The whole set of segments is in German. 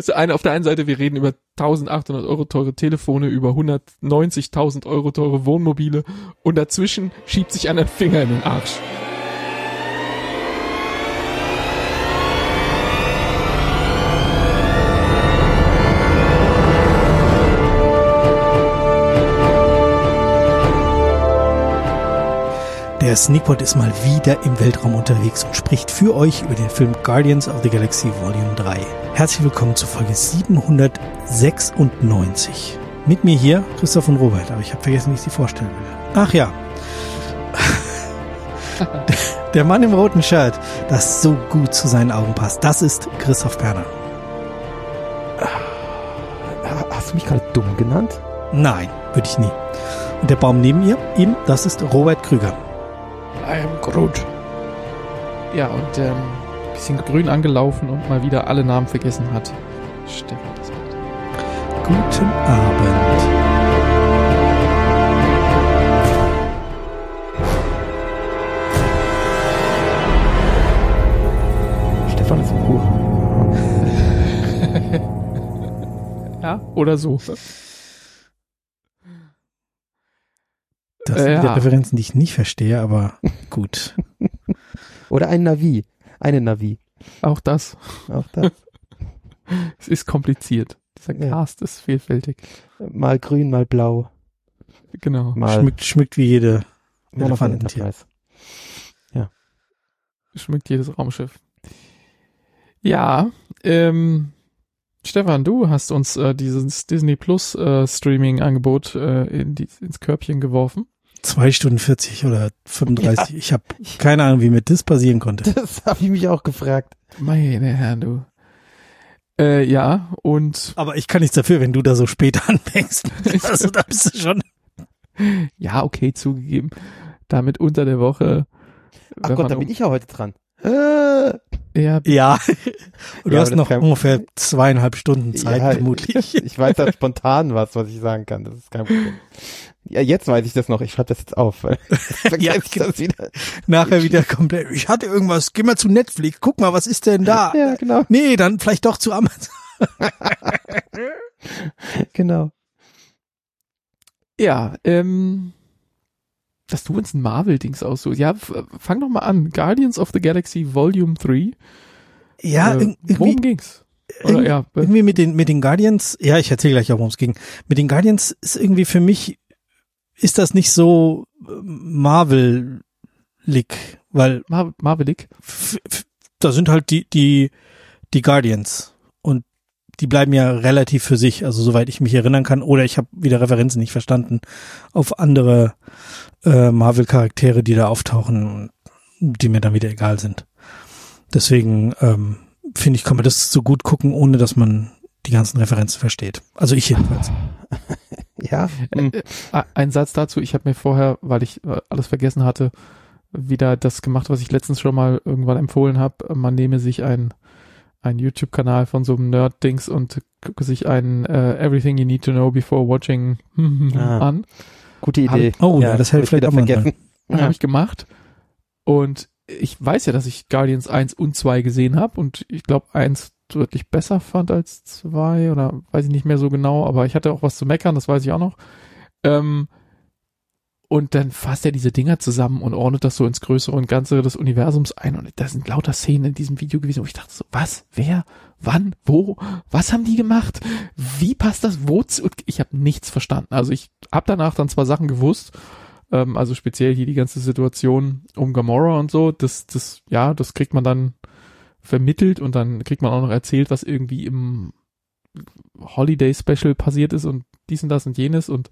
Also auf der einen Seite, wir reden über 1.800 Euro teure Telefone, über 190.000 Euro teure Wohnmobile und dazwischen schiebt sich einer einen Finger in den Arsch. Der Sneakpot ist mal wieder im Weltraum unterwegs und spricht für euch über den Film Guardians of the Galaxy Volume 3. Herzlich willkommen zur Folge 796. Mit mir hier Christoph und Robert, aber ich habe vergessen, wie ich sie vorstellen will. Ach ja. Der Mann im roten Shirt, das so gut zu seinen Augen passt, das ist Christoph Perner. Hast du mich gerade dumm genannt? Nein, würde ich nie. Und der Baum neben ihm, das ist Robert Krüger. I am Groot. Ja, und ein bisschen grün angelaufen und mal wieder alle Namen vergessen hat. Stefan, das macht. Guten Abend. Stefan ist ein Huren. Ja, oder so. Das sind wieder Referenzen, die ich nicht verstehe, aber gut. Oder ein Navi. Eine Navi. Auch das. Auch das. Es ist kompliziert. Dieser Cast ist vielfältig. Mal grün, mal blau. Genau. Mal schmückt wie jede Elefantentier. Ja. Schmückt jedes Raumschiff. Ja, Stefan, du hast uns dieses Disney Plus Streaming-Angebot ins Körbchen geworfen. 2 Stunden 40 oder 35. Ja. Ich habe keine Ahnung, wie mir das passieren konnte. Das habe ich mich auch gefragt. Meine Herren, du. Ja, und... Aber ich kann nichts dafür, wenn du da so spät anfängst. Also da bist du schon... Ja, okay, zugegeben. Damit unter der Woche... Ach Gott, da bin ich ja heute dran. Ja. Und du hast noch ungefähr 2,5 Stunden Zeit, vermutlich. Ich weiß halt spontan was ich sagen kann. Das ist kein Problem. Ja, jetzt weiß ich das noch. Ich schreibe das jetzt auf. Ja, das wieder. Nachher wieder komplett. Ich hatte irgendwas. Geh mal zu Netflix. Guck mal, was ist denn da? Ja, genau. Nee, dann vielleicht doch zu Amazon. Genau. Ja, dass du uns ein Marvel-Dings aussuchst. Ja, fang doch mal an. Guardians of the Galaxy Volume 3. Ja, worum ging's? Oder, irgendwie mit den Guardians, ja, ich erzähle gleich auch, worum es ging. Mit den Guardians ist irgendwie für mich, ist das nicht so Marvel-lig, weil Marvel-lig? Da sind halt die Guardians und die bleiben ja relativ für sich, also soweit ich mich erinnern kann, oder ich habe wieder Referenzen nicht verstanden auf andere Marvel-Charaktere, die da auftauchen, die mir dann wieder egal sind. Deswegen finde ich, kann man das so gut gucken, ohne dass man die ganzen Referenzen versteht. Also ich jedenfalls. Ja. Ein Satz dazu, ich habe mir vorher, weil ich alles vergessen hatte, wieder das gemacht, was ich letztens schon mal irgendwann empfohlen habe. Man nehme sich einen YouTube-Kanal von so einem Nerd-Dings und gucke sich einen Everything You Need to Know Before Watching an. Gute Idee. Das hätte ich vielleicht auch mal vergessen. Habe ich gemacht. Und ich weiß ja, dass ich Guardians 1 und 2 gesehen habe und ich glaube 1 deutlich besser fand als 2 oder weiß ich nicht mehr so genau, aber ich hatte auch was zu meckern, das weiß ich auch noch. Und dann fasst er diese Dinger zusammen und ordnet das so ins Größere und Ganze des Universums ein und da sind lauter Szenen in diesem Video gewesen, wo ich dachte so, was, wer, wann, wo, was haben die gemacht? Wie passt das, wo? Ich habe nichts verstanden. Also ich habe danach dann zwar Sachen gewusst, also speziell hier die ganze Situation um Gamora und so, das kriegt man dann vermittelt und dann kriegt man auch noch erzählt, was irgendwie im Holiday Special passiert ist und dies und das und jenes und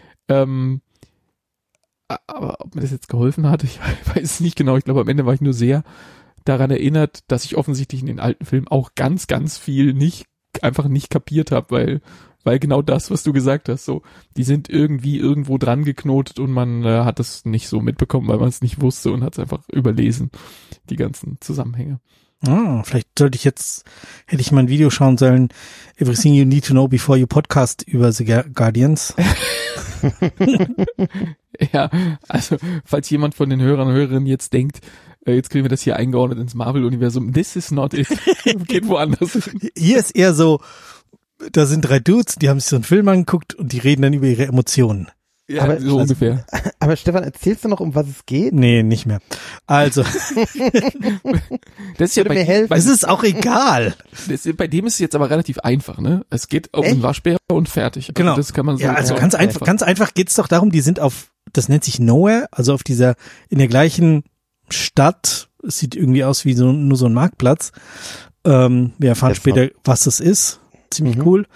aber ob mir das jetzt geholfen hat, ich weiß es nicht genau. Ich glaube, am Ende war ich nur sehr daran erinnert, dass ich offensichtlich in den alten Filmen auch ganz, ganz viel einfach nicht kapiert habe, weil genau das, was du gesagt hast, so, die sind irgendwie irgendwo dran geknotet und man hat das nicht so mitbekommen, weil man es nicht wusste und hat es einfach überlesen, die ganzen Zusammenhänge. Vielleicht hätte ich mal ein Video schauen sollen, Everything You Need to Know Before You Podcast über The Guardians. Ja, also falls jemand von den Hörern und Hörerinnen jetzt denkt, jetzt kriegen wir das hier eingeordnet ins Marvel-Universum. This is not it. Geht woanders hin. Hier ist eher so, da sind 3 Dudes, die haben sich so einen Film angeguckt und die reden dann über ihre Emotionen. Ja, Aber- so ungefähr. Aber Stefan, erzählst du noch, um was es geht? Nee, nicht mehr. Also, Das ist ja Würde mir helfen. es ist auch egal. bei dem ist es jetzt aber relativ einfach, ne? Es geht um einen Echt? Waschbär und fertig. Also Genau. Das kann man so. Ja, also so ganz einfach geht's doch darum, die sind auf, das nennt sich Nowhere, also auf dieser, in der gleichen Stadt, es sieht irgendwie aus wie nur so ein Marktplatz. Wir erfahren Jetzt später, was das ist. Ziemlich Mhm. cool.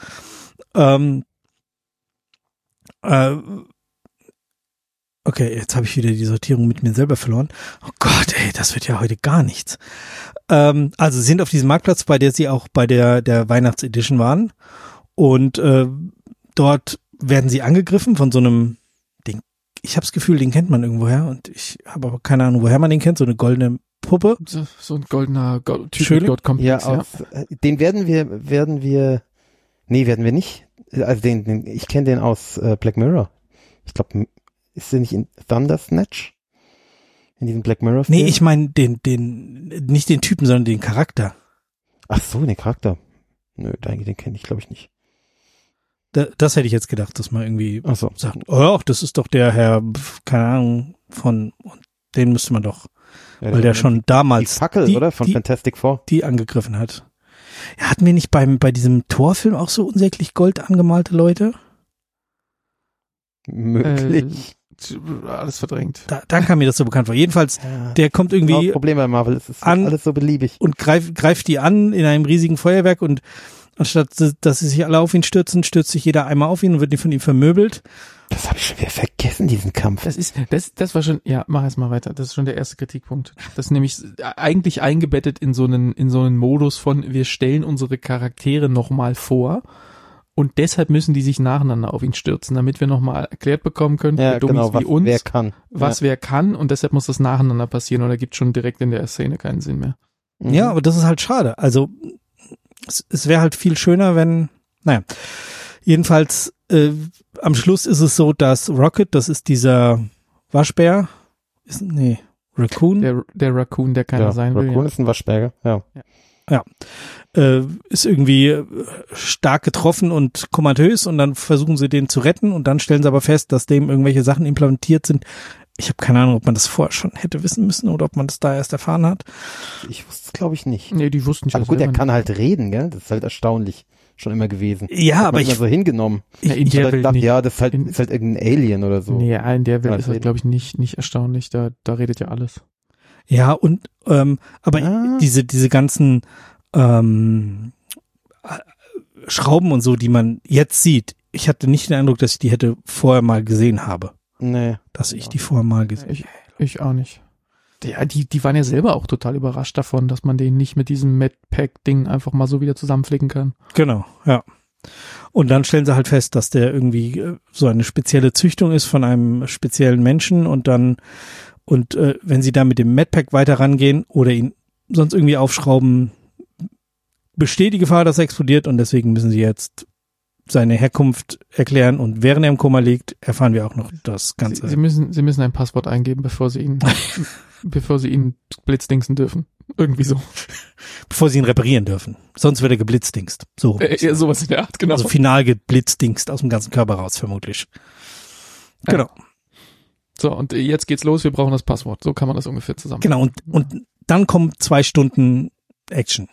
Okay, jetzt habe ich wieder die Sortierung mit mir selber verloren. Oh Gott, ey, das wird ja heute gar nichts. Also sie sind auf diesem Marktplatz, bei der sie auch bei der Weihnachtsedition waren. Und dort werden sie angegriffen von so einem, ich habe das Gefühl, den kennt man irgendwoher. Und ich habe aber keine Ahnung, woher man den kennt. So eine goldene Puppe. so ein goldener Schöne? Typ-Gott-Komplex. Ja, den werden wir nicht. Also ich kenne den aus Black Mirror. Ich glaube, ist der nicht in Thunder Snatch? In diesem Black Mirror Film? Nee, ich meine nicht den Typen, sondern den Charakter. Ach so, den Charakter. Nö, den kenne ich, glaube ich, nicht. Das hätte ich jetzt gedacht, dass man irgendwie Ach so. sagt, oh, das ist doch der Herr, keine Ahnung, und den müsste man doch, weil der schon Die damals Fackel, oder? Von Fantastic Four. die angegriffen hat. Ja, hatten wir nicht bei diesem Torfilm auch so unsäglich gold angemalte Leute? Möglich. Alles verdrängt. Da kam mir das so bekannt vor. Jedenfalls, der kommt irgendwie Das Problem bei Marvel ist, es ist an- alles so beliebig. und greift die an in einem riesigen Feuerwerk und anstatt dass sie sich alle auf ihn stürzen, stürzt sich jeder einmal auf ihn und wird von ihm vermöbelt. Das habe ich schon wieder vergessen, diesen Kampf. Das war schon, ja, mach erst mal weiter. Das ist schon der erste Kritikpunkt. Das ist nämlich eigentlich eingebettet in so einen Modus von, wir stellen unsere Charaktere nochmal vor und deshalb müssen die sich nacheinander auf ihn stürzen, damit wir nochmal erklärt bekommen können, Ja, für Dummies genau, was wie uns, wer kann. was wer kann und deshalb muss das nacheinander passieren oder gibt schon direkt in der Szene keinen Sinn mehr. Mhm. Ja, aber das ist halt schade. Also es wäre halt viel schöner, wenn, naja, jedenfalls am Schluss ist es so, dass Rocket, das ist dieser Waschbär, Raccoon, Der Raccoon, der keiner sein will. Raccoon ist ein Waschbär, ja. ist irgendwie stark getroffen und komatös und dann versuchen sie den zu retten und dann stellen sie aber fest, dass dem irgendwelche Sachen implantiert sind. Ich habe keine Ahnung, ob man das vorher schon hätte wissen müssen oder ob man das da erst erfahren hat. Ich wusste es, glaube ich, nicht. Nee, die wussten nicht. Aber gut, er kann halt reden, gell? Das ist halt erstaunlich schon immer gewesen. Ja, Hat aber man immer so hingenommen. Ja, in Ich der hab Welt gedacht, nicht. ja, das ist halt In- irgendein Alien oder so. Nee, in der Welt Ja, ist das, glaube ich, nicht erstaunlich. Da redet ja alles. Ja, und aber Ah. diese ganzen Schrauben und so, die man jetzt sieht, ich hatte nicht den Eindruck, dass ich die hätte vorher mal gesehen habe. Nee. Dass ich die vorher mal gesehen habe. Ich auch nicht. Ja, die waren ja selber auch total überrascht davon, dass man den nicht mit diesem Medpack-Ding einfach mal so wieder zusammenflicken kann. Genau, ja. Und dann stellen sie halt fest, dass der irgendwie so eine spezielle Züchtung ist von einem speziellen Menschen und wenn sie da mit dem Medpack weiter rangehen oder ihn sonst irgendwie aufschrauben, besteht die Gefahr, dass er explodiert und deswegen müssen sie jetzt seine Herkunft erklären und während er im Koma liegt, erfahren wir auch noch das Ganze. Sie müssen ein Passwort eingeben, bevor sie ihn blitzdingsen dürfen. Irgendwie so. Bevor sie ihn reparieren dürfen. Sonst wird er geblitzdingst. So. Ja, sowas in der Art, genau. Also final geblitzdingst aus dem ganzen Körper raus, vermutlich. Genau. So, und jetzt geht's los, wir brauchen das Passwort. So kann man das ungefähr zusammen. Genau, und dann kommen 2 Stunden Action.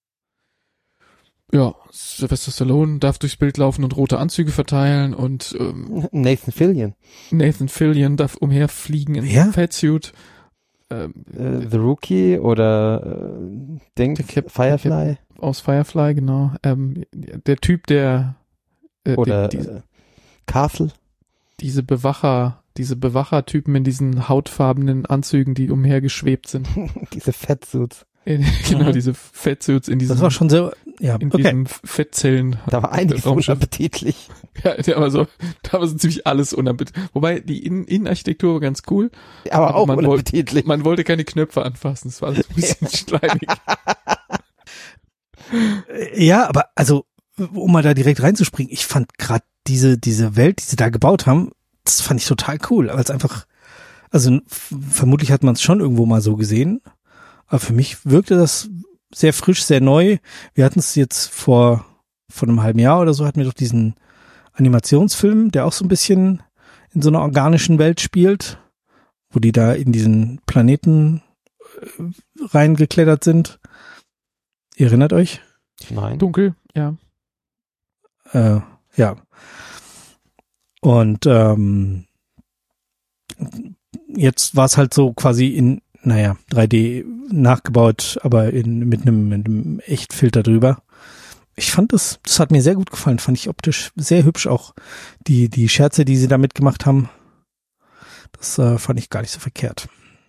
Ja, Sylvester Stallone darf durchs Bild laufen und rote Anzüge verteilen und Nathan Fillion. Nathan Fillion darf umherfliegen in Wer? einem Fatsuit. The Rookie oder Firefly Aus Firefly, genau. Der Typ, der oder diese Castle. Bewachertypen in diesen hautfarbenen Anzügen, die umhergeschwebt sind. Diese Fettsuits. Genau, Mhm. diese Fettsuits in diesem Das war schon sehr, ja, in okay. diesem Fettzellen. Da war einiges Raumschiff. unappetitlich. Ja, da war so ziemlich alles unappetitlich. Wobei die Innenarchitektur war ganz cool. Aber auch man unappetitlich. Man wollte keine Knöpfe anfassen. Das war alles ein bisschen schleimig. Ja, aber also, um mal da direkt reinzuspringen, ich fand gerade diese Welt, die sie da gebaut haben, das fand ich total cool, weil es einfach, Also vermutlich hat man es schon irgendwo mal so gesehen, aber für mich wirkte das sehr frisch, sehr neu. Wir hatten es jetzt vor einem halben Jahr oder so, hatten wir doch diesen Animationsfilm, der auch so ein bisschen in so einer organischen Welt spielt, wo die da in diesen Planeten reingeklettert sind. Ihr erinnert euch? Nein. Dunkel, ja. Ja. Und jetzt war es halt so quasi in 3D nachgebaut, aber mit einem Echtfilter drüber. Ich fand das hat mir sehr gut gefallen, fand ich optisch sehr hübsch, auch die Scherze, die sie da mitgemacht haben. Das fand ich gar nicht so verkehrt.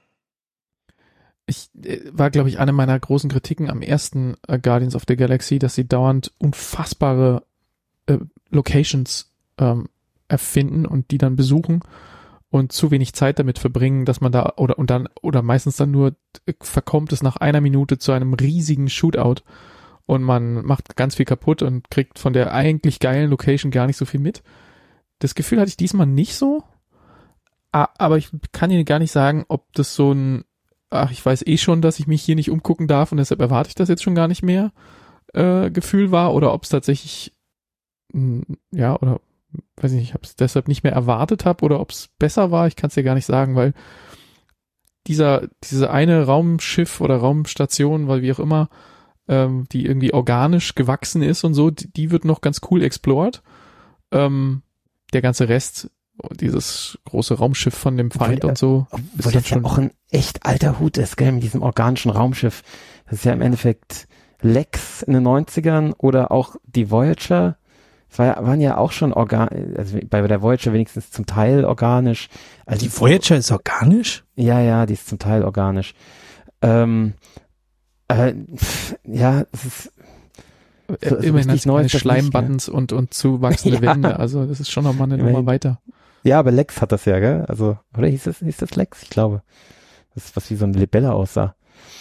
War, glaube ich, eine meiner großen Kritiken am ersten Guardians of the Galaxy, dass sie dauernd unfassbare Locations erfinden und die dann besuchen und zu wenig Zeit damit verbringen, dass man da oder meistens dann nur verkommt es nach einer Minute zu einem riesigen Shootout und man macht ganz viel kaputt und kriegt von der eigentlich geilen Location gar nicht so viel mit. Das Gefühl hatte ich diesmal nicht so, aber ich kann Ihnen gar nicht sagen, ob das so ein ich weiß eh schon, dass ich mich hier nicht umgucken darf und deshalb erwarte ich das jetzt schon gar nicht mehr Gefühl war oder ob es tatsächlich oder weiß ich nicht, ich habe es deshalb nicht mehr erwartet habe oder ob es besser war, ich kann es dir gar nicht sagen, weil diese eine Raumschiff oder Raumstation, weil wie auch immer, die irgendwie organisch gewachsen ist und so, die wird noch ganz cool explored. Der ganze Rest, dieses große Raumschiff von dem Feind und so. Obwohl das ja auch ein echt alter Hut ist, gell, mit diesem organischen Raumschiff. Das ist ja im Endeffekt Lex in den 90ern oder auch die Voyager. Waren ja auch schon also bei der Voyager wenigstens zum Teil organisch. Also die Voyager ist organisch? Ja, die ist zum Teil organisch. Ja, es ist immerhin hat keine Schleimbuttons und zuwachsende Wände, also das ist schon nochmal eine Nummer weiter. Ja, aber Lex hat das ja, gell? Also, oder hieß das Lex? Ich glaube. Das ist was wie so eine Libelle aussah.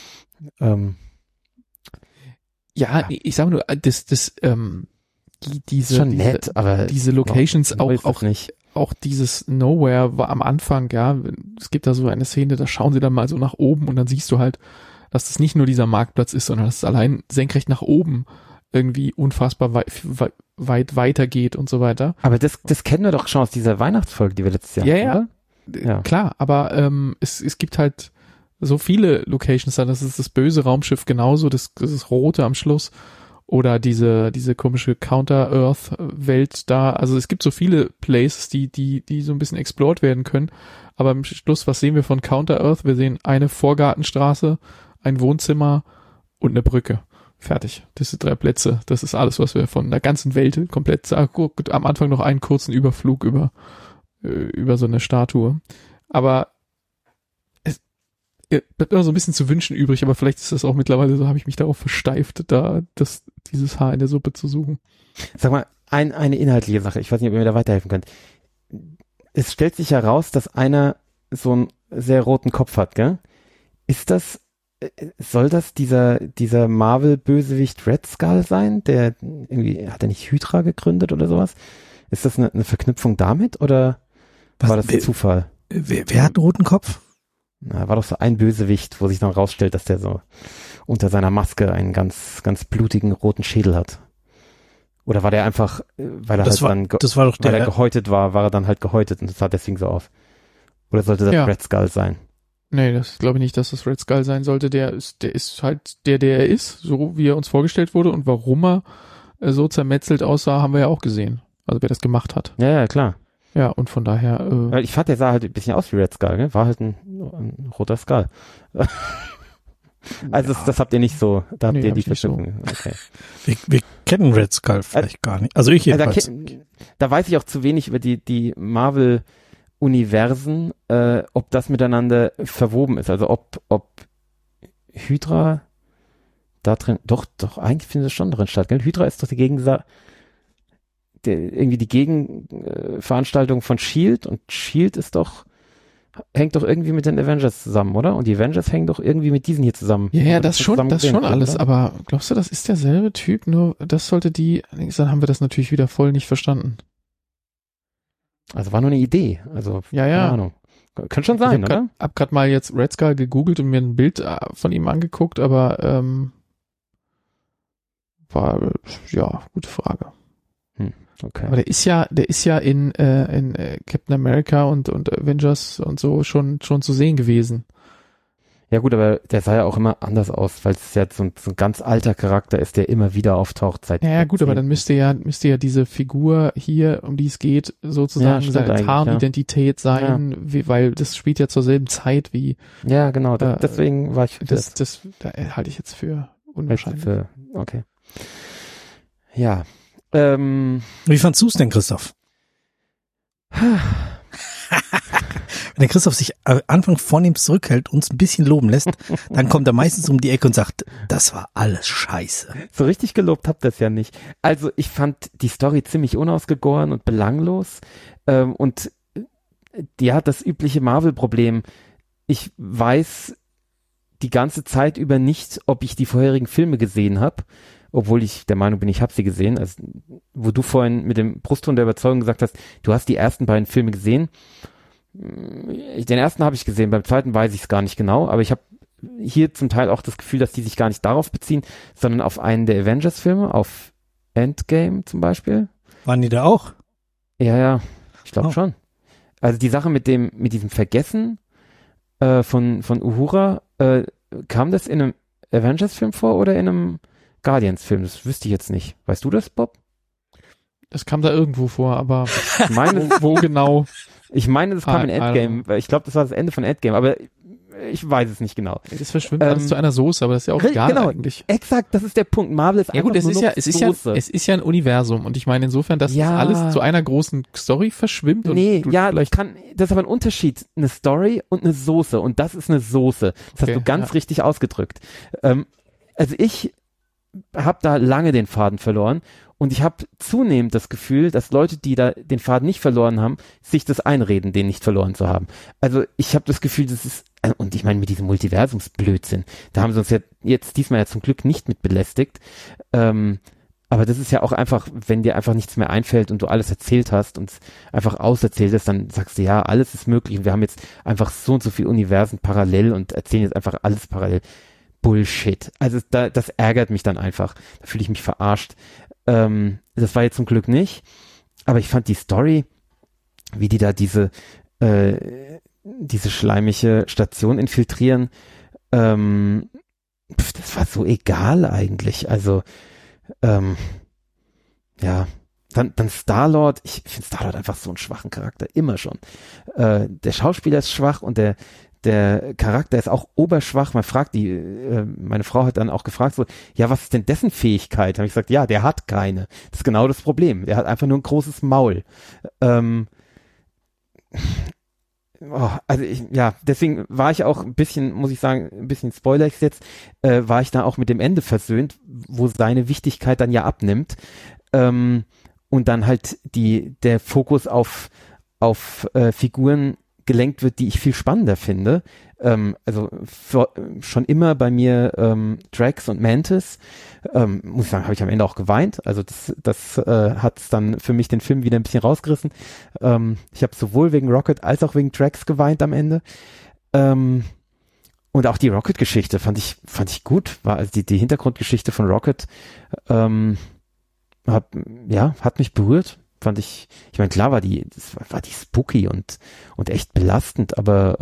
Ich sag nur, diese schon nett, aber diese Locations auch dieses Nowhere war am Anfang, ja, es gibt da so eine Szene, da schauen sie dann mal so nach oben und dann siehst du halt, dass das nicht nur dieser Marktplatz ist, sondern dass es allein senkrecht nach oben irgendwie unfassbar weit weitergeht und so weiter. Aber das kennen wir doch schon aus dieser Weihnachtsfolge, die wir letztes Jahr hatten, oder? Ja, klar, aber es gibt halt so viele Locations da, das ist das böse Raumschiff genauso, das rote am Schluss oder diese komische Counter-Earth-Welt da, also es gibt so viele Places, die so ein bisschen explored werden können, aber am Schluss, was sehen wir von Counter-Earth? Wir sehen eine Vorgartenstraße, ein Wohnzimmer und eine Brücke. Fertig. Das sind 3 Plätze. Das ist alles, was wir von der ganzen Welt komplett am Anfang noch einen kurzen Überflug über so eine Statue. Aber es bleibt immer so ein bisschen zu wünschen übrig, aber vielleicht ist das auch mittlerweile so, habe ich mich darauf versteift, dieses Haar in der Suppe zu suchen. Sag mal, eine inhaltliche Sache. Ich weiß nicht, ob ihr mir da weiterhelfen könnt. Es stellt sich heraus, dass einer so einen sehr roten Kopf hat, gell? Soll das dieser Marvel-Bösewicht Red Skull sein? Der irgendwie, hat er nicht Hydra gegründet oder sowas? Ist das eine Verknüpfung damit oder war das ein Zufall? Wer hat einen roten Kopf? Na, war doch so ein Bösewicht, wo sich dann rausstellt, dass der so unter seiner Maske einen ganz, ganz blutigen roten Schädel hat. Oder war der einfach, weil er weil er gehäutet war er dann halt gehäutet und das sah deswegen so auf. Oder sollte das Red Skull sein? Nee, das glaube ich nicht, dass das Red Skull sein sollte. Der ist halt der er ist, so wie er uns vorgestellt wurde und warum er so zermetzelt aussah, haben wir ja auch gesehen. Also wer das gemacht hat. Ja, klar. Ja, und von daher... Weil ich fand, der sah halt ein bisschen aus wie Red Skull, ne? War halt ein roter Skull. Also das habt ihr nicht so, da habt ihr die Verknüpfung. So. Okay. Wir kennen Red Skull vielleicht gar nicht. Also ich jedenfalls. Da weiß ich auch zu wenig über die Marvel-Universen, ob das miteinander verwoben ist. Also ob Hydra da drin, doch, eigentlich findet es schon drin statt, gell? Hydra ist doch irgendwie die Gegenveranstaltung von S.H.I.E.L.D. und S.H.I.E.L.D. hängt doch irgendwie mit den Avengers zusammen, oder? Und die Avengers hängen doch irgendwie mit diesen hier zusammen. Ja, das schon alles, oder? Aber glaubst du, das ist derselbe Typ? Nur das sollte dann haben wir das natürlich wieder voll nicht verstanden. Also war nur eine Idee, also keine Ahnung. Könnte schon sein, oder? Hab grad mal jetzt Red Skull gegoogelt und mir ein Bild von ihm angeguckt, aber war, ja, gute Frage. Okay. Aber der ist ja in Captain America und Avengers und so schon zu sehen gewesen. Ja gut, aber der sah ja auch immer anders aus, weil es ja so ein ganz alter Charakter ist, der immer wieder auftaucht seit Ja gut, aber dann müsste ja diese Figur hier, um die es geht, sozusagen seine Tarnidentität sein, weil das spielt ja zur selben Zeit wie. Ja, genau, deswegen war ich das halte ich jetzt für unwahrscheinlich. Okay. Ja. Wie fandst du es denn, Christoph? Wenn der Christoph sich am Anfang vornehm zurückhält, uns ein bisschen loben lässt, dann kommt er meistens um die Ecke und sagt, das war alles scheiße. So richtig gelobt habt ihr das ja nicht. Also ich fand die Story ziemlich unausgegoren und belanglos. Und die hat das übliche Marvel-Problem. Ich weiß die ganze Zeit über nicht, ob ich die vorherigen Filme gesehen habe, obwohl ich der Meinung bin, ich habe sie gesehen. Also, wo du vorhin mit dem Brustton der Überzeugung gesagt hast, du hast die ersten beiden Filme gesehen. Den ersten habe ich gesehen, beim zweiten weiß ich es gar nicht genau, aber ich habe hier zum Teil auch das Gefühl, dass die sich gar nicht darauf beziehen, sondern auf einen der Avengers-Filme, auf Endgame zum Beispiel. Waren die da auch? Ja, ich glaube schon. Also die Sache mit diesem Vergessen von Uhura, kam das in einem Avengers-Film vor oder in einem Guardians-Film? Das wüsste ich jetzt nicht. Weißt du das, Bob? Das kam da irgendwo vor, aber ich meine, wo genau? Ich meine, das kam in Endgame. Ich glaube, das war das Ende von Endgame, aber ich weiß es nicht genau. Das verschwimmt alles zu einer Soße, aber das ist ja auch egal eigentlich. Exakt, das ist der Punkt. Marvel ist einfach nur noch Soße. Es ist ja ein Universum und ich meine insofern, dass das alles zu einer großen Story verschwimmt. Und das ist aber ein Unterschied. Eine Story und eine Soße und das ist eine Soße. Das hast du ganz richtig ausgedrückt. Also ich habe da lange den Faden verloren. Und ich habe zunehmend das Gefühl, dass Leute, die da den Faden nicht verloren haben, sich das einreden, den nicht verloren zu haben. Also ich habe das Gefühl, das ist, und ich meine mit diesem Multiversumsblödsinn, da haben sie uns ja jetzt diesmal ja zum Glück nicht mit belästigt. Aber das ist ja auch einfach, wenn dir einfach nichts mehr einfällt und du alles erzählt hast und einfach auserzählt hast, dann sagst du, ja, alles ist möglich und wir haben jetzt einfach so und so viele Universen parallel und erzählen jetzt einfach alles parallel. Bullshit. Also das ärgert mich dann einfach. Da fühle ich mich verarscht. Das war jetzt zum Glück nicht, aber ich fand die Story, wie die da diese schleimige Station infiltrieren, das war so egal eigentlich. Also dann Star-Lord, ich finde Star-Lord einfach so einen schwachen Charakter, immer schon. Der Schauspieler ist schwach und der Charakter ist auch oberschwach. Meine Frau hat dann auch gefragt so, ja, was ist denn dessen Fähigkeit? Habe ich gesagt, ja, der hat keine. Das ist genau das Problem. Der hat einfach nur ein großes Maul. Deswegen war ich auch ein bisschen, muss ich sagen, ein bisschen Spoiler jetzt, war ich da auch mit dem Ende versöhnt, wo seine Wichtigkeit dann ja abnimmt. Und dann halt der Fokus auf Figuren gelenkt wird, die ich viel spannender finde. Schon immer bei mir Drax und Mantis. Muss ich sagen, habe ich am Ende auch geweint. Also das hat dann für mich den Film wieder ein bisschen rausgerissen. Ich habe sowohl wegen Rocket als auch wegen Drax geweint am Ende. Und auch die Rocket-Geschichte fand ich gut. War also die Hintergrundgeschichte von Rocket hat mich berührt. Fand ich meine, klar war die spooky und echt belastend, aber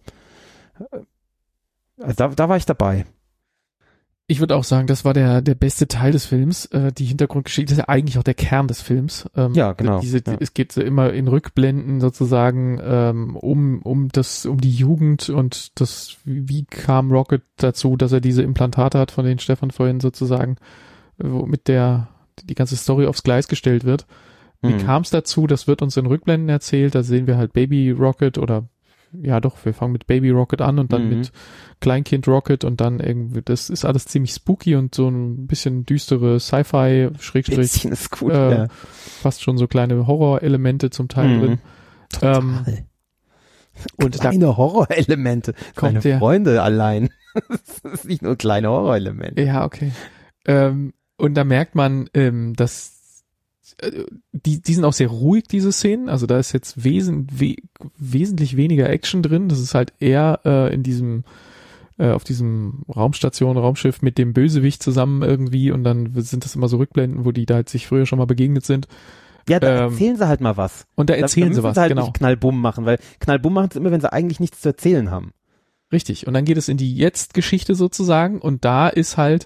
da war ich dabei. Ich würde auch sagen, das war der beste Teil des Films. Die Hintergrundgeschichte ist ja eigentlich auch der Kern des Films. Ja, genau. Es geht immer in Rückblenden sozusagen um die Jugend und wie kam Rocket dazu, dass er diese Implantate hat, von denen Stefan vorhin sozusagen, womit die ganze Story aufs Gleis gestellt wird. Wie kam es dazu? Das wird uns in Rückblenden erzählt. Da sehen wir halt Baby Rocket wir fangen mit Baby Rocket an und dann mit Kleinkind Rocket und dann irgendwie, das ist alles ziemlich spooky und so ein bisschen düstere Sci-Fi, bisschen ist gut, ja. Fast schon so kleine Horrorelemente zum Teil drin. Total. Und kleine Horrorelemente. Kommt meine Freunde allein. Das ist nicht nur kleine Horrorelemente. Ja, okay. Und da merkt man, dass die sind auch sehr ruhig, diese Szenen. Also da ist jetzt wesentlich weniger Action drin. Das ist halt eher in diesem auf diesem Raumschiff mit dem Bösewicht zusammen irgendwie und dann sind das immer so Rückblenden, wo die da halt sich früher schon mal begegnet sind. Ja, da erzählen sie halt mal was. Und da erzählen sie was, sie halt genau. Nicht Knallbumm machen, weil Knallbumm machen sie immer, wenn sie eigentlich nichts zu erzählen haben. Richtig. Und dann geht es in die Jetzt-Geschichte sozusagen und da ist halt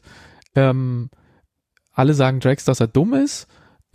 alle sagen Drax, dass er dumm ist.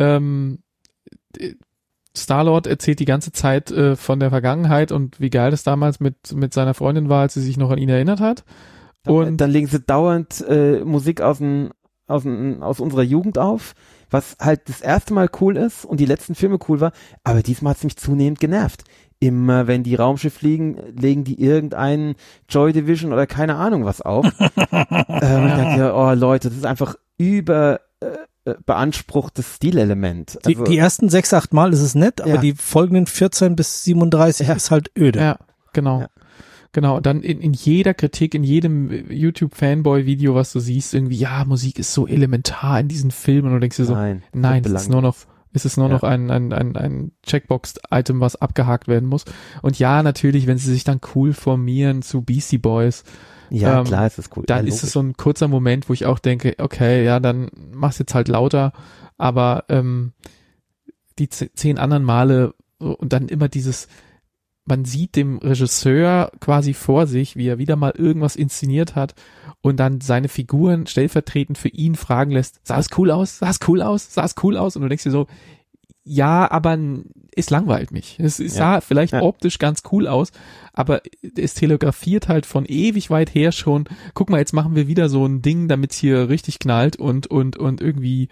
Star-Lord erzählt die ganze Zeit von der Vergangenheit und wie geil das damals mit seiner Freundin war, als sie sich noch an ihn erinnert hat. Und dann legen sie dauernd Musik aus unserer Jugend auf, was halt das erste Mal cool ist und die letzten Filme cool war, aber diesmal hat es mich zunehmend genervt. Immer wenn die Raumschiff fliegen, legen die irgendeinen Joy Division oder keine Ahnung was auf. Und ich dachte, oh Leute, das ist einfach beanspruchtes Stilelement. Also, die ersten 6, 8 Mal ist es nett, aber die folgenden 14 bis 37 ist halt öde. Ja, genau. Ja. Genau, dann in jeder Kritik, in jedem YouTube-Fanboy-Video, was du siehst, irgendwie, ja, Musik ist so elementar in diesen Filmen und du denkst dir so, nein, es ist nur noch ein Checkbox-Item, was abgehakt werden muss. Und ja, natürlich, wenn sie sich dann cool formieren zu Beastie Boys, ja, klar, ist das cool. Dann ist es so ein kurzer Moment, wo ich auch denke, okay, ja, dann mach's jetzt halt lauter, aber die 10 anderen Male und dann immer dieses, man sieht dem Regisseur quasi vor sich, wie er wieder mal irgendwas inszeniert hat und dann seine Figuren stellvertretend für ihn fragen lässt, sah es cool aus? Sah es cool aus? Sah es cool aus? Und du denkst dir so, ja, aber es langweilt mich. Es sah vielleicht optisch ganz cool aus, aber es telegrafiert halt von ewig weit her schon, guck mal, jetzt machen wir wieder so ein Ding, damit es hier richtig knallt und irgendwie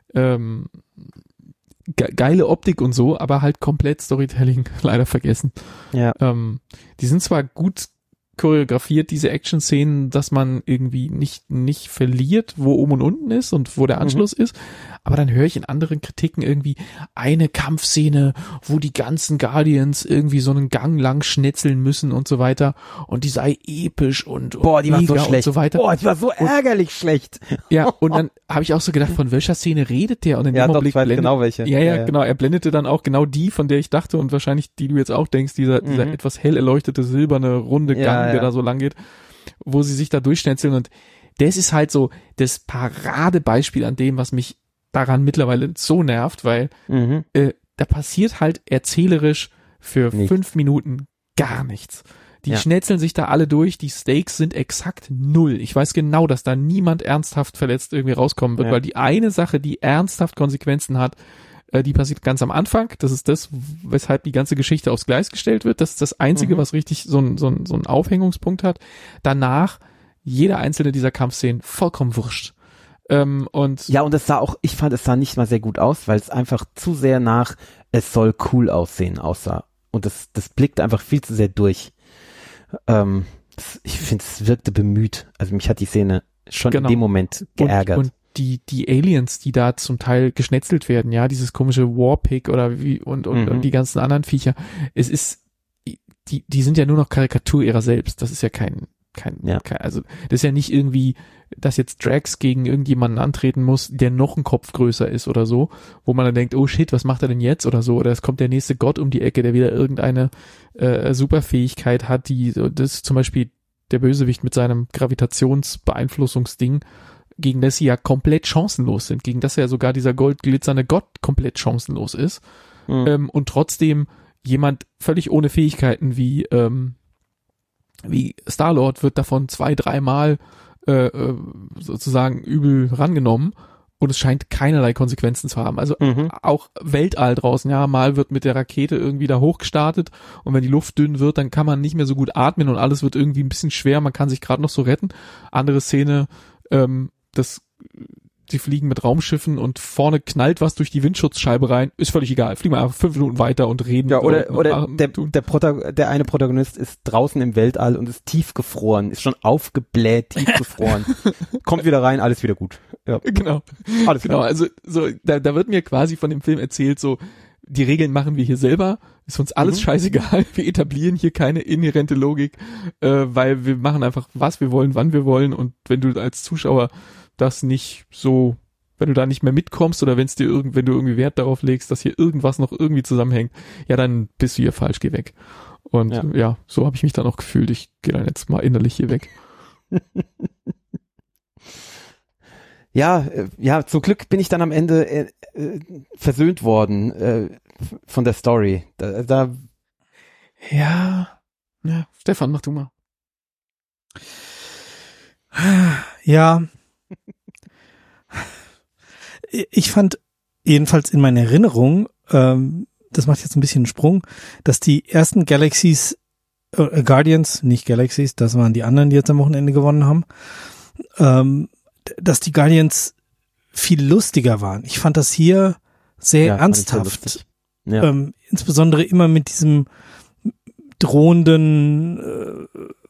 geile Optik und so, aber halt komplett Storytelling leider vergessen. Ja. Die sind zwar gut choreografiert, diese Action-Szenen, dass man irgendwie nicht verliert, wo oben und unten ist und wo der Anschluss ist, aber dann höre ich in anderen Kritiken irgendwie eine Kampfszene, wo die ganzen Guardians irgendwie so einen Gang lang schnetzeln müssen und so weiter und die sei episch und die war so schlecht. Und so weiter. Boah, die war so ärgerlich schlecht. Ja, und dann habe ich auch so gedacht, von welcher Szene redet der? Und in dem Augenblick blendet genau welche. Ja, genau, er blendete dann auch genau die, von der ich dachte und wahrscheinlich die du jetzt auch denkst, dieser etwas hell erleuchtete silberne runde Gang, der da so lang geht, wo sie sich da durchschnetzeln und das ist halt so das Paradebeispiel an dem, was mich daran mittlerweile so nervt, weil da passiert halt erzählerisch für 5 Minuten gar nichts. Die schnetzeln sich da alle durch, die Stakes sind exakt 0. Ich weiß genau, dass da niemand ernsthaft verletzt irgendwie rauskommen wird, weil die eine Sache, die ernsthaft Konsequenzen hat, die passiert ganz am Anfang. Das ist das, weshalb die ganze Geschichte aufs Gleis gestellt wird. Das ist das Einzige, was richtig so einen Aufhängungspunkt hat. Danach jeder einzelne dieser Kampfszenen vollkommen wurscht. Und es sah auch, ich fand, es sah nicht mal sehr gut aus, weil es einfach zu sehr nach, es soll cool aussehen, aussah. Und das blickt einfach viel zu sehr durch. Ich finde, es wirkte bemüht. Also mich hat die Szene schon in dem Moment geärgert. Und die Aliens, die da zum Teil geschnetzelt werden, ja, dieses komische Warpig oder wie und die ganzen anderen Viecher, es ist, die sind ja nur noch Karikatur ihrer selbst. Das ist ja kein also das ist ja nicht irgendwie, dass jetzt Drax gegen irgendjemanden antreten muss, der noch ein Kopf größer ist oder so, wo man dann denkt, oh shit, was macht er denn jetzt oder so, oder es kommt der nächste Gott um die Ecke, der wieder irgendeine Superfähigkeit hat, das ist zum Beispiel der Bösewicht mit seinem Gravitationsbeeinflussungsding, gegen das sie ja komplett chancenlos sind, gegen das ja sogar dieser goldglitzernde Gott komplett chancenlos ist und trotzdem jemand völlig ohne Fähigkeiten wie Star-Lord wird davon 2-3 Mal sozusagen übel rangenommen und es scheint keinerlei Konsequenzen zu haben. Also auch Weltall draußen, ja, mal wird mit der Rakete irgendwie da hochgestartet und wenn die Luft dünn wird, dann kann man nicht mehr so gut atmen und alles wird irgendwie ein bisschen schwer, man kann sich gerade noch so retten. Andere Szene, sie fliegen mit Raumschiffen und vorne knallt was durch die Windschutzscheibe rein, ist völlig egal. Fliegen wir einfach 5 Minuten weiter und reden. Ja, oder der eine Protagonist ist draußen im Weltall und ist tiefgefroren, ist schon aufgebläht, tiefgefroren. Kommt wieder rein, alles wieder gut. Ja. Genau. Alles klar. Genau, also so, da wird mir quasi von dem Film erzählt, so, die Regeln machen wir hier selber, ist uns alles scheißegal, wir etablieren hier keine inhärente Logik, weil wir machen einfach, was wir wollen, wann wir wollen und wenn du als Zuschauer das nicht so, wenn du da nicht mehr mitkommst oder wenn du irgendwie Wert darauf legst, dass hier irgendwas noch irgendwie zusammenhängt, ja, dann bist du hier falsch, geh weg. Und ja so habe ich mich dann auch gefühlt. Ich gehe dann jetzt mal innerlich hier weg. Ja, zum Glück bin ich dann am Ende versöhnt worden von der Story. Ja, Stefan, mach du mal. Ja. Ich fand jedenfalls in meiner Erinnerung, das macht jetzt ein bisschen einen Sprung, dass die ersten Guardians, nicht Galaxies, das waren die anderen, die jetzt am Wochenende gewonnen haben, dass die Guardians viel lustiger waren. Ich fand das hier sehr ernsthaft. Ja. Insbesondere immer mit diesem drohenden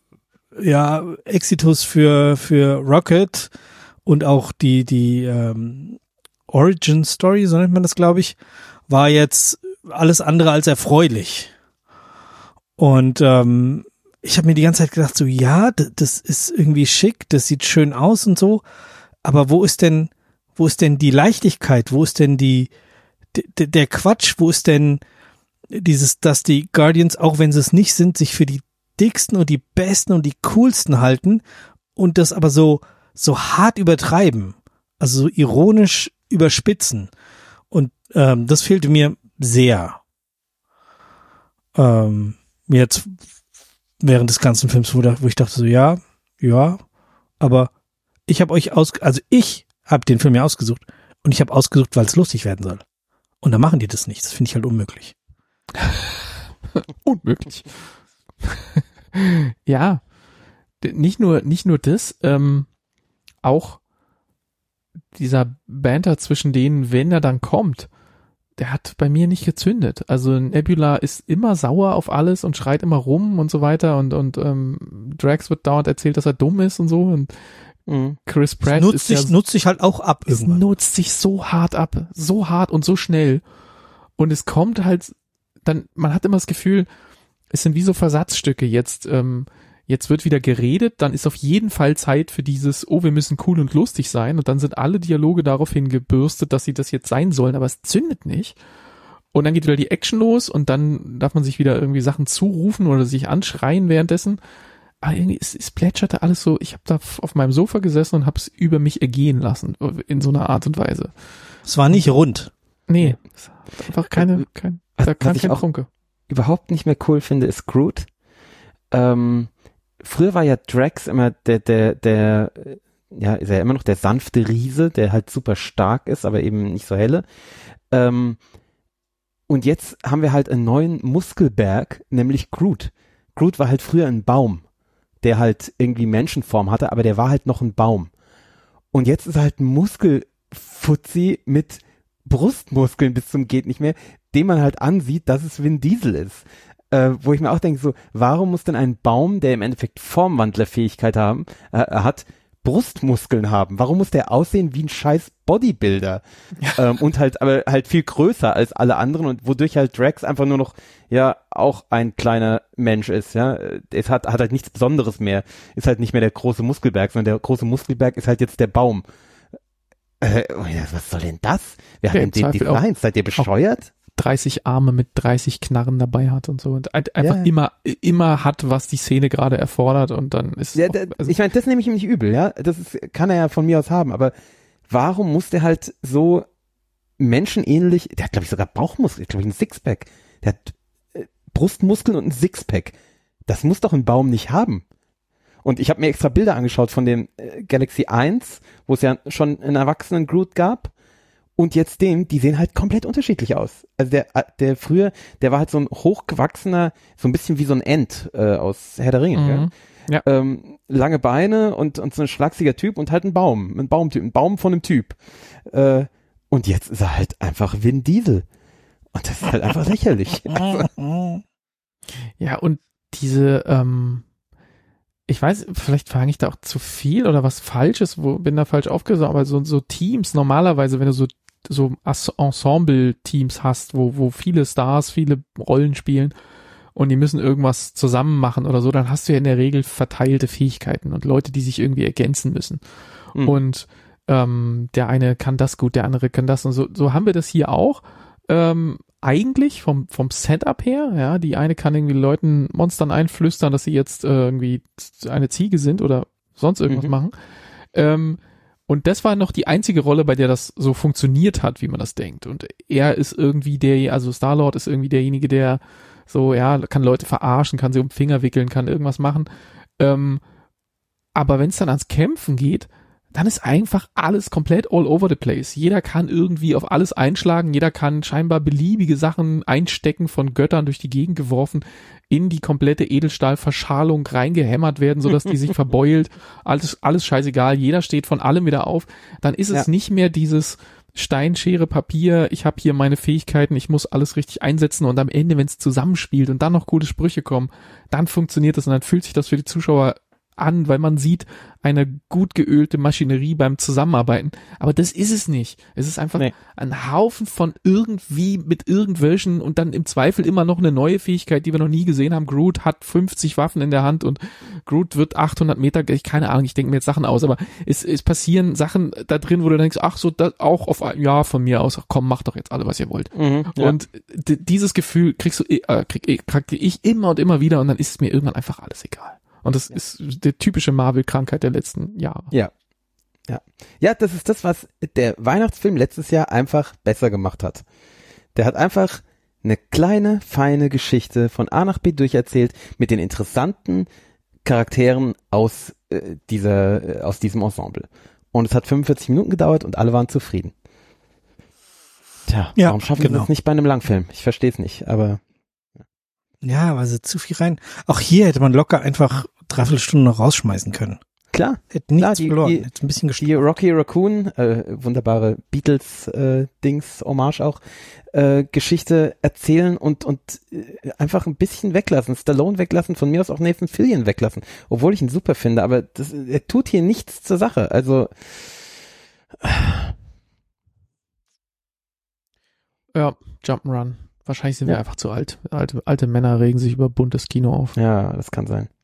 Exitus für Rocket und auch die Origin Story, so nennt man das, glaube ich, war jetzt alles andere als erfreulich. Und ich habe mir die ganze Zeit gedacht, so ja, das ist irgendwie schick, das sieht schön aus und so, aber wo ist denn die Leichtigkeit, wo ist denn der Quatsch, wo ist denn dieses, dass die Guardians, auch wenn sie es nicht sind, sich für die dicksten und die besten und die coolsten halten und das aber so hart übertreiben, also so ironisch überspitzen. Und das fehlte mir sehr. Jetzt während des ganzen Films, wo ich dachte so, ja, aber ich habe den Film ja ausgesucht und ich habe ausgesucht, weil es lustig werden soll. Und da machen die das nicht. Das finde ich halt unmöglich. Unmöglich. Ja, nicht nur das, auch dieser Banter zwischen denen, wenn er dann kommt, der hat bei mir nicht gezündet. Also Nebula ist immer sauer auf alles und schreit immer rum und so weiter und Drax wird dauernd erzählt, dass er dumm ist und so und Chris Pratt nutzt sich halt auch ab irgendwann. Es nutzt sich so hart ab, so hart und so schnell und es kommt halt dann, man hat immer das Gefühl, es sind wie so Versatzstücke jetzt wird wieder geredet, dann ist auf jeden Fall Zeit für dieses, wir müssen cool und lustig sein und dann sind alle Dialoge daraufhin gebürstet, dass sie das jetzt sein sollen, aber es zündet nicht. Und dann geht wieder die Action los und dann darf man sich wieder irgendwie Sachen zurufen oder sich anschreien währenddessen. Aber irgendwie, es plätscherte alles so, ich habe da auf meinem Sofa gesessen und habe es über mich ergehen lassen, in so einer Art und Weise. Es war nicht rund. Nee, es hat einfach kein Funke. Überhaupt nicht mehr cool finde, ist Groot. Früher war ja Drax immer ist er immer noch der sanfte Riese, der halt super stark ist, aber eben nicht so helle. Und jetzt haben wir halt einen neuen Muskelberg, nämlich Groot. Groot war halt früher ein Baum, der halt irgendwie Menschenform hatte, aber der war halt noch ein Baum. Und jetzt ist er halt ein Muskelfuzzi mit Brustmuskeln bis zum geht nicht mehr, dem man halt ansieht, dass es Vin Diesel ist. Wo ich mir auch denke, so, warum muss denn ein Baum, der im Endeffekt Formwandlerfähigkeit hat, Brustmuskeln haben? Warum muss der aussehen wie ein scheiß Bodybuilder? Ja. Und halt, aber halt viel größer als alle anderen und wodurch halt Drax einfach nur noch, ja, auch ein kleiner Mensch ist, ja. Es hat halt nichts Besonderes mehr. Ist halt nicht mehr der große Muskelberg, sondern der große Muskelberg ist halt jetzt der Baum. Was soll denn das? Wer hat denn den Design? Seid ihr bescheuert? 30 Arme mit 30 Knarren dabei hat und so und einfach immer hat, was die Szene gerade erfordert und dann ist ich meine, das nehme ich ihm nicht übel, ja, kann er ja von mir aus haben, aber warum muss der halt so menschenähnlich, der hat glaube ich sogar Bauchmuskeln, glaube ich ein Sixpack, der hat Brustmuskeln und ein Sixpack, das muss doch ein Baum nicht haben. Und ich habe mir extra Bilder angeschaut von dem Galaxy 1, wo es ja schon einen erwachsenen Groot gab. Und jetzt die sehen halt komplett unterschiedlich aus. Also der früher, der war halt so ein hochgewachsener, so ein bisschen wie so ein Ent aus Herr der Ringe. Ja. Lange Beine und so ein schlachsiger Typ und halt ein Baumtyp, ein Baum von einem Typ. Und jetzt ist er halt einfach Vin Diesel. Und das ist halt einfach lächerlich. Ja, und diese, ich weiß, vielleicht frage ich da auch zu viel oder was Falsches, bin da falsch aufgesagt, aber so Teams normalerweise, wenn du so Ensemble-Teams hast, wo viele Stars, viele Rollen spielen und die müssen irgendwas zusammen machen oder so, dann hast du ja in der Regel verteilte Fähigkeiten und Leute, die sich irgendwie ergänzen müssen. Und der eine kann das gut, der andere kann das und so haben wir das hier auch. Eigentlich vom Setup her, ja, die eine kann irgendwie Leuten Monstern einflüstern, dass sie jetzt irgendwie eine Ziege sind oder sonst irgendwas machen. Und das war noch die einzige Rolle, bei der das so funktioniert hat, wie man das denkt. Und er ist irgendwie also Star-Lord ist irgendwie derjenige, der so, ja, kann Leute verarschen, kann sie um den Finger wickeln, kann irgendwas machen. Aber wenn es dann ans Kämpfen geht, dann ist einfach alles komplett all over the place. Jeder kann irgendwie auf alles einschlagen, jeder kann scheinbar beliebige Sachen einstecken, von Göttern durch die Gegend geworfen, in die komplette Edelstahlverschalung reingehämmert werden, sodass die sich verbeult. Alles scheißegal, jeder steht von allem wieder auf. Dann ist es nicht mehr dieses Stein, Schere, Papier, ich habe hier meine Fähigkeiten, ich muss alles richtig einsetzen und am Ende, wenn es zusammenspielt und dann noch gute Sprüche kommen, dann funktioniert das und dann fühlt sich das für die Zuschauer an, weil man sieht eine gut geölte Maschinerie beim Zusammenarbeiten. Aber das ist es nicht. Es ist einfach ein Haufen von irgendwie mit irgendwelchen und dann im Zweifel immer noch eine neue Fähigkeit, die wir noch nie gesehen haben. Groot hat 50 Waffen in der Hand und Groot wird 800 Meter, keine Ahnung, ich denke mir jetzt Sachen aus, aber es passieren Sachen da drin, wo du denkst, ach so, das auch von mir aus, ach komm, macht doch jetzt alle, was ihr wollt. Und dieses Gefühl krieg ich immer und immer wieder und dann ist es mir irgendwann einfach alles egal. Und das ist die typische Marvel-Krankheit der letzten Jahre. Ja, das ist das, was der Weihnachtsfilm letztes Jahr einfach besser gemacht hat. Der hat einfach eine kleine, feine Geschichte von A nach B durcherzählt mit den interessanten Charakteren aus diesem Ensemble. Und es hat 45 Minuten gedauert und alle waren zufrieden. Tja, warum schaffen sie das nicht bei einem Langfilm? Ich verstehe es nicht, aber... Ja, weil sie zu viel rein. Auch hier hätte man locker einfach 3/4 Stunde noch rausschmeißen können. Klar. Hätte nichts verloren. Hätte ein bisschen gestört. Die Rocky Raccoon, wunderbare Beatles Hommage auch, Geschichte erzählen und einfach ein bisschen weglassen. Stallone weglassen, von mir aus auch Nathan Fillion weglassen. Obwohl ich ihn super finde, aber er tut hier nichts zur Sache. Also ja, Jump'n'Run. Wahrscheinlich sind wir einfach zu alt. Alte Männer regen sich über buntes Kino auf. Ja, das kann sein.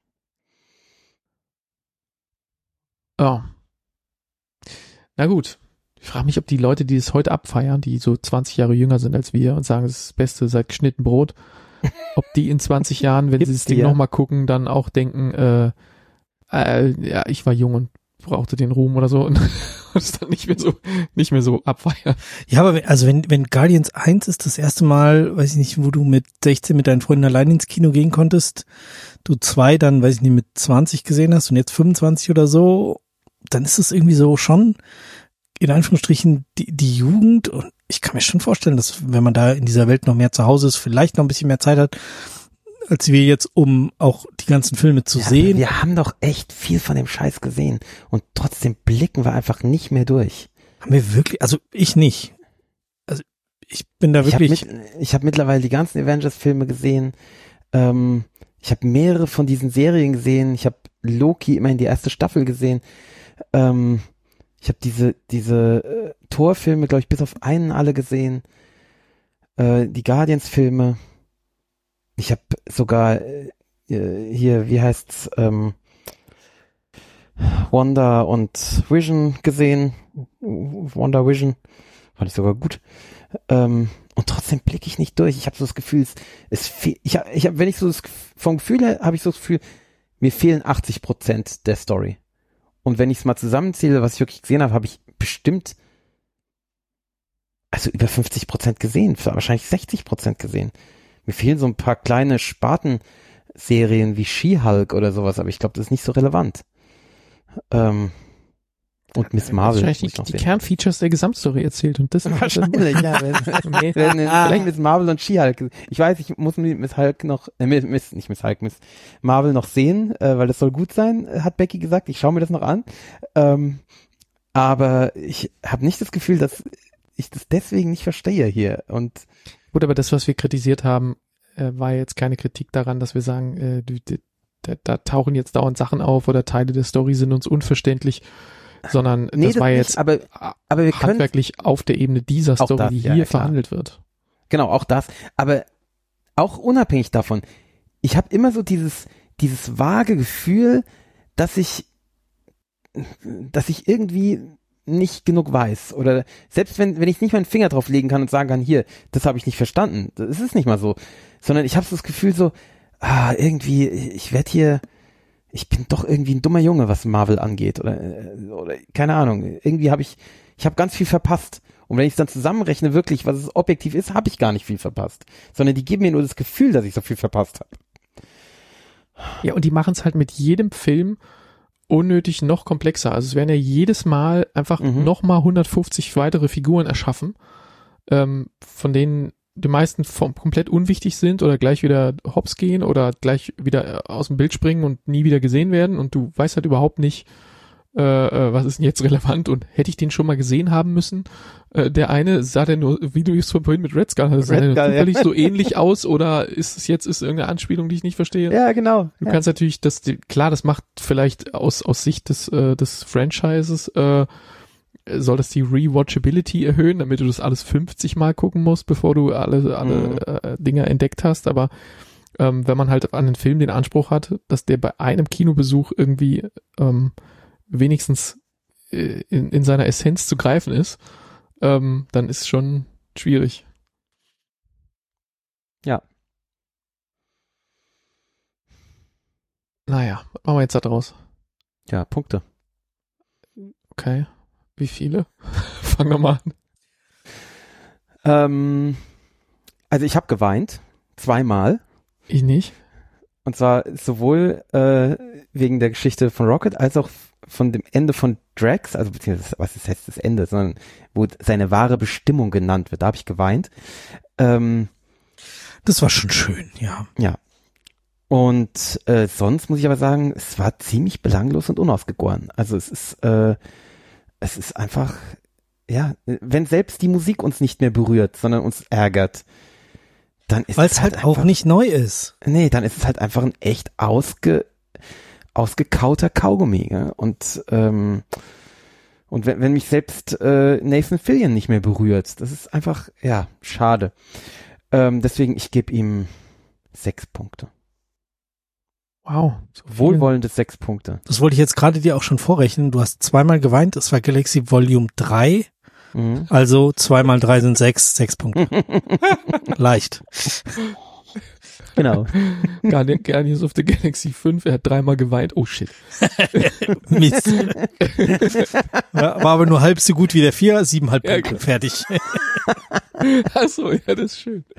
Ja. Na gut. Ich frage mich, ob die Leute, die es heute abfeiern, die so 20 Jahre jünger sind als wir und sagen, das ist das Beste seit geschnitten Brot, ob die in 20 Jahren, wenn sie das Ding nochmal gucken, dann auch denken, ja, ich war jung und brauchte den Ruhm oder so und es dann nicht mehr so abfeiern. Ja, aber wenn Guardians 1 ist das erste Mal, weiß ich nicht, wo du mit 16 mit deinen Freunden allein ins Kino gehen konntest, du 2 dann, weiß ich nicht, mit 20 gesehen hast und jetzt 25 oder so, dann ist es irgendwie so schon, in Anführungsstrichen, die Jugend und ich kann mir schon vorstellen, dass wenn man da in dieser Welt noch mehr zu Hause ist, vielleicht noch ein bisschen mehr Zeit hat, als wir jetzt, um auch die ganzen Filme zu sehen. Wir haben doch echt viel von dem Scheiß gesehen und trotzdem blicken wir einfach nicht mehr durch. Haben wir wirklich? Also ich nicht. Also ich bin da wirklich... Ich habe mittlerweile die ganzen Avengers-Filme gesehen. Ich habe mehrere von diesen Serien gesehen. Ich habe Loki immerhin die erste Staffel gesehen. Ich habe diese Thor-Filme, glaube ich, bis auf einen alle gesehen. Die Guardians-Filme. Ich habe sogar hier, wie heißt's, Wanda und Vision gesehen. Wanda Vision. Fand ich sogar gut. Und trotzdem blicke ich nicht durch. Ich habe so das Gefühl, wenn ich so vom Gefühl her, habe ich so das Gefühl, mir fehlen 80% der Story. Und wenn ich es mal zusammenzähle, was ich wirklich gesehen habe, habe ich bestimmt also über 50% gesehen, wahrscheinlich 60% gesehen. Mir fehlen so ein paar kleine Spartenserien wie She-Hulk oder sowas, aber ich glaube, das ist nicht so relevant. Und Miss Marvel. Wahrscheinlich die Kernfeatures der Gesamtstory erzählt und das wahrscheinlich, ja. Vielleicht Miss Marvel und She-Hulk. Ich weiß, ich muss Miss Marvel noch sehen, weil das soll gut sein, hat Becky gesagt. Ich schaue mir das noch an. Aber ich habe nicht das Gefühl, dass ich das deswegen nicht verstehe hier. Und gut, aber das, was wir kritisiert haben, war jetzt keine Kritik daran, dass wir sagen, da tauchen jetzt dauernd Sachen auf oder Teile der Story sind uns unverständlich, sondern das war jetzt aber wir handwerklich auf der Ebene dieser Story, die hier verhandelt wird. Genau, auch das. Aber auch unabhängig davon, ich habe immer so dieses vage Gefühl, dass ich irgendwie nicht genug weiß oder selbst wenn ich nicht meinen Finger drauf legen kann und sagen kann, hier, das habe ich nicht verstanden, das ist nicht mal so, sondern ich habe so das Gefühl so, irgendwie, ich bin doch irgendwie ein dummer Junge, was Marvel angeht oder keine Ahnung, irgendwie ich habe ganz viel verpasst und wenn ich es dann zusammenrechne wirklich, was es objektiv ist, habe ich gar nicht viel verpasst, sondern die geben mir nur das Gefühl, dass ich so viel verpasst habe. Ja, und die machen es halt mit jedem Film unnötig noch komplexer. Also es werden ja jedes Mal einfach nochmal 150 weitere Figuren erschaffen, von denen die meisten komplett unwichtig sind oder gleich wieder hops gehen oder gleich wieder aus dem Bild springen und nie wieder gesehen werden und du weißt halt überhaupt nicht, was ist denn jetzt relevant und hätte ich den schon mal gesehen haben müssen? Der eine sah der nur, wie du es vorhin mit Red Skull hattest, sah der zufällig so ähnlich aus oder ist irgendeine Anspielung, die ich nicht verstehe? Ja, genau. Du kannst natürlich, das macht vielleicht aus Sicht des Franchises, soll das die Rewatchability erhöhen, damit du das alles 50 Mal gucken musst, bevor du alle Dinger entdeckt hast, aber wenn man halt an den Film den Anspruch hat, dass der bei einem Kinobesuch irgendwie wenigstens in seiner Essenz zu greifen ist, dann ist es schon schwierig. Ja. Naja, was machen wir jetzt da draus? Ja, Punkte. Okay. Wie viele? Fangen wir mal an. Also ich habe geweint. 2-mal. Ich nicht. Und zwar sowohl wegen der Geschichte von Rocket als auch von dem Ende von Drax, also beziehungsweise was ist jetzt das Ende, sondern wo seine wahre Bestimmung genannt wird. Da habe ich geweint. Das war schon schön, ja. Ja. Und sonst muss ich aber sagen, es war ziemlich belanglos und unausgegoren. Also es ist einfach, ja, wenn selbst die Musik uns nicht mehr berührt, sondern uns ärgert, dann ist weil es halt auch nicht neu ist. Nee, dann ist es halt einfach ein echt ausgekauter Kaugummi. Ja? Und wenn mich selbst Nathan Fillion nicht mehr berührt, das ist einfach, ja, schade. Deswegen, ich gebe ihm 6 Punkte. Wow. So wohlwollende 6 Punkte. Das wollte ich jetzt gerade dir auch schon vorrechnen. Du hast 2-mal geweint, es war Galaxy Volume 3. Also 2 mal 3 sind 6 Punkte. Leicht. Genau. Guardians of the Galaxy 5, er hat 3-mal geweint. Oh shit. Mist. War aber nur halb so gut wie der 4, 7,5 Punkte. Ja, genau. Fertig. Achso, ja, das ist schön.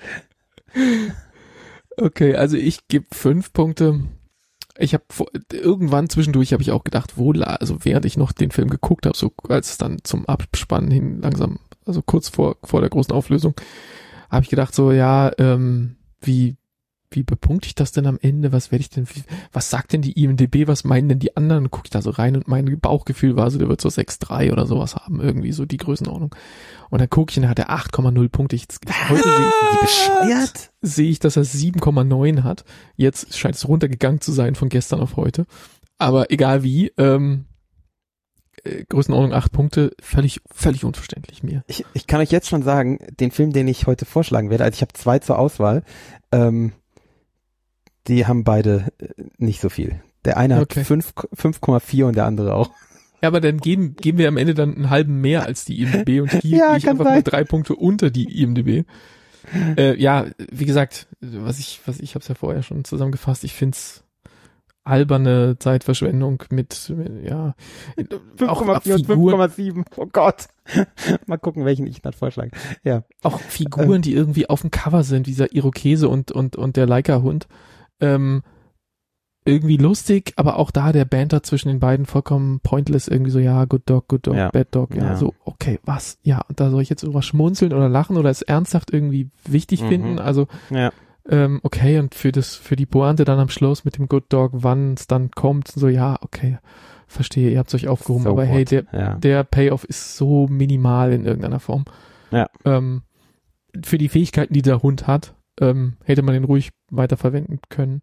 Okay, also ich gebe 5 Punkte. Ich habe irgendwann zwischendurch habe ich auch gedacht, also während ich noch den Film geguckt habe, so als es dann zum Abspann hin langsam, also kurz vor der großen Auflösung, habe ich gedacht so, ja, wie bepunkte ich das denn am Ende? Was sagt denn die IMDb? Was meinen denn die anderen? Gucke ich da so rein und mein Bauchgefühl war so, der wird so 6,3 oder sowas haben, irgendwie so die Größenordnung. Und dann gucke ich und dann hat er 8,0 Punkte. Heute sehe ich, dass er 7,9 hat. Jetzt scheint es runtergegangen zu sein von gestern auf heute. Aber egal wie, Größenordnung 8 Punkte, völlig unverständlich mir. Ich kann euch jetzt schon sagen, den Film, den ich heute vorschlagen werde, also ich habe 2 zur Auswahl, die haben beide nicht so viel. Der eine hat 5,4 und der andere auch. Ja, aber dann geben wir am Ende dann einen halben mehr als die IMDb und hier gehe ich einfach mal 3 Punkte unter die IMDb. Ja, wie gesagt, ich habe es ja vorher schon zusammengefasst, ich find's alberne Zeitverschwendung mit ja 5,4 und 5,7. Oh Gott. Mal gucken, welchen ich dann vorschlage. Ja. Auch Figuren, die irgendwie auf dem Cover sind, dieser Irokese und der Leica-Hund. Irgendwie lustig, aber auch da der Banter zwischen den beiden vollkommen pointless, irgendwie so, ja, good dog, ja. bad dog, ja, so, okay, was, ja, und da soll ich jetzt drüber schmunzeln oder lachen oder es ernsthaft irgendwie wichtig finden, also, okay, und für die Pointe dann am Schluss mit dem Good Dog, wann es dann kommt, so, ja, okay, verstehe, ihr habt es euch aufgehoben, so aber hey, der Payoff ist so minimal in irgendeiner Form. Ja. Für die Fähigkeiten, die der Hund hat, hätte man den ruhig weiterverwenden können.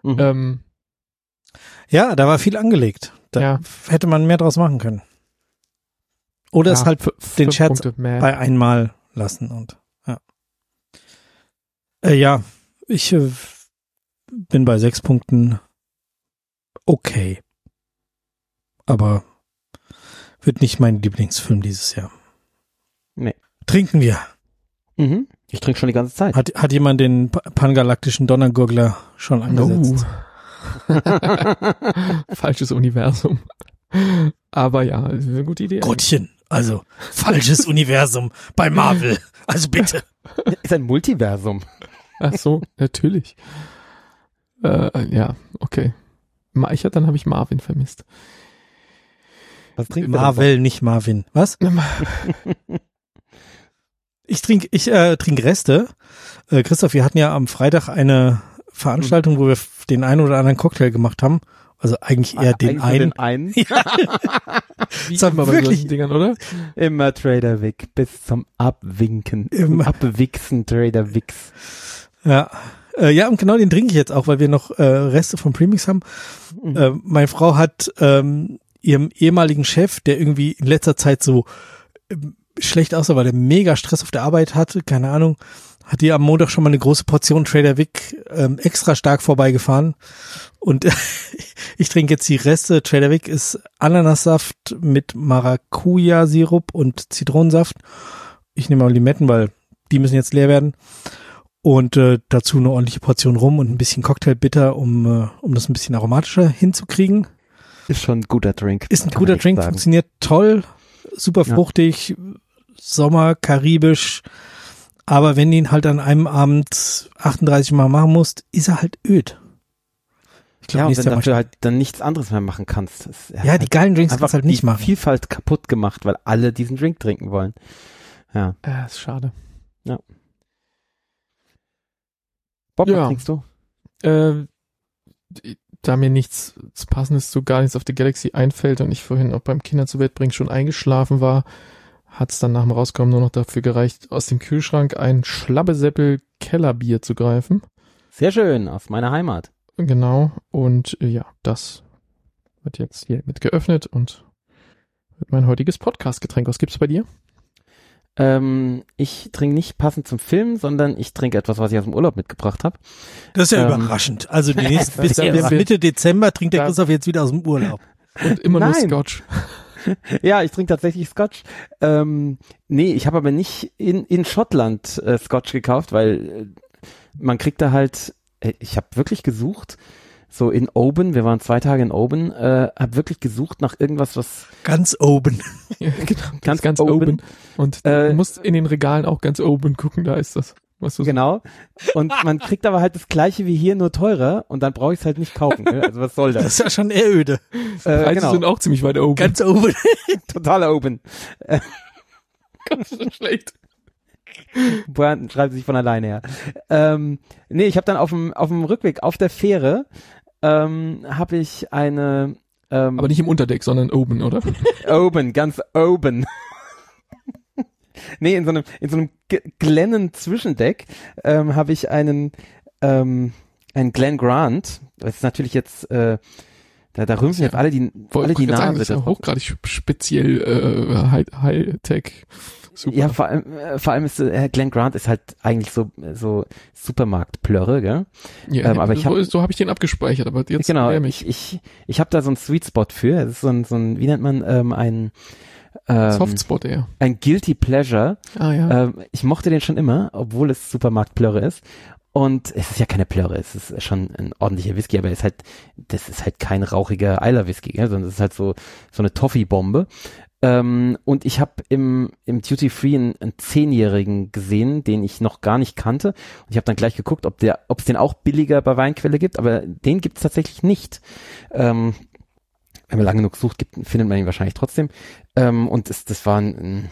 Ja, da war viel angelegt. Da hätte man mehr draus machen können. Oder es halt den Scherz bei einmal lassen und ja, ich bin bei 6 Punkten okay. Aber Wird nicht mein Lieblingsfilm dieses Jahr. Nee. Trinken wir. Mhm. Ich trinke schon die ganze Zeit. Hat jemand den pangalaktischen Donnergurgler schon angesetzt? Falsches Universum. Aber ja, ist eine gute Idee. Gottchen, also falsches Universum bei Marvel. Also bitte. Ist ein Multiversum. Ach so, natürlich. Ja, okay. Dann habe ich Marvin vermisst. Was trinkt Marvel, nicht Marvin. Was? Ich trinke Reste. Christoph, wir hatten ja am Freitag eine Veranstaltung, wo wir den einen oder anderen Cocktail gemacht haben. Also eigentlich eher den einen. Ja. Wie immer bei solchen Dingern, oder? Immer Trader Vic, bis zum Abwinken. Immer. Abwichsen Trader Vicks. Ja. Ja, und genau den trinke ich jetzt auch, weil wir noch Reste von Premix haben. Meine Frau hat ihrem ehemaligen Chef, der irgendwie in letzter Zeit so schlecht aussah, weil er mega Stress auf der Arbeit hatte, keine Ahnung, hat die am Montag schon mal eine große Portion Trader Vic extra stark vorbeigefahren. Und ich trinke jetzt die Reste. Trader Vic ist Ananassaft mit Maracuja-Sirup und Zitronensaft. Ich nehme mal Limetten, weil die müssen jetzt leer werden. Und dazu eine ordentliche Portion Rum und ein bisschen Cocktailbitter, um das ein bisschen aromatischer hinzukriegen. Ist schon ein guter Drink. Ist ein guter Drink, sagen. Funktioniert toll, super fruchtig, Sommer, karibisch. Aber wenn du ihn halt an einem Abend 38 Mal machen musst, ist er halt öd. Ich glaub, ja, und wenn du dafür halt dann nichts anderes mehr machen kannst. Ja, die geilen Drinks kannst du halt nicht machen. Vielfalt kaputt gemacht, weil alle diesen Drink trinken wollen. Ja. Ist schade. Ja. Bob, was trinkst du? Da mir nichts Passendes zu Guardians of the Galaxy einfällt und ich vorhin auch beim Kinder zu Bett bringen schon eingeschlafen war, hat es dann nach dem Rauskommen nur noch dafür gereicht, aus dem Kühlschrank ein Schlabbesäppel Kellerbier zu greifen. Sehr schön, aus meiner Heimat. Genau, und ja, das wird jetzt hier mit geöffnet und wird mein heutiges Podcast-Getränk. Was gibt's bei dir? Ich trinke nicht passend zum Film, sondern ich trinke etwas, was ich aus dem Urlaub mitgebracht habe. Das ist ja überraschend. Also die nächsten, bis Mitte Dezember trinkt der Christoph jetzt wieder aus dem Urlaub. Und immer nur Scotch. Ja, ich trinke tatsächlich Scotch. Nee, ich habe aber nicht in Schottland Scotch gekauft, weil man kriegt da halt, ich habe wirklich gesucht, so in Oban, wir waren 2 Tage in Oban, habe wirklich gesucht nach irgendwas, was... Ganz oben. Ja, genau, ganz oben. Und du musst in den Regalen auch ganz oben gucken, da ist das. Was du genau. Und man kriegt aber halt das Gleiche wie hier, nur teurer und dann brauche ich es halt nicht kaufen. Ne? Also was soll das? Das ist ja schon eher öde. Preise sind auch ziemlich weit oben. Ganz oben. Total oben. Ganz so schlecht. Pointen schreibt sich von alleine her. Nee, ich habe dann auf dem Rückweg auf der Fähre habe ich eine aber nicht im Unterdeck, sondern oben, oder? Oben, ganz oben. Nee, in so einem Glennen Zwischendeck habe ich einen Glen Grant. Das ist natürlich jetzt da rümpfen jetzt alle die Nase. Das ist ja hochgradig speziell Hightech. Super. Ja, vor allem ist Glen Grant ist halt eigentlich so Supermarktplörre, gell? Ja, aber so habe ich den abgespeichert, aber jetzt genau, ich habe da so einen Sweet Spot für. Das ist so ein wie nennt man ein Softspot eher. Ein Guilty Pleasure. Ah ja. Ich mochte den schon immer, obwohl es Supermarktplörre ist. Und es ist ja keine Plörre, es ist schon ein ordentlicher Whisky, aber das ist halt kein rauchiger Eiler-Whisky, gell? Sondern es ist halt so eine Toffee-Bombe. Und ich habe im Duty Free einen 10-Jährigen gesehen, den ich noch gar nicht kannte. Und ich habe dann gleich geguckt, ob es den auch billiger bei Weinquelle gibt, aber den gibt es tatsächlich nicht. Wenn man lange genug sucht, findet man ihn wahrscheinlich trotzdem. Und das war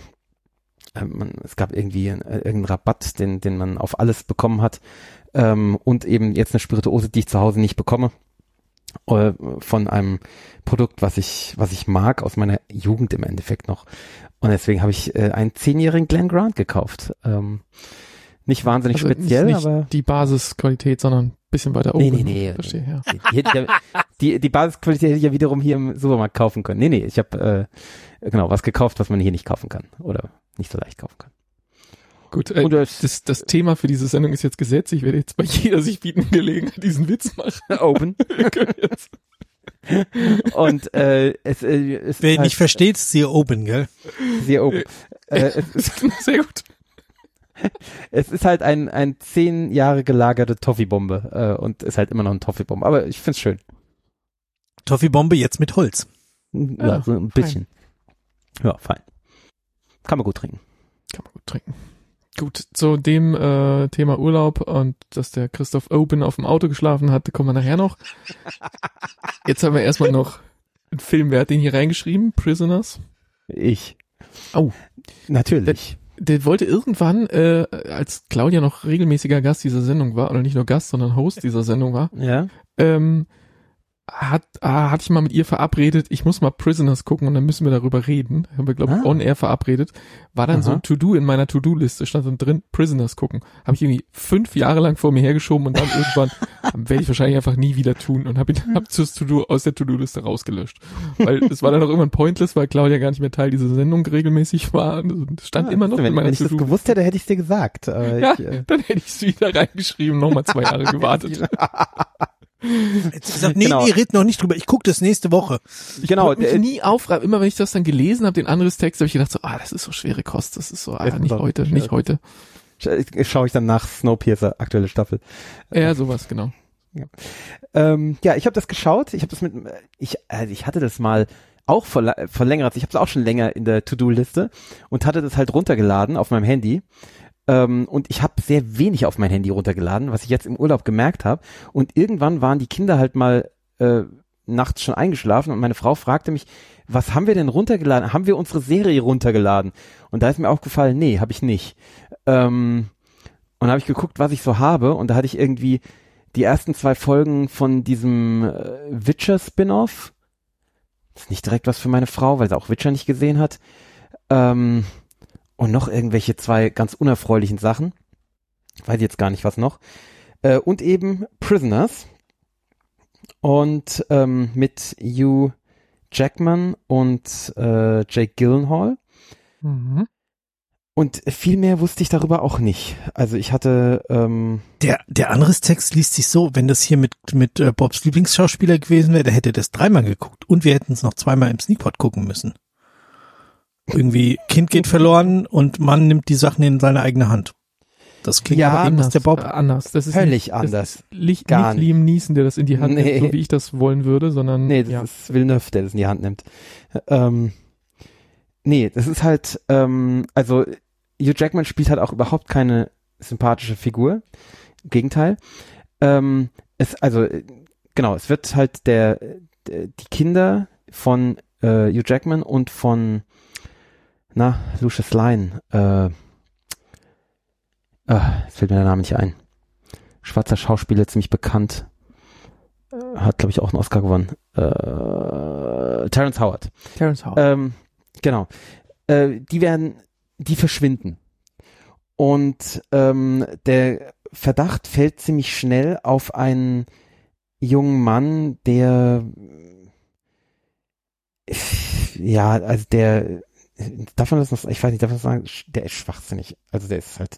es gab irgendwie irgendeinen Rabatt, den man auf alles bekommen hat. Und eben jetzt eine Spirituose, die ich zu Hause nicht bekomme. Von einem Produkt, was ich mag, aus meiner Jugend im Endeffekt noch. Und deswegen habe ich einen 10-jährigen Glen Grant gekauft. Nicht wahnsinnig also speziell, nicht aber... die Basisqualität, sondern ein bisschen weiter oben. Nee. Verstehe, ja. Die Basisqualität hätte ich ja wiederum hier im Supermarkt kaufen können. Nee, ich habe was gekauft, was man hier nicht kaufen kann. Oder nicht so leicht kaufen kann. Gut, das Thema für diese Sendung ist jetzt gesetzt. Ich werde jetzt bei jeder sich bietenden Gelegenheit diesen Witz machen. Open. Und es ist Wer ihn halt nicht versteht, siehe oben, gell? sehr oben. Es ist Sehr gut. Es ist halt ein 10 Jahre gelagerte Toffee-Bombe und ist halt immer noch ein Toffee-Bombe. Aber ich find's schön. Toffee-Bombe jetzt mit Holz. Ja, so ein bisschen. Ja, fein. Kann man gut trinken. Kann man gut trinken. Gut, zu dem Thema Urlaub und dass der Christoph Oben auf dem Auto geschlafen hat, kommen wir nachher noch. Jetzt haben wir erstmal noch einen Film, wer hat den hier reingeschrieben? Prisoners. Ich. Oh. Natürlich. Der wollte irgendwann, als Claudia noch regelmäßiger Gast dieser Sendung war, oder nicht nur Gast, sondern Host dieser Sendung war, Ja. hatte ich mal mit ihr verabredet, ich muss mal Prisoners gucken und dann müssen wir darüber reden. Haben wir, glaube ich, on air verabredet. War dann so ein To-Do in meiner To-Do-Liste, stand dann drin, Prisoners gucken. Habe ich irgendwie 5 Jahre lang vor mir hergeschoben und dann irgendwann werde ich wahrscheinlich einfach nie wieder tun und hab das To-Do aus der To-Do-Liste rausgelöscht. Weil es war dann auch irgendwann pointless, weil Claudia gar nicht mehr Teil dieser Sendung regelmäßig war. Das stand immer noch in meiner Wenn ich das To-Do. gewusst hätte, hätte ich es dir gesagt. Aber Ja, ich, dann hätte ich es wieder reingeschrieben, nochmal 2 Jahre gewartet. Jetzt gesagt, nee, Genau. red noch nicht drüber. Ich gucke das nächste Woche. genau. Ich wollte mich nie aufreiben. Immer wenn ich das dann gelesen habe, den anderes Text, habe ich gedacht so, das ist so schwere Kost, das ist so, nicht heute, nicht heute. Schaue ich dann nach Snowpiercer, aktuelle Staffel. Ja, sowas, genau. Ja, ich habe das geschaut. Ich habe das ich hatte das mal auch vor längerer Zeit. Ich habe es auch schon länger in der To-Do-Liste und hatte das halt runtergeladen auf meinem Handy. Und ich habe sehr wenig auf mein Handy runtergeladen, was ich jetzt im Urlaub gemerkt habe. Und irgendwann waren die Kinder halt mal nachts schon eingeschlafen und meine Frau fragte mich, was haben wir denn runtergeladen? Haben wir unsere Serie runtergeladen? Und da ist mir aufgefallen, nee, habe ich nicht. Und da habe ich geguckt, was ich so habe und da hatte ich irgendwie die ersten 2 Folgen von diesem Witcher-Spin-Off. Das ist nicht direkt was für meine Frau, weil sie auch Witcher nicht gesehen hat. Und noch irgendwelche 2 ganz unerfreulichen Sachen. Weiß jetzt gar nicht, was noch. Und eben Prisoners. Und mit Hugh Jackman und Jake Gyllenhaal. Mhm. Und viel mehr wusste ich darüber auch nicht. Also ich hatte Der anderes Text liest sich so, wenn das hier mit Bobs Lieblingsschauspieler gewesen wäre, der hätte das 3-mal geguckt und wir hätten es noch 2-mal im Sneakpot gucken müssen. Irgendwie Kind geht verloren und Mann nimmt die Sachen in seine eigene Hand. Das klingt Ja, aber anders, der Bob. Anders. Das ist völlig nicht, anders. Das ist nicht Gar nicht. Liam Neeson, der das in die Hand Nee. nimmt, so wie ich das wollen würde, sondern Nee, das ist Villeneuve, der das in die Hand nimmt. Nee, das ist halt, also Hugh Jackman spielt halt auch überhaupt keine sympathische Figur. Im Gegenteil. Es wird halt die Kinder von Hugh Jackman und von Lucius Lyon. Jetzt fällt mir der Name nicht ein. Schwarzer Schauspieler, ziemlich bekannt. Hat, glaube ich, auch einen Oscar gewonnen. Terrence Howard. Terrence Howard. Genau. Die verschwinden. Und der Verdacht fällt ziemlich schnell auf einen jungen Mann, der darf man das noch, ich weiß nicht, darf man das sagen, der ist schwachsinnig. Also der ist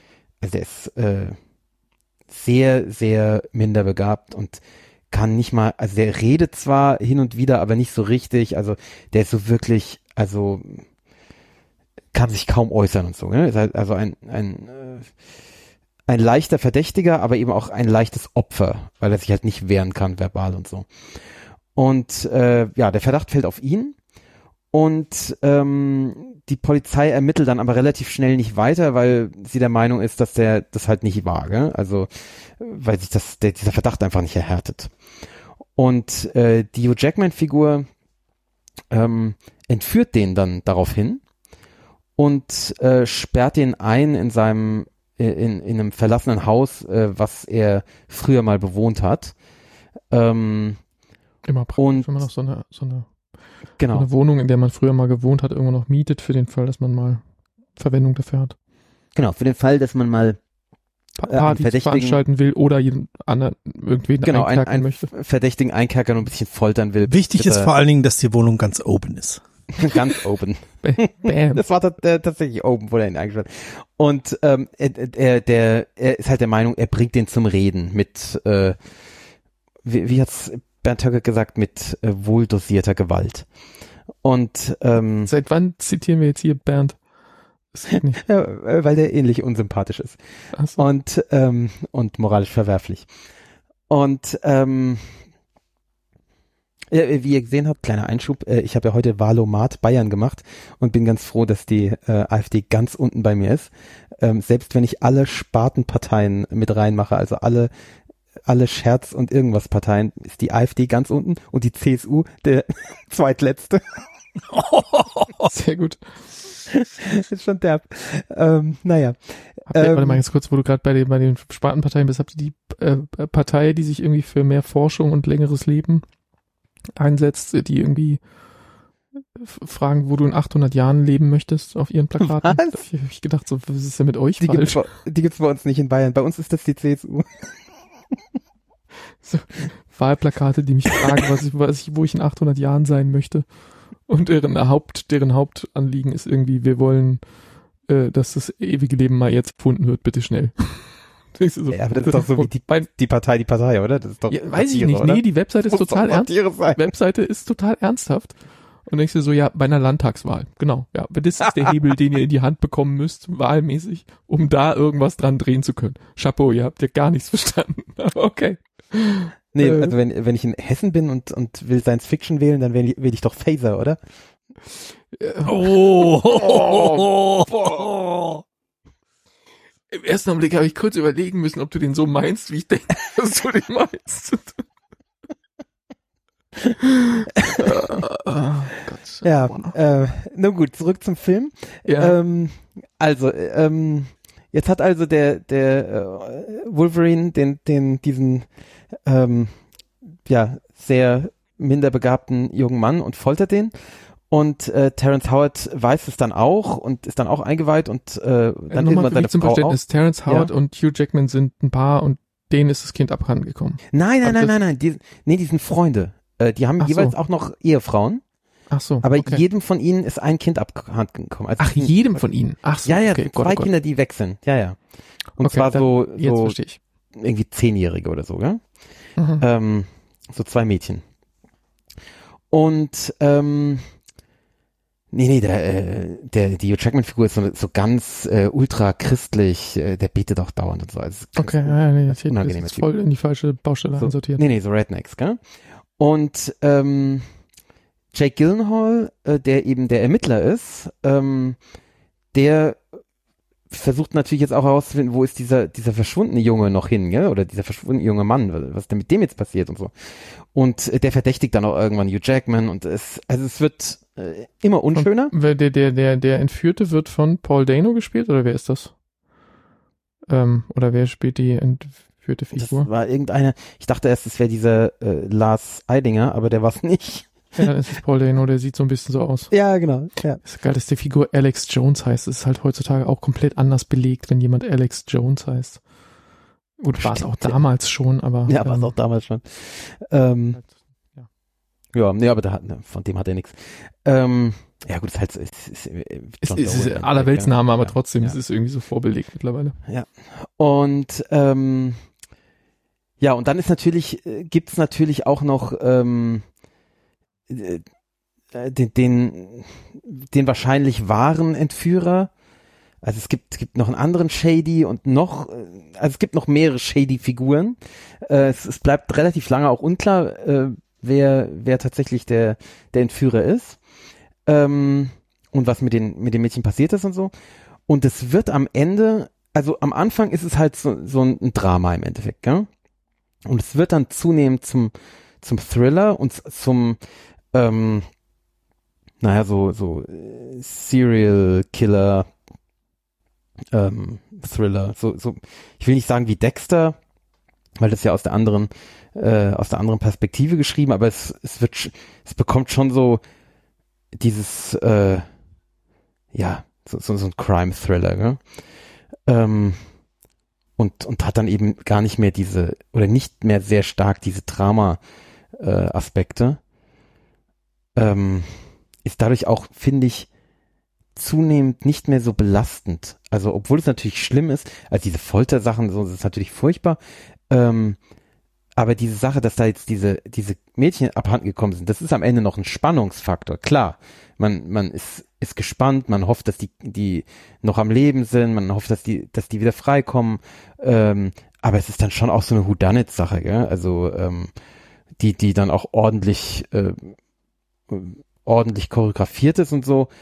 sehr, sehr minderbegabt und kann nicht mal, also der redet zwar hin und wieder, aber nicht so richtig, also der ist so wirklich, also kann sich kaum äußern und so, ne? Ist halt also ein leichter Verdächtiger, aber eben auch ein leichtes Opfer, weil er sich halt nicht wehren kann, verbal und so. Und der Verdacht fällt auf ihn und die Polizei ermittelt dann aber relativ schnell nicht weiter, weil sie der Meinung ist, dass der das halt nicht war, gell? Also weil sich dieser Verdacht einfach nicht erhärtet. Und die Hugh Jackman-Figur entführt den dann daraufhin und sperrt den ein in seinem in einem verlassenen Haus, was er früher mal bewohnt hat. Immer praktisch, und wenn man noch so eine genau. eine Wohnung, in der man früher mal gewohnt hat, irgendwo noch mietet, für den Fall, dass man mal Verwendung dafür hat. Genau, für den Fall, dass man mal Partys veranstalten will oder irgendwen einkerkern möchte. Verdächtigen einkerkern und ein bisschen foltern will. Wichtig ist vor allen Dingen, dass die Wohnung ganz open ist. Ganz open. Bam. Das war tatsächlich open, wo er ihn eingestellt hat. Und er ist halt der Meinung, er bringt den zum Reden mit, wie hat's Bernd Höcke gesagt, mit wohldosierter Gewalt. Und Seit wann zitieren wir jetzt hier Bernd? Das geht nicht. ja, weil der ähnlich unsympathisch ist. Ach so. Und moralisch verwerflich. Und ja, wie ihr gesehen habt, kleiner Einschub, ich habe ja heute Wahlomat Bayern gemacht und bin ganz froh, dass die AfD ganz unten bei mir ist. Selbst wenn ich alle Spartenparteien mit reinmache, also alle Scherz- und irgendwas Parteien, ist die AfD ganz unten und die CSU der zweitletzte. Sehr gut. Ist schon derb. Naja. Warte mal ganz kurz, wo du gerade bei den Spartenparteien bist, habt ihr die Partei, die sich irgendwie für mehr Forschung und längeres Leben einsetzt, die irgendwie fragen, wo du in 800 Jahren leben möchtest auf ihren Plakaten? Was? Da hab ich gedacht, so, was ist denn mit euch Die falsch? gibt's bei uns nicht in Bayern. Bei uns ist das die CSU. So, Wahlplakate, die mich fragen, wo ich in 800 Jahren sein möchte. Und deren Hauptanliegen ist irgendwie, wir wollen, dass das ewige Leben mal jetzt erfunden wird, bitte schnell. So, Ja, aber das ist doch so wie die Partei, oder? Das ist doch ja, weiß ich Satire, nicht. oder? Nee, die Webseite ist Das muss total doch Satire sein. Webseite ist total ernsthaft. Und denkst du so, ja, bei einer Landtagswahl, genau, ja, das ist der Hebel, den ihr in die Hand bekommen müsst, wahlmäßig, um da irgendwas dran drehen zu können. Chapeau, ihr habt ja gar nichts verstanden. Aber okay. Nee, also wenn ich in Hessen bin und will Science Fiction wählen, dann wähle ich doch Phaser, oder? Im ersten Augenblick habe ich kurz überlegen müssen, ob du den so meinst, wie ich denke, dass du den meinst. Oh Gott. Ja, nun gut, zurück zum Film. Ja. Jetzt hat also der Wolverine diesen sehr minder begabten jungen Mann und foltert den. Und Terrence Howard weiß es dann auch und ist dann auch eingeweiht und dann nochmal irgendwann seine zum Frau auch. Verständnis, Terrence Howard und Hugh Jackman sind ein Paar und denen ist das Kind abhanden gekommen. Nein. Die sind Freunde. Die haben Ach jeweils so. auch noch Ehefrauen, Ach so, aber okay. jedem von ihnen ist ein Kind abhanden gekommen. Also Ach, jedem von ihnen? Ach so, Ja, okay. sind zwei Kinder, die wechseln. Ja. Und Okay, zwar dann, jetzt so verstehe ich. irgendwie 10-Jährige oder so, gell? Mhm. So zwei Mädchen. Und die Hugh Jackman-Figur ist so ganz ultra christlich, der betet auch dauernd und so. Also Okay, ja, nee, das unangenehm ist voll in die falsche Baustelle einsortiert. Nee, so Rednecks, gell? Und Jake Gyllenhaal, der eben der Ermittler ist, der versucht natürlich jetzt auch herauszufinden, wo ist dieser verschwundene Junge noch hin, gell? Oder dieser verschwundene junge Mann, was denn mit dem jetzt passiert und so. Und der verdächtigt dann auch irgendwann Hugh Jackman und es wird immer unschöner. Und der Entführte wird von Paul Dano gespielt, oder wer ist das? Oder wer spielt die entführte Figur? Das war irgendeiner, ich dachte erst, es wäre dieser Lars Eidinger, aber der war es nicht. Ja, dann ist es Paul Dano, der sieht so ein bisschen so aus. Ja, genau. Ja. Ist geil, dass die Figur Alex Jones heißt. Das ist halt heutzutage auch komplett anders belegt, wenn jemand Alex Jones heißt. Gut, war es auch damals schon, aber. Ja, war es auch damals schon. Aber von dem hat er nichts. Ja gut, ist halt ist Allerweltsname, aber trotzdem, ja. es ist irgendwie so vorbelegt mittlerweile. Ja. Und und dann ist gibt's natürlich auch noch den wahrscheinlich wahren Entführer. Also es gibt noch einen anderen Shady und es gibt noch mehrere Shady-Figuren. Es bleibt relativ lange auch unklar, wer tatsächlich der Entführer ist. Und was mit den Mädchen passiert ist und so. Und es wird am Ende, also am Anfang ist es halt so ein Drama im Endeffekt, gell? Und es wird dann zunehmend zum Thriller und zum Serial Killer Thriller. So, ich will nicht sagen wie Dexter, weil das ja aus der anderen Perspektive geschrieben, aber es bekommt schon so dieses so ein Crime-Thriller, gell? Und hat dann eben gar nicht mehr nicht mehr sehr stark diese Drama-Aspekte. Ist dadurch auch, finde ich, zunehmend nicht mehr so belastend. Also, obwohl es natürlich schlimm ist, also diese Foltersachen, so, das ist natürlich furchtbar, Aber diese Sache, dass da jetzt diese Mädchen abhanden gekommen sind, das ist am Ende noch ein Spannungsfaktor. Klar, man ist gespannt, man hofft, dass die noch am Leben sind, man hofft, dass die wieder freikommen. Aber es ist dann schon auch so eine Whodunit-Sache, gell? Also die dann auch ordentlich choreografiert ist und so.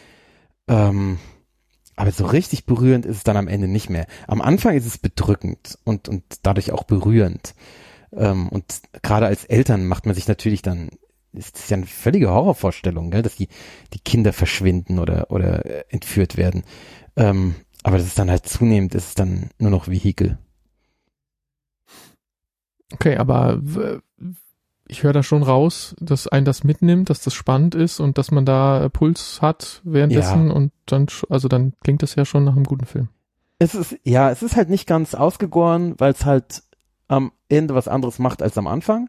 Aber so richtig berührend ist es dann am Ende nicht mehr. Am Anfang ist es bedrückend und dadurch auch berührend. Und gerade als Eltern macht man sich natürlich dann, ist es ja eine völlige Horrorvorstellung, gell, dass die Kinder verschwinden oder entführt werden. Aber das ist dann halt zunehmend, ist es dann nur noch Vehikel. Okay, aber ich höre da schon raus, dass einen das mitnimmt, dass das spannend ist und dass man da Puls hat währenddessen und dann klingt das ja schon nach einem guten Film. Es ist halt nicht ganz ausgegoren, weil es halt am Ende was anderes macht als am Anfang.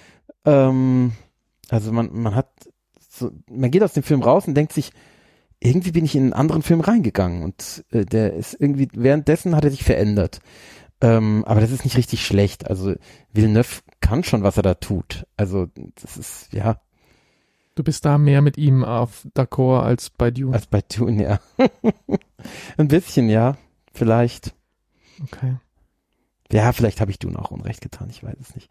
Also man geht aus dem Film raus und denkt sich, irgendwie bin ich in einen anderen Film reingegangen und der ist irgendwie, währenddessen hat er sich verändert. Aber das ist nicht richtig schlecht. Also Villeneuve kann schon, was er da tut. Also das ist, ja. Du bist da mehr mit ihm auf d'accord als bei Dune. Als bei Dune, ja. Ein bisschen, ja. Vielleicht. Okay. Ja, vielleicht habe ich Dune auch Unrecht getan. Ich weiß es nicht.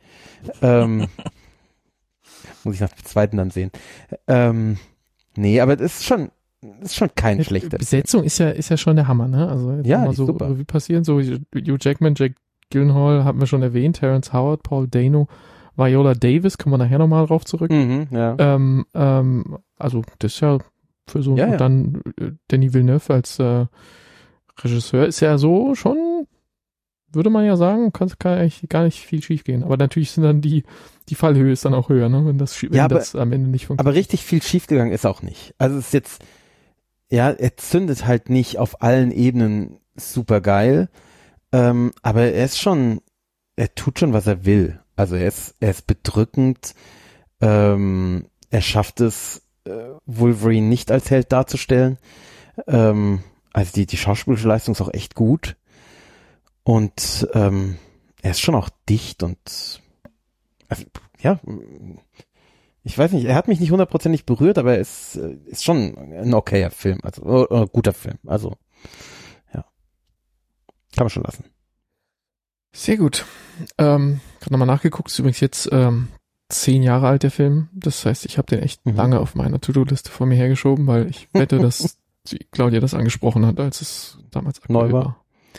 Muss ich nach dem zweiten dann sehen. Nee, aber das ist schon kein schlechter. Besetzung ist ja schon der Hammer, ne? Also jetzt ja, mal so super. Revue passieren, so Hugh Jackman, Jake Gyllenhaal haben wir schon erwähnt, Terrence Howard, Paul Dano, Viola Davis, kommen wir nachher nochmal drauf zurück. Ja. Also das ist ja für so, Ja, und ja. dann Denis Villeneuve als Regisseur ist ja so schon, würde man ja sagen, kann eigentlich gar nicht viel schief gehen. Aber natürlich sind dann die Fallhöhe ist dann auch höher, ne? Wenn das am Ende nicht funktioniert. Aber richtig viel schiefgegangen ist auch nicht. Also es ist jetzt, ja, er zündet halt nicht auf allen Ebenen super geil, aber er tut schon, was er will. Also er ist bedrückend, er schafft es, Wolverine nicht als Held darzustellen. Also die schauspielerische Leistung ist auch echt gut. Und er ist schon auch dicht und also, ja, ich weiß nicht, er hat mich nicht 100% berührt, aber er ist schon ein okayer Film, also ein guter Film, also ja, kann man schon lassen. Sehr gut. Gerade nochmal nachgeguckt, ist übrigens jetzt 10 Jahre alt, der Film. Das heißt, ich habe den echt lange auf meiner To-Do-Liste vor mir hergeschoben, weil ich wette, dass Claudia das angesprochen hat, als es damals aktuell Neu war.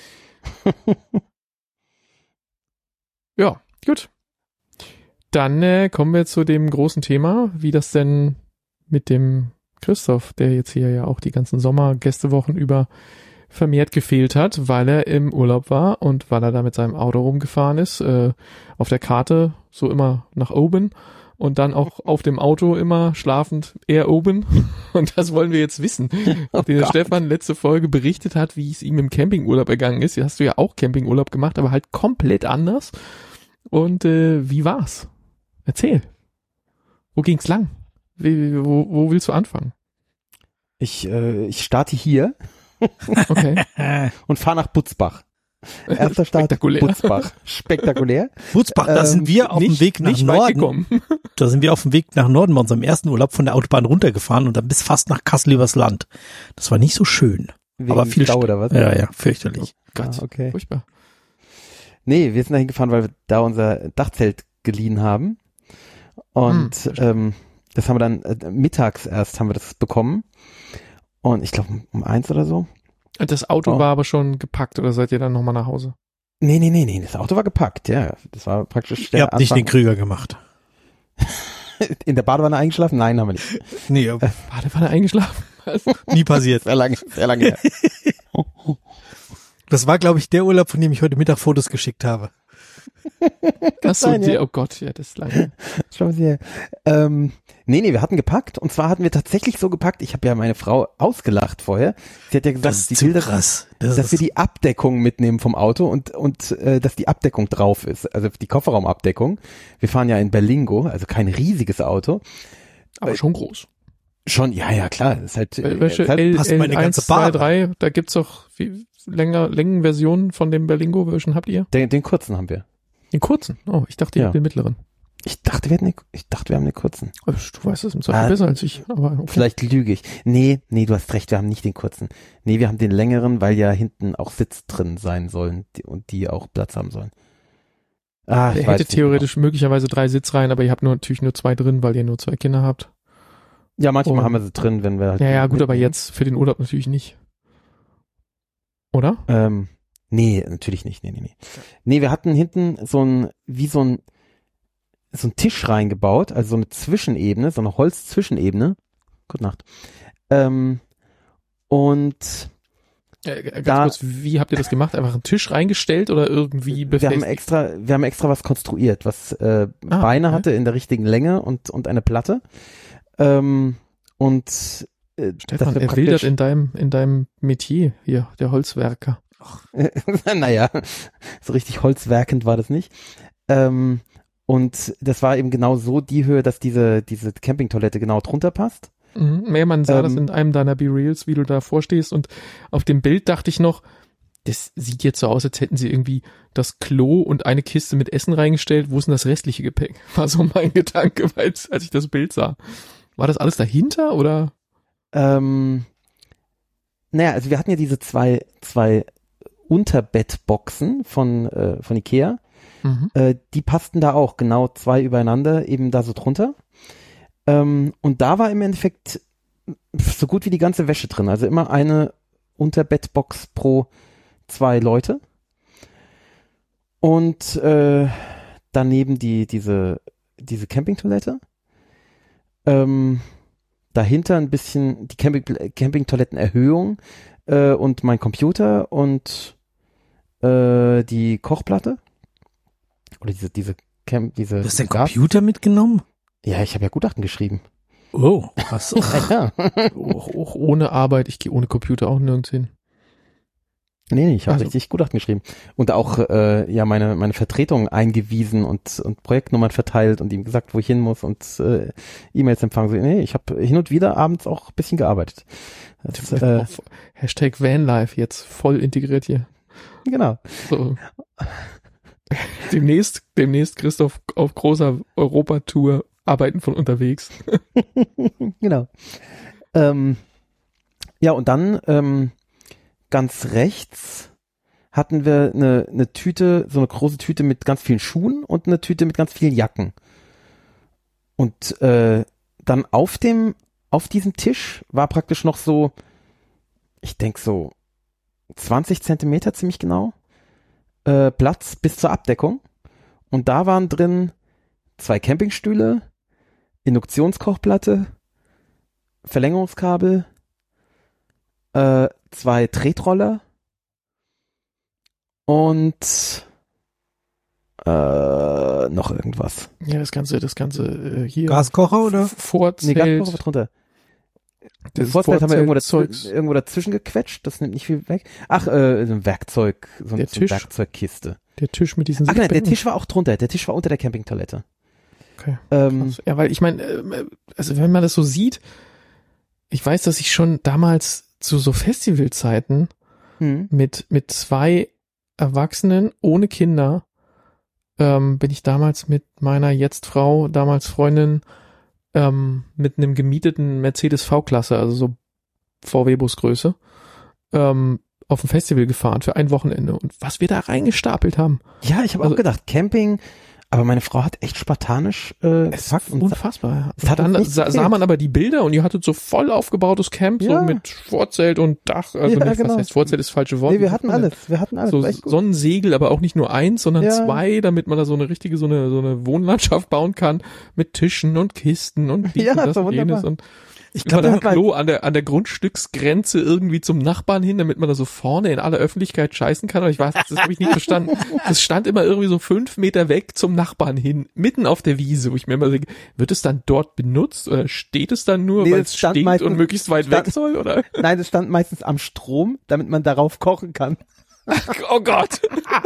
Ja, gut. Dann kommen wir zu dem großen Thema, wie das denn mit dem Christoph, der jetzt hier ja auch die ganzen Sommergästewochen über vermehrt gefehlt hat, weil er im Urlaub war und weil er da mit seinem Auto rumgefahren ist, auf der Karte so immer nach oben und dann auch auf dem Auto immer schlafend eher oben. Und das wollen wir jetzt wissen. Nachdem der Stefan letzte Folge berichtet hat, wie es ihm im Campingurlaub ergangen ist. Hast du ja auch Campingurlaub gemacht, aber halt komplett anders. Und wie war's? Erzähl. Wo ging's lang? Wo willst du anfangen? Ich starte hier Okay. und fahre nach Butzbach. Erster Start, Spektakulär. Butzbach. Spektakulär. Butzbach, da sind wir auf dem Weg nach nicht weit Norden. gekommen. Da sind wir auf dem Weg nach Norden bei unserem ersten Urlaub von der Autobahn runtergefahren und dann bis fast nach Kassel übers Land. Das war nicht so schön. Wegen aber viel Stau oder was? Ja, fürchterlich. Gott, okay. furchtbar. Nee, wir sind da hingefahren, weil wir da unser Dachzelt geliehen haben. Und das haben wir dann mittags erst haben wir das bekommen. Und ich glaube um 1 oder so. Das Auto war aber schon gepackt oder seid ihr dann nochmal nach Hause? Nee, das Auto war gepackt, ja. Das war praktisch der Ihr habt nicht den Krüger gemacht. In der Badewanne eingeschlafen? Nein, haben wir nicht. Nee, Badewanne eingeschlafen? nie passiert. Sehr lange her. Das war, glaube ich, der Urlaub, von dem ich heute Mittag Fotos geschickt habe. Achso, sein, ja. oh Gott, ja, das ist lange. Schauen Sie her. Nee, wir hatten gepackt. Und zwar hatten wir tatsächlich so gepackt, ich habe ja meine Frau ausgelacht vorher. Sie hat ja gesagt, Das ist zu krass. dass wir die Abdeckung mitnehmen vom Auto und dass die Abdeckung drauf ist. Also die Kofferraumabdeckung. Wir fahren ja in Berlingo, also kein riesiges Auto. Aber schon groß. Schon, ja, klar. Das ist halt, Welche ist halt passt meine ganze 1, 2, Bar. 3, da gibt's doch Längenversionen von dem Berlingo. Welchen habt ihr? den kurzen haben wir. Den kurzen? Oh, ich dachte, Ja. den mittleren. Ich dachte, wir haben den kurzen. Du weißt es im Zweifel besser als ich. Aber okay. Vielleicht lüge ich. Nee, du hast recht, wir haben nicht den kurzen. Nee, wir haben den längeren, weil ja hinten auch Sitz drin sein sollen und die auch Platz haben sollen. Er hätte theoretisch möglicherweise 3 Sitzreihen, aber ihr habt natürlich nur 2 drin, weil ihr nur 2 Kinder habt. Ja, manchmal haben wir sie drin, wenn wir halt. Ja, gut, aber jetzt für den Urlaub natürlich nicht. Oder? Nee, natürlich nicht. Nee, wir hatten hinten so ein Tisch reingebaut, also so eine Zwischenebene, so eine Holzzwischenebene. Gute Nacht. Und ganz kurz, wie habt ihr das gemacht? Einfach einen Tisch reingestellt oder irgendwie befestigt? Wir haben extra was konstruiert, was Beine hatte in der richtigen Länge und eine Platte. Stefan, er wildert in deinem Metier hier, der Holzwerker. Naja, so richtig holzwerkend war das nicht. Und das war eben genau so die Höhe, dass diese Campingtoilette genau drunter passt. Man sah das in einem deiner B-Reels, wie du da vorstehst, und auf dem Bild dachte ich noch, das sieht jetzt so aus, als hätten sie irgendwie das Klo und eine Kiste mit Essen reingestellt. Wo ist denn das restliche Gepäck? War so mein Gedanke, als ich das Bild sah. War das alles dahinter oder? Naja, also wir hatten ja diese zwei Unterbettboxen von Ikea. Die passten da auch genau 2 übereinander, eben da so drunter. Und da war im Endeffekt so gut wie die ganze Wäsche drin. Also immer eine Unterbettbox pro 2 Leute. Und daneben diese Campingtoilette. Dahinter ein bisschen die Campingtoilettenerhöhung und mein Computer und die Kochplatte. Oder diese. Du hast den Computer mitgenommen? Ja, ich habe ja Gutachten geschrieben. Oh, was? Ja. Auch ohne Arbeit, ich gehe ohne Computer auch nirgends hin. Nee, ich habe richtig Gutachten geschrieben. Und auch meine Vertretung eingewiesen und Projektnummern verteilt und ihm gesagt, wo ich hin muss und E-Mails empfangen. So, nee, ich habe hin und wieder abends auch ein bisschen gearbeitet. Hashtag Vanlife jetzt voll integriert hier. Genau. So. Demnächst Christoph auf großer Europatour arbeiten von unterwegs. Genau. Ja, und dann ganz rechts hatten wir eine Tüte, so eine große Tüte mit ganz vielen Schuhen und eine Tüte mit ganz vielen Jacken. Und dann auf diesem Tisch war praktisch noch so, ich denke so 20 Zentimeter ziemlich genau, Platz bis zur Abdeckung. Und da waren drin 2 Campingstühle, Induktionskochplatte, Verlängerungskabel, 2 Tretroller und noch irgendwas. Ja, das ganze hier. Gaskocher oder? Vorzelt. Nee, Gaskocher war drunter. Das Vorzelt haben wir irgendwo dazwischen gequetscht, das nimmt nicht viel weg. Ach, so ein Werkzeug, so eine Werkzeugkiste. Der Tisch mit diesen Nein, der Tisch war auch drunter, der Tisch war unter der Campingtoilette. Okay. Ja, weil ich meine, also wenn man das so sieht, ich weiß, dass ich schon damals zu so Festivalzeiten mit 2 Erwachsenen ohne Kinder bin ich damals mit meiner jetzt Frau, damals Freundin, mit einem gemieteten Mercedes V-Klasse, also so VW-Busgröße, auf ein Festival gefahren für ein Wochenende. Und was wir da reingestapelt haben. Ja, ich habe auch gedacht, Camping, aber meine Frau hat echt spartanisch es ist unfassbar. Ja. Dann sah man aber die Bilder und ihr hattet so voll aufgebautes Camp, so mit Vorzelt und Dach. Also ja, nicht, was heißt Vorzelt ist das falsche Wort. Nee, wir hatten alles. So Sonnensegel, aber auch nicht nur 1, sondern 2, damit man da so eine richtige, so eine Wohnlandschaft bauen kann mit Tischen und Kisten und dies und das und jenes. Und ich glaube, ein Klo an der Grundstücksgrenze irgendwie zum Nachbarn hin, damit man da so vorne in aller Öffentlichkeit scheißen kann. Aber ich weiß, das habe ich nicht verstanden. Das stand immer irgendwie so 5 Meter weg zum Nachbarn hin, mitten auf der Wiese, wo ich mir immer denke, wird es dann dort benutzt oder steht es dann nur, weil es stinkt und möglichst weit weg soll? Oder? Nein, es stand meistens am Strom, damit man darauf kochen kann. Oh Gott.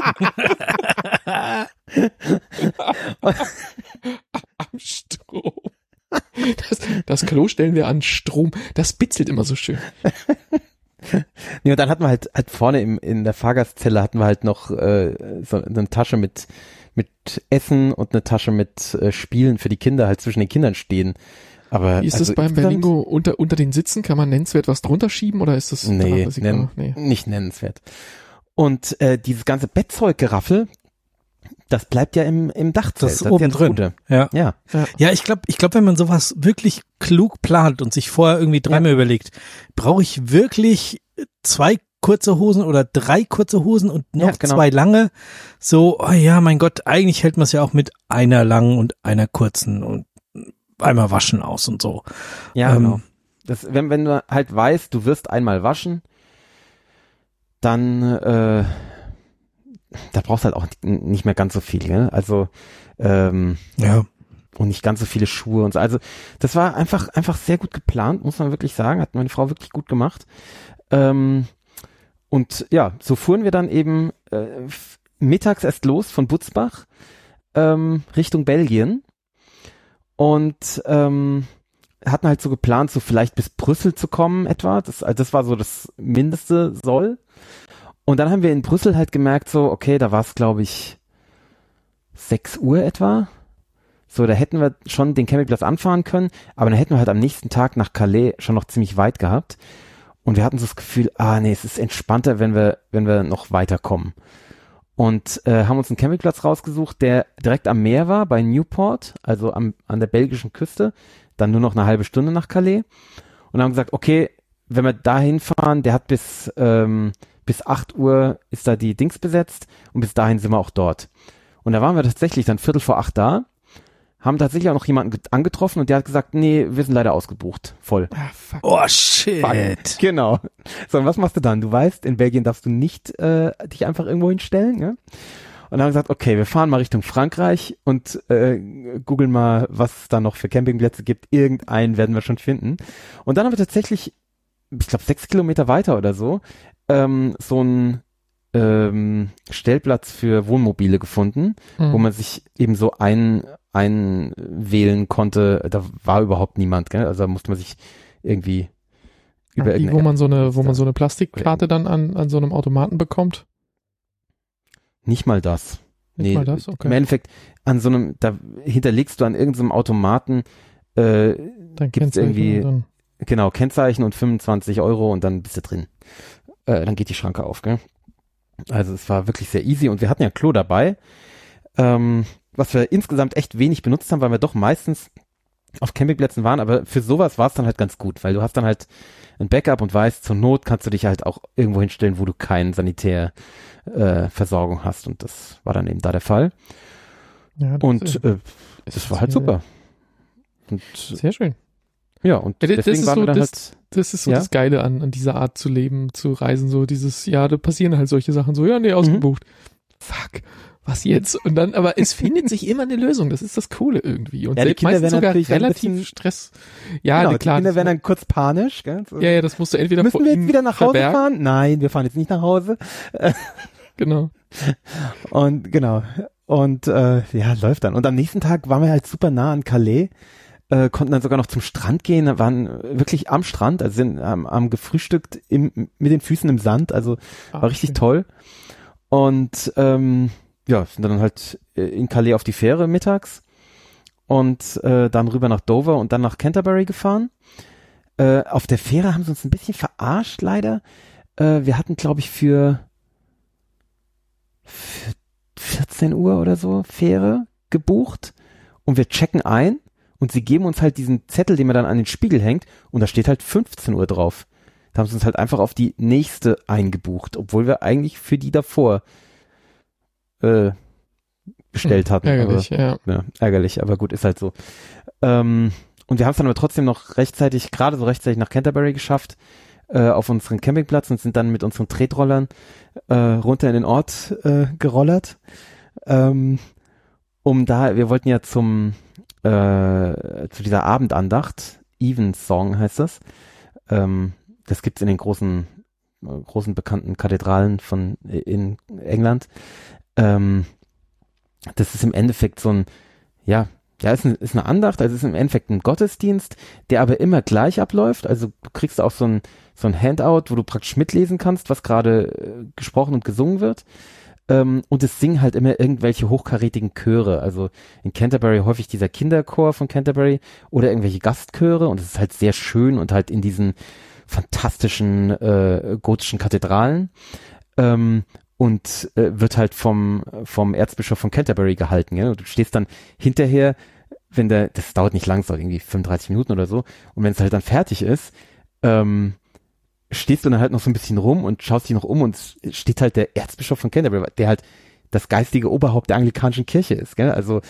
Am Strom. Das Klo stellen wir an Strom. Das bitzelt immer so schön. Nee, und dann hatten wir halt vorne in der Fahrgastzelle hatten wir halt noch so eine Tasche mit mit Essen und eine Tasche mit Spielen für die Kinder halt zwischen den Kindern stehen. Aber Wie ist also es beim Berlingo unter den Sitzen? Kann man nennenswert was drunter schieben oder ist das Nee, nee. nicht nennenswert. Und dieses ganze Bettzeug-Geraffel, das bleibt ja im Dachzelt. Das ist oben drin. Gute. Ja. Ja. Ja, ich glaube, wenn man sowas wirklich klug plant und sich vorher irgendwie dreimal überlegt, brauche ich wirklich 2 kurze Hosen oder 3 kurze Hosen und noch 2 lange? So, oh ja, mein Gott, eigentlich hält man es ja auch mit einer langen und einer kurzen und einmal waschen aus und so. Ja, genau. Das, wenn du halt weißt, du wirst einmal waschen, dann da brauchst du halt auch nicht mehr ganz so viel, ne? Also ja. Und nicht ganz so viele Schuhe und so. Also das war einfach sehr gut geplant, muss man wirklich sagen. Hat meine Frau wirklich gut gemacht. Und ja, so fuhren wir dann eben mittags erst los von Butzbach Richtung Belgien und hatten halt so geplant, so vielleicht bis Brüssel zu kommen etwa. Das war so das Mindeste soll. Und dann haben wir in Brüssel halt gemerkt, so, okay, da war es, glaube ich, 6 Uhr etwa. So, da hätten wir schon den Campingplatz anfahren können, aber dann hätten wir halt am nächsten Tag nach Calais schon noch ziemlich weit gehabt. Und wir hatten so das Gefühl, nee, es ist entspannter, wenn wir noch weiterkommen. Und haben uns einen Campingplatz rausgesucht, der direkt am Meer war, bei Newport, also an der belgischen Küste, dann nur noch eine halbe Stunde nach Calais. Und haben gesagt, okay, wenn wir da hinfahren, der hat bis 8 Uhr ist da die Dings besetzt und bis dahin sind wir auch dort. Und da waren wir tatsächlich dann 7:45 da, haben tatsächlich auch noch jemanden angetroffen und der hat gesagt, nee, wir sind leider ausgebucht, voll. Ah, fuck. Oh, shit. Fuck. Genau. So, und was machst du dann? Du weißt, in Belgien darfst du nicht dich einfach irgendwo hinstellen, ne? Und dann haben wir gesagt, okay, wir fahren mal Richtung Frankreich und googeln mal, was es da noch für Campingplätze gibt. Irgendeinen werden wir schon finden. Und dann haben wir tatsächlich, ich glaube 6 Kilometer weiter oder so, so ein Stellplatz für Wohnmobile gefunden, wo man sich eben so einwählen konnte. Da war überhaupt niemand, gell? Also da musste man sich irgendwie über wo man so eine Plastikkarte dann an so einem Automaten bekommt. Nicht mal das. Nicht mal das, okay. Im Endeffekt an so einem, da hinterlegst du an irgendeinem Automaten Dann gibt's irgendwie genau Kennzeichen und 25 € und dann bist du drin. Dann geht die Schranke auf, gell? Also es war wirklich sehr easy und wir hatten ja Klo dabei, was wir insgesamt echt wenig benutzt haben, weil wir doch meistens auf Campingplätzen waren, aber für sowas war es dann halt ganz gut, weil du hast dann halt ein Backup und weißt, zur Not kannst du dich halt auch irgendwo hinstellen, wo du keine Sanitärversorgung hast und das war dann eben da der Fall. Ja, und das war halt super. Und, sehr schön. Ja, und deswegen waren wir dann halt... Das ist so das Geile an dieser Art zu leben, zu reisen, so dieses, ja, da passieren halt solche Sachen, so, ja, nee, ausgebucht. Fuck, was jetzt? Und dann, aber es findet sich immer eine Lösung, das ist das Coole irgendwie. Und ja, die Kinder meistens werden sogar natürlich relativ Stress. Ja, genau, klar. Die Kinder werden dann kurz panisch, gell? So. Ja, das musst du entweder Müssen wir jetzt wieder nach Hause verbergen? fahren? Nein, wir fahren jetzt nicht nach Hause. Genau. Und genau. Und ja, läuft dann. Und am nächsten Tag waren wir halt super nah an Calais. Konnten dann sogar noch zum Strand gehen, waren wirklich am Strand, also sind am gefrühstückt mit den Füßen im Sand, also war richtig toll. Und sind dann halt in Calais auf die Fähre mittags und dann rüber nach Dover und dann nach Canterbury gefahren. Auf der Fähre haben sie uns ein bisschen verarscht, leider. Wir hatten, glaube ich, für 14 Uhr oder so Fähre gebucht und wir checken ein. Und sie geben uns halt diesen Zettel, den man dann an den Spiegel hängt, und da steht halt 15 Uhr drauf. Da haben sie uns halt einfach auf die nächste eingebucht, obwohl wir eigentlich für die davor bestellt hatten. Ärgerlich, aber, ja. Ärgerlich, aber gut, ist halt so. Und wir haben es dann aber trotzdem noch gerade so rechtzeitig nach Canterbury geschafft, auf unseren Campingplatz und sind dann mit unseren Tretrollern runter in den Ort gerollert. Wir wollten ja zu dieser Abendandacht, Evensong heißt das. Das gibt's in den großen bekannten Kathedralen in England. Das ist im Endeffekt so ein, ist eine Andacht, also ist im Endeffekt ein Gottesdienst, der aber immer gleich abläuft. Also du kriegst auch so ein Handout, wo du praktisch mitlesen kannst, was gerade gesprochen und gesungen wird. und es singen halt immer irgendwelche hochkarätigen Chöre. Also in Canterbury häufig dieser Kinderchor von Canterbury oder irgendwelche Gastchöre und es ist halt sehr schön und halt in diesen fantastischen gotischen Kathedralen. Und wird halt vom Erzbischof von Canterbury gehalten. Ja? Und du stehst dann hinterher, das dauert nicht lang, es dauert irgendwie 35 Minuten oder so, und wenn es halt dann fertig ist, stehst du dann halt noch so ein bisschen rum und schaust dich noch um und es steht halt der Erzbischof von Canterbury, der halt das geistige Oberhaupt der anglikanischen Kirche ist. Gell? Also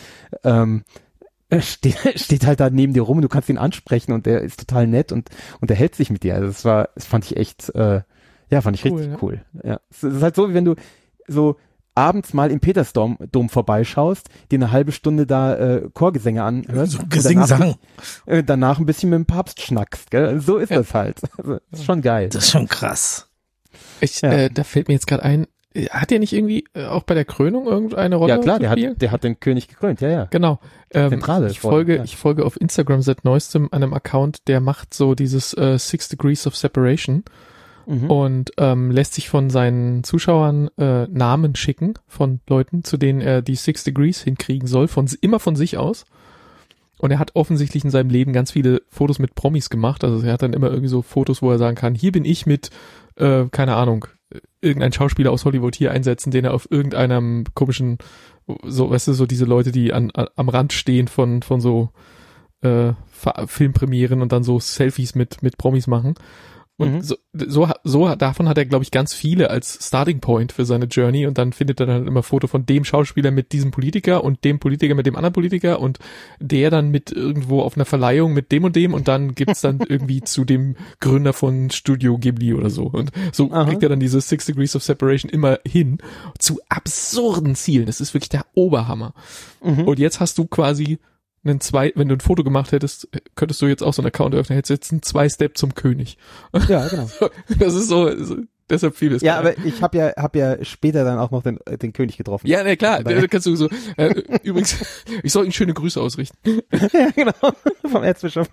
steht halt da neben dir rum und du kannst ihn ansprechen und der ist total nett und unterhält sich mit dir. Also das fand ich echt fand ich Cool, richtig cool. Ja. Es ist halt so, wie wenn du so abends mal im Petersdom vorbeischaust, dir eine halbe Stunde da Chorgesänge anhörst. So Gesang. Danach ein bisschen mit dem Papst schnackst. Gell? So ist das halt. Also, das ist schon geil. Das ist schon krass. Da fällt mir jetzt gerade ein, hat der nicht irgendwie auch bei der Krönung irgendeine Rolle? Ja klar, der hat den König gekrönt, ja. Genau. Zentrale Ich folge auf Instagram seit neuestem einem Account, der macht so dieses 6 Degrees of Separation. Und lässt sich von seinen Zuschauern Namen schicken von Leuten, zu denen er die 6 Degrees hinkriegen soll, immer von sich aus. Und er hat offensichtlich in seinem Leben ganz viele Fotos mit Promis gemacht. Also er hat dann immer irgendwie so Fotos, wo er sagen kann, hier bin ich mit, keine Ahnung, irgendein Schauspieler aus Hollywood hier einsetzen, den er auf irgendeinem komischen, so, weißt du, so diese Leute, die am Rand stehen von so Filmpremieren und dann so Selfies mit Promis machen. Und so davon hat er, glaube ich, ganz viele als Starting Point für seine Journey und dann findet er dann immer Foto von dem Schauspieler mit diesem Politiker und dem Politiker mit dem anderen Politiker und der dann mit irgendwo auf einer Verleihung mit dem und dann gibt's dann irgendwie zu dem Gründer von Studio Ghibli oder so. Und so kriegt er dann diese 6 Degrees of Separation immer hin zu absurden Zielen. Das ist wirklich der Oberhammer. Und jetzt hast du quasi wenn du ein Foto gemacht hättest, könntest du jetzt auch so einen Account öffnen, hättest jetzt einen 2-Step zum König. Ja, genau. Das ist so deshalb viel bis. Ja, aber ich hab ja später dann auch noch den König getroffen. Ja, na klar, da kannst du so, übrigens, ich soll Ihnen schöne Grüße ausrichten. Ja, genau, vom Erzbischof.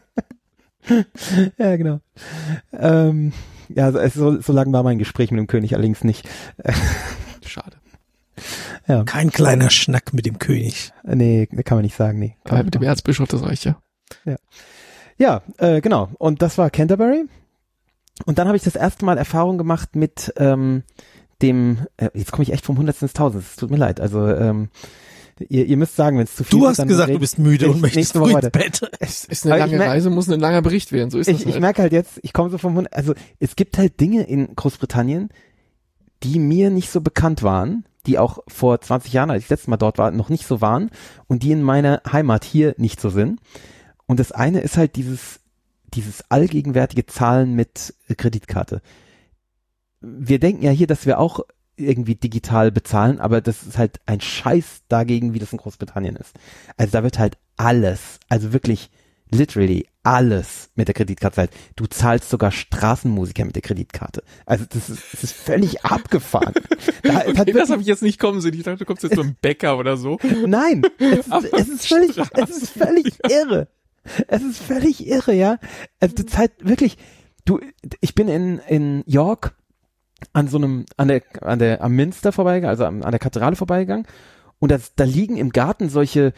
Ja, genau. So lang war mein Gespräch mit dem König allerdings nicht. Schade. Ja. Kein kleiner Schnack mit dem König. Nee, kann man nicht sagen, nee. Aber mit dem Erzbischof, das reicht ja. Ja, genau. Und das war Canterbury. Und dann habe ich das erste Mal Erfahrung gemacht mit jetzt komme ich echt vom Hundertsten ins Tausend, es tut mir leid. Also ihr müsst sagen, wenn es zu viel ist. Du hast gesagt, du bist müde und möchtest früh ins Bett. Es ist eine lange Reise, muss ein langer Bericht werden, so ist das halt. Ich merke halt jetzt, ich komme so vom also es gibt halt Dinge in Großbritannien, die mir nicht so bekannt waren, die auch vor 20 Jahren, als ich das letzte Mal dort war, noch nicht so waren und die in meiner Heimat hier nicht so sind. Und das eine ist halt dieses allgegenwärtige Zahlen mit Kreditkarte. Wir denken ja hier, dass wir auch irgendwie digital bezahlen, aber das ist halt ein Scheiß dagegen, wie das in Großbritannien ist. Also da wird halt alles, also wirklich literally alles mit der Kreditkarte zahlt. Du zahlst sogar Straßenmusiker mit der Kreditkarte. Also das ist völlig abgefahren. Okay, das habe ich jetzt nicht kommen sehen. Ich dachte, du kommst jetzt zum Bäcker oder so. Nein, es ist völlig irre. Es ist völlig irre, ja. Also du zahlst wirklich, ich bin in York am Minster vorbeigegangen, also an der Kathedrale vorbeigegangen und da liegen im Garten solche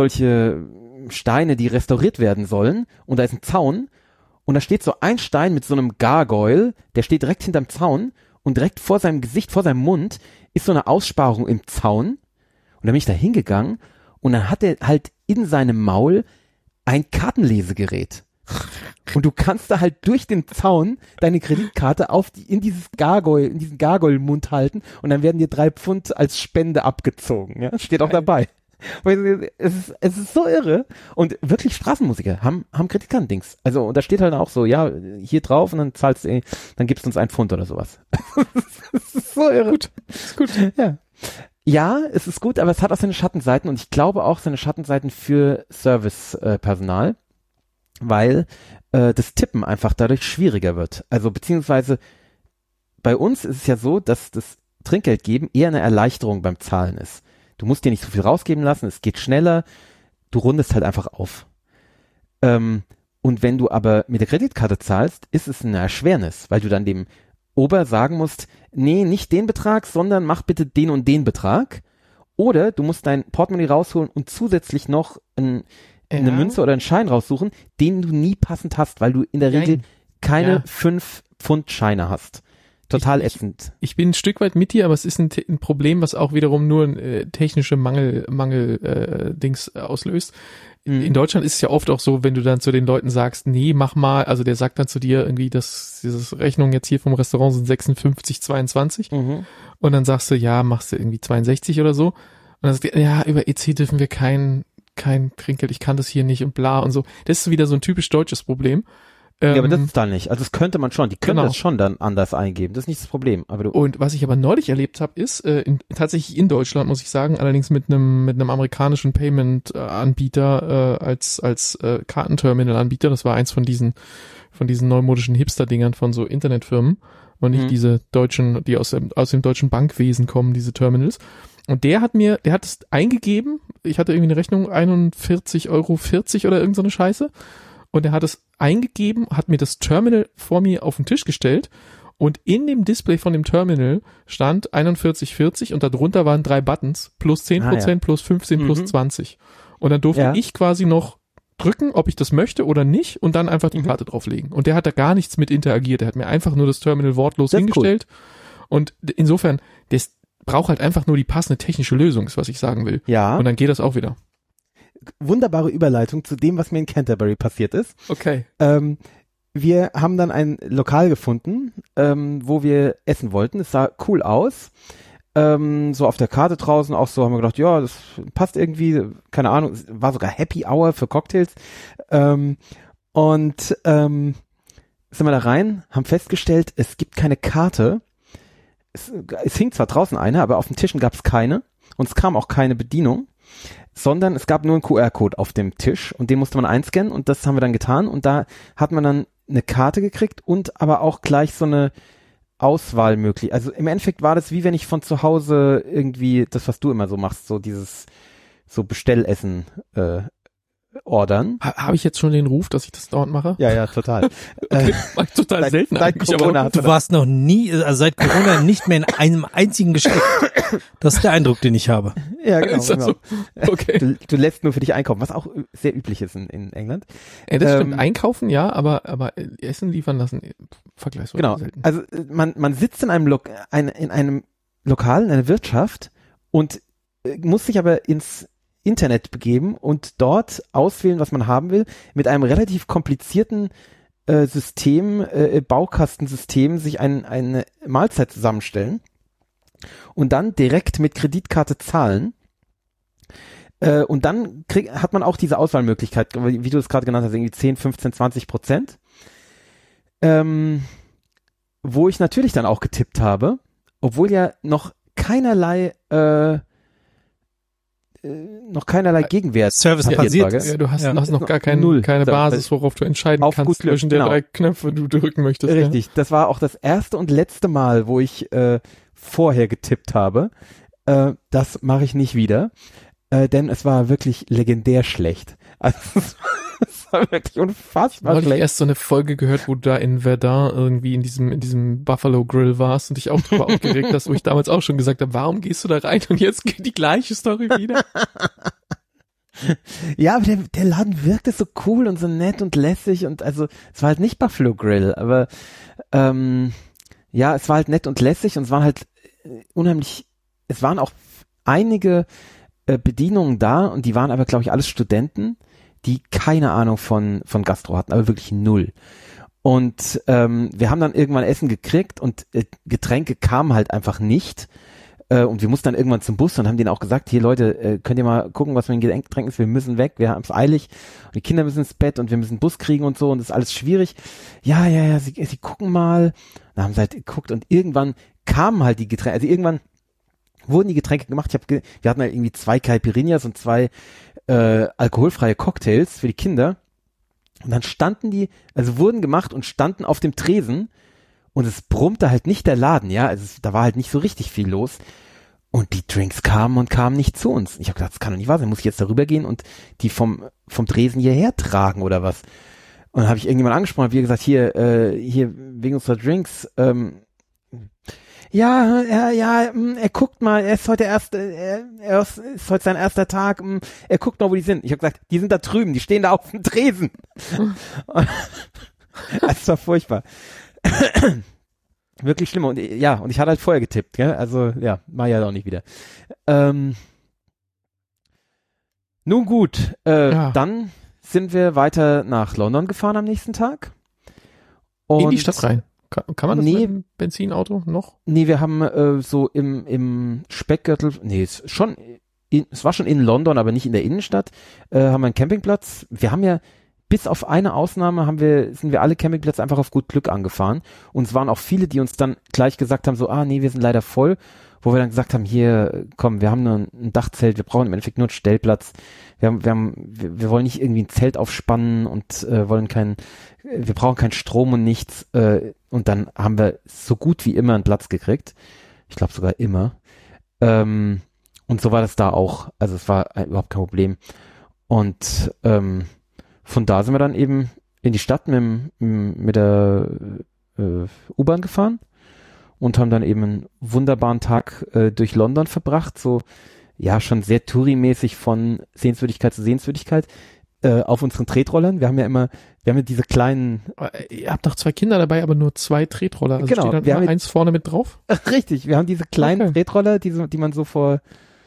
Steine, die restauriert werden sollen und da ist ein Zaun und da steht so ein Stein mit so einem Gargoyle, der steht direkt hinterm Zaun und direkt vor seinem Gesicht, vor seinem Mund ist so eine Aussparung im Zaun und dann bin ich da hingegangen und dann hat er halt in seinem Maul ein Kartenlesegerät. Und du kannst da halt durch den Zaun deine Kreditkarte in diesen Gargoyle-Mund halten und dann werden dir 3 Pfund als Spende abgezogen. Ja, steht auch dabei. Es ist so irre. Und wirklich Straßenmusiker haben Kreditkartendings. Also, und da steht halt auch so, ja, hier drauf und dann dann gibst du uns 1 Pfund oder sowas. Das ist so irre. Ist gut. Ja. Ja, es ist gut, aber es hat auch seine Schattenseiten und ich glaube auch seine Schattenseiten für Servicepersonal, weil das Tippen einfach dadurch schwieriger wird. Also beziehungsweise bei uns ist es ja so, dass das Trinkgeld geben eher eine Erleichterung beim Zahlen ist. Du musst dir nicht so viel rausgeben lassen, es geht schneller, du rundest halt einfach auf. Und wenn du aber mit der Kreditkarte zahlst, ist es eine Erschwernis, weil du dann dem Ober sagen musst, nee, nicht den Betrag, sondern mach bitte den und den Betrag. Oder du musst dein Portemonnaie rausholen und zusätzlich noch eine Münze oder einen Schein raussuchen, den du nie passend hast, weil du in der Regel keine 5-Pfund-Scheine hast. Total ätzend. Ich bin ein Stück weit mit dir, aber es ist ein Problem, was auch wiederum nur technische Dings auslöst. In Deutschland ist es ja oft auch so, wenn du dann zu den Leuten sagst, nee, mach mal, also der sagt dann zu dir irgendwie, dass diese Rechnung jetzt hier vom Restaurant sind 56,22 und dann sagst du, ja, machst du irgendwie 62 oder so und dann sagst du, ja, über EC dürfen wir kein Trinkgeld, ich kann das hier nicht und bla und so. Das ist wieder so ein typisch deutsches Problem. Ja, aber das ist da nicht. Also das könnte man schon. Die können das schon dann anders eingeben. Das ist nicht das Problem. Und was ich aber neulich erlebt habe, ist tatsächlich in Deutschland, muss ich sagen, allerdings mit einem amerikanischen Payment-Anbieter als Kartenterminal-Anbieter. Das war eins von diesen neumodischen Hipster-Dingern von so Internetfirmen und nicht diese deutschen, die aus dem deutschen Bankwesen kommen, diese Terminals. Und der hat es eingegeben. Ich hatte irgendwie eine Rechnung 41,40 Euro oder irgend so eine Scheiße. Und er hat es eingegeben, hat mir das Terminal vor mir auf den Tisch gestellt und in dem Display von dem Terminal stand 41,40 und darunter waren 3 Buttons, plus 10%, plus 15, plus 20. Und dann durfte ich quasi noch drücken, ob ich das möchte oder nicht und dann einfach die Karte drauflegen. Und der hat da gar nichts mit interagiert. Er hat mir einfach nur das Terminal wortlos hingestellt. Cool. Und insofern, das braucht halt einfach nur die passende technische Lösung, ist was ich sagen will. Ja. Und dann geht das auch wieder. Wunderbare Überleitung zu dem, was mir in Canterbury passiert ist. Okay. Wir haben dann ein Lokal gefunden, wo wir essen wollten. Es sah cool aus. So auf der Karte draußen auch so haben wir gedacht, ja, das passt irgendwie, keine Ahnung, es war sogar Happy Hour für Cocktails. Sind wir da rein, haben festgestellt, es gibt keine Karte. Es hing zwar draußen eine, aber auf den Tischen gab es keine. Und es kam auch keine Bedienung. Sondern es gab nur einen QR-Code auf dem Tisch und den musste man einscannen und das haben wir dann getan und da hat man dann eine Karte gekriegt und aber auch gleich so eine Auswahl möglich. Also im Endeffekt war das wie wenn ich von zu Hause irgendwie das, was du immer so machst, so dieses so Bestellessen ordern. Habe ich jetzt schon den Ruf, dass ich das dauernd mache? Ja, total. Okay, mach ich total selten eigentlich. Corona, aber du warst noch nie, also seit Corona nicht mehr in einem einzigen Geschäft. Das ist der Eindruck, den ich habe. Ja, genau. Ist das so? Okay. Du lässt nur für dich einkaufen, was auch sehr üblich ist in England. Das stimmt. Einkaufen, ja, aber Essen liefern lassen, vergleichsweise selten. Also man sitzt in einem Lokal, in einer Wirtschaft und muss sich aber ins Internet begeben und dort auswählen, was man haben will, mit einem relativ komplizierten Baukastensystem sich eine Mahlzeit zusammenstellen und dann direkt mit Kreditkarte zahlen. Und dann hat man auch diese Auswahlmöglichkeit, wie du es gerade genannt hast, irgendwie 10, 15, 20%. Wo ich natürlich dann auch getippt habe, obwohl ja noch keinerlei Gegenwert Service basiert. Ja, du hast noch gar keine Basis, worauf du entscheiden kannst zwischen der 3 Knöpfe, die du drücken möchtest. Richtig, ja? Das war auch das erste und letzte Mal, wo ich vorher getippt habe. Das mache ich nicht wieder, denn es war wirklich legendär schlecht. Also es war wirklich unfassbar schlecht. Ich habe erst so eine Folge gehört, wo du da in Verdun irgendwie in diesem Buffalo Grill warst und dich auch drüber aufgeregt hast, wo ich damals auch schon gesagt habe, warum gehst du da rein und jetzt geht die gleiche Story wieder? Ja, aber der Laden wirkte so cool und so nett und lässig und also es war halt nicht Buffalo Grill, aber es war halt nett und lässig und es waren halt es waren auch einige Bedienungen da und die waren aber, glaube ich, alles Studenten, die keine Ahnung von Gastro hatten, aber wirklich null. Und wir haben dann irgendwann Essen gekriegt und Getränke kamen halt einfach nicht. Und wir mussten dann irgendwann zum Bus und haben denen auch gesagt, hier Leute, könnt ihr mal gucken, was mit den Getränken ist, wir müssen weg, wir haben es eilig und die Kinder müssen ins Bett und wir müssen einen Bus kriegen und so und das ist alles schwierig. Ja, sie gucken mal. Dann haben sie halt geguckt und irgendwann kamen halt die Getränke, also irgendwann wurden die Getränke gemacht. Wir hatten halt irgendwie 2 Caipirinhas und 2 alkoholfreie Cocktails für die Kinder. Und dann wurden gemacht und standen auf dem Tresen und es brummte halt nicht der Laden, ja, also da war halt nicht so richtig viel los. Und die Drinks kamen nicht zu uns. Ich habe gedacht, das kann doch nicht wahr sein, muss ich jetzt darüber gehen und die vom Tresen hierher tragen oder was? Und dann habe ich irgendjemand angesprochen, wie gesagt, hier wegen unserer Drinks, er guckt mal, er ist heute ist heute sein erster Tag, er guckt mal, wo die sind. Ich habe gesagt, die sind da drüben, die stehen da auf dem Tresen. Das war furchtbar. Wirklich schlimm. Und ich hatte halt vorher getippt, gell? Also, mach ich halt auch nicht wieder. Nun gut, dann sind wir weiter nach London gefahren am nächsten Tag. Und in die Stadt rein. Kann man das mit dem Benzinauto noch? Nee, wir haben so im Speckgürtel, es war schon in London, aber nicht in der Innenstadt, haben wir einen Campingplatz. Wir haben ja, bis auf eine Ausnahme sind wir alle Campingplätze einfach auf gut Glück angefahren. Und es waren auch viele, die uns dann gleich gesagt haben, so, wir sind leider voll. Wo wir dann gesagt haben, hier, komm, wir haben nur ein Dachzelt, wir brauchen im Endeffekt nur einen Stellplatz. Wir wollen nicht irgendwie ein Zelt aufspannen und wir brauchen keinen Strom und nichts. Und dann haben wir so gut wie immer einen Platz gekriegt. Ich glaube sogar immer. Und so war das da auch. Also es war überhaupt kein Problem. Und von da sind wir dann eben in die Stadt mit der U-Bahn gefahren und haben dann eben einen wunderbaren Tag durch London verbracht, so schon sehr Touri-mäßig von Sehenswürdigkeit zu Sehenswürdigkeit auf unseren Tretrollern. Wir haben ja diese kleinen... Ihr habt doch 2 Kinder dabei, aber nur 2 Tretroller. Also genau. Steht dann immer eins vorne mit drauf? Richtig, wir haben diese kleinen Tretroller, die man so vor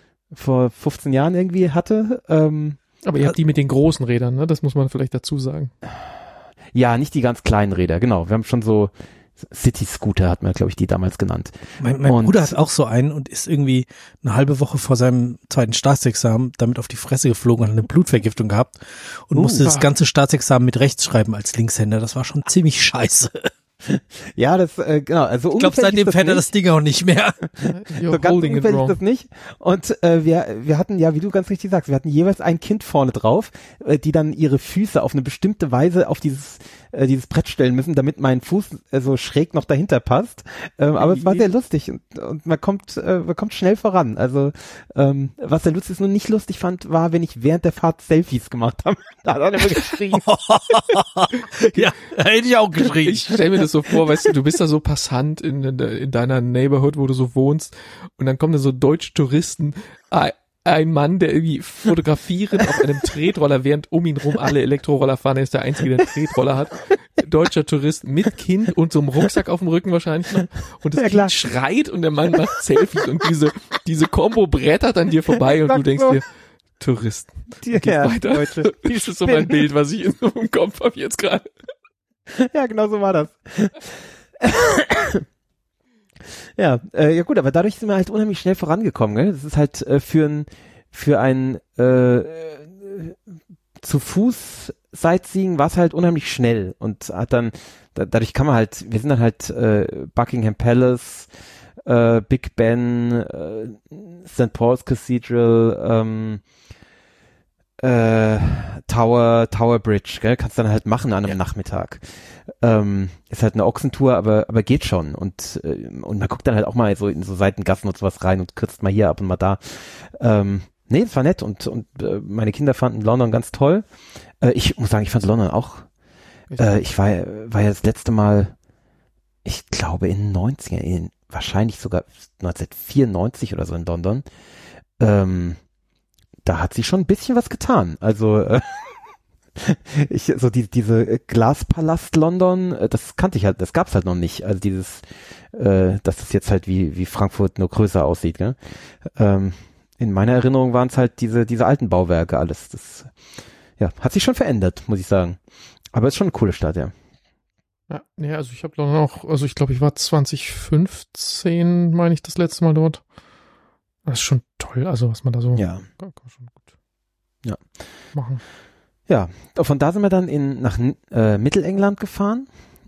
15 Jahren irgendwie hatte. Aber ihr habt die mit den großen Rädern, ne? Das muss man vielleicht dazu sagen. Ja, nicht die ganz kleinen Räder, genau. Wir haben schon so City-Scooter, hat man, glaube ich, die damals genannt. Mein Bruder hat auch so einen und ist irgendwie eine halbe Woche vor seinem zweiten Staatsexamen damit auf die Fresse geflogen und hat eine Blutvergiftung gehabt und musste das ganze Staatsexamen mit rechts schreiben als Linkshänder. Das war schon ziemlich scheiße. Ja, das, genau. Also ich glaube, seitdem fährt er das Ding auch nicht mehr. So ganz ungefähr ist das nicht. Und wir hatten, ja, wie du ganz richtig sagst, wir hatten jeweils ein Kind vorne drauf, die dann ihre Füße auf eine bestimmte Weise auf dieses Brett stellen müssen, damit mein Fuß so schräg noch dahinter passt. Aber es war sehr lustig und man kommt schnell voran. Also was sehr lustig ist, nur nicht lustig fand, war, wenn ich während der Fahrt Selfies gemacht habe. Da hat er immer geschrien. Ja, da hätte ich auch geschrien. Ich stell mir das so vor, weißt du bist da so Passant in deiner Neighborhood, wo du so wohnst, und dann kommen da so deutsche Touristen, ein Mann, der irgendwie fotografierend auf einem Tretroller, während um ihn rum alle Elektroroller fahren, er ist der Einzige, der einen Tretroller hat, deutscher Tourist mit Kind und so einem Rucksack auf dem Rücken wahrscheinlich noch, und das Kind schreit und der Mann macht Selfies und diese Kombo brettert an dir vorbei und du denkst dir, Touristen, geht weiter. Deutsche. Das ist so mein Bild, was ich in so einem Kopf habe jetzt gerade. Ja, genau so war das. Ja gut, aber dadurch sind wir halt unheimlich schnell vorangekommen, gell? Das ist halt für ein zu Fuß Sightseeing war es halt unheimlich schnell und hat dann dadurch kann man halt, wir sind dann halt Buckingham Palace, Big Ben, St. Paul's Cathedral, Tower Bridge, gell? Kannst dann halt machen an einem Nachmittag. Ist halt eine Ochsentour, aber geht schon. Und man guckt dann halt auch mal so in so Seitengassen und sowas rein und kürzt mal hier ab und mal da. Nee, es war nett und meine Kinder fanden London ganz toll. Ich muss sagen, ich fand London auch. Ich war ja das letzte Mal, ich glaube in den 90er, wahrscheinlich sogar 1994 oder so in London. Da hat sich schon ein bisschen was getan. Also diese Glaspalast London, das kannte ich halt, das gab's halt noch nicht. Also dass es jetzt halt wie Frankfurt nur größer aussieht. Gell? In meiner Erinnerung waren es halt diese alten Bauwerke alles. Das hat sich schon verändert, muss ich sagen. Aber ist schon eine coole Stadt, ja. Ja, also ich habe noch, also ich glaube, ich war 2015, meine ich, das letzte Mal dort. Das ist schon toll, also was man da so kann man schon gut machen. Ja, von da sind wir dann nach Mittelengland gefahren.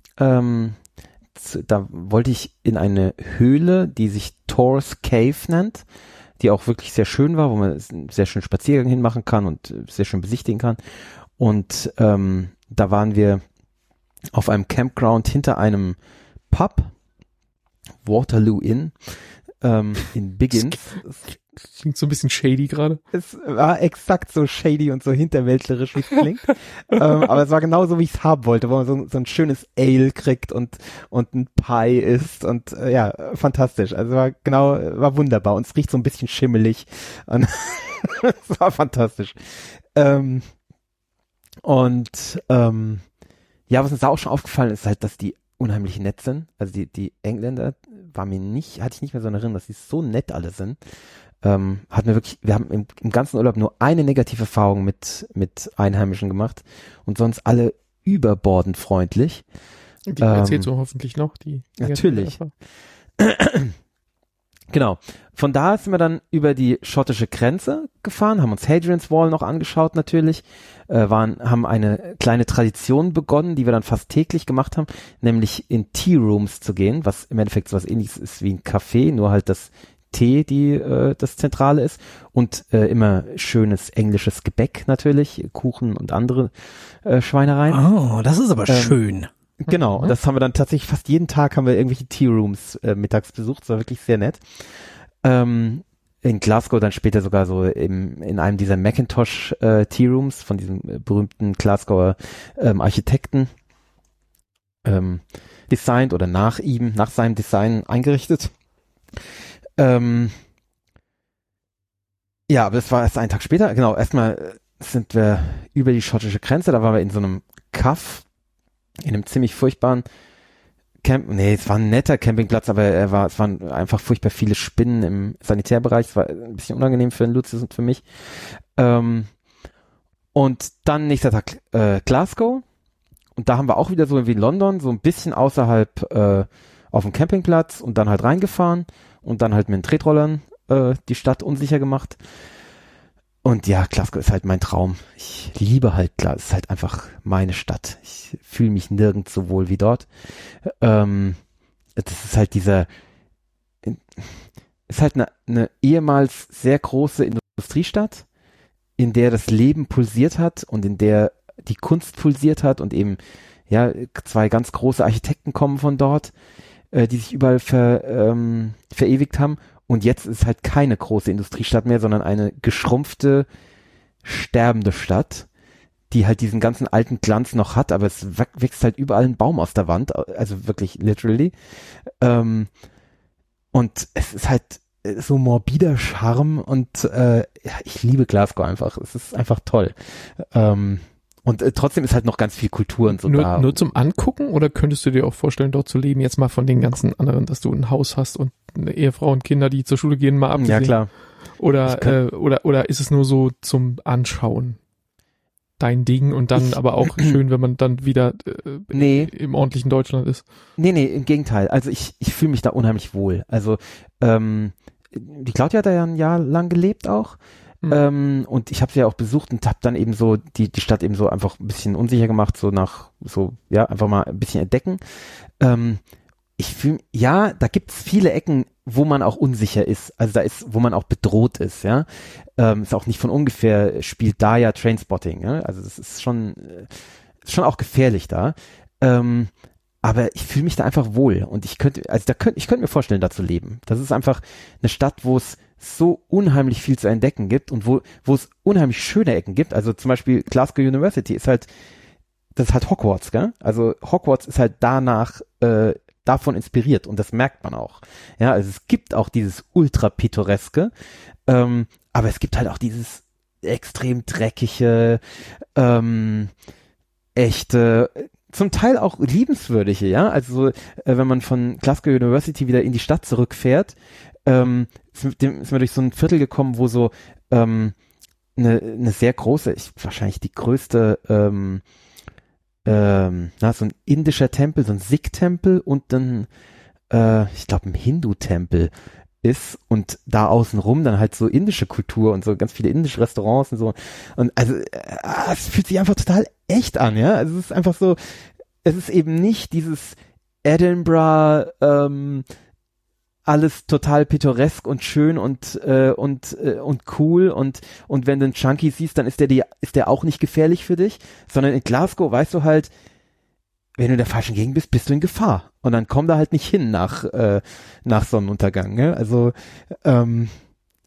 Da wollte ich in eine Höhle, die sich Torres Cave nennt, die auch wirklich sehr schön war, wo man einen sehr schönen Spaziergang hinmachen kann und sehr schön besichtigen kann. Und da waren wir auf einem Campground hinter einem Pub, Waterloo Inn, in Biggins. Klingt so ein bisschen shady gerade. Es war exakt so shady und so hinterwäldlerisch, wie es klingt. Aber es war genau so, wie ich es haben wollte, wo man so ein schönes Ale kriegt und ein Pie isst und ja, fantastisch. Also war wunderbar und es riecht so ein bisschen schimmelig. Und es war fantastisch. Ja, was uns da auch schon aufgefallen ist, halt, dass die unheimlich nett sind. Also die Engländer hatte ich nicht mehr so in Erinnerung, dass die so nett alle sind. Wir haben im ganzen Urlaub nur eine negative Erfahrung mit Einheimischen gemacht und sonst alle überbordend freundlich. Die erzählst du hoffentlich noch, die natürlich. Genau. Von da sind wir dann über die schottische Grenze gefahren, haben uns Hadrian's Wall noch angeschaut natürlich, haben eine kleine Tradition begonnen, die wir dann fast täglich gemacht haben, nämlich in Tea Rooms zu gehen, was im Endeffekt so was Ähnliches ist wie ein Café, nur halt das Tee, das Zentrale ist und immer schönes englisches Gebäck natürlich, Kuchen und andere Schweinereien. Oh, das ist aber schön. Genau, und das haben wir dann tatsächlich fast jeden Tag haben wir irgendwelche Tea Rooms mittags besucht, das war wirklich sehr nett. In Glasgow dann später sogar so in einem dieser Macintosh Tea Rooms von diesem berühmten Glasgower Architekten designt oder nach seinem Design eingerichtet. Ja, aber das war erst einen Tag später. Genau, erstmal sind wir über die schottische Grenze, da waren wir in so einem Kaff, in einem ziemlich furchtbaren es war ein netter Campingplatz, aber es waren einfach furchtbar viele Spinnen im Sanitärbereich. Es war ein bisschen unangenehm für den Lucius und für mich. Und dann nächster Tag Glasgow. Und da haben wir auch wieder so wie in London, so ein bisschen außerhalb auf dem Campingplatz und dann halt reingefahren und dann halt mit den Tretrollern die Stadt unsicher gemacht. Und ja, Glasgow ist halt mein Traum. Ich liebe halt Glasgow. Es ist halt einfach meine Stadt. Ich fühle mich nirgends so wohl wie dort. Das ist halt ist halt eine ehemals sehr große Industriestadt, in der das Leben pulsiert hat und in der die Kunst pulsiert hat und eben, ja, zwei ganz große Architekten kommen von dort, die sich überall verewigt haben. Und jetzt ist halt keine große Industriestadt mehr, sondern eine geschrumpfte, sterbende Stadt, die halt diesen ganzen alten Glanz noch hat, aber es wächst halt überall ein Baum aus der Wand, also wirklich literally. Und es ist halt so morbider Charme und ja, ich liebe Glasgow einfach. Es ist einfach toll. Und trotzdem ist halt noch ganz viel Kultur und so da. Nur zum Angucken oder könntest du dir auch vorstellen, dort zu leben, jetzt mal von den ganzen anderen, dass du ein Haus hast und eine Ehefrau und Kinder, die zur Schule gehen, mal abgesehen? Ja, klar. Oder ist es nur so zum Anschauen? Dein Ding und dann aber auch schön, wenn man dann wieder im ordentlichen Deutschland ist. Nee, im Gegenteil. Also ich fühle mich da unheimlich wohl. Also die Claudia hat da ja ein Jahr lang gelebt auch. Und ich habe sie ja auch besucht und habe dann eben so die Stadt eben so einfach ein bisschen unsicher gemacht, einfach mal ein bisschen entdecken. Ich fühle, ja, da gibt's viele Ecken, wo man auch unsicher ist, also wo man auch bedroht ist, ja. Ist auch nicht von ungefähr, spielt da ja Trainspotting, ja. Also das ist schon auch gefährlich da. Aber ich fühle mich da einfach wohl und ich könnte mir vorstellen, da zu leben. Das ist einfach eine Stadt, wo es so unheimlich viel zu entdecken gibt und wo es unheimlich schöne Ecken gibt. Also zum Beispiel Glasgow University das ist halt Hogwarts, gell? Also Hogwarts ist halt davon inspiriert und das merkt man auch. Ja, also es gibt auch dieses ultra pittoreske, aber es gibt halt auch dieses extrem dreckige, echte, zum Teil auch liebenswürdige, ja, also wenn man von Glasgow University wieder in die Stadt zurückfährt, sind wir durch so ein Viertel gekommen, wo so eine sehr große, wahrscheinlich die größte, so ein indischer Tempel, so ein Sikh-Tempel und dann, ich glaube, ein Hindu-Tempel ist und da außenrum dann halt so indische Kultur und so ganz viele indische Restaurants und so. Und also es fühlt sich einfach total echt an, ja. Also es ist einfach so, es ist eben nicht dieses Edinburgh, alles total pittoresk und schön und cool und wenn du einen Chunky siehst, dann ist der auch nicht gefährlich für dich, sondern in Glasgow weißt du halt, wenn du in der falschen Gegend bist du in Gefahr und dann komm da halt nicht hin nach Sonnenuntergang, ne? Also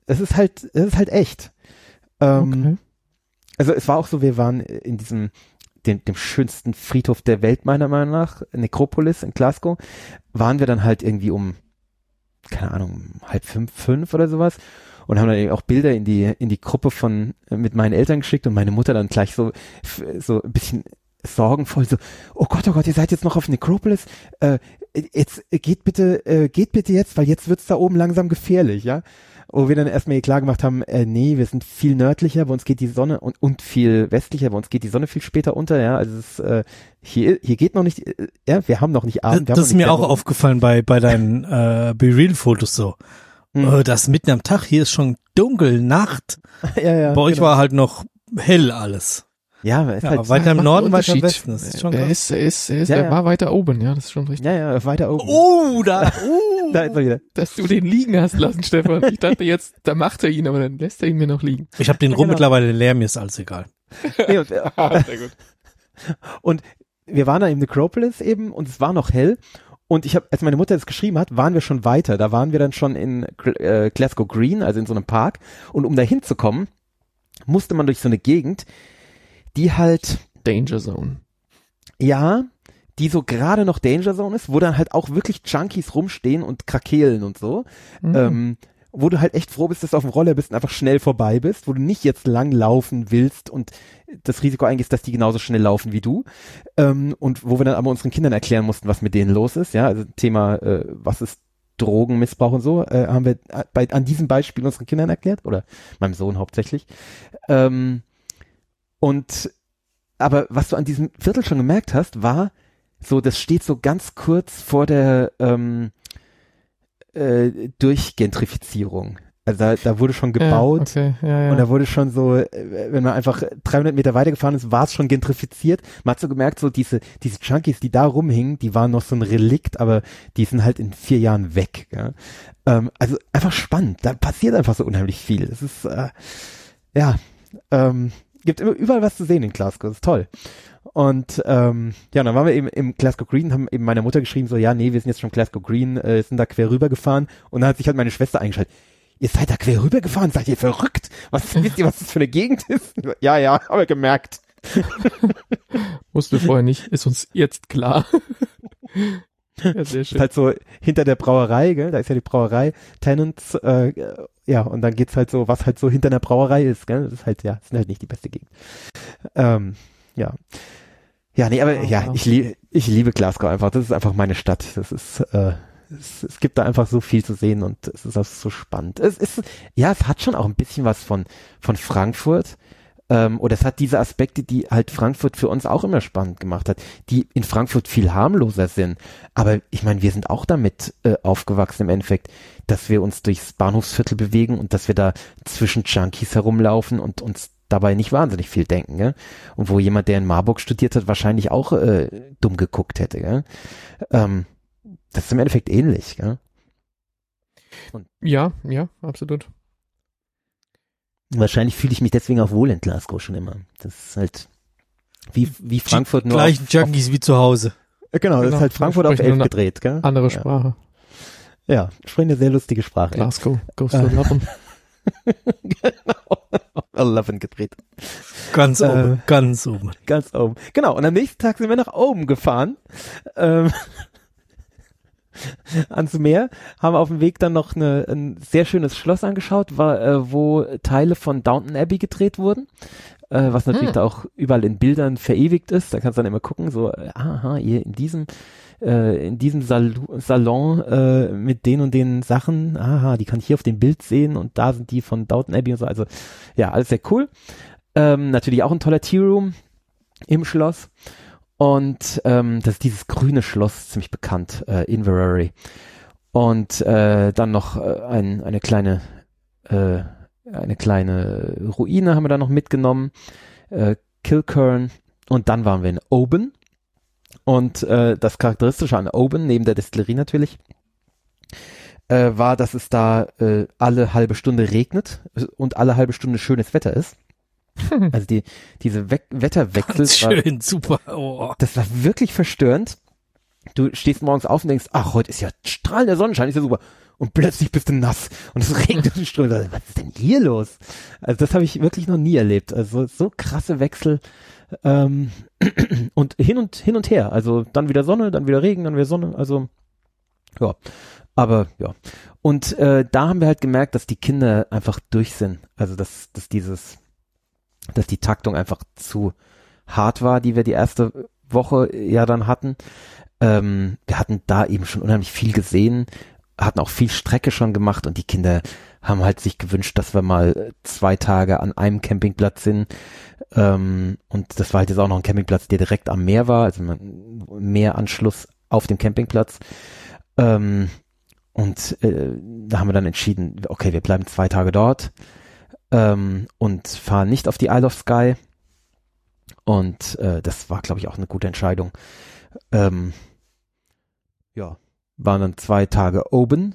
es ist halt echt. Okay. Also es war auch so, wir waren in diesem dem schönsten Friedhof der Welt, meiner Meinung nach, Nekropolis in Glasgow, waren wir dann halt irgendwie um, keine Ahnung, 4:30 oder sowas und haben dann eben auch Bilder in die Gruppe mit meinen Eltern geschickt und meine Mutter dann gleich so ein bisschen sorgenvoll so, oh Gott, ihr seid jetzt noch auf Nekropolis, jetzt geht bitte jetzt, weil jetzt wird's da oben langsam gefährlich, ja. Wo wir dann erstmal klar gemacht haben, nee, wir sind viel nördlicher, bei uns geht die Sonne und viel westlicher, bei uns geht die Sonne viel später unter, ja, also es, hier geht noch nicht, ja, wir haben noch nicht Abend. Das ist mir auch aufgefallen bei deinen Be-Real-Fotos so. Das mitten am Tag, hier ist schon dunkel, Nacht. Ja, bei euch war halt noch hell alles. Ja, ist halt weiter im Norden, weiter im Unterschied. Westen. Das ist schon krass. Er war weiter oben, ja, das ist schon richtig. Ja, weiter oben. Da Da ist er wieder. Dass du den liegen hast lassen, Stefan. Ich dachte jetzt, da macht er ihn, aber dann lässt er ihn mir noch liegen. Ich habe den rum mittlerweile leer, mir ist alles egal. Nee, Sehr gut. und wir waren da im Necropolis eben und es war noch hell. Und als meine Mutter das geschrieben hat, waren wir schon weiter. Da waren wir dann schon in Glasgow Green, also in so einem Park. Und um da hinzukommen, musste man durch so eine Gegend, die halt Danger Zone. Ja, die so gerade noch Danger Zone ist, wo dann halt auch wirklich Junkies rumstehen und krakeelen und so. Wo du halt echt froh bist, dass du auf dem Roller bist und einfach schnell vorbei bist, wo du nicht jetzt lang laufen willst und das Risiko eingehst, dass die genauso schnell laufen wie du. Und wo wir dann aber unseren Kindern erklären mussten, was mit denen los ist. Ja, also Thema, was ist Drogenmissbrauch und so, haben wir an diesem Beispiel unseren Kindern erklärt, oder meinem Sohn hauptsächlich. Aber was du an diesem Viertel schon gemerkt hast, war so, das steht so ganz kurz vor der Durchgentrifizierung. Also da wurde schon gebaut ja. und da wurde schon so, wenn man einfach 300 Meter weitergefahren ist, war es schon gentrifiziert. Man hat so gemerkt, so diese Junkies, die da rumhingen, die waren noch so ein Relikt, aber die sind halt in 4 Jahren weg. Ja? Also einfach spannend. Da passiert einfach so unheimlich viel. Das ist, gibt überall was zu sehen in Glasgow. Das ist toll. Und dann waren wir eben im Glasgow Green, haben eben meiner Mutter geschrieben, so, ja, nee, wir sind jetzt schon Glasgow Green, sind da quer rüber gefahren. Und dann hat sich halt meine Schwester eingeschaltet. Ihr seid da quer rüber gefahren? Seid ihr verrückt? Wisst ihr, was das für eine Gegend ist? Ja, haben wir gemerkt. Wussten wir vorher nicht, ist uns jetzt klar. Ja, sehr schön. Ist halt so hinter der Brauerei, gell? Da ist ja die Brauerei, Tennants, und dann geht's halt so, was halt so hinter der Brauerei ist, gell? Das ist halt, das sind halt nicht die beste Gegend. Ich liebe Glasgow einfach. Das ist einfach meine Stadt. Das ist, es gibt da einfach so viel zu sehen und es ist auch so spannend. Es hat schon auch ein bisschen was von Frankfurt. Oder es hat diese Aspekte, die halt Frankfurt für uns auch immer spannend gemacht hat, die in Frankfurt viel harmloser sind. Aber ich meine, wir sind auch damit aufgewachsen im Endeffekt, dass wir uns durchs Bahnhofsviertel bewegen und dass wir da zwischen Junkies herumlaufen und uns dabei nicht wahnsinnig viel denken. Gell? Und wo jemand, der in Marburg studiert hat, wahrscheinlich auch dumm geguckt hätte. Gell? Das ist im Endeffekt ähnlich. Gell? Ja, absolut. Wahrscheinlich fühle ich mich deswegen auch wohl in Glasgow schon immer. Das ist halt wie Frankfurt nur gleichen Junkies wie zu Hause. Genau, das ist halt Frankfurt auf 11 gedreht. Gell? Andere Sprache. Ja, sprechen eine sehr lustige Sprache. Glasgow, goes to London. Genau, London gedreht. Ganz oben. Ganz oben. Genau, und am nächsten Tag sind wir nach oben gefahren. Ans Meer, haben auf dem Weg dann noch ein sehr schönes Schloss angeschaut, wo Teile von Downton Abbey gedreht wurden, was natürlich da auch überall in Bildern verewigt ist. Da kannst du dann immer gucken, so, hier in diesem Salon mit den und den Sachen, die kann ich hier auf dem Bild sehen und da sind die von Downton Abbey und so. Also ja, alles sehr cool. Natürlich auch ein toller Tea Room im Schloss. Und das ist dieses grüne Schloss, ziemlich bekannt, Inverary. Und dann noch eine kleine Ruine haben wir da noch mitgenommen, Kilkerne. Und dann waren wir in Oban. Und das Charakteristische an Oban, neben der Destillerie natürlich, war, dass es da alle halbe Stunde regnet und alle halbe Stunde schönes Wetter ist. Also diese Wetterwechsel. Schön, super. Oh. Das war wirklich verstörend. Du stehst morgens auf und denkst, ach, heute ist ja strahlender Sonnenschein, ist ja super. und plötzlich bist du nass und es regnet und strömt. Was ist denn hier los? Also das habe ich wirklich noch nie erlebt. Also so krasse Wechsel und hin und her. Also dann wieder Sonne, dann wieder Regen, dann wieder Sonne. Also ja, aber ja. Und da haben wir halt gemerkt, dass die Kinder einfach durch sind. Also dass die Taktung einfach zu hart war, die wir die erste Woche ja dann hatten. Wir hatten da eben schon unheimlich viel gesehen, hatten auch viel Strecke schon gemacht und die Kinder haben halt sich gewünscht, dass wir mal 2 Tage an einem Campingplatz sind. Und das war halt jetzt auch noch ein Campingplatz, der direkt am Meer war, also Meeranschluss auf dem Campingplatz. Und da haben wir dann entschieden, okay, wir bleiben 2 Tage dort und fahren nicht auf die Isle of Skye. Und das war, glaube ich, auch eine gute Entscheidung. Ja, waren dann 2 Tage Oban.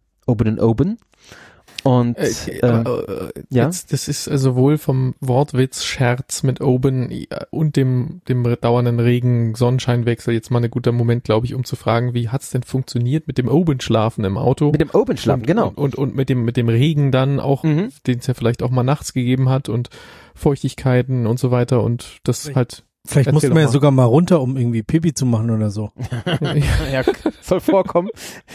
Und ja, jetzt, das ist sowohl vom Wortwitz Scherz mit Oban und dem dauernden Regen-Sonnenscheinwechsel jetzt mal ein guter Moment, glaube ich, um zu fragen, wie hat's denn funktioniert mit dem Oban-Schlafen im Auto? Mit dem Oban-Schlafen, genau. Und mit dem Regen dann auch, den es ja vielleicht auch mal nachts gegeben hat und Feuchtigkeiten und so weiter und das halt. Vielleicht mussten wir ja sogar mal runter, um irgendwie Pipi zu machen oder so. Ja, soll vorkommen.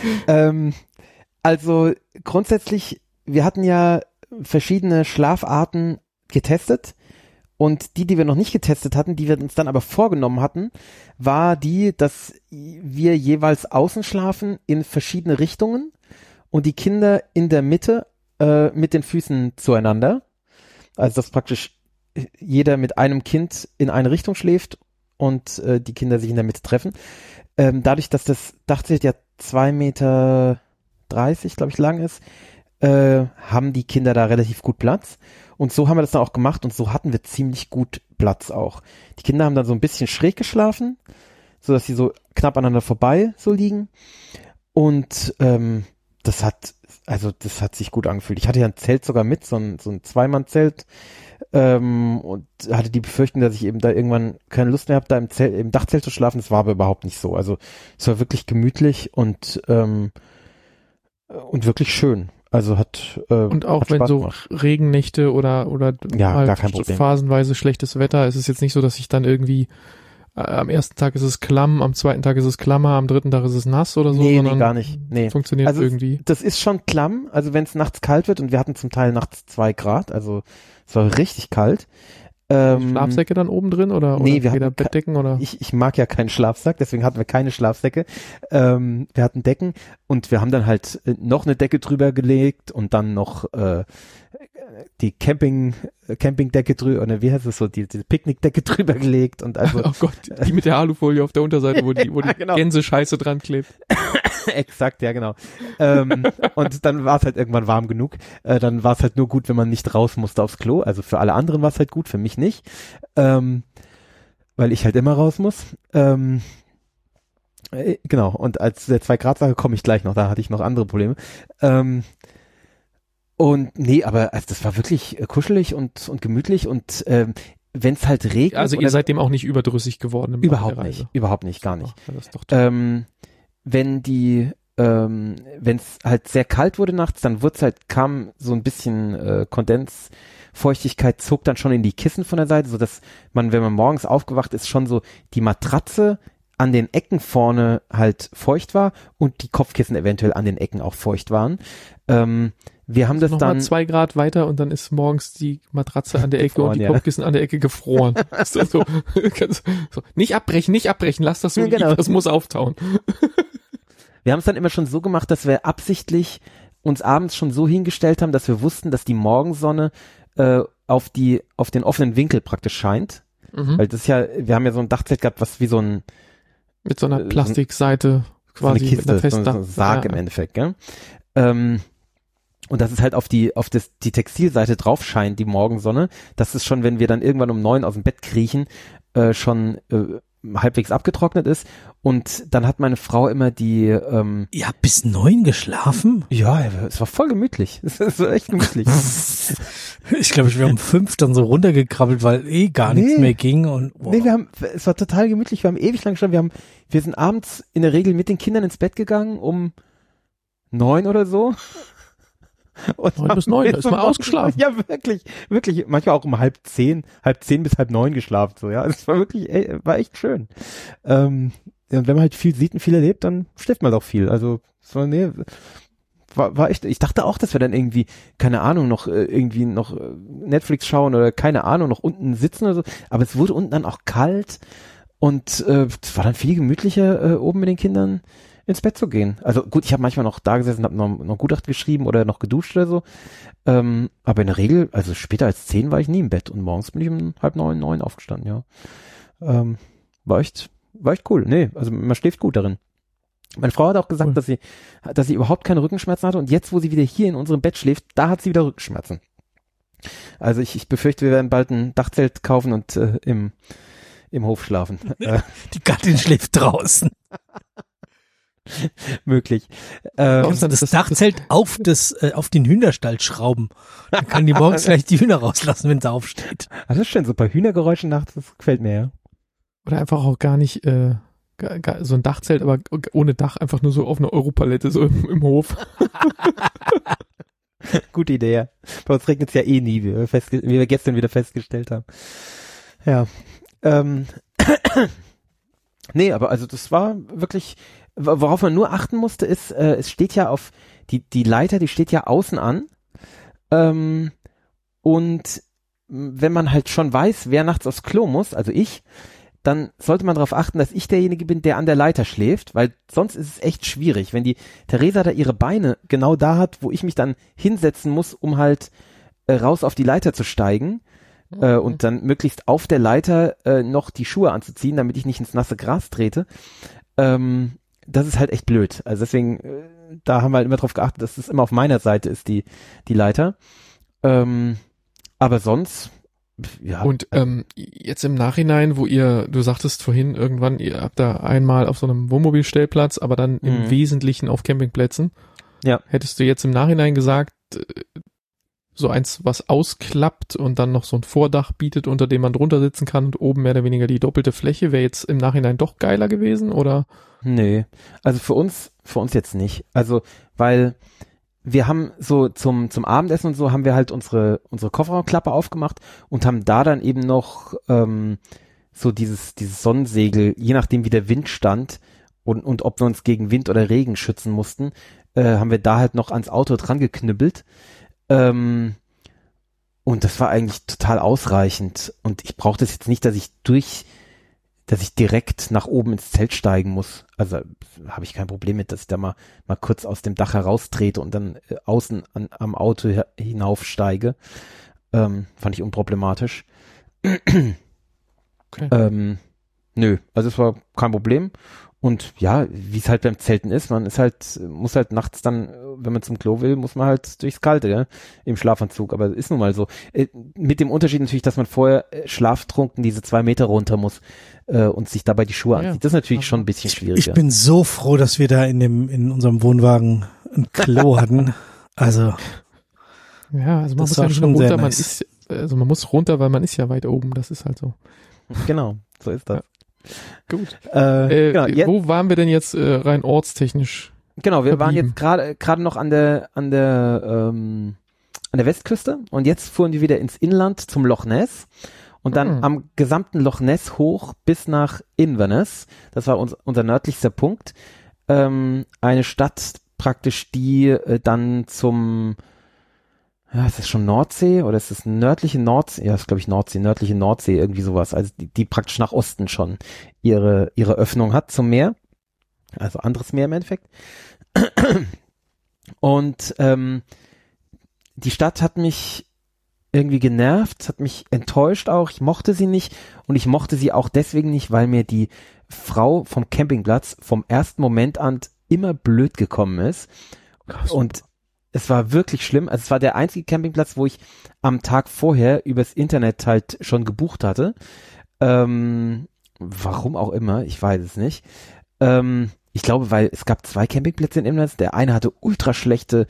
Also grundsätzlich, wir hatten ja verschiedene Schlafarten getestet und die wir noch nicht getestet hatten, die wir uns dann aber vorgenommen hatten, war die, dass wir jeweils außen schlafen in verschiedene Richtungen und die Kinder in der Mitte mit den Füßen zueinander. Also dass praktisch jeder mit einem Kind in eine Richtung schläft und die Kinder sich in der Mitte treffen. Dadurch, dass das Dachzelt ja 2,30 Meter, glaube ich, lang ist, haben die Kinder da relativ gut Platz. Und so haben wir das dann auch gemacht und so hatten wir ziemlich gut Platz auch. Die Kinder haben dann so ein bisschen schräg geschlafen, sodass sie so knapp aneinander vorbei so liegen. Und das hat sich gut angefühlt. Ich hatte ja ein Zelt sogar mit, so ein Zweimann-Zelt, und hatte die Befürchtung, dass ich eben da irgendwann keine Lust mehr habe, da im Dachzelt zu schlafen. Das war aber überhaupt nicht so. Also es war wirklich gemütlich und wirklich schön. Also und auch hat wenn Spaß so gemacht. Regennächte oder Ja, halt gar kein Problem. phasenweise schlechtes Wetter, ist es jetzt nicht so, dass ich dann irgendwie am ersten Tag ist es klamm, am zweiten Tag ist es klammer, am dritten Tag ist es nass oder so. Nee, gar nicht. Nee. Funktioniert also irgendwie. Das ist schon klamm, also wenn es nachts kalt wird und wir hatten zum Teil nachts 2 Grad, also es war richtig kalt. Schlafsäcke dann oben drin oder nee, wir weder hatten Bettdecken oder? Ich mag ja keinen Schlafsack, deswegen hatten wir keine Schlafsäcke. Wir hatten Decken und wir haben dann halt noch eine Decke drüber gelegt und dann noch die Campingdecke drüber, oder wie heißt es so, diese Picknickdecke drüber gelegt und also. Oh Gott, die mit der Alufolie auf der Unterseite, wo die genau. Gänsescheiße dran klebt. Exakt, ja genau. Und dann war es halt irgendwann warm genug. Dann war es halt nur gut, wenn man nicht raus musste aufs Klo. Also für alle anderen war es halt gut, für mich nicht. Weil ich halt immer raus muss. Genau, und als der 2-Grad-Sache komme ich gleich noch, da hatte ich noch andere Probleme. Und nee, aber also das war wirklich kuschelig und gemütlich und wenn es halt regnet. Also ihr seid dem auch nicht überdrüssig geworden im Überhaupt nicht, gar nicht. Oh, das ist doch toll. Wenn es halt sehr kalt wurde nachts, dann kam so ein bisschen Kondensfeuchtigkeit, zog dann schon in die Kissen von der Seite, so dass man, wenn man morgens aufgewacht ist, schon so die Matratze an den Ecken vorne halt feucht war und die Kopfkissen eventuell an den Ecken auch feucht waren. Wir haben das noch dann mal 2 Grad weiter und dann ist morgens die Matratze an der Ecke und die Kopfkissen an der Ecke gefroren. so, nicht abbrechen, lass das so liegen, genau. Das muss auftauen. Wir haben es dann immer schon so gemacht, dass wir absichtlich uns abends schon so hingestellt haben, dass wir wussten, dass die Morgensonne auf den offenen Winkel praktisch scheint. Weil das ist ja, wir haben ja so ein Dachzelt gehabt, was wie so ein mit so einer Plastikseite quasi, so eine Kiste, mit einer Festdach. so ein Sarg im Endeffekt, gell? Und das ist halt auf die Textilseite drauf scheint, die Morgensonne. Das ist schon, wenn wir dann irgendwann um 9 aus dem Bett kriechen, schon halbwegs abgetrocknet ist. Und dann hat meine Frau immer die Ihr habt bis 9 geschlafen? Ja, es war voll gemütlich. Es war echt gemütlich. Ich glaube, ich wäre um 5 dann so runtergekrabbelt, weil gar nichts mehr ging. Und wow. Nee, es war total gemütlich. Wir haben ewig lang geschlafen. Wir sind abends in der Regel mit den Kindern ins Bett gegangen um 9 oder so. Und 9 bis 9, da ist man ausgeschlafen. Ja, wirklich, manchmal auch um 8:30 bis 8:30 geschlafen, so, ja. Es war wirklich, war echt schön. Und wenn man halt viel sieht und viel erlebt, dann schläft man doch viel. Also, es war echt, ich dachte auch, dass wir dann irgendwie, keine Ahnung, noch Netflix schauen oder keine Ahnung, noch unten sitzen oder so. Aber es wurde unten dann auch kalt und es war dann viel gemütlicher, oben mit den Kindern ins Bett zu gehen. Also gut, ich habe manchmal noch da gesessen, habe noch Gutachten geschrieben oder noch geduscht oder so. Aber in der Regel, also später als 10 war ich nie im Bett und morgens bin ich um 8:30, 9 aufgestanden, ja. War echt cool. Nee, also man schläft gut darin. Meine Frau hat auch gesagt, cool, dass sie überhaupt keine Rückenschmerzen hatte und jetzt, wo sie wieder hier in unserem Bett schläft, da hat sie wieder Rückenschmerzen. Also ich befürchte, wir werden bald ein Dachzelt kaufen und im Hof schlafen. Die Gattin schläft draußen. Möglich. Das Dachzelt auf den Hühnerstall schrauben. Dann kann die morgens gleich die Hühner rauslassen, wenn sie aufsteht. Das ist schön, so ein paar Hühnergeräusche nachts, das gefällt mir, ja. Oder einfach auch gar nicht so ein Dachzelt, aber ohne Dach, einfach nur so auf einer Europalette, so im Hof. Gute Idee, ja. Bei uns regnet es ja eh nie, wie wir gestern wieder festgestellt haben. Ja. Nee, aber also das war wirklich, worauf man nur achten musste, ist, es steht ja auf, die Leiter, die steht ja außen an. Und wenn man halt schon weiß, wer nachts aufs Klo muss, also ich, dann sollte man darauf achten, dass ich derjenige bin, der an der Leiter schläft, weil sonst ist es echt schwierig, wenn die Theresa da ihre Beine genau da hat, wo ich mich dann hinsetzen muss, um halt raus auf die Leiter zu steigen und dann möglichst auf der Leiter noch die Schuhe anzuziehen, damit ich nicht ins nasse Gras trete. Das ist halt echt blöd. Also deswegen, da haben wir halt immer drauf geachtet, dass es immer auf meiner Seite ist, die Leiter. Aber sonst, ja. Und jetzt im Nachhinein, du sagtest vorhin irgendwann, ihr habt da einmal auf so einem Wohnmobilstellplatz, aber dann im Wesentlichen auf Campingplätzen. Ja. Hättest du jetzt im Nachhinein gesagt, so eins, was ausklappt und dann noch so ein Vordach bietet, unter dem man drunter sitzen kann und oben mehr oder weniger die doppelte Fläche, wäre jetzt im Nachhinein doch geiler gewesen, oder? Nee, also für uns jetzt nicht. Also, weil wir haben so zum Abendessen und so haben wir halt unsere Kofferraumklappe aufgemacht und haben da dann eben noch so dieses Sonnensegel, je nachdem wie der Wind stand und ob wir uns gegen Wind oder Regen schützen mussten, haben wir da halt noch ans Auto dran geknüppelt. Und das war eigentlich total ausreichend. Und ich brauche das jetzt nicht, dass ich direkt nach oben ins Zelt steigen muss. Also habe ich kein Problem mit, dass ich da mal kurz aus dem Dach heraustrete und dann außen am Auto hinaufsteige. Fand ich unproblematisch. Okay. Nö, also es war kein Problem. Und ja, wie es halt beim Zelten ist, muss halt nachts dann, wenn man zum Klo will, muss man halt durchs Kalte, ja, im Schlafanzug. Aber ist nun mal so. Mit dem Unterschied natürlich, dass man vorher schlaftrunken diese 2 Meter runter muss und sich dabei die Schuhe anzieht. Das ist natürlich schon ein bisschen schwieriger. Ich bin so froh, dass wir da in unserem Wohnwagen ein Klo hatten. Also. Ja, also man muss ja nicht nur runter, man muss runter, weil man ist ja weit oben. Das ist halt so. Genau, so ist das. Ja. Gut. Genau, wo waren wir denn jetzt rein ortstechnisch? Genau, wir waren jetzt gerade noch an der Westküste und jetzt fuhren wir wieder ins Inland zum Loch Ness und dann am gesamten Loch Ness hoch bis nach Inverness. Das war unser nördlichster Punkt. Eine Stadt praktisch, die dann ist das schon Nordsee oder ist das nördliche Nordsee? Ja, ist glaube ich Nordsee, nördliche Nordsee, irgendwie sowas. Also die praktisch nach Osten schon ihre Öffnung hat zum Meer. Also anderes Meer im Endeffekt. Und die Stadt hat mich irgendwie genervt, hat mich enttäuscht auch. Ich mochte sie nicht und ich mochte sie auch deswegen nicht, weil mir die Frau vom Campingplatz vom ersten Moment an immer blöd gekommen ist. Und es war wirklich schlimm. Also es war der einzige Campingplatz, wo ich am Tag vorher übers Internet halt schon gebucht hatte. Warum auch immer, ich weiß es nicht. Ich glaube, weil es gab 2 Campingplätze in Inverness. Der eine hatte ultra schlechte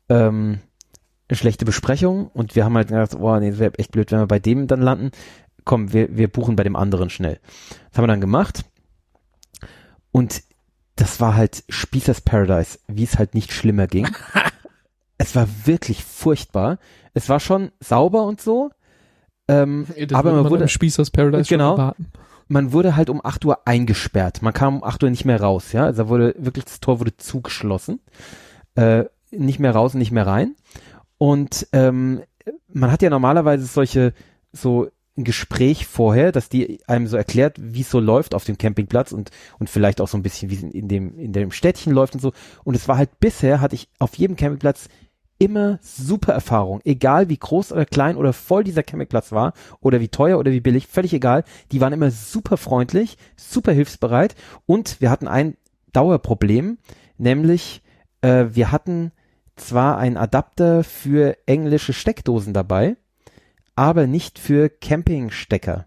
Besprechung und wir haben halt gedacht, das wäre echt blöd, wenn wir bei dem dann landen. Komm, wir buchen bei dem anderen schnell. Das haben wir dann gemacht. Und das war halt Spießers Paradise, wie es halt nicht schlimmer ging. Es war wirklich furchtbar. Es war schon sauber und so. Aber man wurde im Spießers Paradise genau, schon erwarten. Man wurde halt um 8 Uhr eingesperrt. Man kam um 8 Uhr nicht mehr raus, ja. Also das Tor wurde zugeschlossen. Nicht mehr raus und nicht mehr rein. Und man hat ja normalerweise so ein Gespräch vorher, dass die einem so erklärt, wie es so läuft auf dem Campingplatz und vielleicht auch so ein bisschen, wie es in dem Städtchen läuft und so. Und es war halt bisher, hatte ich auf jedem Campingplatz immer super Erfahrung, egal wie groß oder klein oder voll dieser Campingplatz war oder wie teuer oder wie billig, völlig egal. Die waren immer super freundlich, super hilfsbereit und wir hatten ein Dauerproblem, nämlich wir hatten zwar einen Adapter für englische Steckdosen dabei, aber nicht für Campingstecker.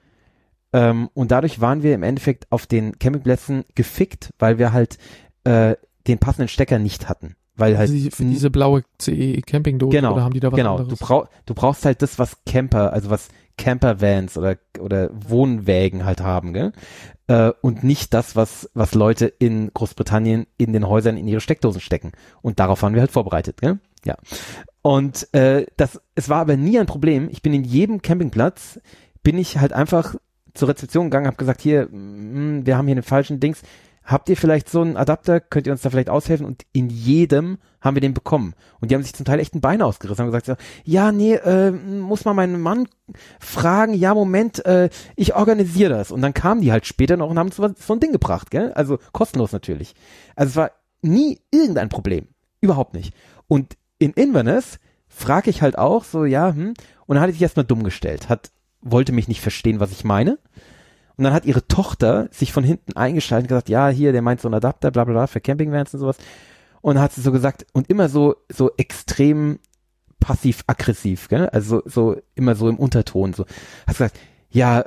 Und dadurch waren wir im Endeffekt auf den Campingplätzen gefickt, weil wir halt den passenden Stecker nicht hatten. Weil halt Für diese blaue CE-Campingdose, genau, oder haben die da was genau. anderes? Du brauchst halt das, was was Campervans oder Wohnwägen halt haben, gell? Und nicht das, was Leute in Großbritannien in den Häusern in ihre Steckdosen stecken. Und darauf waren wir halt vorbereitet, gell? Ja. Und es war aber nie ein Problem. Ich bin in jedem Campingplatz, bin ich halt einfach zur Rezeption gegangen, habe gesagt, hier, wir haben hier den falschen Dings. Habt ihr vielleicht so einen Adapter? Könnt ihr uns da vielleicht aushelfen? Und in jedem haben wir den bekommen. Und die haben sich zum Teil echt ein Bein ausgerissen, haben gesagt, ja, nee, muss mal meinen Mann fragen, ja, Moment, ich organisiere das. Und dann kamen die halt später noch und haben so ein Ding gebracht, gell? Also kostenlos natürlich. Also es war nie irgendein Problem. Überhaupt nicht. Und in Inverness frage ich halt auch so, ja, und dann hat er sich erstmal dumm gestellt, wollte mich nicht verstehen, was ich meine. Und dann hat ihre Tochter sich von hinten eingeschaltet und gesagt, ja, hier, der meint so ein Adapter, bla bla bla, für Campingvans und sowas. Und dann hat sie so gesagt, und immer so extrem passiv-aggressiv, gell? Also so immer so im Unterton, so. Hat sie gesagt, ja,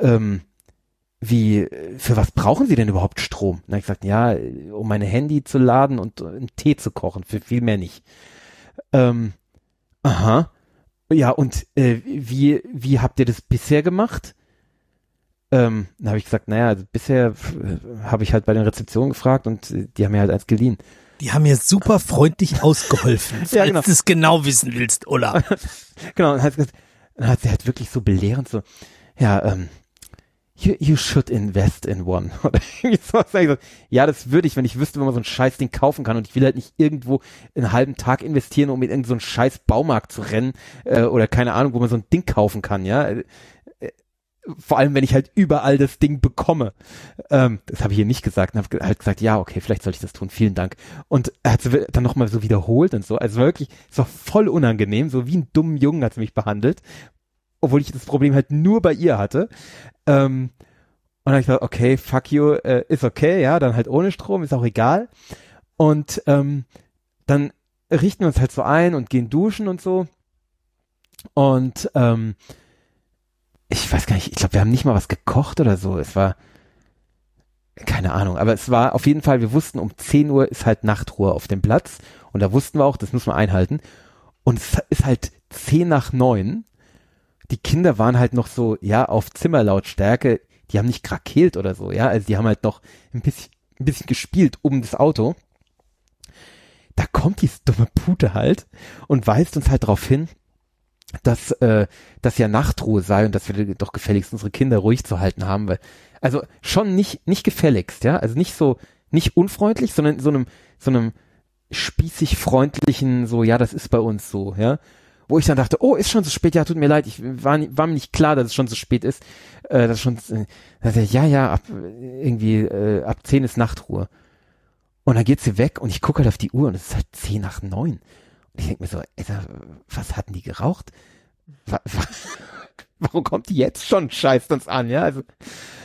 für was brauchen Sie denn überhaupt Strom? Und dann habe ich gesagt, ja, um mein Handy zu laden und einen Tee zu kochen, für viel mehr nicht. Aha. Ja, und wie habt ihr das bisher gemacht? Dann habe ich gesagt, naja, also bisher habe ich halt bei den Rezeptionen gefragt und die haben mir halt eins geliehen. Die haben mir super freundlich ausgeholfen, ja, genau. falls du es genau wissen willst, Ulla. Genau, und dann hat sie halt wirklich so belehrend so, ja, you should invest in one. Oder irgendwie sowas. Ja, das würde ich, wenn ich wüsste, wo man so ein Scheißding kaufen kann und ich will halt nicht irgendwo einen halben Tag investieren, um in irgendeinen so einen scheiß Baumarkt zu rennen oder keine Ahnung, wo man so ein Ding kaufen kann, ja. Vor allem, wenn ich halt überall das Ding bekomme. Das habe ich ihr nicht gesagt und habe halt gesagt, ja, okay, vielleicht sollte ich das tun, vielen Dank. Und er hat sie dann nochmal so wiederholt und so. Also wirklich, es war voll unangenehm, so wie einen dummen Jungen hat sie mich behandelt. Obwohl ich das Problem halt nur bei ihr hatte. Und dann habe ich gesagt, okay, fuck you, ist okay, ja, dann halt ohne Strom, ist auch egal. Und dann richten wir uns halt so ein und gehen duschen und so. Und ich weiß gar nicht, ich glaube, wir haben nicht mal was gekocht oder so. Es war, keine Ahnung, aber es war auf jeden Fall, wir wussten, um 10 Uhr ist halt Nachtruhe auf dem Platz. Und da wussten wir auch, das müssen wir einhalten. Und es ist halt 8:50. Die Kinder waren halt noch so, ja, auf Zimmerlautstärke, die haben nicht krakeelt oder so, ja, also die haben halt noch ein bisschen gespielt um das Auto. Da kommt diese dumme Pute halt und weist uns halt darauf hin, dass ja Nachtruhe sei und dass wir doch gefälligst unsere Kinder ruhig zu halten haben, weil, also schon nicht gefälligst, ja, also nicht unfreundlich, sondern in so einem spießig freundlichen, so, ja, das ist bei uns so, ja, wo ich dann dachte, oh, ist schon so spät, ja, tut mir leid, ich war mir nicht klar, dass es schon so spät ist, dass schon, ab 10 ist Nachtruhe. Und dann geht sie weg und ich gucke halt auf die Uhr und es ist halt 10:50. Und ich denke mir so, was hatten die geraucht? Warum kommt die jetzt schon? Scheißt uns an, ja? Also,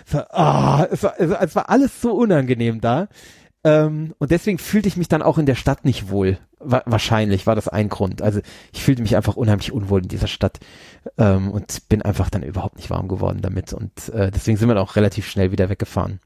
es war alles so unangenehm da. Und deswegen fühlte ich mich dann auch in der Stadt nicht wohl. Wahrscheinlich war das ein Grund. Also ich fühlte mich einfach unheimlich unwohl in dieser Stadt und bin einfach dann überhaupt nicht warm geworden damit. Und deswegen sind wir dann auch relativ schnell wieder weggefahren.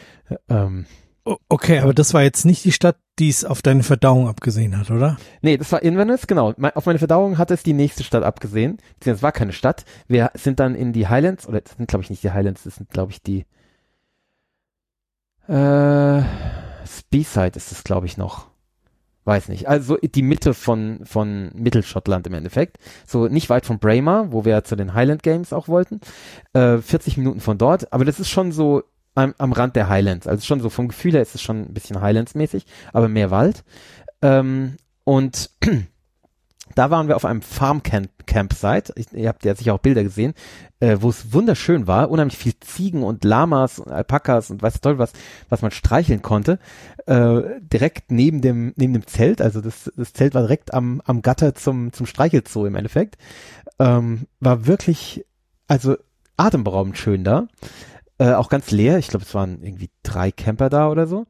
Okay, aber das war jetzt nicht die Stadt, die es auf deine Verdauung abgesehen hat, oder? Nee, das war Inverness, genau. Auf meine Verdauung hat es die nächste Stadt abgesehen. Es war keine Stadt. Wir sind dann in die Highlands, oder das sind glaube ich nicht die Highlands, das sind glaube ich die Speyside ist es, glaube ich, noch. Weiß nicht. Also die Mitte von Mittelschottland im Endeffekt. So nicht weit von Braemar, wo wir zu den Highland Games auch wollten. 40 Minuten von dort. Aber das ist schon so am Rand der Highlands. Also schon so vom Gefühl her ist es schon ein bisschen Highlands-mäßig, aber mehr Wald. Und da waren wir auf einem Farm-Campsite. Ihr habt ja sicher auch Bilder gesehen, wo es wunderschön war. Unheimlich viel Ziegen und Lamas und Alpakas und was man streicheln konnte. Direkt neben dem Zelt. Also das Zelt war direkt am Gatter zum Streichelzoo im Endeffekt. War wirklich, also atemberaubend schön da. Auch ganz leer. Ich glaube, es waren irgendwie 3 Camper da oder so.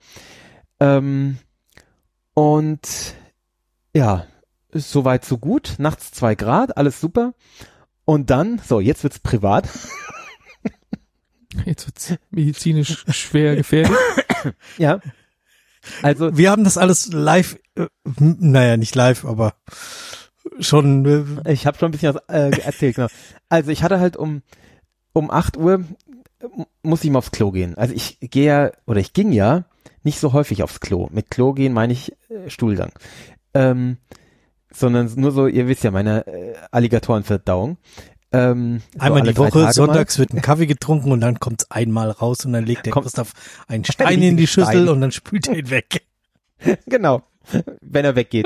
Und ja, soweit so gut. Nachts 2 Grad, alles super. Und dann, so, jetzt wird's privat. Jetzt wird's medizinisch schwer gefährlich. Ja. Also wir haben das alles live, naja, nicht live, aber schon. Ich habe schon ein bisschen was erzählt, genau. Also ich hatte halt um 8 Uhr muss ich mal aufs Klo gehen. Also ich ging ja nicht so häufig aufs Klo. Mit Klo gehen meine ich Stuhlgang. Sondern nur so, ihr wisst ja, meine Alligatorenverdauung. Einmal die Woche, sonntags wird ein Kaffee getrunken und dann kommt's einmal raus und dann legt der Christoph einen Stein in die Schüssel und dann spült er ihn weg. Genau. Wenn er weggeht.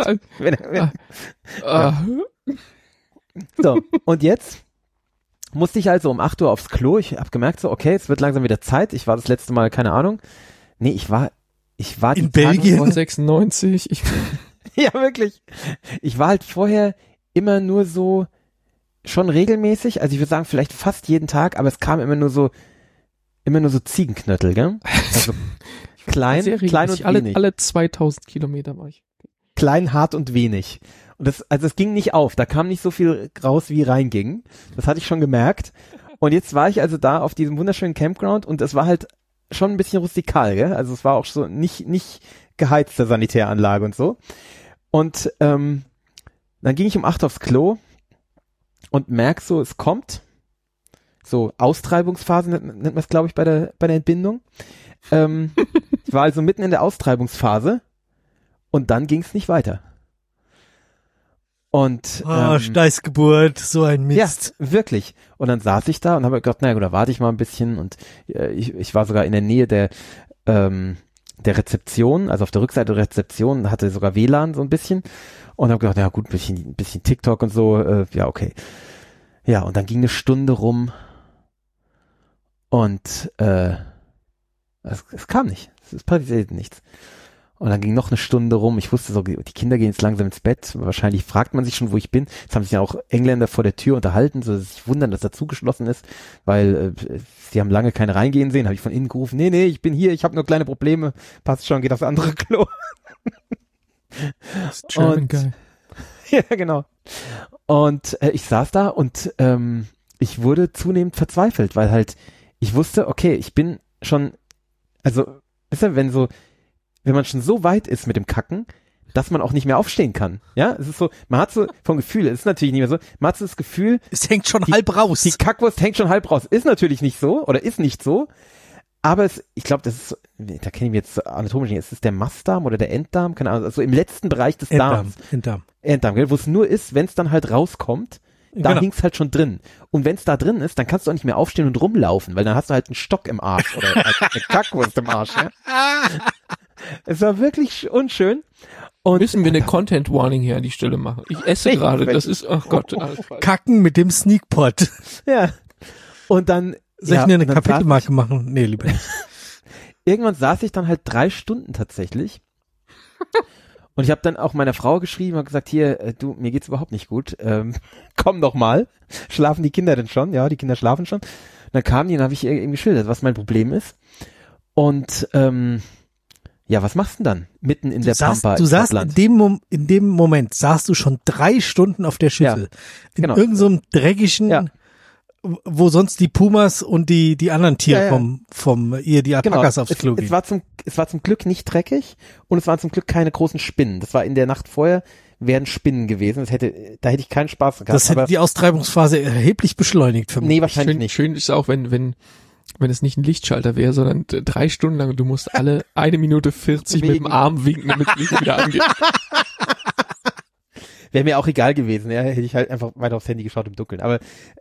So, und jetzt musste ich also um 8 Uhr aufs Klo. Ich habe gemerkt so, okay, es wird langsam wieder Zeit. Ich war das letzte Mal, keine Ahnung. Nee, ich war in Belgien 96. Ja, wirklich. Ich war halt vorher immer nur so, schon regelmäßig, also ich würde sagen, vielleicht fast jeden Tag, aber es kam immer nur so Ziegenknöttel, gell? Also klein und wenig. Alle 2000 Kilometer war ich. Klein, hart und wenig. Und es ging nicht auf, da kam nicht so viel raus, wie reinging. Das hatte ich schon gemerkt. Und jetzt war ich also da auf diesem wunderschönen Campground und es war halt schon ein bisschen rustikal, gell? Also es war auch so nicht geheizte Sanitäranlage und so. Und dann ging ich um 8 aufs Klo und merk so, es kommt. So Austreibungsphase nennt man es, glaube ich, bei der Entbindung. Ich war also mitten in der Austreibungsphase und dann ging es nicht weiter. Und Steißgeburt, so ein Mist. Ja, wirklich. Und dann saß ich da und habe gedacht, naja gut, da warte ich mal ein bisschen. Und ich war sogar in der Nähe der Rezeption, also auf der Rückseite der Rezeption, hatte sogar WLAN so ein bisschen. Und habe gedacht, ja gut, ein bisschen TikTok und so, ja, okay. Ja, und dann ging eine Stunde rum und es kam nicht. Es passierte nichts. Und dann ging noch eine Stunde rum. Ich wusste so, die Kinder gehen jetzt langsam ins Bett. Wahrscheinlich fragt man sich schon, wo ich bin. Jetzt haben sich ja auch Engländer vor der Tür unterhalten, so dass sie sich wundern, dass da zugeschlossen ist, weil sie haben lange keine reingehen sehen. Habe ich von innen gerufen, nee, ich bin hier, ich habe nur kleine Probleme. Passt schon, geht aufs andere Klo. Das German Guy. Ja, genau. Und ich saß da und ich wurde zunehmend verzweifelt, weil halt ich wusste, okay, ich bin schon, also, weißt du, wenn man schon so weit ist mit dem Kacken, dass man auch nicht mehr aufstehen kann. Ja, es ist so, man hat so vom Gefühl, es ist natürlich nicht mehr so, man hat so das Gefühl, es hängt schon halb raus. Die Kackwurst hängt schon halb raus. Ist natürlich nicht so oder ist nicht so, aber ich glaube, das ist, da kenne ich mich jetzt anatomisch nicht, ist es der Mastdarm oder der Enddarm? Keine Ahnung, also im letzten Bereich des Darms. Enddarm, gell, wo es nur ist, wenn es dann halt rauskommt, da hingt's halt schon drin. Und wenn es da drin ist, dann kannst du auch nicht mehr aufstehen und rumlaufen, weil dann hast du halt einen Stock im Arsch oder halt eine Kackwurst im Arsch. Ja? Es war wirklich unschön. Und müssen wir eine Content Warning hier an die Stelle machen? Ich esse gerade, das ist, ach Gott. Kacken mit dem Sneakpot. Ja. Und dann soll ich mir eine Kapitelmarke machen? Nee, lieber nicht. Irgendwann saß ich dann halt 3 Stunden tatsächlich. Und ich habe dann auch meiner Frau geschrieben und gesagt, hier, du, mir geht's überhaupt nicht gut. Komm doch mal. Schlafen die Kinder denn schon? Ja, die Kinder schlafen schon. Und dann kam die und habe ich ihr eben geschildert, was mein Problem ist. Und ja, was machst du denn dann? Mitten in der Pampa. Du saßt in dem Moment saßt du schon 3 Stunden auf der Schüssel. Ja, genau. In irgendeinem so dreckigen, wo sonst die Pumas und die anderen Tiere die Alpakas aufs Klo gehen. Es war zum Glück nicht dreckig und es waren zum Glück keine großen Spinnen. Das war in der Nacht vorher, wären Spinnen gewesen. Da hätte ich keinen Spaß gehabt. Das hätte die Austreibungsphase erheblich beschleunigt für mich. Nee, wahrscheinlich nicht. Schön ist auch, wenn wenn es nicht ein Lichtschalter wäre, sondern 3 Stunden lang und du musst alle 1 Minute 40 mit dem Arm winken, damit es Licht wieder angeht. Wäre mir auch egal gewesen, ja, hätte ich halt einfach weiter aufs Handy geschaut im Dunkeln. Aber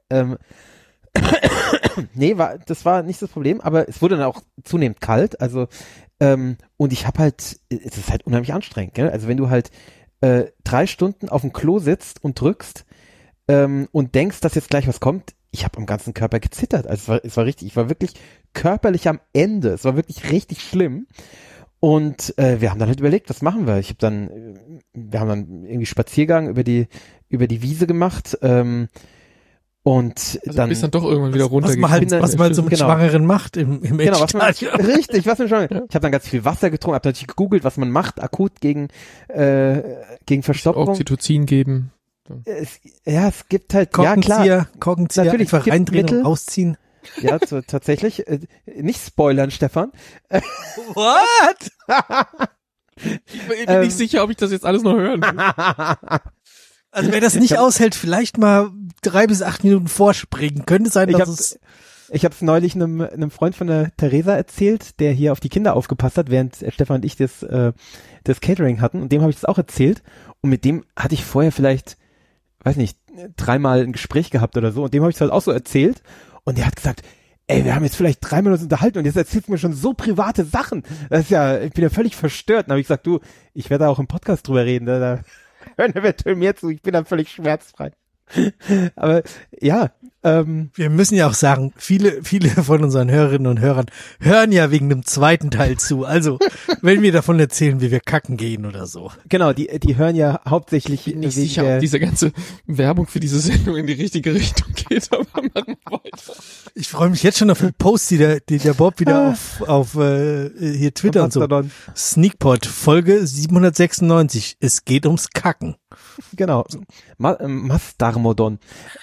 nee, das war nicht das Problem, aber es wurde dann auch zunehmend kalt, also und ich habe halt, es ist halt unheimlich anstrengend, gell? Also wenn du halt 3 Stunden auf dem Klo sitzt und drückst und denkst, dass jetzt gleich was kommt, ich habe am ganzen Körper gezittert, also es war richtig, ich war wirklich körperlich am Ende, es war wirklich richtig schlimm. Und wir haben dann halt überlegt, was machen wir? Wir haben dann irgendwie Spaziergang über die Wiese gemacht und also dann bist dann doch irgendwann wieder runtergekommen. Was man so mit Schwangeren macht im genau, richtig, was man schon. Ja. Ich habe dann ganz viel Wasser getrunken, habe natürlich gegoogelt, was man macht akut gegen Verstopfung. Oxytocin geben. Es gibt halt Korkenzieher natürlich einfach reindrehen und ausziehen. Ja, tatsächlich. Nicht spoilern, Stefan. What? Ich bin nicht sicher, ob ich das jetzt alles noch hören will. Also wer das nicht aushält, vielleicht mal 3 bis 8 Minuten vorspringen. Könnte sein, dass ich habe es neulich einem Freund von der Theresa erzählt, der hier auf die Kinder aufgepasst hat, während Stefan und ich das Catering hatten. Und dem habe ich das auch erzählt. Und mit dem hatte ich vorher vielleicht, weiß nicht, 3-mal ein Gespräch gehabt oder so. Und dem habe ich es halt auch so erzählt. Und der hat gesagt, ey, wir haben jetzt vielleicht 3 Minuten unterhalten und jetzt erzählst du mir schon so private Sachen. Ich bin ja völlig verstört. Dann habe ich gesagt, du, ich werde da auch im Podcast drüber reden. Da hören eventuell mehr zu. Ich bin da völlig schmerzfrei. Aber ja. Wir müssen ja auch sagen, viele von unseren Hörerinnen und Hörern hören ja wegen dem zweiten Teil zu. Also, wenn wir davon erzählen, wie wir kacken gehen oder so. Genau, die hören ja hauptsächlich. Ich bin nicht sicher, ob diese ganze Werbung für diese Sendung in die richtige Richtung geht, aber machen wir weiter. Ich freue mich jetzt schon auf den Post, die der Bob wieder auf hier Twitter und so. Sneakpot, Folge 796. Es geht ums Kacken. Genau. Mastarmodon.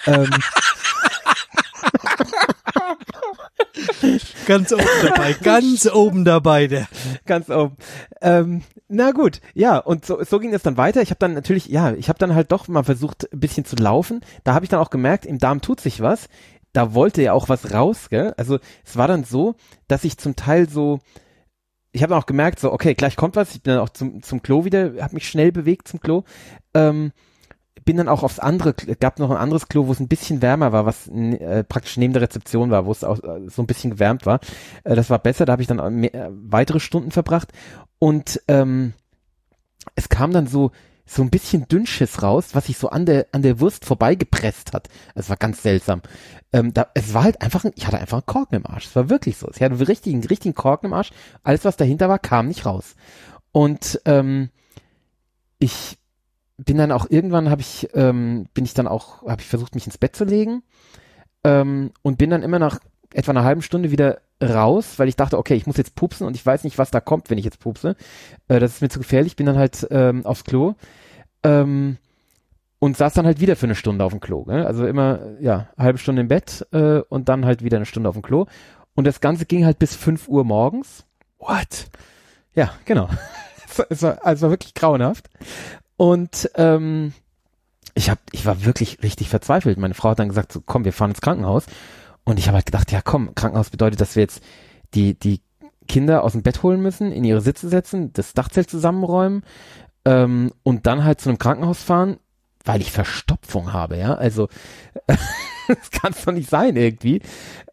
Ganz oben dabei, Ganz oben. Na gut, ja, und so ging es dann weiter. Ich habe dann halt doch mal versucht, ein bisschen zu laufen. Da habe ich dann auch gemerkt, im Darm tut sich was. Da wollte ja auch was raus, gell? Also es war dann so, dass ich zum Teil ich habe dann auch gemerkt, so, okay, gleich kommt was. Ich bin dann auch zum Klo wieder, habe mich schnell bewegt zum Klo. Bin dann auch aufs andere, gab noch ein anderes Klo, wo es ein bisschen wärmer war, was praktisch neben der Rezeption war, wo es auch so ein bisschen gewärmt war. Das war besser, da habe ich dann weitere Stunden verbracht und es kam dann so ein bisschen Dünnschiss raus, was sich so an der Wurst vorbeigepresst hat. Es war ganz seltsam. Es war halt einfach, ich hatte einfach einen Korken im Arsch. Es war wirklich so. Ich hatte einen richtigen Korken im Arsch. Alles, was dahinter war, kam nicht raus. Und ich bin dann auch irgendwann habe ich versucht, mich ins Bett zu legen und bin dann immer nach etwa einer halben Stunde wieder raus, weil ich dachte, okay, ich muss jetzt pupsen und ich weiß nicht, was da kommt, wenn ich jetzt pupse. Das ist mir zu gefährlich. Bin dann halt aufs Klo und saß dann halt wieder für eine Stunde auf dem Klo. Ne? Also immer, eine halbe Stunde im Bett und dann halt wieder eine Stunde auf dem Klo. Und das Ganze ging halt bis 5 Uhr morgens. What? Ja, genau. Es war wirklich grauenhaft. Und ich war wirklich richtig verzweifelt. Meine Frau hat dann gesagt, so, komm, wir fahren ins Krankenhaus. Und ich habe halt gedacht, ja komm, Krankenhaus bedeutet, dass wir jetzt die Kinder aus dem Bett holen müssen, in ihre Sitze setzen, das Dachzelt zusammenräumen und dann halt zu einem Krankenhaus fahren, weil ich Verstopfung habe, ja. Also das kann es doch nicht sein irgendwie.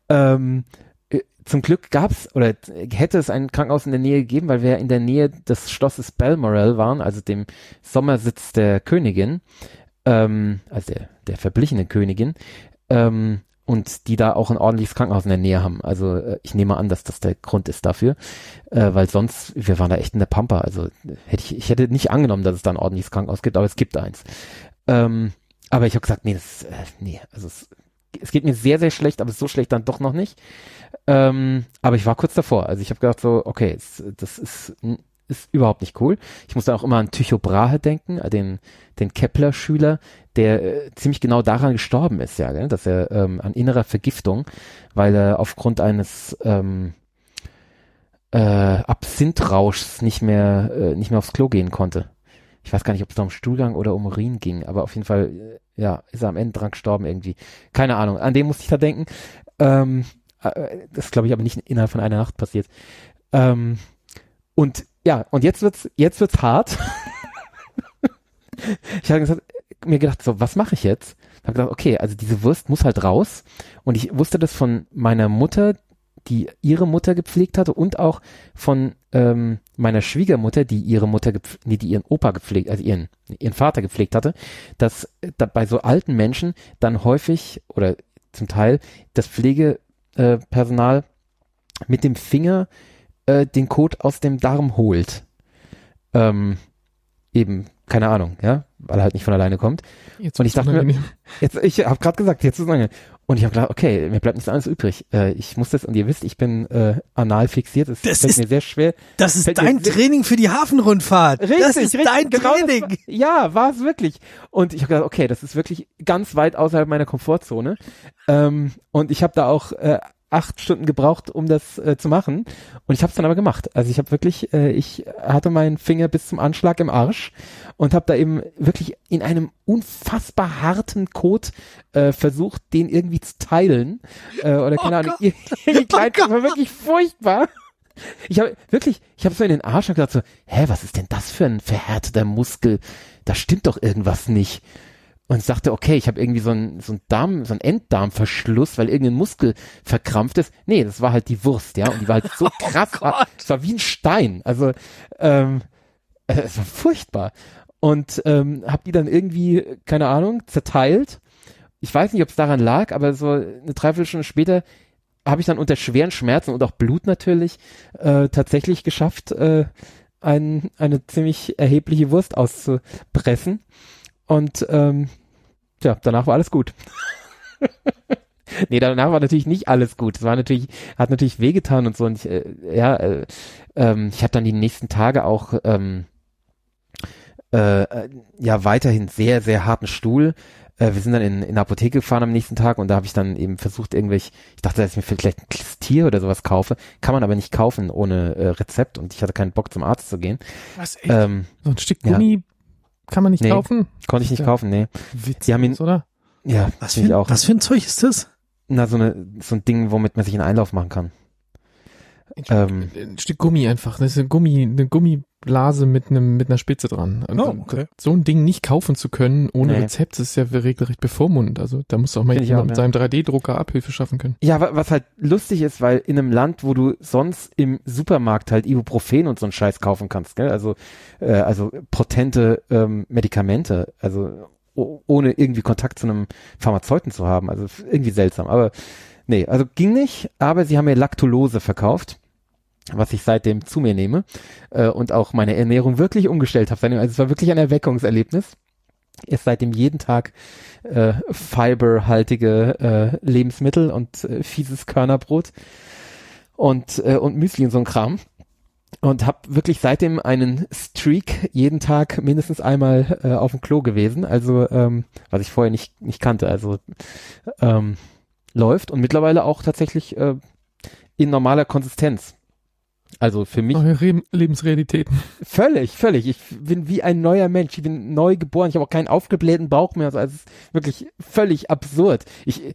Zum Glück hätte es ein Krankenhaus in der Nähe gegeben, weil wir in der Nähe des Schlosses Balmoral waren, also dem Sommersitz der Königin, also der verblichenen Königin, und die da auch ein ordentliches Krankenhaus in der Nähe haben. Also ich nehme an, dass das der Grund ist dafür, weil sonst, wir waren da echt in der Pampa, also ich hätte nicht angenommen, dass es da ein ordentliches Krankenhaus gibt, aber es gibt eins. Aber ich habe gesagt, also es geht mir sehr, sehr schlecht, aber so schlecht dann doch noch nicht. Aber ich war kurz davor. Also ich habe gedacht so, okay, das ist überhaupt nicht cool. Ich muss dann auch immer an Tycho Brahe denken, den Kepler-Schüler, der ziemlich genau daran gestorben ist, ja, gell? Dass er an innerer Vergiftung, weil er aufgrund eines Absinthrauschs nicht mehr aufs Klo gehen konnte. Ich weiß gar nicht, ob es da um Stuhlgang oder um Urin ging, aber auf jeden Fall, ist er am Ende dran gestorben irgendwie. Keine Ahnung, an den musste ich da denken. Das glaube ich aber nicht innerhalb von einer Nacht passiert. Und jetzt wird's hart. Ich habe mir gedacht, so, was mache ich jetzt? Ich habe gedacht, okay, also diese Wurst muss halt raus. Und ich wusste das von meiner Mutter, die ihre Mutter gepflegt hatte, und auch von meiner Schwiegermutter, die ihre Mutter, die ihren Opa gepflegt, also ihren Vater gepflegt hatte, dass da bei so alten Menschen dann häufig oder zum Teil das Pflegepersonal mit dem Finger den Kot aus dem Darm holt. Eben, keine Ahnung, ja, weil er halt nicht von alleine kommt. Jetzt und ich dachte mir, ich habe gerade gesagt, jetzt ist es lange. Und ich habe gedacht, okay, mir bleibt nichts anderes übrig. Ich muss das, und ihr wisst, ich bin anal fixiert. Das fällt mir sehr schwer. Das ist dein Training für die Hafenrundfahrt. Richtig, das ist dein Training. Genau, ja, war es wirklich. Und ich habe gedacht, okay, das ist wirklich ganz weit außerhalb meiner Komfortzone. Und ich habe da auch 8 Stunden gebraucht, um das zu machen. Und ich habe es dann aber gemacht. Also ich habe wirklich, ich hatte meinen Finger bis zum Anschlag im Arsch und habe da eben wirklich in einem unfassbar harten Kot versucht, den irgendwie zu teilen. Oder keine Ahnung. Das war wirklich furchtbar. Ich habe so in den Arsch und gedacht so, was ist denn das für ein verhärteter Muskel? Da stimmt doch irgendwas nicht. Und sagte, okay, ich habe irgendwie so einen Enddarmverschluss, weil irgendein Muskel verkrampft ist. Nee, das war halt die Wurst, ja. Und die war halt so krass. Es war wie ein Stein. Also, es war furchtbar. Und habe die dann irgendwie, keine Ahnung, zerteilt. Ich weiß nicht, ob es daran lag, aber so eine Dreiviertelstunde später habe ich dann unter schweren Schmerzen und auch Blut natürlich tatsächlich geschafft, eine ziemlich erhebliche Wurst auszupressen. Und danach war alles gut. Nee, danach war natürlich nicht alles gut. Es war hat natürlich wehgetan und so. Und ich habe dann die nächsten Tage auch weiterhin sehr, sehr harten Stuhl. Wir sind dann in eine Apotheke gefahren am nächsten Tag und da habe ich dann eben versucht, ich dachte, dass ich mir vielleicht ein Tier oder sowas kaufe. Kann man aber nicht kaufen ohne Rezept und ich hatte keinen Bock zum Arzt zu gehen. Was, echt? So ein Stück Gummi kann man nicht kaufen? Konnte ich nicht kaufen, nee. Witzig, die haben ihn, oder? Ja, was für ein Zeug ist das? Na, so ein Ding, womit man sich einen Einlauf machen kann. Ein Stück Gummi einfach. Das ist eine Gummiblase mit einer Spitze dran. Okay. So ein Ding nicht kaufen zu können ohne Rezept, das ist ja regelrecht bevormundend. Also da muss auch mal jemand mit seinem 3D-Drucker Abhilfe schaffen können. Ja, was halt lustig ist, weil in einem Land, wo du sonst im Supermarkt halt Ibuprofen und so einen Scheiß kaufen kannst, gell? Also potente Medikamente, also ohne irgendwie Kontakt zu einem Pharmazeuten zu haben. Also irgendwie seltsam. Aber nee, also ging nicht, aber sie haben mir Lactulose verkauft, was ich seitdem zu mir nehme und auch meine Ernährung wirklich umgestellt habe. Also es war wirklich ein Erweckungserlebnis. Ist seitdem jeden Tag fiberhaltige Lebensmittel und fieses Körnerbrot und Müsli und so ein Kram. Und habe wirklich seitdem einen Streak jeden Tag mindestens einmal auf dem Klo gewesen. Also was ich vorher nicht kannte. Also läuft und mittlerweile auch tatsächlich in normaler Konsistenz. Also für mich. Neue Lebensrealitäten. Völlig. Ich bin wie ein neuer Mensch. Ich bin neu geboren. Ich habe auch keinen aufgeblähten Bauch mehr. Also es ist wirklich völlig absurd. Ich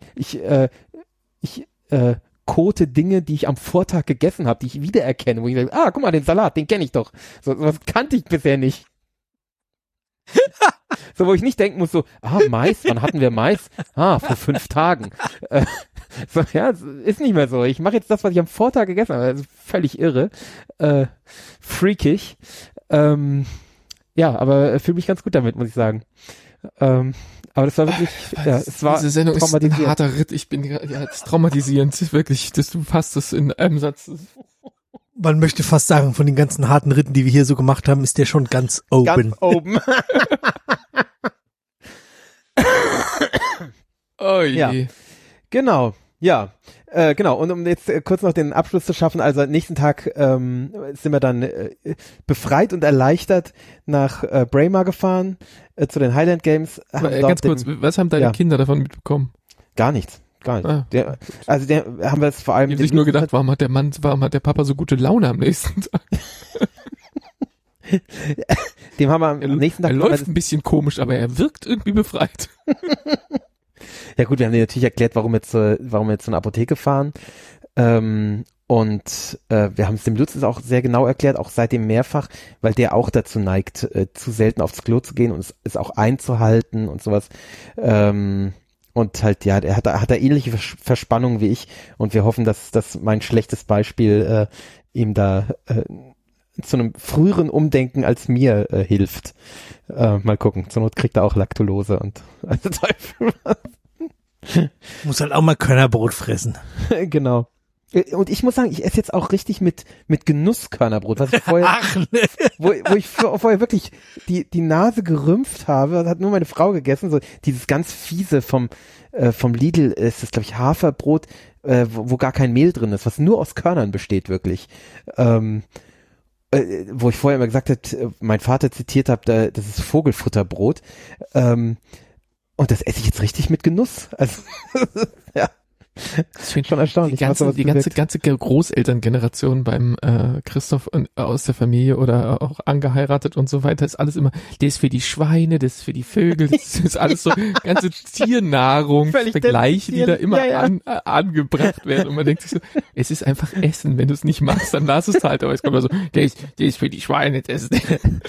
kote Dinge, die ich am Vortag gegessen habe, die ich wiedererkenne, wo ich sage, guck mal, den Salat, den kenne ich doch. So was kannte ich bisher nicht. So, wo ich nicht denken muss, so, Mais, wann hatten wir Mais? Vor 5 Tagen. So, ja, ist nicht mehr so. Ich mache jetzt das, was ich am Vortag gegessen habe. Also völlig irre. Freakig. Aber fühle mich ganz gut damit, muss ich sagen. Aber das war wirklich, es war diese Sendung ist ein harter Ritt. Ich bin es ist traumatisierend, wirklich. Du fasst es in einem Satz. Man möchte fast sagen, von den ganzen harten Ritten, die wir hier so gemacht haben, ist der schon ganz open. Ganz open. Oh je. Ja, genau. Ja, genau. Und um jetzt kurz noch den Abschluss zu schaffen, also nächsten Tag sind wir dann befreit und erleichtert nach Braemar gefahren, zu den Highland Games. Ganz kurz, was haben deine Kinder davon mitbekommen? Gar nichts. Ah. Der haben wir es vor allem. Ich habe sich nur gedacht, warum hat der Papa so gute Laune am nächsten Tag? Dem haben wir am nächsten Tag. Er läuft ein bisschen komisch, aber er wirkt irgendwie befreit. Ja gut, wir haben dir natürlich erklärt, warum wir jetzt zur Apotheke fahren. Und wir haben es dem Lutz auch sehr genau erklärt, auch seitdem mehrfach, weil der auch dazu neigt, zu selten aufs Klo zu gehen und es auch einzuhalten und sowas. Und halt, ja, er hat da ähnliche Verspannungen wie ich und wir hoffen, dass mein schlechtes Beispiel ihm da zu einem früheren Umdenken als mir hilft. Mal gucken, zur Not kriegt er auch Laktulose und also Teufel. Muss halt auch mal Körnerbrot fressen. Genau. Und ich muss sagen, ich esse jetzt auch richtig mit Genuss Körnerbrot, was ich vorher, wo ich vorher wirklich die Nase gerümpft habe, das hat nur meine Frau gegessen, so dieses ganz fiese vom Lidl ist das, glaube ich, Haferbrot, wo gar kein Mehl drin ist, was nur aus Körnern besteht, wirklich. Wo ich vorher immer gesagt habe, mein Vater zitiert habe, das ist Vogelfutterbrot. Und das esse ich jetzt richtig mit Genuss. Also, ja. Das finde ich schon erstaunlich. Die ganze Großelterngeneration beim Christoph aus der Familie oder auch angeheiratet und so weiter ist alles immer, der ist für die Schweine, das ist für die Vögel, das ist alles so ganze Tiernahrungsvergleiche, die da immer angebracht werden und man denkt sich so, es ist einfach Essen, wenn du es nicht machst, dann lass es halt, aber es kommt immer so, der ist für die Schweine, das ist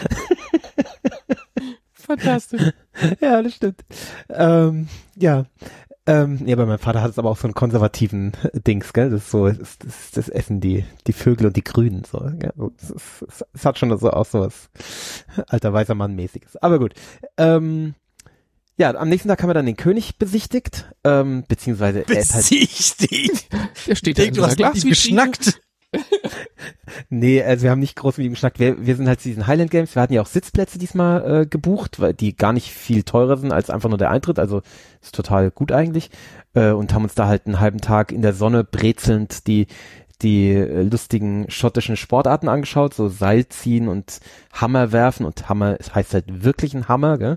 fantastisch. Ja, das stimmt. Ja. Ja, bei meinem Vater hat es aber auch so einen konservativen Dings, gell? Das ist so, das essen die Vögel und die Grünen, so, gell? Es hat schon so auch so was alter weißer Mann-mäßiges. Aber gut. Ja, am nächsten Tag haben wir dann den König besichtigt, beziehungsweise besichtigt. Der steht da in du hast mit ihm geschnackt. Nee, also wir haben nicht groß mit ihm geschnackt. Wir sind halt zu diesen Highland Games. Wir hatten ja auch Sitzplätze diesmal gebucht, weil die gar nicht viel teurer sind als einfach nur der Eintritt. Also ist total gut eigentlich. Und haben uns da halt einen halben Tag in der Sonne brezelnd die lustigen schottischen Sportarten angeschaut, so Seilziehen und Hammer werfen. Und Hammer, es heißt halt wirklich ein Hammer, gell?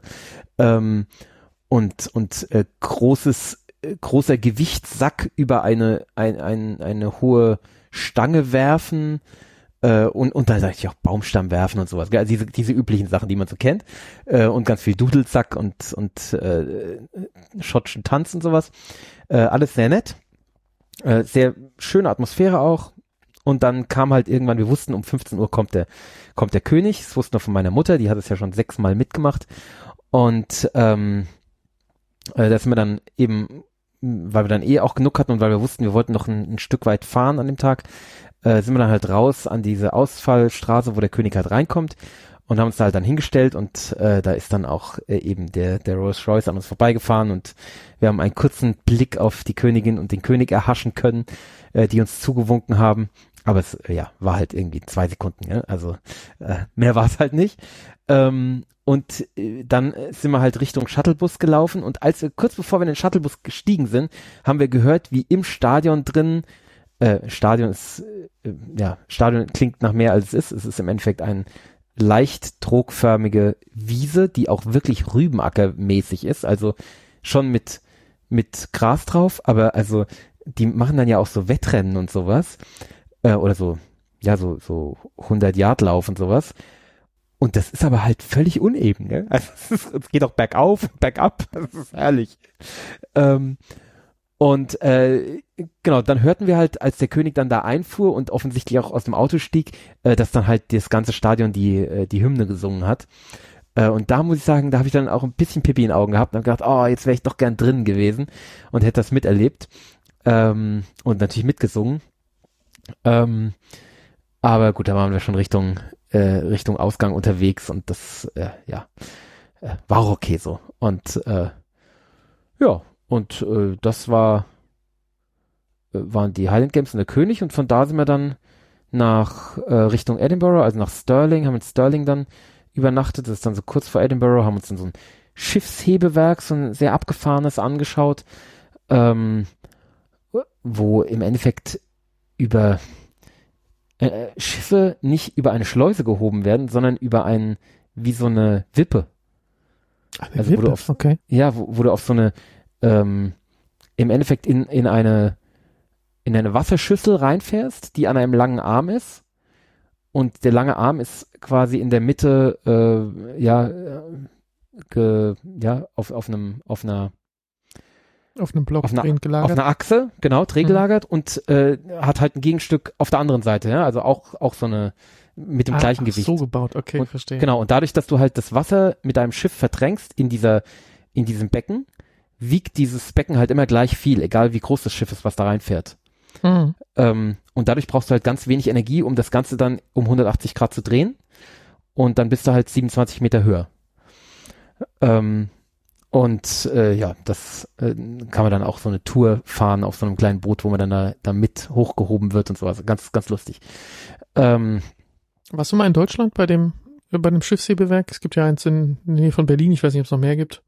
Großer Gewichtssack über eine hohe Stange werfen und da sage ich auch Baumstamm werfen und sowas. Also diese üblichen Sachen, die man so kennt und ganz viel Dudelsack und schottischen Tanz und sowas. Alles sehr nett. Sehr schöne Atmosphäre auch. Und dann kam halt irgendwann, wir wussten, um 15 Uhr kommt der König. Das wussten wir von meiner Mutter, die hat es ja schon 6-mal mitgemacht. Und da sind wir dann eben, weil wir dann auch genug hatten und weil wir wussten, wir wollten noch ein Stück weit fahren an dem Tag, sind wir dann halt raus an diese Ausfallstraße, wo der König halt reinkommt und haben uns da halt dann hingestellt und da ist dann auch eben der Rolls Royce an uns vorbeigefahren und wir haben einen kurzen Blick auf die Königin und den König erhaschen können, die uns zugewunken haben, aber es war halt irgendwie 2 Sekunden, ja? Also mehr war es halt nicht. Und dann sind wir halt Richtung Shuttlebus gelaufen und kurz bevor wir in den Shuttlebus gestiegen sind, haben wir gehört, wie im Stadion drin, Stadion klingt nach mehr als es ist. Es ist im Endeffekt ein leicht trogförmige Wiese, die auch wirklich Rübenackermäßig ist, also schon mit Gras drauf, aber also die machen dann ja auch so Wettrennen und sowas, oder so 100-Yard-Lauf und sowas. Und das ist aber halt völlig uneben, ne? Also es geht auch bergauf, bergab, das ist herrlich. Genau, dann hörten wir halt, als der König dann da einfuhr und offensichtlich auch aus dem Auto stieg, dass dann halt das ganze Stadion die Hymne gesungen hat. Und da muss ich sagen, da habe ich dann auch ein bisschen Pipi in den Augen gehabt und habe gedacht, oh, jetzt wäre ich doch gern drin gewesen und hätte das miterlebt und natürlich mitgesungen. Aber gut, da waren wir schon Richtung Ausgang unterwegs und das war auch okay so. Und das waren die Highland Games und der König und von da sind wir dann nach Richtung Edinburgh, also nach Stirling, haben in Stirling dann übernachtet. Das ist dann so kurz vor Edinburgh, haben uns dann so ein Schiffshebewerk, so ein sehr abgefahrenes angeschaut, wo im Endeffekt über Schiffe nicht über eine Schleuse gehoben werden, sondern über wie so eine Wippe. Also Wippe? Okay. Ja, wo du auf so eine im Endeffekt in eine Wasserschüssel reinfährst, die an einem langen Arm ist und der lange Arm ist quasi in der Mitte auf einer Auf einem Block auf gelagert. einer Achse, genau, drehgelagert und hat halt ein Gegenstück auf der anderen Seite, ja, also auch so eine mit dem gleichen Gewicht. So gebaut, okay, und, verstehe. Genau, und dadurch, dass du halt das Wasser mit deinem Schiff verdrängst in diesem Becken, wiegt dieses Becken halt immer gleich viel, egal wie groß das Schiff ist, was da reinfährt. Mhm. Und dadurch brauchst du halt ganz wenig Energie, um das Ganze dann um 180 Grad zu drehen. Und dann bist du halt 27 Meter höher. Das kann man dann auch so eine Tour fahren auf so einem kleinen Boot, wo man dann da mit hochgehoben wird und sowas. Ganz, ganz lustig. Warst du mal in Deutschland bei dem Schiffshebewerk? Es gibt ja eins in der Nähe von Berlin, ich weiß nicht, ob es noch mehr gibt.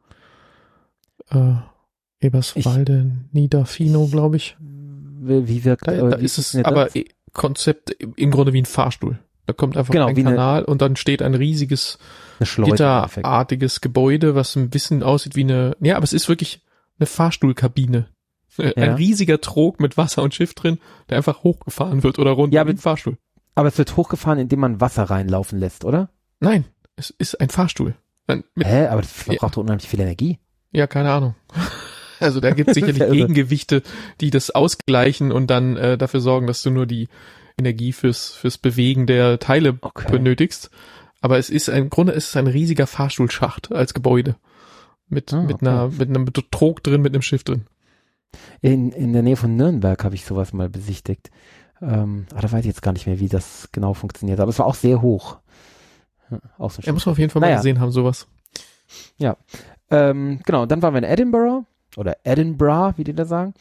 Eberswalde, Niederfino, glaube ich. Wie wirkt da ist es aber Konzept im Grunde wie ein Fahrstuhl. Da kommt einfach ein Kanal und dann steht ein riesiges gitterartiges Gebäude, was ein bisschen aussieht wie aber es ist wirklich eine Fahrstuhlkabine. Ja. Ein riesiger Trog mit Wasser und Schiff drin, der einfach hochgefahren wird oder runter wie ein Fahrstuhl. Aber es wird hochgefahren, indem man Wasser reinlaufen lässt, oder? Nein, es ist ein Fahrstuhl. Aber das verbraucht doch unheimlich viel Energie. Ja, keine Ahnung. Also da gibt es sicherlich Gegengewichte, die das ausgleichen und dann dafür sorgen, dass du nur die Energie fürs Bewegen der Teile benötigst. Aber es ist im Grunde ist es ein riesiger Fahrstuhlschacht als Gebäude. Mit einem Trog drin, mit einem Schiff drin. In der Nähe von Nürnberg habe ich sowas mal besichtigt. Da weiß ich jetzt gar nicht mehr, wie das genau funktioniert. Aber es war auch sehr hoch. Auch so muss man auf jeden Fall mal gesehen haben, sowas. Ja. Genau, dann waren wir in Edinburgh. Oder Edinburgh, wie die da sagen.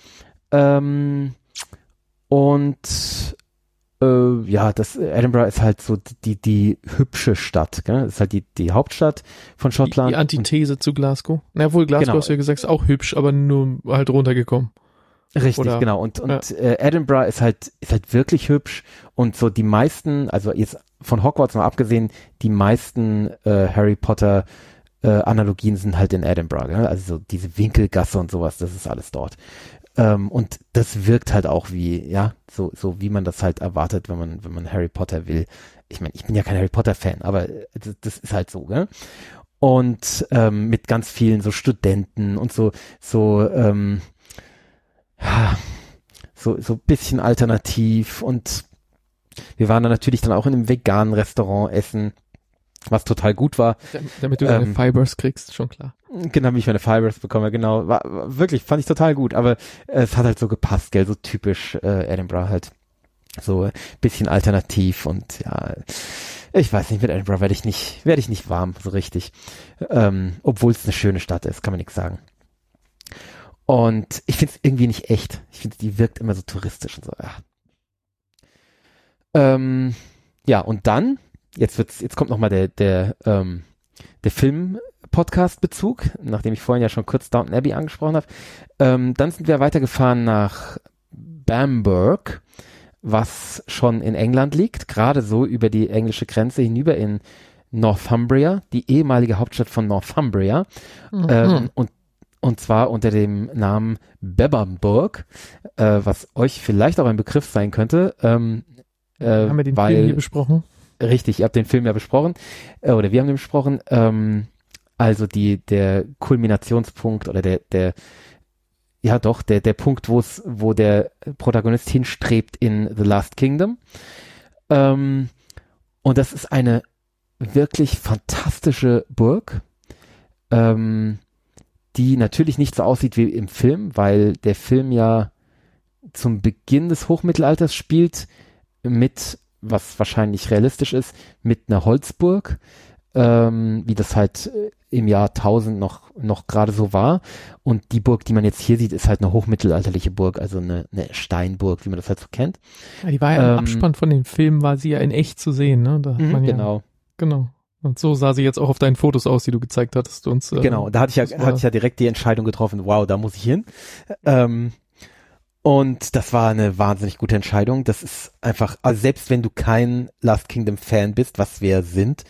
Edinburgh ist halt so die hübsche Stadt, gell? Das ist halt die Hauptstadt von Schottland. Die Antithese zu Glasgow. Na wohl, Glasgow hast du ja gesagt, ist auch hübsch, aber nur halt runtergekommen. Richtig, genau. Und Edinburgh ist halt wirklich hübsch und so die meisten, also jetzt von Hogwarts mal abgesehen, die meisten Harry Potter Analogien sind halt in Edinburgh, gell? Also so diese Winkelgasse und sowas, das ist alles dort. Und das wirkt halt auch wie, so wie man das halt erwartet, wenn man Harry Potter will. Ich meine, ich bin ja kein Harry Potter Fan, aber das ist halt so, gell? Und mit ganz vielen so Studenten und so bisschen alternativ und wir waren dann natürlich dann auch in einem veganen Restaurant essen, was total gut war. Damit du deine Fibers kriegst, schon klar. Genau, damit ich meine Fibers bekomme, genau. War wirklich, fand ich total gut, aber es hat halt so gepasst, gell, so typisch Edinburgh halt. So ein bisschen alternativ und ja, ich weiß nicht, mit Edinburgh werde ich nicht warm, so richtig. Obwohl es eine schöne Stadt ist, kann man nichts sagen. Und ich finde es irgendwie nicht echt. Ich finde, die wirkt immer so touristisch und so. Ja, und dann, jetzt kommt nochmal der Film-Podcast-Bezug, nachdem ich vorhin ja schon kurz Downton Abbey angesprochen habe. Dann sind wir weitergefahren nach Bamburgh, was schon in England liegt, gerade so über die englische Grenze hinüber in Northumbria, die ehemalige Hauptstadt von Northumbria. Und zwar unter dem Namen Bebbanburg, was euch vielleicht auch ein Begriff sein könnte. Haben wir den Film hier besprochen? Richtig, ihr habt den Film ja besprochen, oder wir haben den besprochen. Also der Kulminationspunkt oder der Punkt, wo der Protagonist hinstrebt in The Last Kingdom. Und das ist eine wirklich fantastische Burg, die natürlich nicht so aussieht wie im Film, weil der Film ja zum Beginn des Hochmittelalters spielt mit, was wahrscheinlich realistisch ist, mit einer Holzburg, wie das halt im Jahr 1000 noch gerade so war. Und die Burg, die man jetzt hier sieht, ist halt eine hochmittelalterliche Burg, also eine Steinburg, wie man das halt so kennt. Ja, die war ja im Abspann von dem Film, war sie ja in echt zu sehen, ne? Da hat man genau. Genau. Und so sah sie jetzt auch auf deinen Fotos aus, die du gezeigt hattest uns. Genau, da hatte ich ja direkt die Entscheidung getroffen, wow, da muss ich hin. Und das war eine wahnsinnig gute Entscheidung. Das ist einfach, also selbst wenn du kein Last Kingdom Fan bist, was wir sind,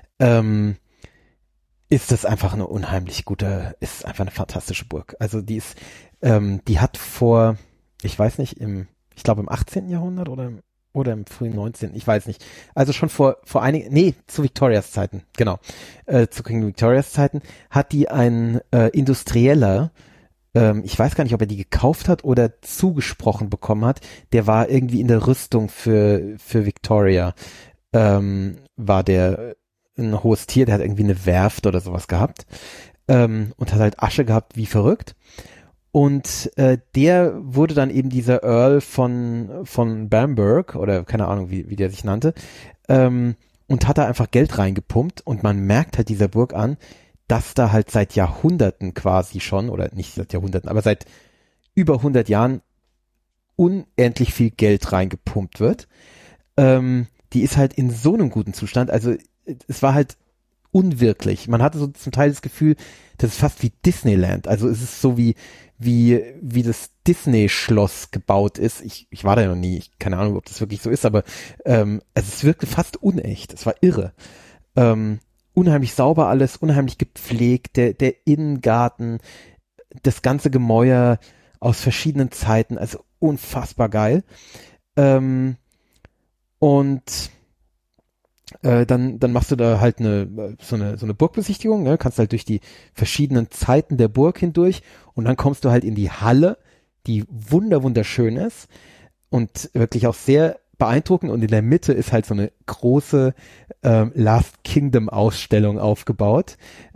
ist das einfach eine unheimlich gute, ist einfach eine fantastische Burg. Also die hat vor, ich weiß nicht, ich glaube im 18. Jahrhundert oder im frühen 19., ich weiß nicht. Also schon vor einigen, zu Victorias Zeiten, genau. Zu King Victorias Zeiten hat die ein Industrieller ich weiß gar nicht, ob er die gekauft hat oder zugesprochen bekommen hat, der war irgendwie in der Rüstung für Victoria, war der ein hohes Tier, der hat irgendwie eine Werft oder sowas gehabt, und hat halt Asche gehabt wie verrückt. Und der wurde dann eben dieser Earl von Bamberg, oder keine Ahnung, wie der sich nannte, und hat da einfach Geld reingepumpt, und man merkt halt dieser Burg an, dass da halt seit Jahrhunderten quasi schon, oder nicht seit Jahrhunderten, aber seit über 100 Jahren unendlich viel Geld reingepumpt wird. Die ist halt in so einem guten Zustand, also es war halt unwirklich. Man hatte so zum Teil das Gefühl, das ist fast wie Disneyland, also es ist so wie das Disney-Schloss gebaut ist. Ich war da noch nie, keine Ahnung, ob das wirklich so ist, aber es wirkte fast unecht, es war irre. Unheimlich sauber alles, unheimlich gepflegt, der Innengarten, das ganze Gemäuer aus verschiedenen Zeiten, also unfassbar geil. Und dann machst du da halt so eine Burgbesichtigung, ne? Kannst halt durch die verschiedenen Zeiten der Burg hindurch, und dann kommst du halt in die Halle, die wunderschön ist und wirklich auch sehr beeindruckend, und in der Mitte ist halt so eine große Last Kingdom Ausstellung aufgebaut.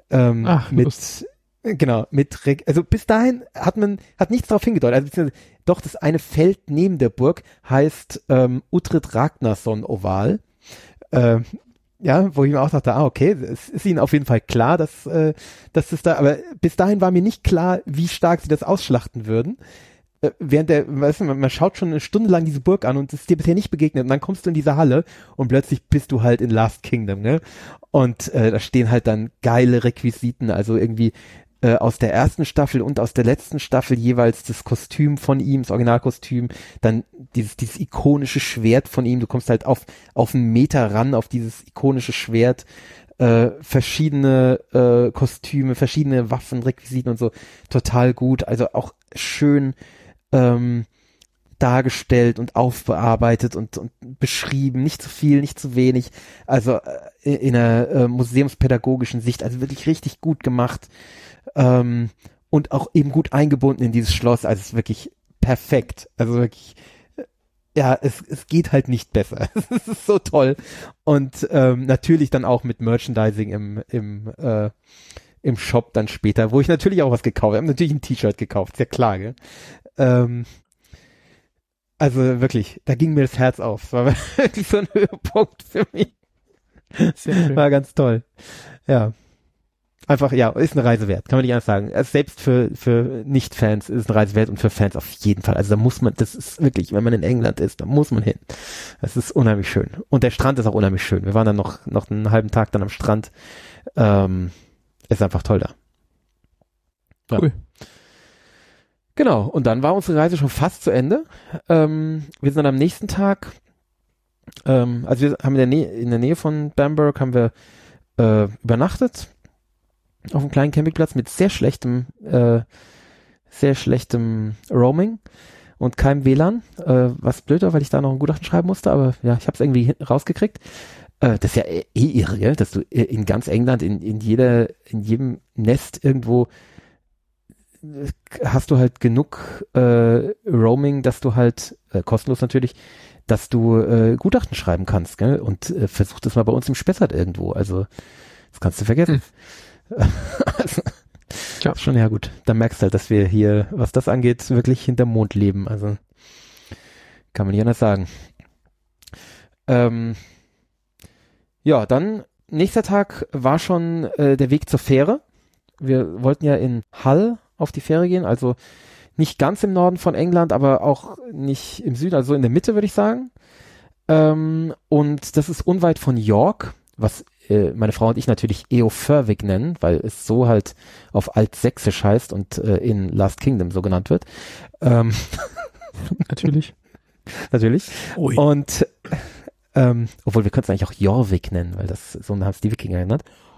Also bis dahin hat nichts darauf hingedeutet. Also doch, das eine Feld neben der Burg heißt Uhtred Ragnarsson Oval. Ja, wo ich mir auch dachte, okay, es ist ihnen auf jeden Fall klar, dass das da, aber bis dahin war mir nicht klar, wie stark sie das ausschlachten würden. Man schaut schon eine Stunde lang diese Burg an und es ist dir bisher nicht begegnet, und dann kommst du in diese Halle und plötzlich bist du halt in Last Kingdom, ne? Und da stehen halt dann geile Requisiten, also irgendwie aus der ersten Staffel und aus der letzten Staffel jeweils das Kostüm von ihm, das Originalkostüm, dann dieses ikonische Schwert von ihm, du kommst halt auf einen Meter ran, auf dieses ikonische Schwert, verschiedene Kostüme, verschiedene Waffen, Requisiten und so, total gut, also auch schön dargestellt und aufbearbeitet und beschrieben, nicht zu viel, nicht zu wenig, also in einer museumspädagogischen Sicht, also wirklich richtig gut gemacht, und auch eben gut eingebunden in dieses Schloss, also es ist wirklich perfekt, also wirklich, ja, es geht halt nicht besser, es ist so toll, und natürlich dann auch mit Merchandising im Shop dann später, wo ich natürlich auch was gekauft habe, natürlich ein T-Shirt gekauft, ist ja klar, gell? Also wirklich, da ging mir das Herz auf. Es war wirklich so ein Höhepunkt für mich. Sehr schön. War ganz toll. Ja. Einfach, ja, ist eine Reise wert, kann man nicht anders sagen. Also selbst für Nicht-Fans ist es eine Reise wert, und für Fans auf jeden Fall. Also da muss man, das ist wirklich, wenn man in England ist, da muss man hin. Das ist unheimlich schön. Und der Strand ist auch unheimlich schön. Wir waren dann noch einen halben Tag dann am Strand. Ist einfach toll da. Ja. Cool. Genau, und dann war unsere Reise schon fast zu Ende. Wir sind dann am nächsten Tag, also wir haben in der Nähe von Bamberg haben wir übernachtet auf einem kleinen Campingplatz mit sehr schlechtem Roaming und keinem WLAN, was blöd war, weil ich da noch ein Gutachten schreiben musste, aber ja, ich habe es irgendwie rausgekriegt. Das ist ja irre, gell? Dass du in ganz England in jedem Nest irgendwo hast du halt genug Roaming, dass du halt, kostenlos natürlich, dass du Gutachten schreiben kannst, gell? Und versuch das mal bei uns im Spessart irgendwo. Also, das kannst du vergessen. Also, ja. Schon, ja gut. Da merkst du halt, dass wir hier, was das angeht, wirklich hinterm Mond leben. Also, kann man nicht anders sagen. Ja, dann, nächster Tag war schon der Weg zur Fähre. Wir wollten ja in Hull auf die Fähre gehen, also nicht ganz im Norden von England, aber auch nicht im Süden, also in der Mitte, würde ich sagen. Und das ist unweit von York, was meine Frau und ich natürlich Eofurwyck nennen, weil es so halt auf Altsächsisch heißt und in Last Kingdom so genannt wird. Natürlich. Natürlich. Ui. Und obwohl wir könnten es eigentlich auch Jorvik nennen, weil das so haben es die Wikinger genannt.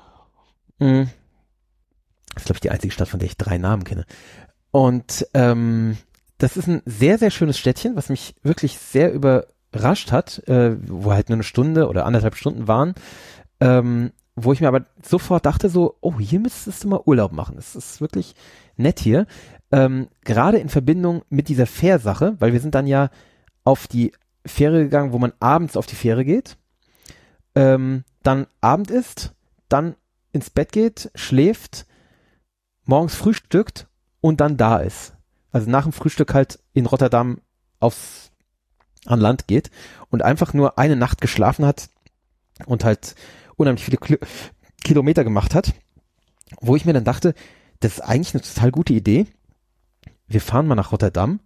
Das ist, glaube ich, die einzige Stadt, von der ich 3 Namen kenne. Und das ist ein sehr, sehr schönes Städtchen, was mich wirklich sehr überrascht hat, wo halt nur eine Stunde oder 1,5 Stunden waren, wo ich mir aber sofort dachte so, oh, hier müsstest du mal Urlaub machen. Es ist wirklich nett hier. gerade in Verbindung mit dieser Fährsache, weil wir sind dann ja auf die Fähre gegangen, wo man abends auf die Fähre geht, dann Abend isst, dann ins Bett geht, schläft, morgens frühstückt und dann da ist. Also nach dem Frühstück halt in Rotterdam an Land geht und einfach nur eine Nacht geschlafen hat und halt unheimlich viele Kilometer gemacht hat, wo ich mir dann dachte, das ist eigentlich eine total gute Idee. Wir fahren mal nach Rotterdam,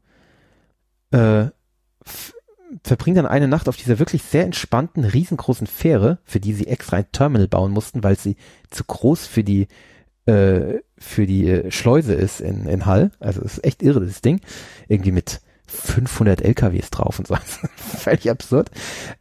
verbringen dann eine Nacht auf dieser wirklich sehr entspannten, riesengroßen Fähre, für die sie extra ein Terminal bauen mussten, weil sie zu groß für die Schleuse ist in Hull. Also es ist echt irre, das Ding. Irgendwie mit 500 LKWs drauf und so. Völlig absurd.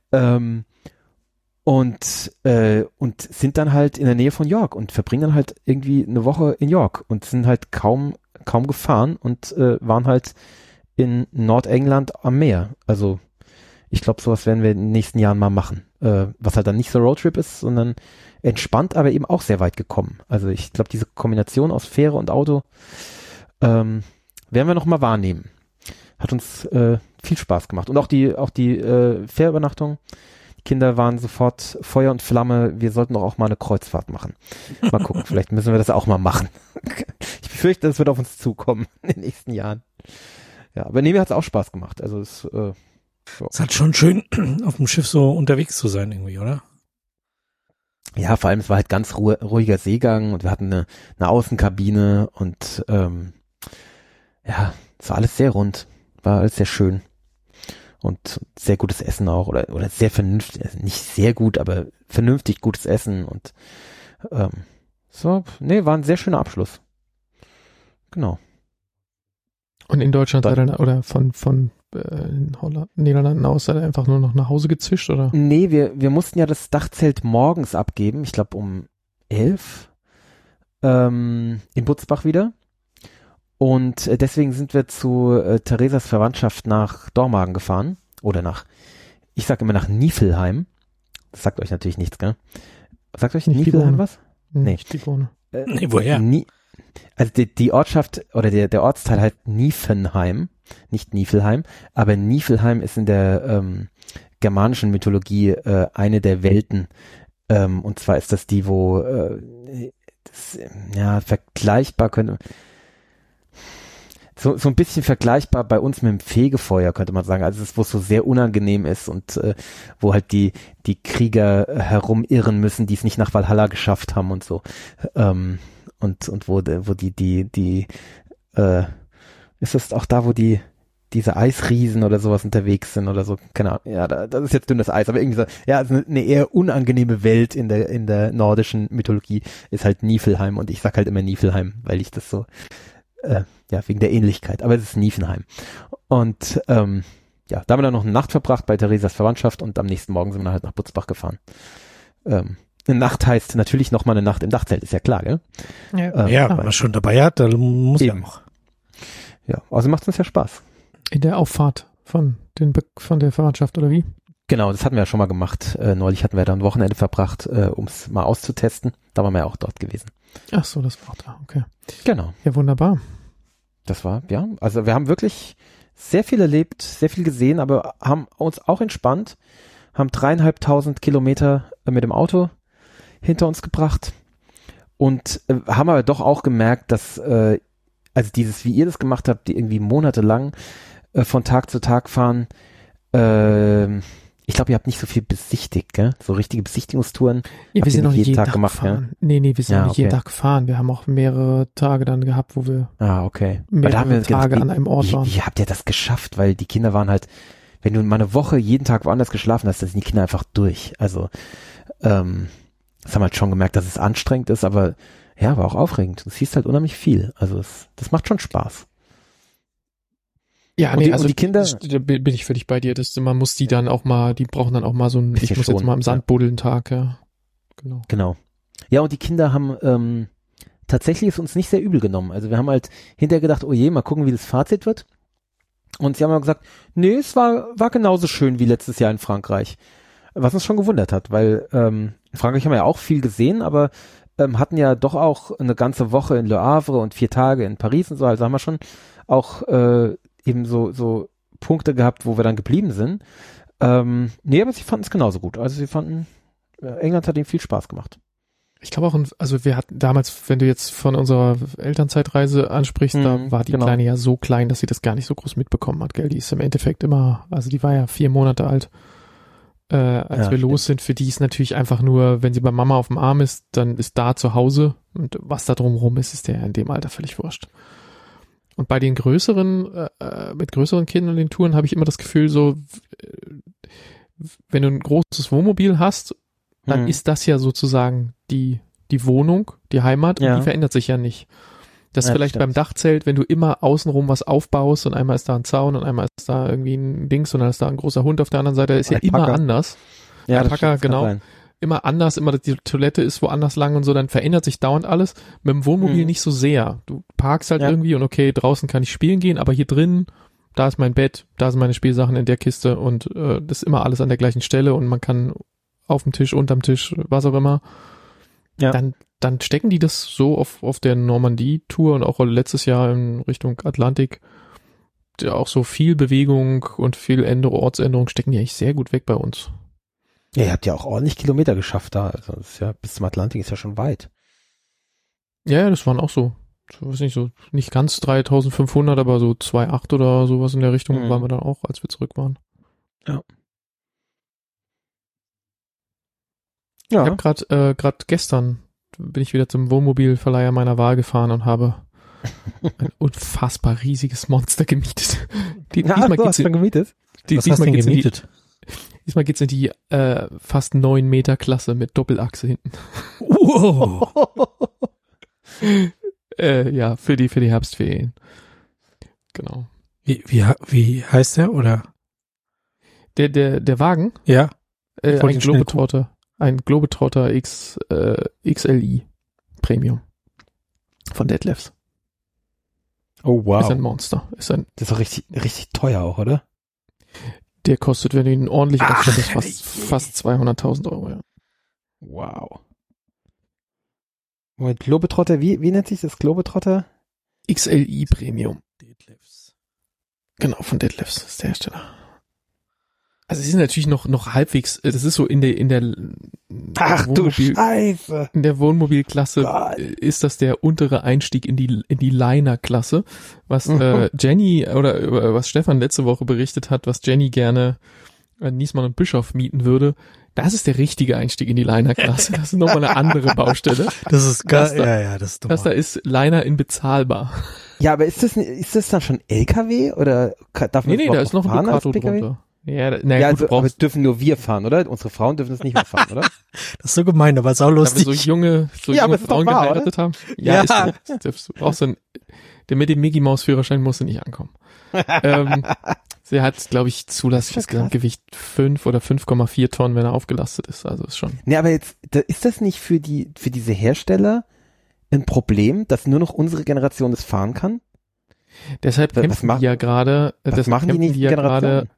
Und sind dann halt in der Nähe von York und verbringen dann halt irgendwie eine Woche in York und sind halt kaum gefahren und waren halt in Nordengland am Meer. Also ich glaube, sowas werden wir in den nächsten Jahren mal machen. Was halt dann nicht so Roadtrip ist, sondern entspannt, aber eben auch sehr weit gekommen. Also ich glaube, diese Kombination aus Fähre und Auto werden wir noch mal wahrnehmen. Hat uns viel Spaß gemacht. Und auch die Fährübernachtung. Die Kinder waren sofort Feuer und Flamme. Wir sollten doch auch mal eine Kreuzfahrt machen. Mal gucken, vielleicht müssen wir das auch mal machen. Ich befürchte, das wird auf uns zukommen in den nächsten Jahren. Ja, aber nee, mir hat es auch Spaß gemacht. Also es ist halt schon schön, auf dem Schiff so unterwegs zu sein irgendwie, oder? Ja, vor allem es war halt ganz ruhiger Seegang und wir hatten eine Außenkabine und ja, es war alles sehr rund, war alles sehr schön und sehr gutes Essen auch oder sehr vernünftig, also nicht sehr gut, aber vernünftig gutes Essen und war ein sehr schöner Abschluss. Genau. Und in Deutschland hat er oder von in Holland, Niederlanden aus hat er einfach nur noch nach Hause gezischt, oder? Nee, wir mussten ja das Dachzelt morgens abgeben, ich glaube um 11 in Butzbach wieder. Und deswegen sind wir zu Theresas Verwandtschaft nach Dormagen gefahren. Oder ich sag immer nach Niflheim. Das sagt euch natürlich nichts, gell? Sagt euch nicht Niflheim was? Nee. Nee, woher? Also die Ortschaft oder der Ortsteil heißt Nifenheim, nicht Niflheim, aber Niflheim ist in der germanischen Mythologie eine der Welten. Und zwar ist das die, wo vergleichbar könnte so ein bisschen vergleichbar bei uns mit dem Fegefeuer, könnte man sagen. Also es ist, wo es so sehr unangenehm ist und wo halt die Krieger herumirren müssen, die es nicht nach Valhalla geschafft haben und so. Und wo die ist das auch da, wo diese Eisriesen oder sowas unterwegs sind oder so, keine Ahnung, ja, das ist jetzt dünnes Eis, aber irgendwie so, ja, also eine eher unangenehme Welt in der nordischen Mythologie ist halt Niflheim und ich sag halt immer Niflheim, weil ich das so, wegen der Ähnlichkeit, aber es ist Nifenheim. Und da haben wir dann noch eine Nacht verbracht bei Theresas Verwandtschaft und am nächsten Morgen sind wir halt nach Butzbach gefahren. Eine Nacht heißt natürlich nochmal eine Nacht im Dachzelt, ist ja klar, gell? Ja, wenn man schon dabei hat, dann muss ja auch. Ja, also macht es uns ja Spaß. In der Auffahrt von der Verwandtschaft, oder wie? Genau, das hatten wir ja schon mal gemacht. Neulich hatten wir da ein Wochenende verbracht, um es mal auszutesten. Da waren wir ja auch dort gewesen. Ach so, das war da, okay. Genau. Ja, wunderbar. Das war, ja, also wir haben wirklich sehr viel erlebt, sehr viel gesehen, aber haben uns auch entspannt, haben 3.500 Kilometer mit dem Auto hinter uns gebracht und haben aber doch auch gemerkt, dass, also dieses, wie ihr das gemacht habt, die irgendwie monatelang von Tag zu Tag fahren, ich glaube, ihr habt nicht so viel besichtigt, gell? So richtige Besichtigungstouren. Ja, wir sind noch nicht jeden Tag gemacht, gefahren. Ja? Nee, wir sind noch nicht jeden Tag gefahren. Wir haben auch mehrere Tage dann gehabt, wo wir mehrere Tage an einem Ort waren. Wie habt ihr das geschafft? Weil die Kinder waren halt, wenn du mal eine Woche jeden Tag woanders geschlafen hast, dann sind die Kinder einfach durch. Also, das haben wir halt schon gemerkt, dass es anstrengend ist, aber ja, war auch aufregend. Du siehst halt unheimlich viel. Also das macht schon Spaß. Ja, und die Kinder, da bin ich völlig bei dir. Man muss die dann auch mal, die brauchen dann auch mal so ich muss jetzt mal im Sand buddeln Tag, ja. Genau. Ja, und die Kinder haben tatsächlich es uns nicht sehr übel genommen. Also wir haben halt hinterher gedacht, oh je, mal gucken, wie das Fazit wird. Und sie haben aber gesagt, nee, es war genauso schön wie letztes Jahr in Frankreich. Was uns schon gewundert hat, weil in Frankreich haben wir ja auch viel gesehen, aber hatten ja doch auch eine ganze Woche in Le Havre und 4 Tage in Paris und so, also haben wir schon auch eben so Punkte gehabt, wo wir dann geblieben sind. Nee, aber sie fanden es genauso gut. Also sie fanden, England hat ihnen viel Spaß gemacht. Ich glaube auch, also wir hatten damals, wenn du jetzt von unserer Elternzeitreise ansprichst, da war die Kleine ja so klein, dass sie das gar nicht so groß mitbekommen hat, gell? Die ist im Endeffekt immer, also die war ja 4 Monate alt, als wir los sind. Für die ist natürlich einfach nur, wenn sie bei Mama auf dem Arm ist, dann ist da zu Hause und was da drumherum ist der in dem Alter völlig wurscht. Und bei den mit größeren Kindern in den Touren habe ich immer das Gefühl so, wenn du ein großes Wohnmobil hast, dann ist das ja sozusagen die Wohnung, die Heimat, und die verändert sich ja nicht. Das ist vielleicht beim Dachzelt, wenn du immer außenrum was aufbaust und einmal ist da ein Zaun und einmal ist da irgendwie ein Dings und dann ist da ein großer Hund auf der anderen Seite, ist ja immer anders. Ja, Alpaka, genau. Immer anders, immer die Toilette ist woanders lang und so, dann verändert sich dauernd alles. Mit dem Wohnmobil nicht so sehr. Du parkst halt irgendwie und okay, draußen kann ich spielen gehen, aber hier drin, da ist mein Bett, da sind meine Spielsachen in der Kiste und das ist immer alles an der gleichen Stelle und man kann auf dem Tisch, unterm Tisch, was auch immer. Ja. Dann stecken die das so auf der Normandie-Tour und auch letztes Jahr in Richtung Atlantik, ja, auch so viel Bewegung und viel Ortsänderung stecken die eigentlich sehr gut weg bei uns. Ja, ihr habt ja auch ordentlich Kilometer geschafft da. Also das ist ja, bis zum Atlantik ist ja schon weit. Ja, das waren auch so, weiß nicht, so nicht ganz 3500, aber so 2,8 oder sowas in der Richtung waren wir dann auch, als wir zurück waren. Ja. Ich habe gerade gestern bin ich wieder zum Wohnmobilverleiher meiner Wahl gefahren und habe ein unfassbar riesiges Monster gemietet. Diesmal geht's schon gemietet? Diesmal geht's in die fast 9 Meter Klasse mit Doppelachse hinten. Wow. Ja, für die Herbstferien. Genau. Wie heißt der, oder? Der Wagen? Ja. Ein Globetrotter. Ein Globetrotter XLI Premium von Detlefs. Oh wow. Ist ein Monster. Das ist doch richtig teuer auch, oder? Der kostet, wenn du ihn ordentlich ausstattest, fast 200.000 Euro, ja. Wow. Moment, Globetrotter, wie nennt sich das Globetrotter? XLI Premium. Detlefs. Genau, von Detlefs ist der Hersteller. Also sie sind natürlich noch halbwegs, das ist so in der Ach du Scheiße. In der Wohnmobilklasse ist das der untere Einstieg in die Liner-Klasse, was Jenny oder was Stefan letzte Woche berichtet hat, was Jenny gerne Niesmann und Bischof mieten würde. Das ist der richtige Einstieg in die Liner-Klasse. Das ist nochmal eine andere Baustelle. Das ist geil. Das ist das da ist Liner in bezahlbar. Ja, aber ist das dann schon LKW oder darf man da ist noch ein Ducato drunter. Ja, also, aber das dürfen nur wir fahren, oder? Unsere Frauen dürfen das nicht mehr fahren, oder? Das ist so gemein, aber ist auch lustig. Aber so junge Frauen geheiratet haben. Ja, ist auch so der mit dem Mickey Maus Führerschein musste nicht ankommen. Sie hat, glaube ich, zulässiges Gesamtgewicht 5 oder 5,4 Tonnen, wenn er aufgelastet ist. Also ist schon. Nee, aber jetzt, ist das nicht für diese Hersteller ein Problem, dass nur noch unsere Generation das fahren kann? Deshalb kämpfen die ja gerade. Was machen die nächsten Generationen?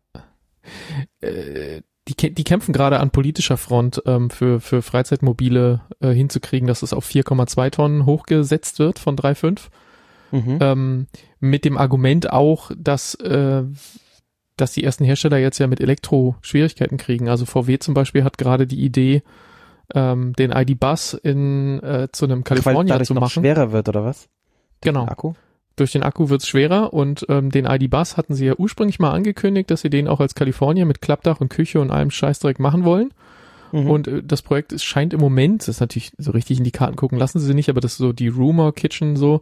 Die kämpfen gerade an politischer Front für Freizeitmobile hinzukriegen, dass es auf 4,2 Tonnen hochgesetzt wird von 3,5. Mit dem Argument auch, dass die ersten Hersteller jetzt ja mit Elektro Schwierigkeiten kriegen. Also VW zum Beispiel hat gerade die Idee, den ID.Buzz zu einem California zu machen. Noch schwerer wird, oder was? Genau. Akku? Durch den Akku wird's schwerer und den ID.Buzz hatten sie ja ursprünglich mal angekündigt, dass sie den auch als California mit Klappdach und Küche und allem Scheißdreck machen wollen. Und das Projekt scheint im Moment, das ist natürlich so richtig in die Karten gucken, lassen sie nicht, aber das ist so die Rumor Kitchen so,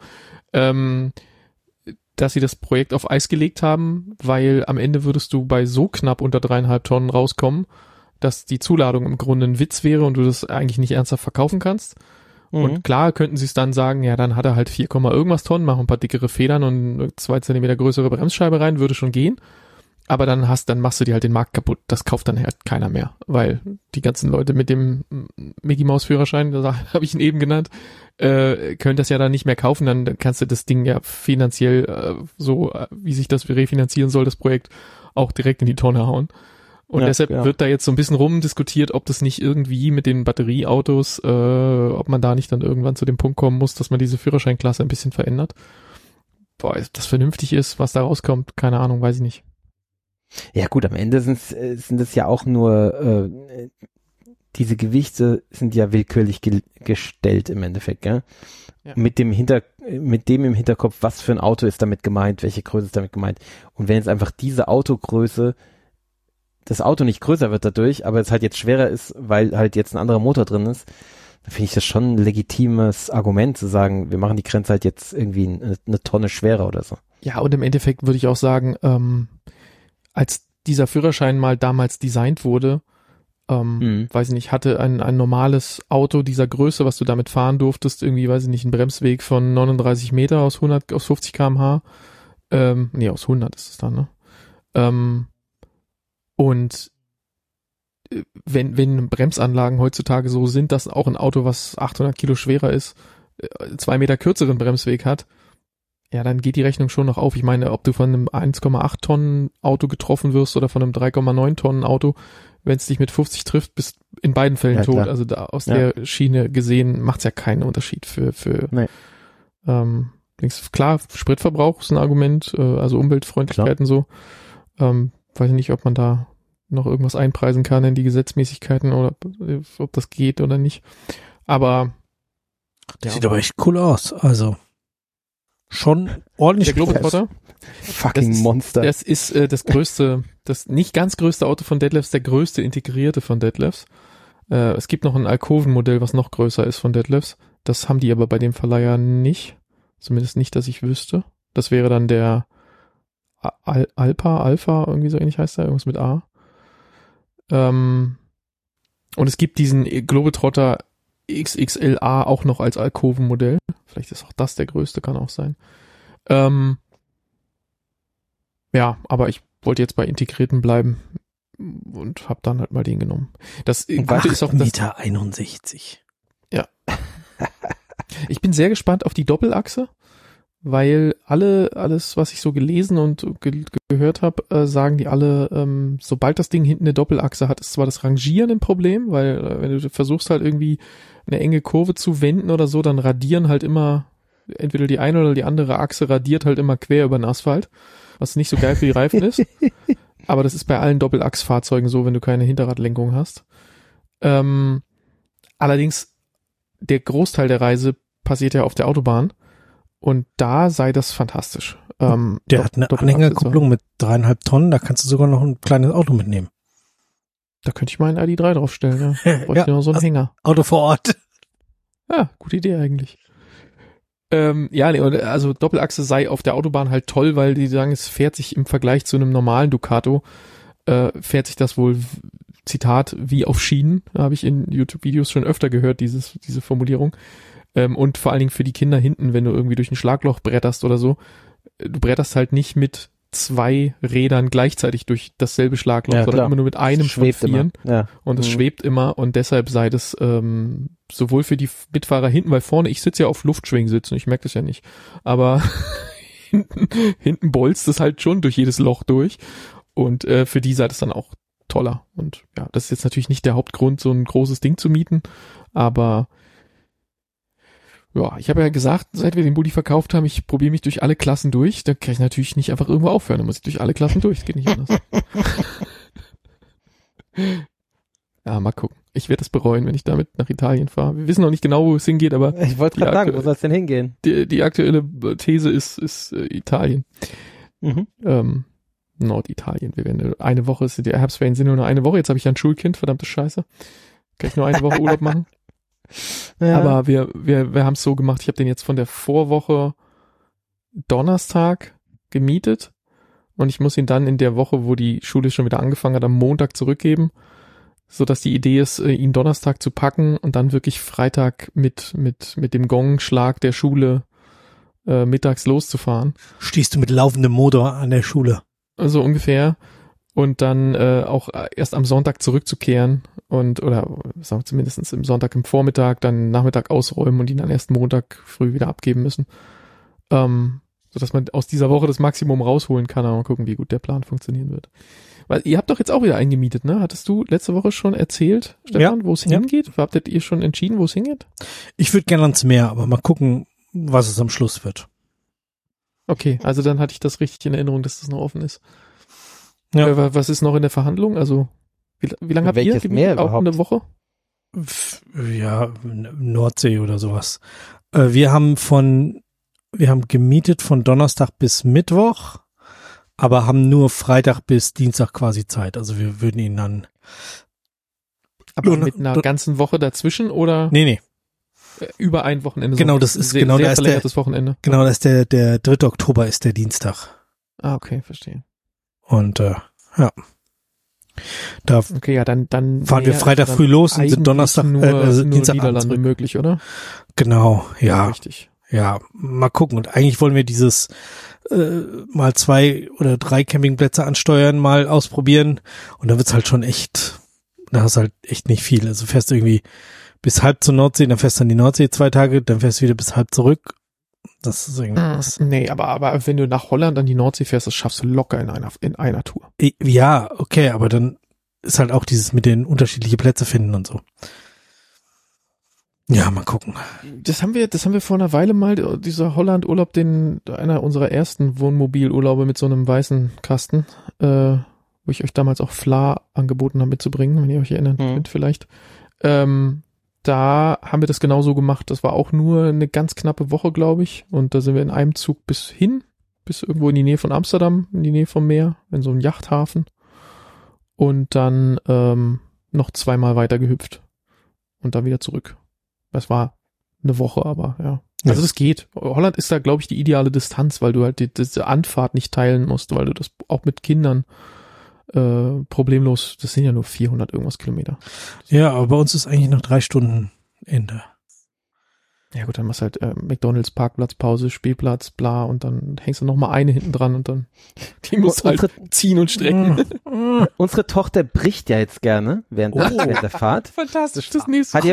dass sie das Projekt auf Eis gelegt haben, weil am Ende würdest du bei so knapp unter 3,5 Tonnen rauskommen, dass die Zuladung im Grunde ein Witz wäre und du das eigentlich nicht ernsthaft verkaufen kannst. Und klar könnten sie es dann sagen, ja, dann hat er halt 4, irgendwas Tonnen, machen ein paar dickere Federn und eine 2 Zentimeter größere Bremsscheibe rein, würde schon gehen. Aber dann machst du dir halt den Markt kaputt. Das kauft dann halt keiner mehr, weil die ganzen Leute mit dem Mickey Maus Führerschein, da habe ich ihn eben genannt, können das ja dann nicht mehr kaufen. Dann kannst du das Ding ja finanziell wie sich das refinanzieren soll, das Projekt, auch direkt in die Tonne hauen. Und deshalb wird da jetzt so ein bisschen rumdiskutiert, ob das nicht irgendwie mit den Batterieautos, ob man da nicht dann irgendwann zu dem Punkt kommen muss, dass man diese Führerscheinklasse ein bisschen verändert. Boah, ob das vernünftig ist, was da rauskommt, keine Ahnung, weiß ich nicht. Ja gut, am Ende sind es ja auch nur, diese Gewichte sind ja willkürlich gestellt im Endeffekt, gell? Ja. Mit dem im Hinterkopf, was für ein Auto ist damit gemeint, welche Größe ist damit gemeint. Und wenn jetzt einfach diese Autogröße, das Auto nicht größer wird dadurch, aber es halt jetzt schwerer ist, weil halt jetzt ein anderer Motor drin ist, dann finde ich das schon ein legitimes Argument zu sagen, wir machen die Grenze halt jetzt irgendwie eine Tonne schwerer oder so. Ja, und im Endeffekt würde ich auch sagen, als dieser Führerschein mal damals designt wurde, weiß ich nicht, hatte ein normales Auto dieser Größe, was du damit fahren durftest, irgendwie, weiß ich nicht, einen Bremsweg von 39 Meter aus 50 km/h, aus 100 ist es dann, ne? Und wenn Bremsanlagen heutzutage so sind, dass auch ein Auto, was 800 Kilo schwerer ist, 2 Meter kürzeren Bremsweg hat, ja, dann geht die Rechnung schon noch auf. Ich meine, ob du von einem 1,8 Tonnen Auto getroffen wirst oder von einem 3,9 Tonnen Auto, wenn es dich mit 50 trifft, bist in beiden Fällen tot. Also da aus der Schiene gesehen macht's ja keinen Unterschied für klar, Spritverbrauch ist ein Argument, also Umweltfreundlichkeit und so. Weiß nicht, ob man da noch irgendwas einpreisen kann in die Gesetzmäßigkeiten oder ob das geht oder nicht. Aber das sieht aber echt cool aus. Also schon ordentlich. Der Globetrotter? Fucking Monster. Das ist das größte, das nicht ganz größte Auto von Detlefs, der größte integrierte von Detlefs. Es gibt noch ein Alkoven-Modell, was noch größer ist von Detlefs. Das haben die aber bei dem Verleiher nicht. Zumindest nicht, dass ich wüsste. Das wäre dann der Alpha, irgendwie so ähnlich heißt er, irgendwas mit A. Und es gibt diesen Globetrotter XXLA auch noch als Alkoven-Modell. Vielleicht ist auch das der größte, kann auch sein. Ja, aber ich wollte jetzt bei integrierten bleiben und habe dann halt mal den genommen. Das Gute ist auch, dass 1,61 Meter. Ja. Ich bin sehr gespannt auf die Doppelachse, weil alles, was ich so gelesen und gehört habe, sagen die alle, sobald das Ding hinten eine Doppelachse hat, ist zwar das Rangieren ein Problem, weil wenn du versuchst halt irgendwie eine enge Kurve zu wenden oder so, dann radieren halt immer, entweder die eine oder die andere Achse radiert halt immer quer über den Asphalt, was nicht so geil für die Reifen ist. Aber das ist bei allen Doppelachsfahrzeugen so, wenn du keine Hinterradlenkung hast. Allerdings, der Großteil der Reise passiert ja auf der Autobahn. Und da sei das fantastisch. Der hat eine Anhängerkupplung mit 3,5 Tonnen, da kannst du sogar noch ein kleines Auto mitnehmen. Da könnte ich mal einen ID3 draufstellen, ja. Bräuchte nur so einen Hänger. Auto vor Ort. Ja, gute Idee eigentlich. Also Doppelachse sei auf der Autobahn halt toll, weil die sagen, es fährt sich im Vergleich zu einem normalen Ducato, fährt sich das wohl, Zitat, wie auf Schienen. Habe ich in YouTube-Videos schon öfter gehört, diese Formulierung. Und vor allen Dingen für die Kinder hinten, wenn du irgendwie durch ein Schlagloch bretterst oder so, du bretterst halt nicht mit 2 Rädern gleichzeitig durch dasselbe Schlagloch, sondern immer nur mit einem von 4. Ja. Und es schwebt immer und deshalb sei das sowohl für die Mitfahrer hinten, weil vorne, ich sitze ja auf Luftschwing-Sitzen, ich merke das ja nicht, aber hinten bolzt es halt schon durch jedes Loch durch und für die sei das dann auch toller. Und ja, das ist jetzt natürlich nicht der Hauptgrund, so ein großes Ding zu mieten, aber ja, ich habe ja gesagt, seit wir den Bulli verkauft haben, ich probiere mich durch alle Klassen durch. Da kann ich natürlich nicht einfach irgendwo aufhören, da muss ich durch alle Klassen durch. Das geht nicht anders. Ja, mal gucken. Ich werde das bereuen, wenn ich damit nach Italien fahre. Wir wissen noch nicht genau, wo es hingeht, aber ich wollte gerade sagen, wo soll es denn hingehen? Die aktuelle These ist Italien. Norditalien. Wir werden eine Woche, die Herbstferien sind nur eine Woche. Jetzt habe ich ja ein Schulkind, verdammte Scheiße. Kann ich nur eine Woche Urlaub machen? Ja. Aber wir haben es so gemacht, ich habe den jetzt von der Vorwoche Donnerstag gemietet und ich muss ihn dann in der Woche, wo die Schule schon wieder angefangen hat, am Montag zurückgeben, sodass die Idee ist, ihn Donnerstag zu packen und dann wirklich Freitag mit dem Gongschlag der Schule mittags loszufahren. Stehst du mit laufendem Motor an der Schule? So ungefähr. Und dann auch erst am Sonntag zurückzukehren oder sagen wir zumindest im Sonntag im Vormittag, dann Nachmittag ausräumen und ihn dann erst Montag früh wieder abgeben müssen. Sodass man aus dieser Woche das Maximum rausholen kann, aber mal gucken, wie gut der Plan funktionieren wird. Weil ihr habt doch jetzt auch wieder eingemietet, ne? Hattest du letzte Woche schon erzählt, Stefan, wo es hingeht? Habt ihr schon entschieden, wo es hingeht? Ich würde gerne ans Meer, aber mal gucken, was es am Schluss wird. Okay, also dann hatte ich das richtig in Erinnerung, dass das noch offen ist. Ja. Was ist noch in der Verhandlung? Also wie lange habt ihr Welches Meer Auch überhaupt? eine Woche? Ja, Nordsee oder sowas. Wir haben gemietet von Donnerstag bis Mittwoch, aber haben nur Freitag bis Dienstag quasi Zeit. Also wir würden ihn dann. Aber mit einer ganzen Woche dazwischen oder Nee. über ein Wochenende? Genau, so das ist sehr, genau sehr da ist verlängertes Wochenende. Genau, das ist der 3. Oktober ist der Dienstag. Ah, okay, verstehe. Und ja. Da Okay, ja, dann fahren wir Freitag früh los und sind Donnerstag, nur Dienstagabend Niederlande zurück. möglich, oder? Genau, ja. Richtig. Ja, mal gucken. Und eigentlich wollen wir dieses mal 2 oder 3 Campingplätze ansteuern, mal ausprobieren. Und dann wird's halt schon echt, da hast du halt echt nicht viel. Also fährst du irgendwie bis halb zur Nordsee, dann fährst du an die Nordsee 2 Tage, dann fährst du wieder bis halb zurück. Das ist irgendwie was. Nee, aber wenn du nach Holland an die Nordsee fährst, das schaffst du locker in einer Tour. Ja, okay, aber dann ist halt auch dieses mit den unterschiedlichen Plätze finden und so. Ja, mal gucken. Das haben wir vor einer Weile mal, dieser Holland-Urlaub, einer unserer ersten Wohnmobilurlaube mit so einem weißen Kasten, wo ich euch damals auch Fla angeboten habe mitzubringen, wenn ihr euch erinnern könnt vielleicht. Da haben wir das genauso gemacht. Das war auch nur eine ganz knappe Woche, glaube ich. Und da sind wir in einem Zug bis irgendwo in die Nähe von Amsterdam, in die Nähe vom Meer, in so einem Yachthafen. Und dann noch 2-mal weiter gehüpft. Und dann wieder zurück. Das war eine Woche, aber ja. Also das geht. Holland ist da, glaube ich, die ideale Distanz, weil du halt diese Anfahrt nicht teilen musst, weil du das auch mit Kindern problemlos, das sind ja nur 400 irgendwas Kilometer. Ja, aber bei uns ist eigentlich noch 3 Stunden Ende. Ja gut, dann machst du halt McDonald's, Parkplatzpause, Spielplatz, bla und dann hängst du noch mal eine hinten dran und dann die musst du halt ziehen und strecken. Unsere Tochter bricht ja jetzt gerne während der Fahrt. Fantastisch, das nächste Hat die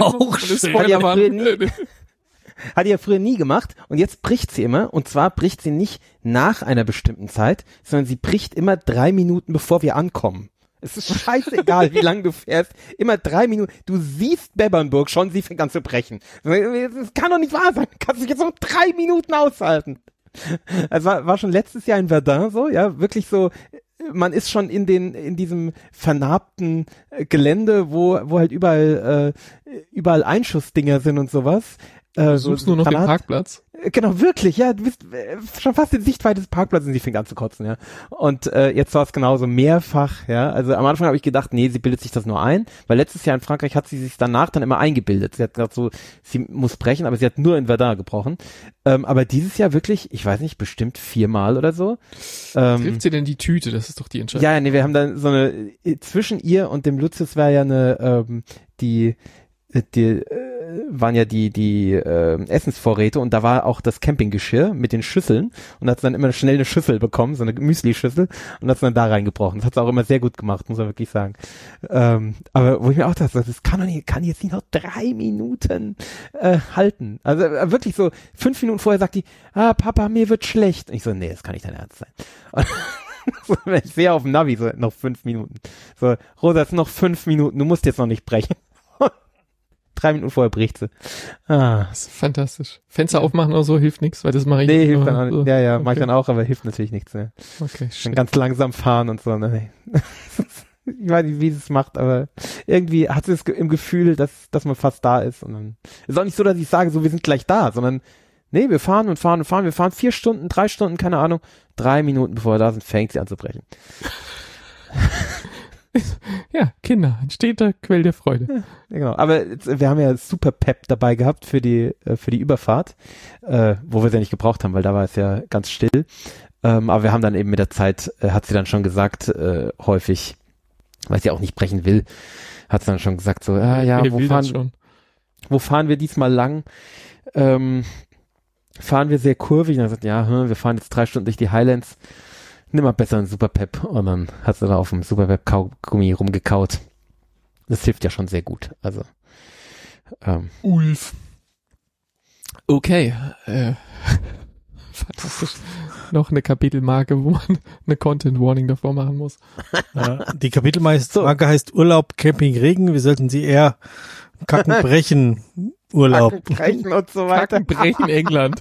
ja früher nie gemacht und jetzt bricht sie immer und zwar bricht sie nicht nach einer bestimmten Zeit, sondern sie bricht immer 3 Minuten bevor wir ankommen. Es ist scheißegal, wie lange du fährst. Immer 3 Minuten. Du siehst Bebernburg schon, sie fängt an zu brechen. Das kann doch nicht wahr sein. Du kannst dich jetzt noch 3 Minuten aushalten. Also war schon letztes Jahr in Verdun so, ja, wirklich so. Man ist schon in diesem vernarbten Gelände, wo halt überall Einschussdinger sind und sowas. Du suchst nur noch den Parkplatz. Genau, wirklich, ja, du bist schon fast in Sichtweite des Parkplatzes und sie fängt an zu kotzen, ja. Und jetzt war es genauso mehrfach, ja. Also am Anfang habe ich gedacht, nee, sie bildet sich das nur ein, weil letztes Jahr in Frankreich hat sie sich danach dann immer eingebildet. Sie hat gesagt so, sie muss brechen, aber sie hat nur in Verdun gebrochen. Aber dieses Jahr wirklich, ich weiß nicht, bestimmt 4-mal oder so. Trifft sie denn die Tüte? Das ist doch die Entscheidung. Ja, nee, wir haben dann so eine, zwischen ihr und dem Lucius war ja eine, die waren ja die Essensvorräte und da war auch das Campinggeschirr mit den Schüsseln und hat dann immer schnell eine Schüssel bekommen, so eine Müsli-Schüssel und hat dann da reingebrochen. Das hat sie auch immer sehr gut gemacht, muss man wirklich sagen. Aber wo ich mir auch dachte, das kann jetzt nicht noch 3 Minuten halten. Also wirklich so 5 Minuten vorher sagt die, Papa, mir wird schlecht. Und ich so, nee, das kann nicht dein Ernst sein. So, ich sehe auf dem Navi so noch 5 Minuten. So, Rosa, es sind noch 5 Minuten, du musst jetzt noch nicht brechen. 3 Minuten vorher bricht sie. Das ist fantastisch. Fenster aufmachen oder so hilft nichts, weil das mache ich nicht. Nee, nicht. hilft dann auch nicht. So. Ja, okay. mache ich dann auch, aber hilft natürlich nichts. Ne? Okay, Dann ganz langsam fahren und so. Ne? Ich weiß nicht, wie sie es macht, aber irgendwie hat sie es im Gefühl, dass man fast da ist. Und dann ist auch nicht so, dass ich sage, so wir sind gleich da, sondern nee, wir fahren und fahren und fahren. Wir fahren 4 Stunden, 3 Stunden, keine Ahnung. 3 Minuten bevor wir da sind, fängt sie an zu brechen. Ja, Kinder, ein steter Quell der Freude. Ja, genau. Aber wir haben ja super Pep dabei gehabt für die Überfahrt, wo wir sie ja nicht gebraucht haben, weil da war es ja ganz still. Aber wir haben dann eben mit der Zeit, hat sie dann schon gesagt, häufig, weil sie auch nicht brechen will, hat sie dann schon gesagt so, wo fahren wir diesmal lang? Fahren wir sehr kurvig? Und dann sagt ja, wir fahren jetzt 3 Stunden durch die Highlands. Nimm mal besser einen Superpep. Und dann hat sie da auf dem Superpep-Kaugummi rumgekaut. Das hilft ja schon sehr gut. Also Ulf. Okay. Fantastisch. Noch eine Kapitelmarke, wo man eine Content Warning davor machen muss. Die Kapitelmarke heißt Urlaub, Camping, Regen. Wir sollten sie eher Kacken, Brechen, Urlaub. Kacken, Brechen und so weiter. Kacken, Brechen, England.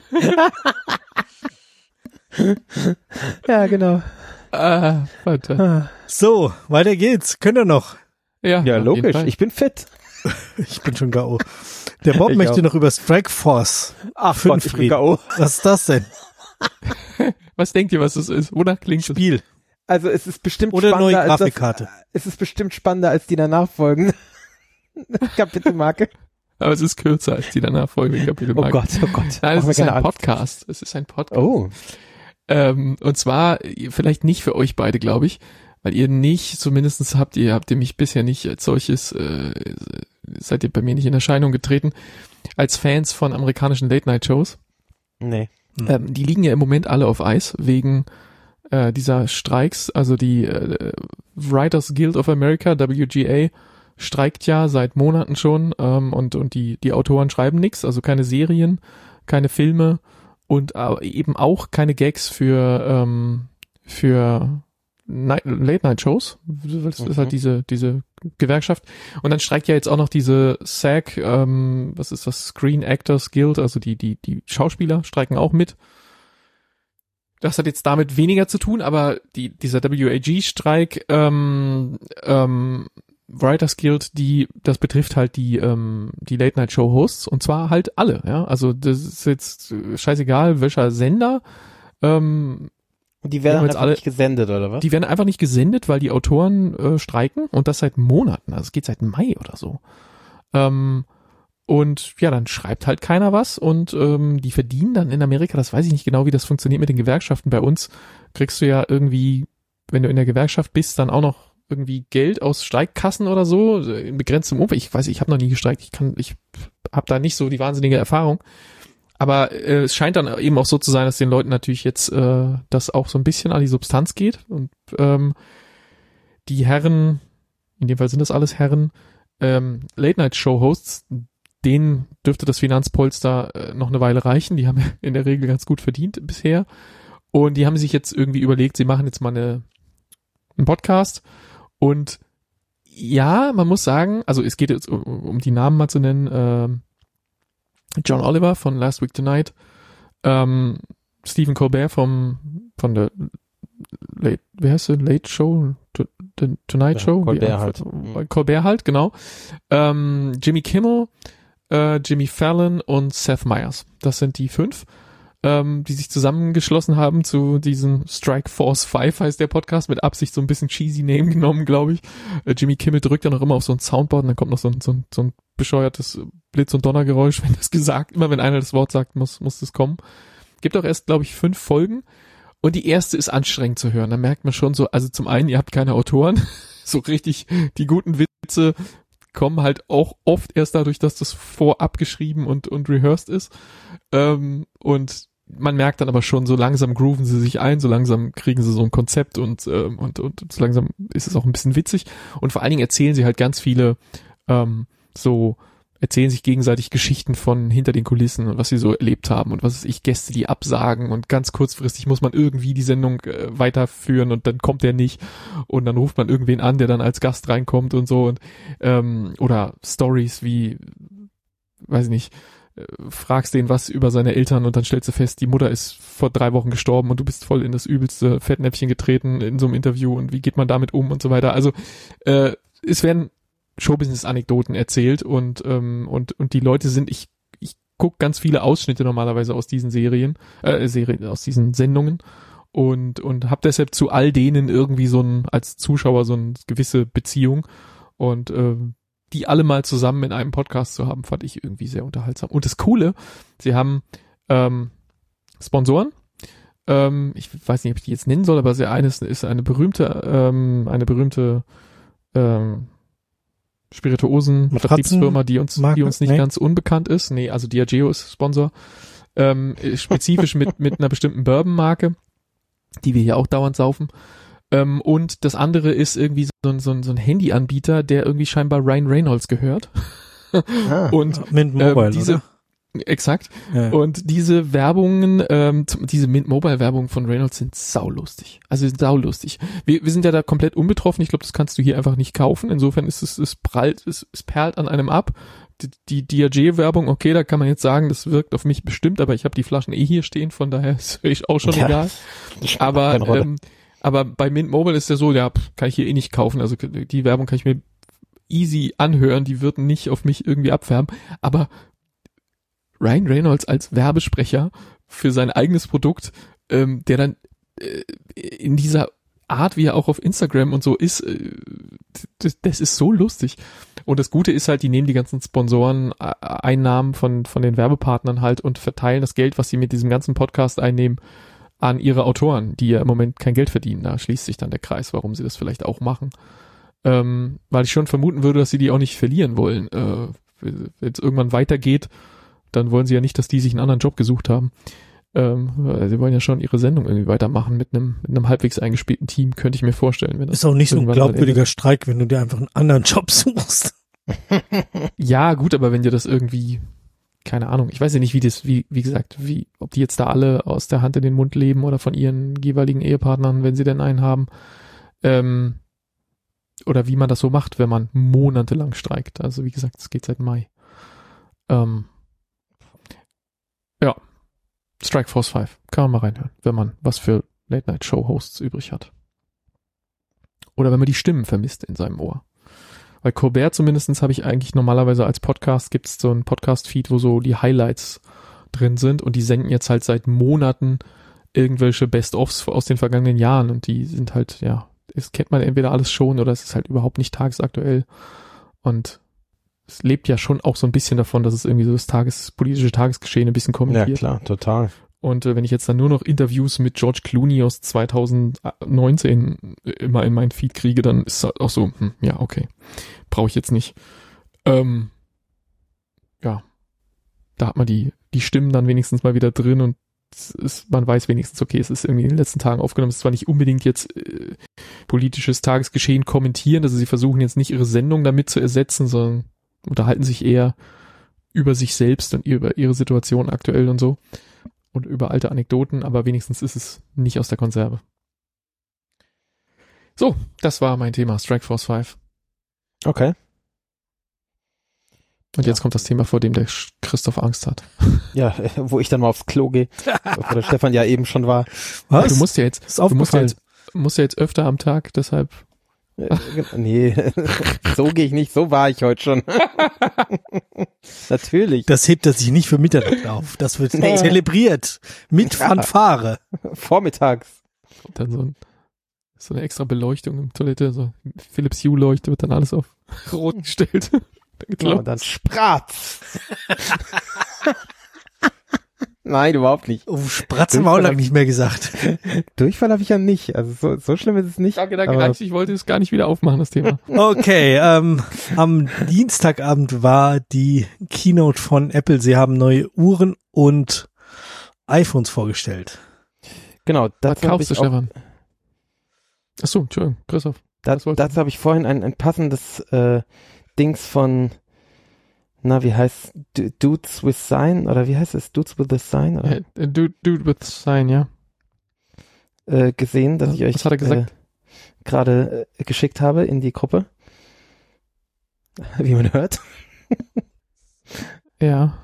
Ja, genau. Warte. So, weiter geht's. Könnt ihr noch? Ja, auf jeden logisch. Fall. Ich bin fit. Ich bin schon K.O. Der Bob Ich möchte auch. noch über Strike Force. Ach Gott, ich bin K.O. Was ist das denn? Was denkt ihr, was das ist? Wonach klingt es? Spiel. Also es ist bestimmt Oder neue spannender als Grafikkarte. es ist bestimmt spannender als die danach folgende Kapitelmarke. Aber es ist kürzer als die danach folgende Oh Kapitelmarke. Gott, oh Gott. Nein, es Machen wir ist ein keine Angst. Podcast. Es ist ein Podcast. Oh. Und zwar vielleicht nicht für euch beide, glaube ich, weil ihr nicht, zumindest habt ihr mich bisher nicht als solches, seid ihr bei mir nicht in Erscheinung getreten, als Fans von amerikanischen Late-Night-Shows. Nee. Die liegen ja im Moment alle auf Eis wegen dieser Streiks. Also die Writers Guild of America, WGA, streikt ja seit Monaten schon und die Autoren schreiben nichts, also keine Serien, keine Filme und eben auch keine Gags für Late-Night-Shows. Das ist halt diese Gewerkschaft. Und dann streikt ja jetzt auch noch diese SAG, was ist das, Screen Actors Guild, also die Schauspieler streiken auch mit. Das hat jetzt damit weniger zu tun, aber dieser WAG-Streik, Writers Guild, das betrifft halt die Late-Night-Show-Hosts und zwar halt alle, ja. Also das ist jetzt scheißegal, welcher Sender. Und die werden jetzt einfach alle nicht gesendet, oder was? Die werden einfach nicht gesendet, weil die Autoren streiken und das seit Monaten. Also es geht seit Mai oder so. Und ja, dann schreibt halt keiner was und die verdienen dann in Amerika, das weiß ich nicht genau, wie das funktioniert mit den Gewerkschaften. Bei uns kriegst du ja irgendwie, wenn du in der Gewerkschaft bist, dann auch noch irgendwie Geld aus Streikkassen oder so, in begrenztem Umfang. Ich weiß, ich habe noch nie gestreikt, ich habe da nicht so die wahnsinnige Erfahrung. Aber es scheint dann eben auch so zu sein, dass den Leuten natürlich jetzt das auch so ein bisschen an die Substanz geht. Und die Herren, in dem Fall sind das alles Herren, Late-Night-Show-Hosts, denen dürfte das Finanzpolster noch eine Weile reichen. Die haben in der Regel ganz gut verdient bisher. Und die haben sich jetzt irgendwie überlegt, sie machen jetzt mal einen Podcast. Und ja, man muss sagen, also es geht jetzt, um die Namen mal zu nennen, John Oliver von Last Week Tonight, Stephen Colbert von der Late Show, Tonight Show? Colbert halt. Colbert halt, genau. Jimmy Kimmel, Jimmy Fallon und Seth Meyers. Das sind die 5, die sich zusammengeschlossen haben zu diesem Strike Force 5, heißt der Podcast, mit Absicht so ein bisschen cheesy Name genommen, glaube ich. Jimmy Kimmel drückt dann noch immer auf so ein Soundboard und dann kommt noch so ein bescheuertes Blitz- und Donnergeräusch, wenn das gesagt, immer wenn einer das Wort sagt, muss das kommen. Gibt auch erst, glaube ich, 5 Folgen und die erste ist anstrengend zu hören. Da merkt man schon so, also zum einen, ihr habt keine Autoren, so richtig, die guten Witze kommen halt auch oft erst dadurch, dass das vorab geschrieben und rehearsed ist. Und man merkt dann aber schon, so langsam grooven sie sich ein, so langsam kriegen sie so ein Konzept und so langsam ist es auch ein bisschen witzig. Und vor allen Dingen erzählen sie halt ganz viele erzählen sich gegenseitig Geschichten von hinter den Kulissen und was sie so erlebt haben und was weiß ich, Gäste, die absagen und ganz kurzfristig muss man irgendwie die Sendung weiterführen und dann kommt der nicht und dann ruft man irgendwen an, der dann als Gast reinkommt und so und oder Stories wie, weiß ich nicht, fragst den was über seine Eltern und dann stellst du fest, die Mutter ist vor 3 Wochen gestorben und du bist voll in das übelste Fettnäpfchen getreten in so einem Interview und wie geht man damit um und so weiter. Also es werden Showbusiness-Anekdoten erzählt und die Leute sind, ich gucke ganz viele Ausschnitte normalerweise aus diesen aus diesen Sendungen und habe deshalb zu all denen irgendwie als Zuschauer so eine gewisse Beziehung und die alle mal zusammen in einem Podcast zu haben, fand ich irgendwie sehr unterhaltsam. Und das Coole, sie haben Sponsoren. Ich weiß nicht, ob ich die jetzt nennen soll, aber eines ist eine berühmte Spirituosen-Vertriebsfirma, die uns nicht ganz unbekannt ist. Nee, also Diageo ist Sponsor. Spezifisch mit einer bestimmten Bourbon-Marke, die wir hier auch dauernd saufen. Und das andere ist irgendwie so ein Handyanbieter, der irgendwie scheinbar Ryan Reynolds gehört. Und Mint Mobile, diese oder? Exakt. Ja. Und diese Werbungen, diese Mint-Mobile-Werbungen von Reynolds sind saulustig. Also saulustig. Wir sind ja da komplett unbetroffen. Ich glaube, das kannst du hier einfach nicht kaufen. Insofern ist es perlt an einem ab. Die Diageo-Werbung, okay, da kann man jetzt sagen, das wirkt auf mich bestimmt, aber ich habe die Flaschen hier stehen, von daher ist ich auch schon egal. Aber bei Mint Mobile ist ja so, ja, kann ich hier nicht kaufen. Also die Werbung kann ich mir easy anhören, die würden nicht auf mich irgendwie abfärben. Aber Ryan Reynolds als Werbesprecher für sein eigenes Produkt, der dann in dieser Art, wie er auch auf Instagram und so ist, das ist so lustig. Und das Gute ist halt, die nehmen die ganzen Sponsoren-Einnahmen von den Werbepartnern halt und verteilen das Geld, was sie mit diesem ganzen Podcast einnehmen, an ihre Autoren, die ja im Moment kein Geld verdienen. Da schließt sich dann der Kreis, warum sie das vielleicht auch machen. Weil ich schon vermuten würde, dass sie die auch nicht verlieren wollen. Wenn es irgendwann weitergeht, dann wollen sie ja nicht, dass die sich einen anderen Job gesucht haben. Sie wollen ja schon ihre Sendung irgendwie weitermachen mit einem halbwegs eingespielten Team, könnte ich mir vorstellen. Wenn das ist auch nicht so ein glaubwürdiger Streik, wenn du dir einfach einen anderen Job suchst. Ja, gut, aber wenn dir das irgendwie, keine Ahnung, ich weiß ja nicht, wie gesagt, ob die jetzt da alle aus der Hand in den Mund leben oder von ihren jeweiligen Ehepartnern, wenn sie denn einen haben, oder wie man das so macht, wenn man monatelang streikt. Also wie gesagt, es geht seit Mai. Ja. Strike Force 5. Kann man mal reinhören, wenn man was für Late-Night-Show-Hosts übrig hat. Oder wenn man die Stimmen vermisst in seinem Ohr. Bei Colbert zumindestens habe ich eigentlich normalerweise als Podcast, gibt es so einen Podcast-Feed, wo so die Highlights drin sind und die senden jetzt halt seit Monaten irgendwelche Best-ofs aus den vergangenen Jahren und die sind halt, ja, es kennt man entweder alles schon oder es ist halt überhaupt nicht tagesaktuell und es lebt ja schon auch so ein bisschen davon, dass es irgendwie so das politische Tagesgeschehen ein bisschen kommentiert. Ja, klar, total. Und wenn ich jetzt dann nur noch Interviews mit George Clooney aus 2019 immer in meinen Feed kriege, dann ist es halt auch so, ja, okay, brauche ich jetzt nicht. Ja, da hat man die Stimmen dann wenigstens mal wieder drin und man weiß wenigstens, okay, es ist irgendwie in den letzten Tagen aufgenommen, es ist zwar nicht unbedingt jetzt politisches Tagesgeschehen kommentieren, also sie versuchen jetzt nicht ihre Sendung damit zu ersetzen, sondern unterhalten sich eher über sich selbst und über ihre Situation aktuell und so und über alte Anekdoten, aber wenigstens ist es nicht aus der Konserve. So, das war mein Thema, Strike Force 5. Okay. Und jetzt kommt das Thema, vor dem der Christoph Angst hat. Ja, wo ich dann mal aufs Klo gehe, wo der Stefan ja eben schon war. Was? Du musst ja jetzt öfter am Tag, deshalb. Nee, so gehe ich nicht, so war ich heute schon. Natürlich. Das hebt er sich nicht für Mitternacht auf. Das wird zelebriert. Mit Fanfare. Vormittags. Und dann so eine extra Beleuchtung in der Toilette, so Philips Hue-Leuchte wird dann alles auf rot gestellt. Und dann Spratz. Nein, überhaupt nicht. Oh, Spratz haben wir auch lange nicht mehr gesagt. Durchfall habe ich ja nicht. Also so schlimm ist es nicht. Danke, reicht. Ich wollte es gar nicht wieder aufmachen, das Thema. Okay, am Dienstagabend war die Keynote von Apple. Sie haben neue Uhren und iPhones vorgestellt. Genau. Was kaufst du, Stefan? Achso, Entschuldigung, Christoph. Dazu habe ich vorhin ein passendes Dings von wie heißt Dudes with Sign oder wie heißt es? Dudes with the Sign? Oder? Dude with Sign, ja. Gesehen, dass ich euch was hat er gesagt? Gerade geschickt habe in die Gruppe. Wie man hört. Ja.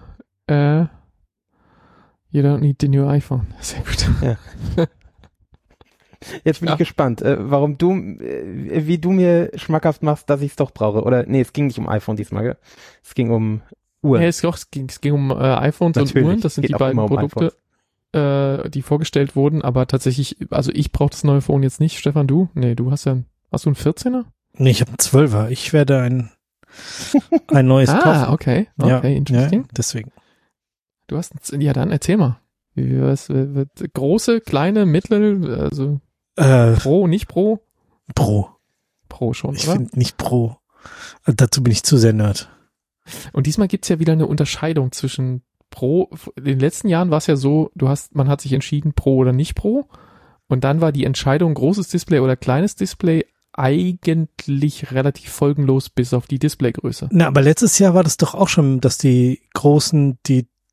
You don't need the new iPhone. Sehr gut. Ja. Jetzt bin ich gespannt, wie du mir schmackhaft machst, dass ich es doch brauche. Oder, nee, es ging nicht um iPhone diesmal, gell? Es ging um Uhren. Ja, es ging um iPhones und Uhren. Das sind die beiden Produkte, die vorgestellt wurden. Aber tatsächlich, also ich brauche das neue Phone jetzt nicht. Stefan, du? Nee, hast du einen 14er? Nee, ich habe einen 12er. Ich werde ein neues kaufen. Okay, Ja, interesting. deswegen. Du hast dann erzähl mal. Große, kleine, mittel, also Pro, nicht Pro? Pro. Pro schon, ich oder? Ich finde nicht Pro. Dazu bin ich zu sehr Nerd. Und diesmal gibt's ja wieder eine Unterscheidung zwischen Pro. In den letzten Jahren war es ja so, man hat sich entschieden, Pro oder nicht Pro. Und dann war die Entscheidung, großes Display oder kleines Display, eigentlich relativ folgenlos bis auf die Displaygröße. Na, aber letztes Jahr war das doch auch schon, dass die Großen die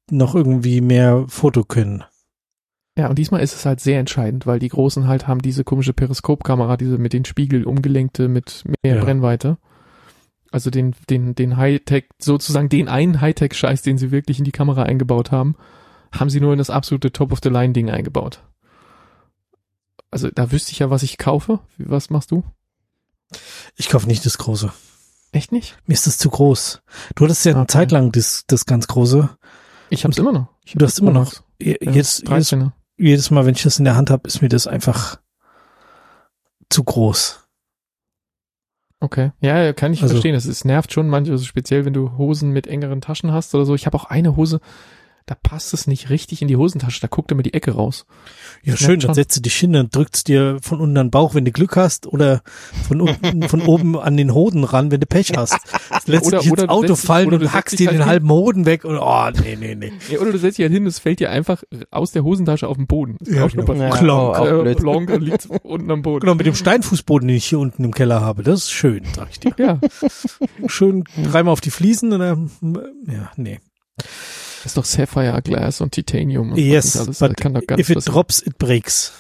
noch irgendwie mehr Foto können. Ja, und diesmal ist es halt sehr entscheidend, weil die Großen halt haben diese komische Periskopkamera, diese mit den Spiegel umgelenkte mit mehr Brennweite. Also den Hightech, sozusagen den einen Hightech-Scheiß, den sie wirklich in die Kamera eingebaut haben sie nur in das absolute Top-of-the-Line-Ding eingebaut. Also da wüsste ich ja, was ich kaufe. Was machst du? Ich kaufe nicht das Große. Echt nicht? Mir ist das zu groß. Du hattest ja eine Zeit lang das ganz Große. Ich hab's immer noch. Du hast immer noch. Jedes Mal, wenn ich das in der Hand habe, ist mir das einfach zu groß. Okay. Ja, kann ich verstehen. Es nervt schon manchmal, also speziell wenn du Hosen mit engeren Taschen hast oder so. Ich habe auch eine Hose, da passt es nicht richtig in die Hosentasche, da guckt immer die Ecke raus. Ja, schön, dann setzt du dich hin und drückst dir von unten an den Bauch, wenn du Glück hast, oder von unten, von oben an den Hoden ran, wenn du Pech hast. Lässt dich ins Auto fallen und hackst dir den halben Hoden weg und nee. Ja, oder du setzt dich halt hin, es fällt dir einfach aus der Hosentasche auf den Boden. Ja, genau. Plonk liegt unten am Boden. Genau, mit dem Steinfußboden, den ich hier unten im Keller habe. Das ist schön, sag ich dir. Ja. Schön dreimal auf die Fliesen und dann, nee. Das ist doch Sapphire Glass und Titanium. Und yes, alles. But kann doch ganz if it drops, it breaks.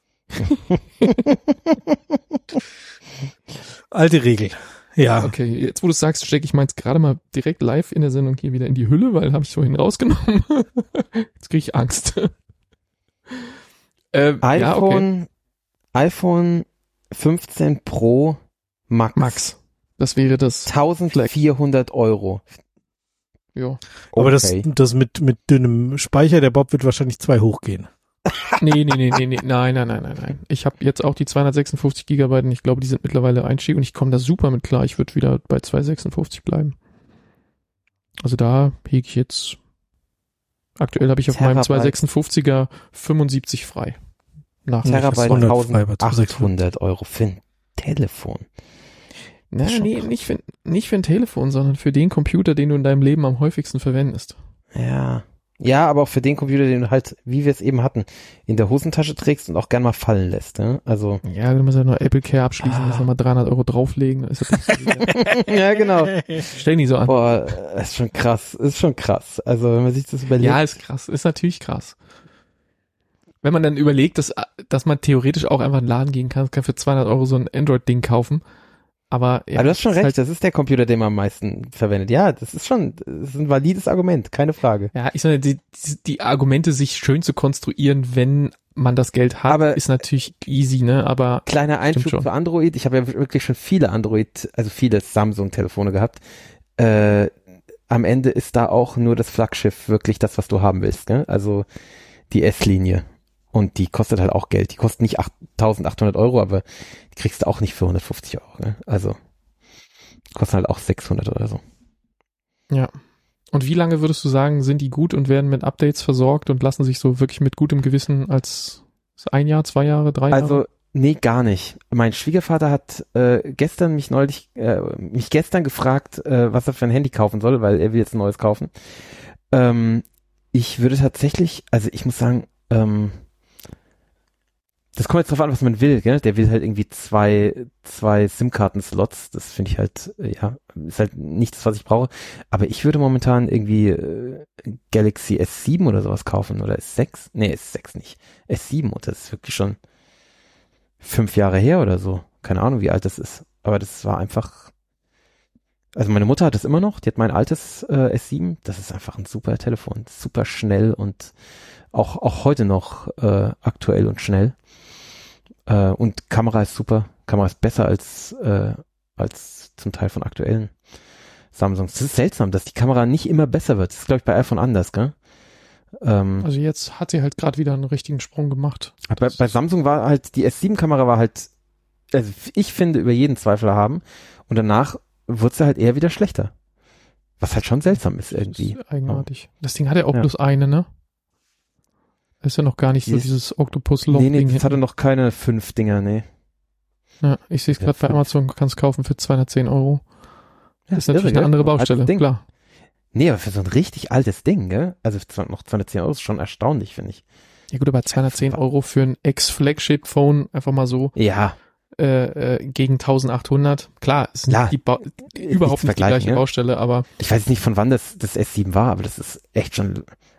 Alte Regel. Ja. Okay, jetzt wo du sagst, stecke ich meins gerade mal direkt live in der Sendung hier wieder in die Hülle, weil habe ich vorhin rausgenommen. Jetzt kriege ich Angst. iPhone 15 Pro Max. Das wäre das 1400 €. Ja. Aber das mit dünnem Speicher, der Bob wird wahrscheinlich 2 hochgehen. Nee. Nein. Ich habe jetzt auch die 256 Gigabyte und ich glaube, die sind mittlerweile Einstieg und ich komme da super mit klar. Ich würde wieder bei 256 bleiben. Also da hege ich jetzt, aktuell habe ich auf meinem 256er 75 frei. Terabyte 1800 € für ein Telefon. Na, nee, nicht für ein Telefon, sondern für den Computer, den du in deinem Leben am häufigsten verwendest. Ja, aber auch für den Computer, den du halt, wie wir es eben hatten, in der Hosentasche trägst und auch gern mal fallen lässt. Ne? Also ja, du musst ja noch Apple Care abschließen, musst nochmal 300 € drauflegen. Ist das ja, genau. Stell nicht so an. Boah, ist schon krass. Also wenn man sich das überlegt. Ja, ist krass. Ist natürlich krass. Wenn man dann überlegt, dass man theoretisch auch einfach in den Laden gehen kann für 200 € so ein Android-Ding kaufen. Aber du hast schon recht, halt, das ist der Computer, den man am meisten verwendet. Ja, das ist ein valides Argument, keine Frage. Ja, ich sage, die Argumente, sich schön zu konstruieren, wenn man das Geld hat, ist natürlich easy, ne? Aber kleiner Einschub für Android. Ich habe ja wirklich schon viele viele Samsung-Telefone gehabt. Am Ende ist da auch nur das Flaggschiff wirklich das, was du haben willst, ne? Also die S-Linie. Und die kostet halt auch Geld. Die kostet nicht 8.800 €, aber die kriegst du auch nicht für 150 €. Ne? Also kosten halt auch 600 oder so. Ja. Und wie lange würdest du sagen, sind die gut und werden mit Updates versorgt und lassen sich so wirklich mit gutem Gewissen als 1 Jahr, 2 Jahre, 3 Jahre? Also nee, gar nicht. Mein Schwiegervater hat gestern mich gefragt, was er für ein Handy kaufen soll, weil er will jetzt ein neues kaufen. Ich würde tatsächlich, also ich muss sagen, das kommt jetzt drauf an, was man will, gell? Der will halt irgendwie zwei SIM-Karten-Slots. Das finde ich halt, ist halt nichts, was ich brauche. Aber ich würde momentan irgendwie Galaxy S7 oder sowas kaufen oder S6. Nee, S6 nicht. S7 und das ist wirklich schon 5 Jahre her oder so. Keine Ahnung, wie alt das ist. Aber das war einfach, also meine Mutter hat das immer noch. Die hat mein altes S7. Das ist einfach ein super Telefon. Super schnell und auch heute noch aktuell und schnell. Und Kamera ist super. Kamera ist besser als zum Teil von aktuellen Samsungs. Das ist seltsam, dass die Kamera nicht immer besser wird. Das ist, glaube ich, bei iPhone anders, gell? Also jetzt hat sie halt gerade wieder einen richtigen Sprung gemacht. Bei Samsung war halt, die S7-Kamera war halt, also ich finde, über jeden Zweifel haben. Und danach wird sie halt eher wieder schlechter. Was halt schon seltsam ist irgendwie. Das ist eigenartig. Das Ding hat ja auch bloß eine, ne? Ist ja noch gar nicht so dieses Octopus-Lock-Ding. Nee, das hatte noch keine 5 Dinger, nee. Ja, ich sehe es gerade bei Amazon, kannst kaufen für 210 €. Ja, ist natürlich eine andere Baustelle, klar. Nee, aber für so ein richtig altes Ding, gell? Also noch 210 € ist schon erstaunlich, finde ich. Ja gut, aber 210 € für ein Ex-Flagship-Phone, einfach mal so. Ja. Gegen 1800. Klar, ist nicht überhaupt nicht die gleiche Baustelle, aber. Ich weiß nicht, von wann das S7 war, aber das ist echt schon,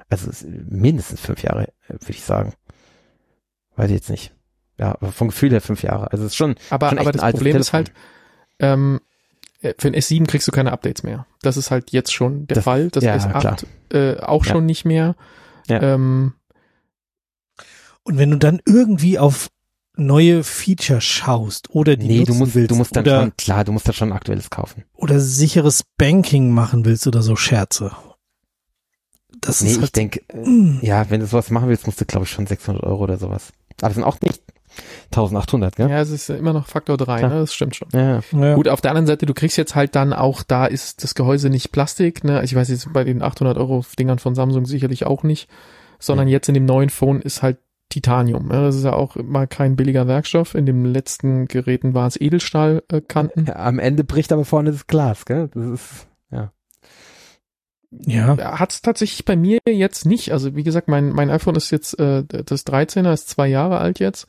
Also mindestens 5 Jahre, würde ich sagen. Weiß ich jetzt nicht. Ja, aber vom Gefühl her 5 Jahre. Also es ist schon. Aber schon echt das ein altes Problem ist Telefon. halt, für ein S7 kriegst du keine Updates mehr. Das ist halt jetzt schon der Fall. Das ja, S8 auch schon nicht mehr. Ja. Und wenn du dann irgendwie auf neue Feature schaust oder die du nutzen willst, musst dann oder, schon, klar, du musst da schon ein aktuelles kaufen. oder sicheres Banking machen willst oder so Scherze. Das ist Ich halt, denke, ja, wenn du sowas machen willst, musst du, glaube ich, schon 600 € oder sowas. Aber das sind auch nicht 1800, gell? Ja, es ist immer noch Faktor 3, Klar. ne? Das stimmt schon. Ja. ja. Gut, auf der anderen Seite, du kriegst jetzt halt dann auch, da ist das Gehäuse nicht Plastik, ne? Also ich weiß jetzt bei den 800 € Dingern von Samsung sicherlich auch nicht, sondern jetzt in dem neuen Phone ist halt Titanium. Ja? Das ist ja auch mal kein billiger Werkstoff. In den letzten Geräten war es Edelstahlkanten. Ja, am Ende bricht aber vorne das Glas, gell? Das ist, ja. Ja. Hat es tatsächlich bei mir jetzt nicht. Also wie gesagt, mein iPhone ist jetzt, das 13er ist 2 Jahre alt jetzt.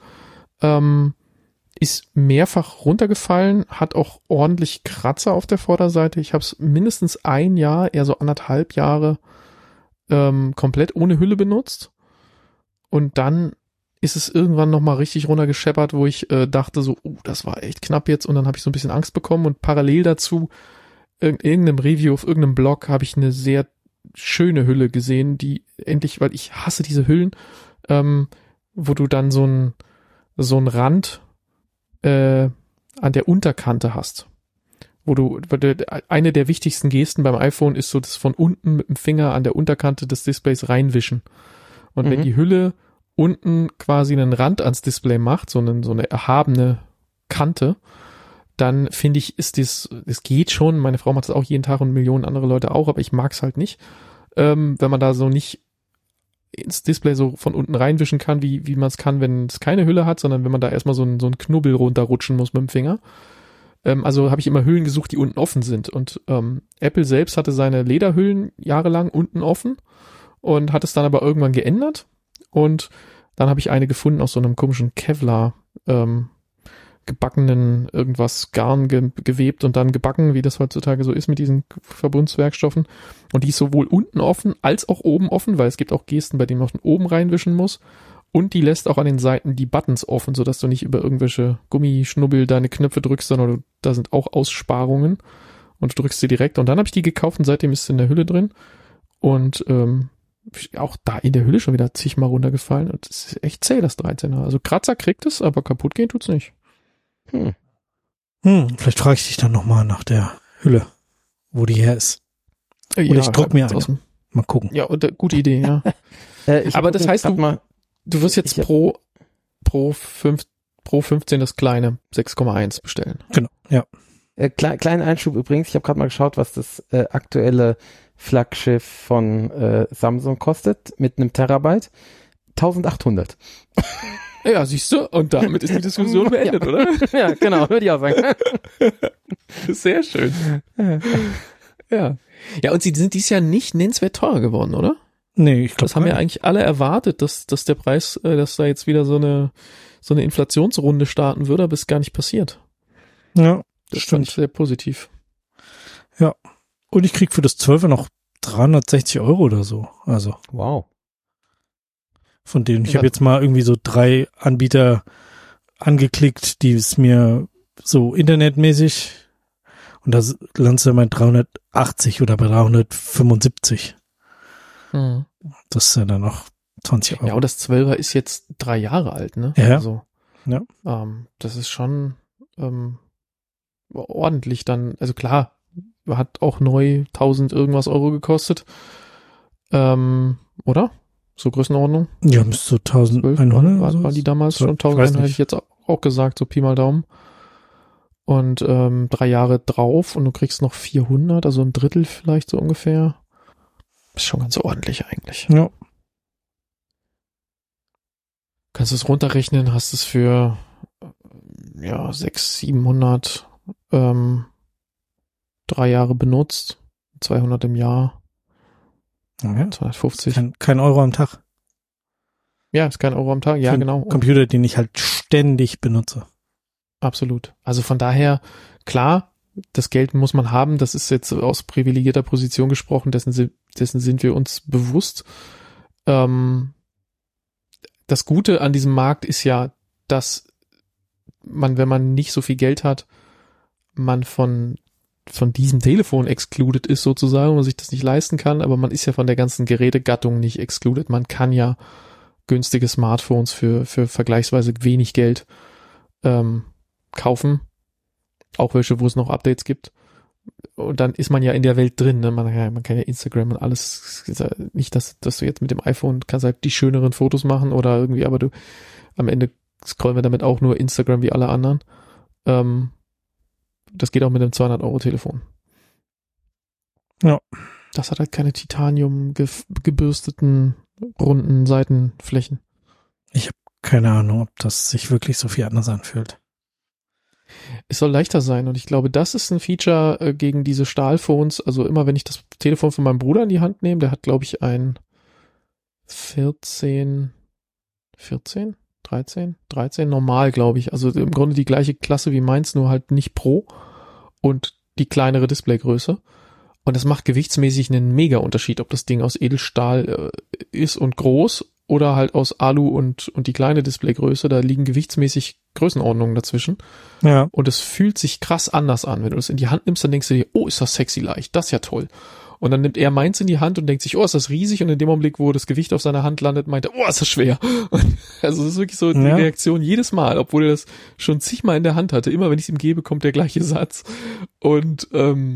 Ist mehrfach runtergefallen, hat auch ordentlich Kratzer auf der Vorderseite. Ich habe es mindestens 1 Jahr, eher so 1,5 Jahre komplett ohne Hülle benutzt. Und dann ist es irgendwann nochmal richtig runtergescheppert, wo ich dachte so, das war echt knapp jetzt. Und dann habe ich so ein bisschen Angst bekommen. Und parallel dazu, irgendeinem Review auf irgendeinem Blog, habe ich eine sehr schöne Hülle gesehen, die endlich, weil ich hasse diese Hüllen, wo du dann so ein Rand an der Unterkante hast. Eine der wichtigsten Gesten beim iPhone ist so das von unten mit dem Finger an der Unterkante des Displays reinwischen. Und wenn die Hülle unten quasi einen Rand ans Display macht, so eine erhabene Kante, dann finde ich, es geht schon. Meine Frau macht das auch jeden Tag und Millionen andere Leute auch, aber ich mag es halt nicht. Wenn man da so nicht ins Display so von unten reinwischen kann, wie man es kann, wenn es keine Hülle hat, sondern wenn man da erstmal so einen Knubbel runterrutschen muss mit dem Finger. Also habe ich immer Hüllen gesucht, die unten offen sind. Und Apple selbst hatte seine Lederhüllen jahrelang unten offen und hat es dann aber irgendwann geändert. Und dann habe ich eine gefunden aus so einem komischen Kevlar gebackenen irgendwas Garn gewebt und dann gebacken, wie das heutzutage so ist mit diesen Verbundswerkstoffen. Und die ist sowohl unten offen als auch oben offen, weil es gibt auch Gesten, bei denen man von oben reinwischen muss. Und die lässt auch an den Seiten die Buttons offen, sodass du nicht über irgendwelche Gummischnubbel deine Knöpfe drückst, sondern da sind auch Aussparungen und du drückst sie direkt. Und dann habe ich die gekauft und seitdem ist sie in der Hülle drin. Und auch da in der Hülle schon wieder zigmal runtergefallen. Und es ist echt zäh, das 13er. Also Kratzer kriegt es, aber kaputt gehen tut's nicht. Vielleicht frage ich dich dann nochmal nach der Hülle, wo die her ist. Oder ich druck mir eine. Mal gucken. Ja, gute Idee, ja. Aber das heißt, du wirst jetzt pro 15 das kleine 6,1 bestellen. Genau, ja. Kleinen Einschub übrigens, ich habe gerade mal geschaut, was das aktuelle Flaggschiff von Samsung kostet mit einem Terabyte. 1800. Ja, siehst du, und damit ist die Diskussion beendet, ja. Oder? Ja, genau, würde ich auch sagen. Sehr schön. Ja. Ja, und sie sind dieses Jahr nicht nennenswert teurer geworden, oder? Nee, ich glaube, das haben ja eigentlich alle erwartet, dass der Preis, dass da jetzt wieder so eine Inflationsrunde starten würde, aber ist gar nicht passiert. Ja, das fand ich sehr positiv. Ja. Und ich krieg für das 12er noch 360 € oder so. Also. Wow. Von denen. Ich habe jetzt mal irgendwie so 3 Anbieter angeklickt, die es mir so internetmäßig, und da landest du bei 380 oder bei 375. Das ist ja dann noch 20 €. Ja, und das 12er ist jetzt 3 Jahre alt, ne? Ja. Also, ja. Das ist schon ordentlich dann, also klar, hat auch neu 1000 irgendwas Euro gekostet. Oder? So Größenordnung? Ja, bis zu 1100. War die damals schon 1100, hätte ich jetzt auch gesagt, so Pi mal Daumen. Und 3 Jahre drauf und du kriegst noch 400, also ein Drittel vielleicht so ungefähr. Ist schon ganz ordentlich eigentlich. Ja. Kannst du es runterrechnen, hast es für 600, 700 3 Jahre benutzt, 200 im Jahr. Okay. 250. Kein Euro am Tag. Ja, ist kein Euro am Tag, ja, für genau. Computer, den ich halt ständig benutze. Absolut. Also von daher, klar, das Geld muss man haben, das ist jetzt aus privilegierter Position gesprochen, dessen sind wir uns bewusst. Das Gute an diesem Markt ist ja, dass man, wenn man nicht so viel Geld hat, man von diesem Telefon excluded ist sozusagen, man sich das nicht leisten kann, aber man ist ja von der ganzen Gerätegattung nicht excluded. Man kann ja günstige Smartphones für vergleichsweise wenig Geld kaufen, auch welche, wo es noch Updates gibt. Und dann ist man ja in der Welt drin, ne? Man kann ja Instagram und alles, nicht, dass du jetzt mit dem iPhone kannst halt die schöneren Fotos machen oder irgendwie, aber du, am Ende scrollen wir damit auch nur Instagram wie alle anderen. Das geht auch mit einem 200-Euro-Telefon. Ja. Das hat halt keine Titanium gebürsteten, runden Seitenflächen. Ich habe keine Ahnung, ob das sich wirklich so viel anders anfühlt. Es soll leichter sein und ich glaube, das ist ein Feature gegen diese Stahlphones. Also immer, wenn ich das Telefon von meinem Bruder in die Hand nehme, der hat, glaube ich, ein 13 normal, glaube ich. Also im Grunde die gleiche Klasse wie meins, nur halt nicht Pro und die kleinere Displaygröße. Und das macht gewichtsmäßig einen mega Unterschied, ob das Ding aus Edelstahl ist und groß oder halt aus Alu und die kleine Displaygröße. Da liegen gewichtsmäßig Größenordnungen dazwischen. Ja. Und es fühlt sich krass anders an. Wenn du das in die Hand nimmst, dann denkst du dir, oh, ist das sexy leicht, das ist ja toll. Und dann nimmt er meins in die Hand und denkt sich, oh, ist das riesig. Und in dem Augenblick, wo das Gewicht auf seiner Hand landet, meint er, oh, ist das schwer. Und also das ist wirklich so die Reaktion jedes Mal, obwohl er das schon zigmal in der Hand hatte. Immer wenn ich es ihm gebe, kommt der gleiche Satz. Und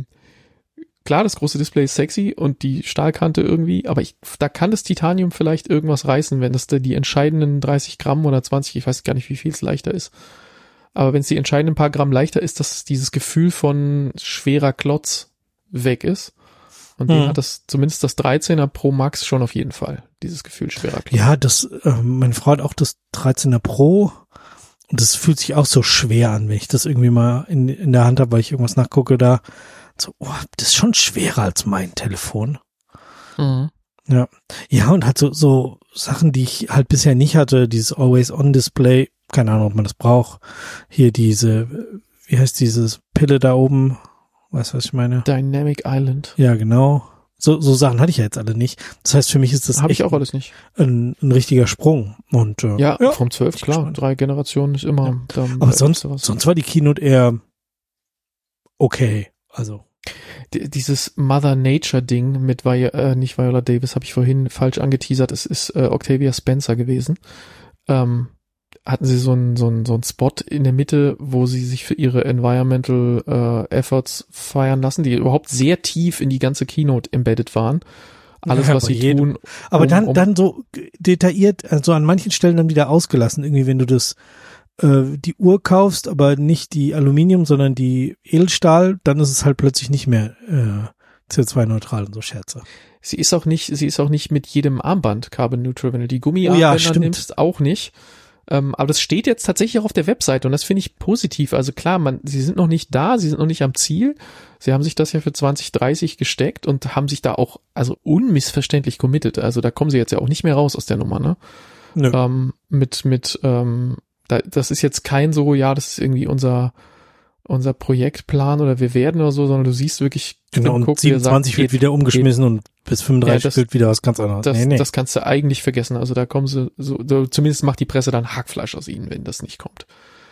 klar, das große Display ist sexy und die Stahlkante irgendwie, aber da kann das Titanium vielleicht irgendwas reißen, wenn das die entscheidenden 30 Gramm oder 20, ich weiß gar nicht, wie viel es leichter ist. Aber wenn es die entscheidenden paar Gramm leichter ist, dass dieses Gefühl von schwerer Klotz weg ist. Und den hat das, zumindest das 13er Pro Max schon auf jeden Fall, dieses Gefühl schwerer Klotz. Ja, meine Frau hat auch das 13er Pro und das fühlt sich auch so schwer an, wenn ich das irgendwie mal in der Hand habe, weil ich irgendwas nachgucke da. So, oh, das ist schon schwerer als mein Telefon. Mhm. Ja. Ja, und hat so Sachen, die ich halt bisher nicht hatte, dieses Always-On-Display, keine Ahnung, ob man das braucht. Hier wie heißt dieses Pille da oben? Weißt du, was ich meine? Dynamic Island. Ja, genau. So Sachen hatte ich ja jetzt alle nicht. Das heißt, für mich ist das Habe ich auch alles nicht. Ein richtiger Sprung. Und ja, vom 12, klar. Gespannt. 3 Generationen ist immer. Ja. Aber sonst war die Keynote eher okay. Also dieses Mother Nature Ding mit nicht Viola Davis, habe ich vorhin falsch angeteasert. Es ist Octavia Spencer gewesen. Hatten sie so einen Spot in der Mitte, wo sie sich für ihre Environmental Efforts feiern lassen, die überhaupt sehr tief in die ganze Keynote embedded waren. Alles, was sie tun. Aber dann so detailliert, also an manchen Stellen dann wieder ausgelassen. Irgendwie, wenn du die Uhr kaufst, aber nicht die Aluminium, sondern die Edelstahl, dann ist es halt plötzlich nicht mehr CO2-neutral und so Scherze. Sie ist auch nicht mit jedem Armband carbon neutral, wenn du die Gummiarmbänder nimmst, auch nicht. Aber das steht jetzt tatsächlich auch auf der Webseite und das finde ich positiv. Also klar, sie sind noch nicht da, sie sind noch nicht am Ziel. Sie haben sich das ja für 2030 gesteckt und haben sich da auch also unmissverständlich committed. Also da kommen sie jetzt ja auch nicht mehr raus aus der Nummer, ne? Nö. Das ist jetzt kein so, ja, das ist irgendwie unser Projektplan oder wir werden oder so, sondern du siehst wirklich, genau, und 27 wird wieder umgeschmissen und bis 35 wird wieder was ganz anderes. Das kannst du eigentlich vergessen. Also da kommen sie so, zumindest macht die Presse dann Hackfleisch aus ihnen, wenn das nicht kommt.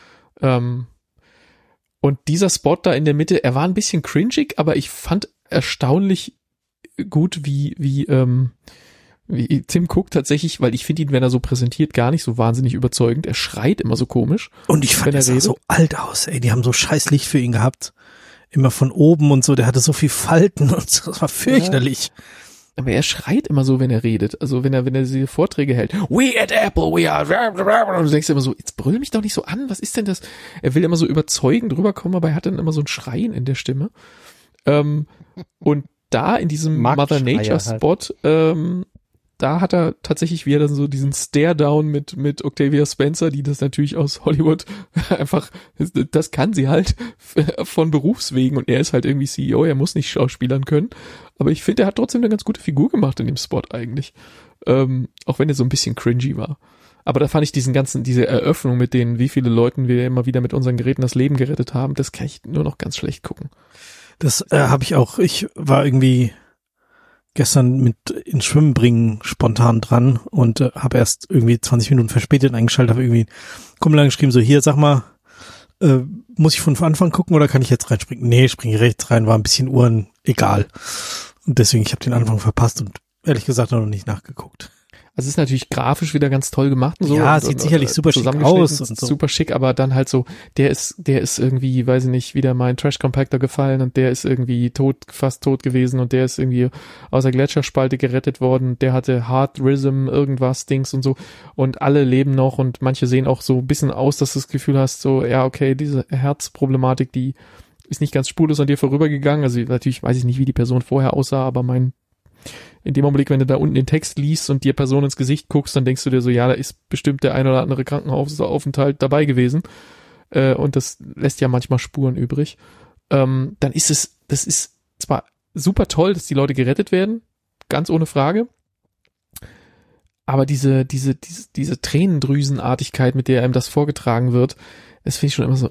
Und dieser Spot da in der Mitte, er war ein bisschen cringig, aber ich fand erstaunlich gut, wie Tim Cook tatsächlich, weil ich finde ihn, wenn er so präsentiert, gar nicht so wahnsinnig überzeugend. Er schreit immer so komisch. Und ich fand, er sah so alt aus, ey. Die haben so scheiß Licht für ihn gehabt. Immer von oben und so. Der hatte so viel Falten und so. Das war fürchterlich. Ja. Aber er schreit immer so, wenn er redet. Also wenn er diese Vorträge hält. We at Apple, we are. Und du denkst immer so, jetzt brüll mich doch nicht so an. Was ist denn das? Er will immer so überzeugend rüberkommen, aber er hat dann immer so ein Schreien in der Stimme. Und da in diesem Mother Nature Spot, da hat er tatsächlich wieder dann so diesen Stare-Down mit Octavia Spencer, die das natürlich aus Hollywood einfach, das kann sie halt von Berufswegen und er ist halt irgendwie CEO, er muss nicht schauspielern können. Aber ich finde, er hat trotzdem eine ganz gute Figur gemacht in dem Spot eigentlich. Auch wenn er so ein bisschen cringy war. Aber da fand ich diese Eröffnung mit denen, wie viele Leuten wir immer wieder mit unseren Geräten das Leben gerettet haben, das kann ich nur noch ganz schlecht gucken. Das habe ich auch. Ich war irgendwie gestern mit ins Schwimmen bringen spontan dran und habe erst irgendwie 20 Minuten verspätet eingeschaltet, habe irgendwie einen Kumpel angeschrieben, so hier, sag mal, muss ich von Anfang gucken oder kann ich jetzt reinspringen? Nee, springe rechts rein, war ein bisschen Uhren, egal. Und deswegen, ich habe den Anfang verpasst und ehrlich gesagt noch nicht nachgeguckt. Also es ist natürlich grafisch wieder ganz toll gemacht und so. Ja, und, sieht sicherlich super schick aus. Und so. Super schick, aber dann halt so, der ist irgendwie, weiß ich nicht, wieder mal in Trash Compactor gefallen und der ist irgendwie fast tot gewesen und der ist irgendwie aus der Gletscherspalte gerettet worden. Der hatte Hard Rhythm, irgendwas, Dings und so. Und alle leben noch und manche sehen auch so ein bisschen aus, dass du das Gefühl hast, so, ja, okay, diese Herzproblematik, die ist nicht ganz spurlos an dir vorübergegangen. Also natürlich weiß ich nicht, wie die Person vorher aussah, aber in dem Augenblick, wenn du da unten den Text liest und dir Person ins Gesicht guckst, dann denkst du dir so, ja, da ist bestimmt der ein oder andere Krankenhausaufenthalt dabei gewesen. Und das lässt ja manchmal Spuren übrig. Dann das ist zwar super toll, dass die Leute gerettet werden, ganz ohne Frage. Aber diese Tränendrüsenartigkeit, mit der einem das vorgetragen wird, das finde ich schon immer so,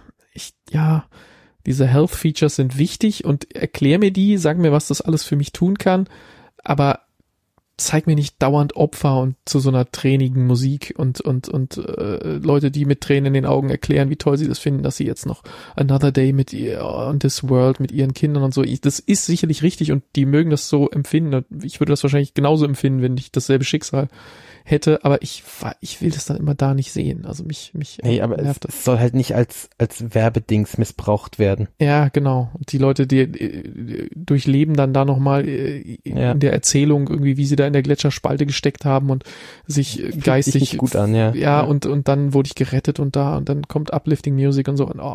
diese Health Features sind wichtig und erklär mir die, sag mir, was das alles für mich tun kann, aber zeig mir nicht dauernd Opfer und zu so einer tränigen Musik und Leute, die mit Tränen in den Augen erklären, wie toll sie das finden, dass sie jetzt noch Another Day mit ihr on this world mit ihren Kindern und so. Das ist sicherlich richtig und die mögen das so empfinden. Ich würde das wahrscheinlich genauso empfinden, wenn ich dasselbe Schicksal hätte, aber ich will das dann immer da nicht sehen. Also mich nee, aber nervt das. Es soll halt nicht als Werbedings missbraucht werden. Ja, genau. Und die Leute, die durchleben dann da nochmal in der Erzählung irgendwie, wie sie da in der Gletscherspalte gesteckt haben und sich geistig sich nicht gut an, ja. Ja, und dann wurde ich gerettet und dann kommt Uplifting Music und so und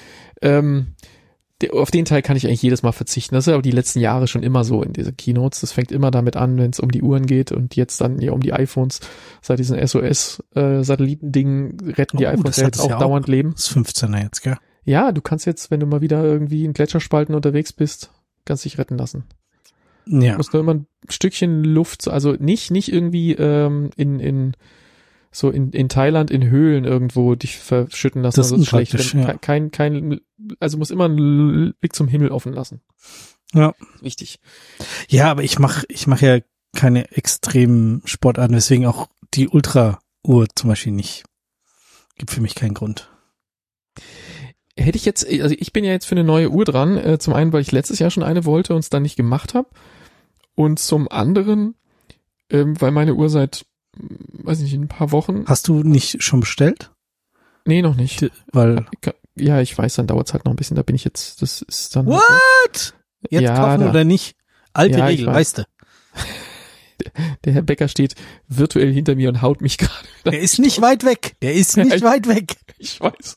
auf den Teil kann ich eigentlich jedes Mal verzichten. Das ist aber die letzten Jahre schon immer so in diese Keynotes. Das fängt immer damit an, wenn es um die Uhren geht und jetzt dann ja um die iPhones. Seit diesen SOS-Satellitendingen retten die iPhones jetzt auch dauernd Leben. Das ist 15er jetzt, gell? Ja, du kannst jetzt, wenn du mal wieder irgendwie in Gletscherspalten unterwegs bist, kannst dich retten lassen. Ja. Du musst nur immer ein Stückchen Luft, also nicht irgendwie in Thailand in Höhlen irgendwo dich verschütten lassen. Das ist schlecht. Ja. Also muss immer einen Blick zum Himmel offen lassen. Ja. Wichtig. Ja, aber ich mach ja keine extremen Sportarten, weswegen auch die Ultra-Uhr zum Beispiel nicht. Gibt für mich keinen Grund. Hätte ich jetzt, also ich bin ja jetzt für eine neue Uhr dran, zum einen, weil ich letztes Jahr schon eine wollte und es dann nicht gemacht habe und zum anderen, weil meine Uhr seit, weiß nicht, ein paar Wochen. Hast du nicht schon bestellt? Nee, noch nicht. Weil ja, ich weiß, dann dauert es halt noch ein bisschen, da bin ich jetzt, das ist dann... What? Jetzt ja, kaufen oder nicht? Alte Regel, weißt du. Der Herr Becker steht virtuell hinter mir und haut mich gerade. Der ist nicht weit weg. Weit weg. Ich weiß.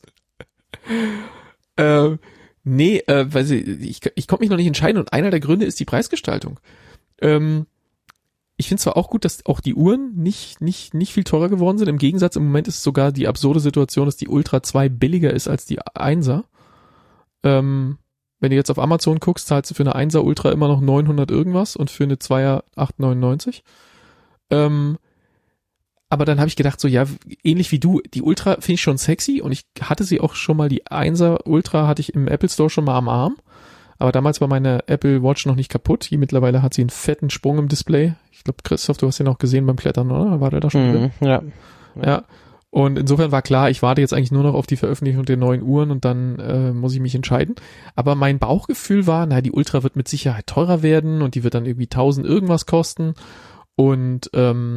Weil ich konnte mich noch nicht entscheiden und einer der Gründe ist die Preisgestaltung. Ich finde zwar auch gut, dass auch die Uhren nicht viel teurer geworden sind. Im Gegensatz, im Moment ist es sogar die absurde Situation, dass die Ultra 2 billiger ist als die 1er. Wenn du jetzt auf Amazon guckst, zahlst du für eine 1er Ultra immer noch 900 irgendwas und für eine 2er 899. Aber dann habe ich gedacht, so ja, ähnlich wie du, die Ultra finde ich schon sexy und ich hatte sie auch schon mal, die 1er Ultra hatte ich im Apple Store schon mal am Arm. Aber damals war meine Apple Watch noch nicht kaputt. Mittlerweile hat sie einen fetten Sprung im Display. Ich glaube, Christoph, du hast den auch gesehen beim Klettern, oder? War der da schon drin? Ja. Und insofern war klar, ich warte jetzt eigentlich nur noch auf die Veröffentlichung der neuen Uhren und dann muss ich mich entscheiden. Aber mein Bauchgefühl war, die Ultra wird mit Sicherheit teurer werden und die wird dann irgendwie 1000 irgendwas kosten. Und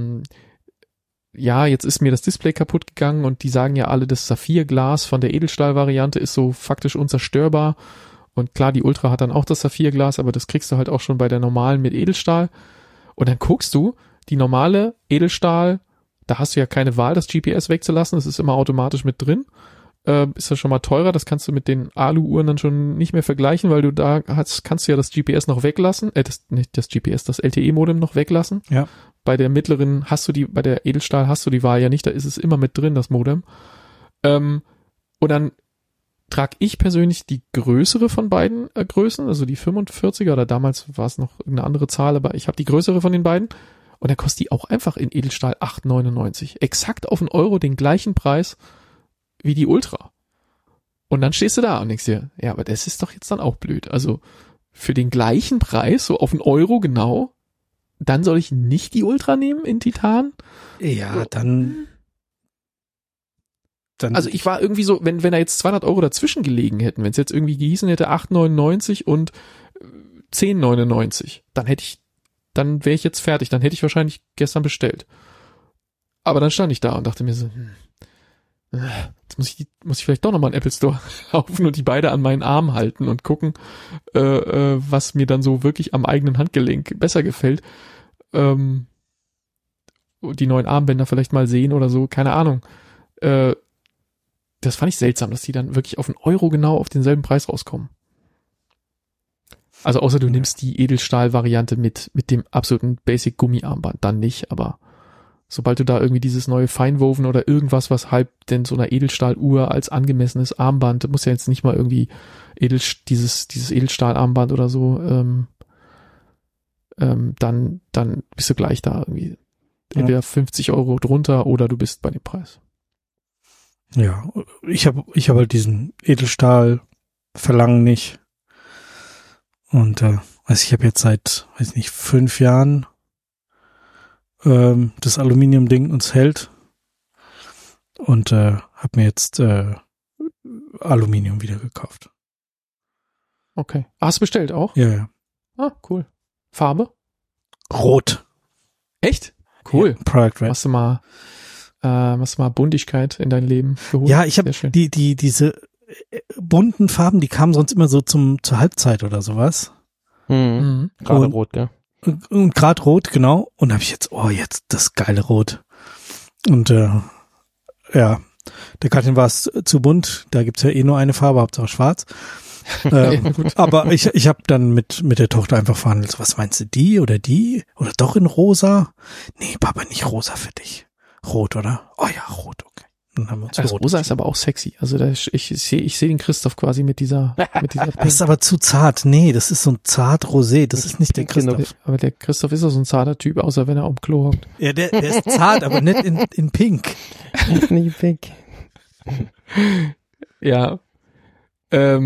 jetzt ist mir das Display kaputt gegangen und die sagen ja alle, das Saphirglas von der Edelstahl-Variante ist so faktisch unzerstörbar. Und klar, die Ultra hat dann auch das Saphirglas, aber das kriegst du halt auch schon bei der normalen mit Edelstahl. Und dann guckst du, die normale Edelstahl, da hast du ja keine Wahl, das GPS wegzulassen, das ist immer automatisch mit drin. Ist ja schon mal teurer, das kannst du mit den Alu-Uhren dann schon nicht mehr vergleichen, weil du da kannst du ja das GPS noch weglassen, das LTE-Modem noch weglassen. Ja. Bei der mittleren bei der Edelstahl hast du die Wahl ja nicht, da ist es immer mit drin, das Modem. Und dann trage ich persönlich die größere von beiden Größen, also die 45er oder damals war es noch eine andere Zahl, aber ich habe die größere von den beiden und dann kostet die auch einfach in Edelstahl 8,99. Exakt auf €1 den gleichen Preis wie die Ultra. Und dann stehst du da und denkst dir, ja, aber das ist doch jetzt dann auch blöd. Also für den gleichen Preis, so auf €1 genau, dann soll ich nicht die Ultra nehmen in Titan? Ja, dann. Also ich war irgendwie so, wenn da jetzt 200 Euro dazwischen gelegen hätten, wenn es jetzt irgendwie gehießen hätte 8,99 und 10,99, dann wäre ich jetzt fertig, dann hätte ich wahrscheinlich gestern bestellt. Aber dann stand ich da und dachte mir so, jetzt muss ich vielleicht doch nochmal einen Apple Store kaufen und die beide an meinen Arm halten und gucken, was mir dann so wirklich am eigenen Handgelenk besser gefällt. Die neuen Armbänder vielleicht mal sehen oder so, keine Ahnung. Das fand ich seltsam, dass die dann wirklich auf einen Euro genau auf denselben Preis rauskommen. Also außer du nimmst die Edelstahl-Variante mit dem absoluten Basic-Gummi-Armband, dann nicht, aber sobald du da irgendwie dieses neue Feinwoven oder irgendwas, was halb denn so einer Edelstahluhr als angemessenes Armband, muss ja jetzt nicht mal irgendwie dieses Edelstahl-Armband oder so, dann bist du gleich da irgendwie. Entweder 50 Euro drunter oder du bist bei dem Preis. Ja, ich hab halt diesen Edelstahl-Verlangen nicht. Und ich habe jetzt seit, 5 Jahren das Aluminium-Ding uns hält und habe mir jetzt Aluminium wieder gekauft. Okay. Hast du bestellt auch? Ja. Ah, cool. Farbe? Rot. Echt? Cool. Ja, Product Red. Hast du mal Buntigkeit in dein Leben geholt? Ja, ich habe diese bunten Farben, die kamen sonst immer so zur Halbzeit oder sowas. Mhm. Gerade rot, gell? Und gerade rot, genau. Und habe ich jetzt das geile Rot. Und ja, der Katrin war es zu bunt. Da gibt's ja eh nur eine Farbe, Hauptsache schwarz. Aber ich habe dann mit der Tochter einfach verhandelt. Was meinst du, die? Oder doch in rosa? Nee, Papa, nicht rosa für dich. Rot, oder? Oh ja, rot, okay. Dann haben wir uns das rot rosa ist aber auch sexy. Also ich sehe den Christoph quasi mit dieser Das ist aber zu zart. Nee, das ist so ein zart Rosé. Das ist nicht der Christoph. Aber der Christoph ist doch so ein zarter Typ, außer wenn er am Klo hockt. Ja, der ist zart, aber nicht in pink. Nicht pink. Ja. Ja,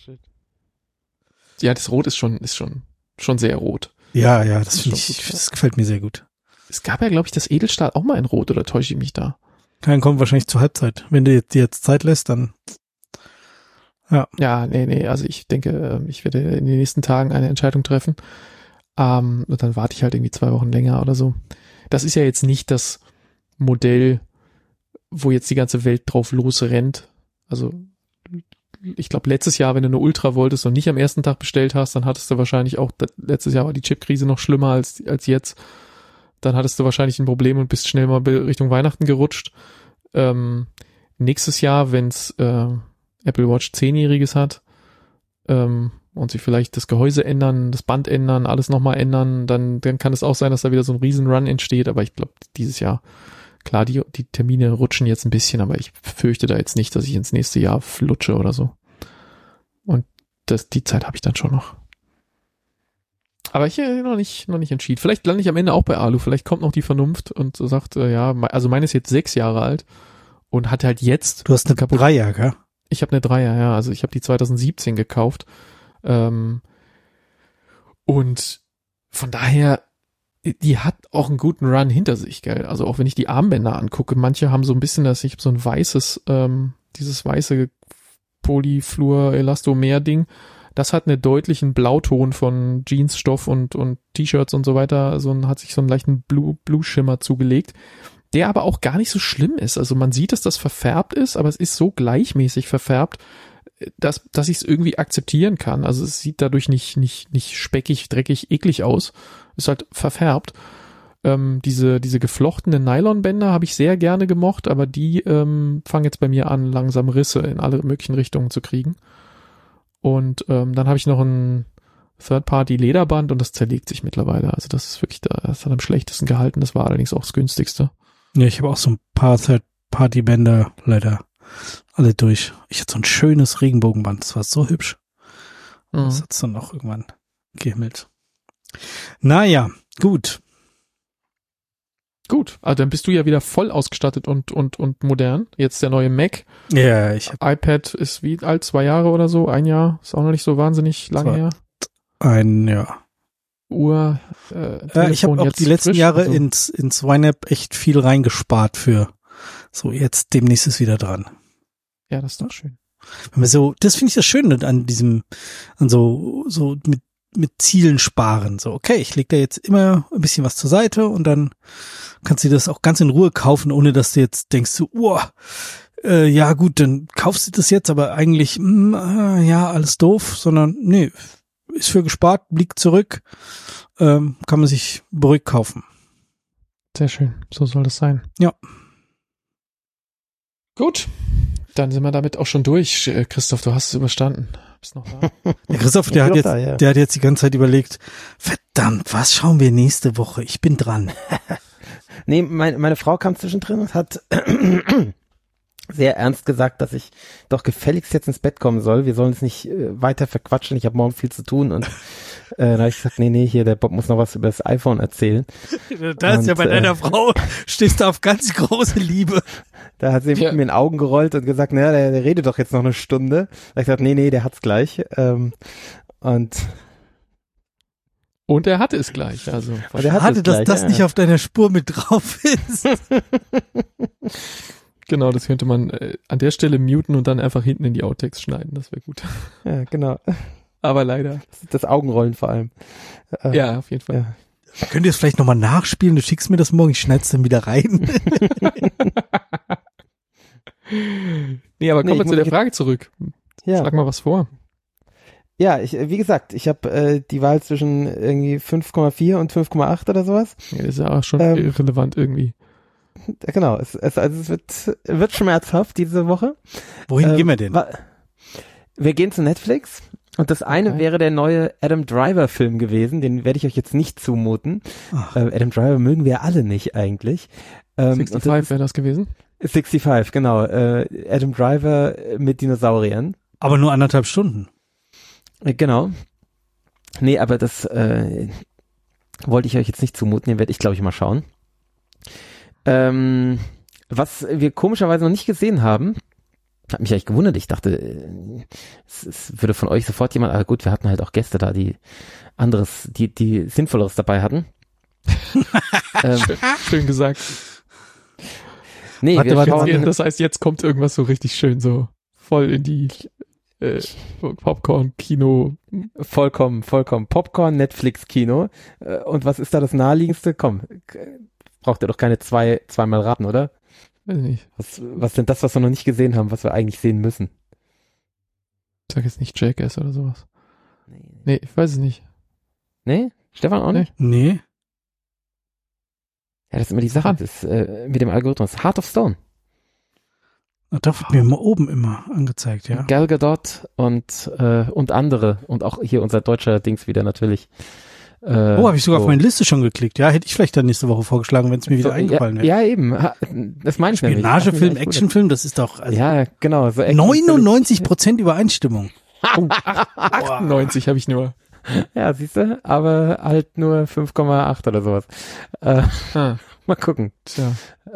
das Rot ist schon sehr rot. Ja, das finde ich, das gefällt mir sehr gut. Es gab ja, glaube ich, das Edelstahl auch mal in Rot, oder täusche ich mich da? Kein kommt wahrscheinlich zur Halbzeit. Wenn du dir jetzt Zeit lässt, dann ja. Ja, nee, also ich denke, ich werde in den nächsten Tagen eine Entscheidung treffen. Und dann warte ich halt irgendwie 2 Wochen länger oder so. Das ist ja jetzt nicht das Modell, wo jetzt die ganze Welt drauf losrennt. Also ich glaube, letztes Jahr, wenn du eine Ultra wolltest und nicht am ersten Tag bestellt hast, dann hattest du wahrscheinlich auch, letztes Jahr war die Chipkrise noch schlimmer als jetzt. Dann hattest du wahrscheinlich ein Problem und bist schnell mal Richtung Weihnachten gerutscht. Nächstes Jahr, wenn's Apple Watch 10-jähriges hat und sich vielleicht das Gehäuse ändern, das Band ändern, alles nochmal ändern, dann kann es auch sein, dass da wieder so ein Riesen-Run entsteht. Aber ich glaube, dieses Jahr, klar, die Termine rutschen jetzt ein bisschen, aber ich fürchte da jetzt nicht, dass ich ins nächste Jahr flutsche oder so. Und die Zeit habe ich dann schon noch. Aber ich noch nicht entschieden. Vielleicht lande ich am Ende auch bei Alu. Vielleicht kommt noch die Vernunft und so sagt, also meine ist jetzt 6 Jahre alt und hat halt jetzt. Du hast eine 3er, gell? Ich habe eine 3er, ja. Also ich habe die 2017 gekauft. Und von daher, die hat auch einen guten Run hinter sich, gell. Also auch wenn ich die Armbänder angucke, manche haben so ein bisschen ich habe so ein weißes, dieses weiße Polyfluor-Elastomer-Ding. Das hat einen deutlichen Blauton von Jeansstoff und T-Shirts und so weiter. Hat sich so einen leichten Blue-Schimmer zugelegt, der aber auch gar nicht so schlimm ist. Also man sieht, dass das verfärbt ist, aber es ist so gleichmäßig verfärbt, dass ich es irgendwie akzeptieren kann. Also es sieht dadurch nicht speckig, dreckig, eklig aus. Ist halt verfärbt. Diese geflochtenen Nylonbänder habe ich sehr gerne gemocht, aber die fangen jetzt bei mir an, langsam Risse in alle möglichen Richtungen zu kriegen. Und dann habe ich noch ein Third-Party-Lederband und das zerlegt sich mittlerweile. Also das ist wirklich, das hat am schlechtesten gehalten. Das war allerdings auch das günstigste. Ja, ich habe auch so ein paar Third-Party-Bänder leider alle durch. Ich hatte so ein schönes Regenbogenband. Das war so hübsch. Das hat's dann auch irgendwann gehimmelt. Naja, gut. Gut, also dann bist du ja wieder voll ausgestattet und modern. Jetzt der neue Mac. Ja, iPad ist wie alt? 2 Jahre oder so? 1 Jahr? Ist auch noch nicht so wahnsinnig lange her. 1 Jahr. Uhr. Ich habe auch die letzten Jahre ins YNAB echt viel reingespart für so, jetzt demnächst ist wieder dran. Ja, das ist doch schön. Wenn wir so, das finde ich das Schöne an diesem, an so mit Zielen sparen. So, okay, ich lege da jetzt immer ein bisschen was zur Seite und dann kannst du das auch ganz in Ruhe kaufen, ohne dass du jetzt denkst, so, ja gut, dann kaufst du das jetzt, aber eigentlich, ja, alles doof, sondern nee, ist für gespart, liegt zurück, kann man sich beruhigt kaufen. Sehr schön, so soll das sein. Ja. Gut, dann sind wir damit auch schon durch. Christoph, du hast es überstanden. Bist noch da? Ja, Christoph, der hat jetzt die ganze Zeit überlegt, verdammt, was schauen wir nächste Woche? Ich bin dran. Nee, meine Frau kam zwischendrin und hat sehr ernst gesagt, dass ich doch gefälligst jetzt ins Bett kommen soll. Wir sollen es nicht weiter verquatschen. Ich habe morgen viel zu tun und da habe ich gesagt, nee, hier, der Bob muss noch was über das iPhone erzählen. Da ist ja bei deiner Frau, stehst du auf ganz große Liebe. Da hat sie mir in den Augen gerollt und gesagt, naja, der redet doch jetzt noch eine Stunde. Da habe ich gesagt, nee, der hat's gleich. Und er hatte es gleich. Also schade, dass das nicht auf deiner Spur mit drauf ist. Genau, das könnte man an der Stelle muten und dann einfach hinten in die Outtakes schneiden. Das wäre gut. Ja, genau. Aber leider. Das Augenrollen vor allem. Ja, auf jeden Fall. Ja. Könnt ihr es vielleicht nochmal nachspielen? Du schickst mir das morgen, ich schneide es dann wieder rein. Nee, aber kommen wir zu der Frage zurück. Ja. Schlag mal was vor. Ja, wie gesagt, ich habe die Wahl zwischen irgendwie 5,4 und 5,8 oder sowas. Ja, das ist ja auch schon irrelevant irgendwie. Genau, es wird schmerzhaft diese Woche. Wohin gehen wir denn? Wir gehen zu Netflix und das eine wäre der neue Adam Driver Film gewesen, den werde ich euch jetzt nicht zumuten. Adam Driver mögen wir alle nicht eigentlich. 65 wäre das gewesen? 65, genau. Adam Driver mit Dinosauriern. Aber nur 1,5 Stunden. Genau. Nee, aber das wollte ich euch jetzt nicht zumuten, den werde ich, glaube ich, mal schauen. Was wir komischerweise noch nicht gesehen haben, hat mich eigentlich gewundert. Ich dachte, es würde von euch sofort jemand, aber gut, wir hatten halt auch Gäste da, die Sinnvolleres dabei hatten. Schön gesagt. Nee, das heißt, jetzt kommt irgendwas so richtig schön, so voll in die Popcorn-Kino. Vollkommen. Popcorn, Netflix-Kino. Und was ist da das Naheliegendste? Komm, braucht ihr doch keine zweimal raten, oder? Weiß nicht. Was denn das, was wir noch nicht gesehen haben, was wir eigentlich sehen müssen? Ich sag jetzt nicht Jackass oder sowas. Nee, ich weiß es nicht. Nee? Stefan auch nicht? Nee. Ja, das ist immer die Sache mit dem Algorithmus. Heart of Stone. Da wird mir immer oben immer angezeigt, ja. Gal Gadot und andere. Und auch hier unser deutscher Dings wieder natürlich. Habe ich sogar auf meine Liste schon geklickt. Ja, hätte ich vielleicht dann nächste Woche vorgeschlagen, wenn es mir wieder eingefallen wäre. Ja, eben. Das meine ich nämlich. Spionagefilm, Actionfilm, das ist doch... Also ja, genau. So 99% Übereinstimmung. 98 habe ich nur. Ja, siehst du, aber halt nur 5,8 oder sowas. Mal gucken. Tja.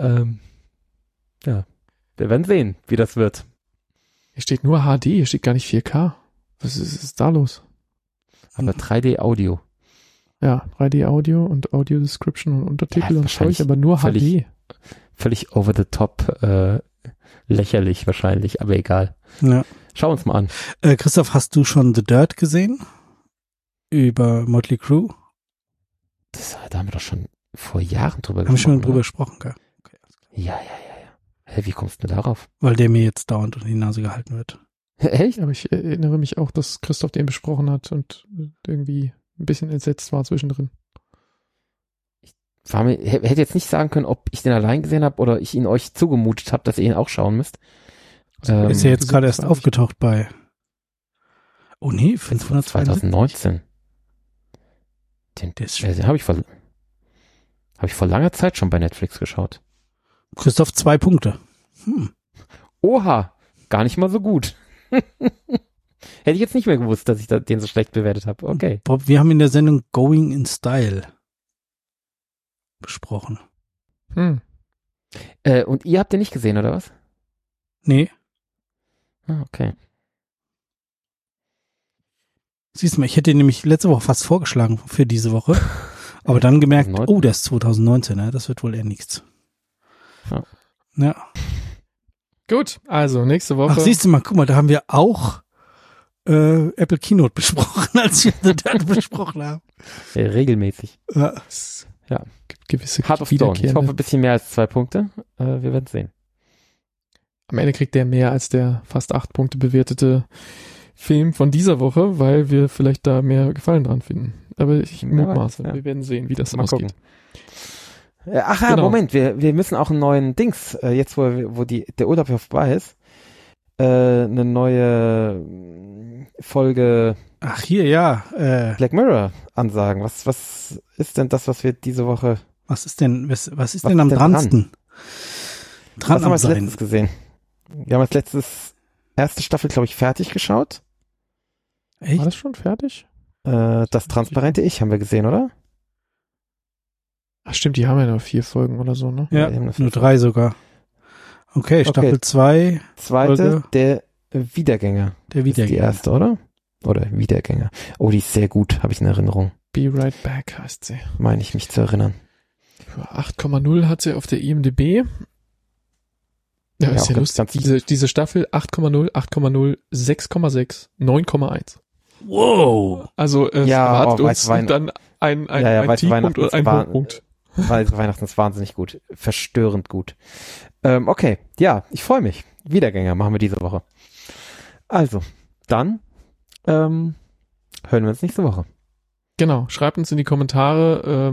Ja, wir werden sehen, wie das wird. Hier steht nur HD, hier steht gar nicht 4K. Was ist da los? Aber 3D-Audio. Ja, 3D-Audio und Audio-Description und Untertitel und Zeug, aber nur HD. Völlig over the top, lächerlich wahrscheinlich, aber egal. Ja. Schau uns mal an. Christoph, hast du schon The Dirt gesehen? Über Motley Crue? Da haben wir doch schon vor Jahren drüber gesprochen. Haben wir schon drüber gesprochen, gell? Okay, ja. Hä, wie kommst du darauf? Weil der mir jetzt dauernd unter die Nase gehalten wird. Echt? Aber ich erinnere mich auch, dass Christoph den besprochen hat und irgendwie ein bisschen entsetzt war zwischendrin. Hätte jetzt nicht sagen können, ob ich den allein gesehen habe oder ich ihn euch zugemutet habe, dass ihr ihn auch schauen müsst. Ist ja jetzt gerade erst aufgetaucht bei... Oh nee, 2019. Den habe ich vor langer Zeit schon bei Netflix geschaut. Christoph, 2 Punkte. Oha, gar nicht mal so gut. Hätte ich jetzt nicht mehr gewusst, dass ich den so schlecht bewertet habe. Okay. Bob, wir haben in der Sendung Going in Style besprochen. Und ihr habt den nicht gesehen, oder was? Nee. Okay. Siehst du mal, ich hätte ihn nämlich letzte Woche fast vorgeschlagen für diese Woche. Aber dann gemerkt, 2019? oh, der ist 2019, ne? Das wird wohl eher nichts. Ja. Gut, also nächste Woche. Ach, siehst du mal, guck mal, da haben wir auch Apple Keynote besprochen, als wir The Dirt besprochen haben. Regelmäßig. Ja. Gibt gewisse Heart of Stone. Ich wiederkehrende- hoffe, ein bisschen mehr als 2 Punkte. Wir werden sehen. Am Ende kriegt der mehr als der fast 8 Punkte bewertete Film von dieser Woche, weil wir vielleicht da mehr Gefallen dran finden. Aber ich Wer mutmaße. weiß, ja. Wir werden sehen, wie das Mal ausgeht. gucken. Ach ja, Genau. Moment, wir müssen auch einen neuen Dings, jetzt wo der Urlaub ja vorbei ist, eine neue Folge Ach, hier, ja. Black Mirror ansagen. Was ist denn das, was wir diese Woche... Was ist denn am ist denn dransten? Was haben wir als sein. letztes gesehen? Wir haben als letztes erste Staffel, glaube ich, fertig geschaut. Echt? War das schon fertig? Das transparente Ich haben wir gesehen, oder? Ach stimmt, die haben ja nur 4 Folgen oder so, ne? Ja, wir haben das nur 3 sogar. Okay, Staffel 2, Zweite, Folge. der Wiedergänger. der Ist die Wiedergänger. erste, oder? Oder Wiedergänger. Oh, die ist sehr gut, habe ich in Erinnerung. Be Right Back heißt sie. Meine ich mich zu erinnern. 8,0 hat sie auf der IMDb. Ja, Ja, ist auch ja ganz- lustig. ganz- Diese Staffel 8,0, 8,0 6,6, 9,1. Wow. Also es Ja, erwartet oh, uns Weihnachten- dann ein Ja, Tiefpunkt Weihnachten oder ein war- Hochpunkt. Weihnachten ist wahnsinnig gut. Verstörend gut. Okay, ja, ich freue mich. Wiedergänger machen wir diese Woche. Also, dann hören wir uns nächste Woche. Genau, schreibt uns in die Kommentare,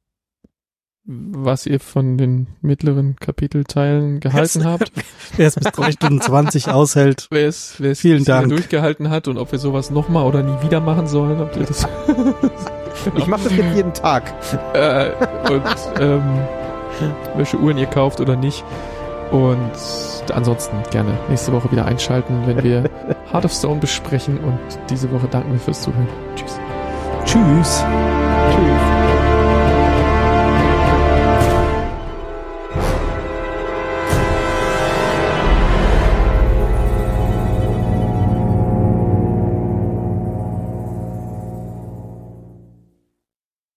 was ihr von den mittleren Kapitelteilen gehalten habt. Wer es bis 3 Stunden 20 aushält. Wer es Vielen bisher Dank. durchgehalten hat und ob wir sowas nochmal oder nie wieder machen sollen. Ob ihr das Ich mache das jetzt jeden Tag. und welche Uhren ihr kauft oder nicht. Und ansonsten gerne nächste Woche wieder einschalten, wenn wir Heart of Stone besprechen. Und diese Woche danken wir fürs Zuhören. Tschüss. Tschüss. Tschüss.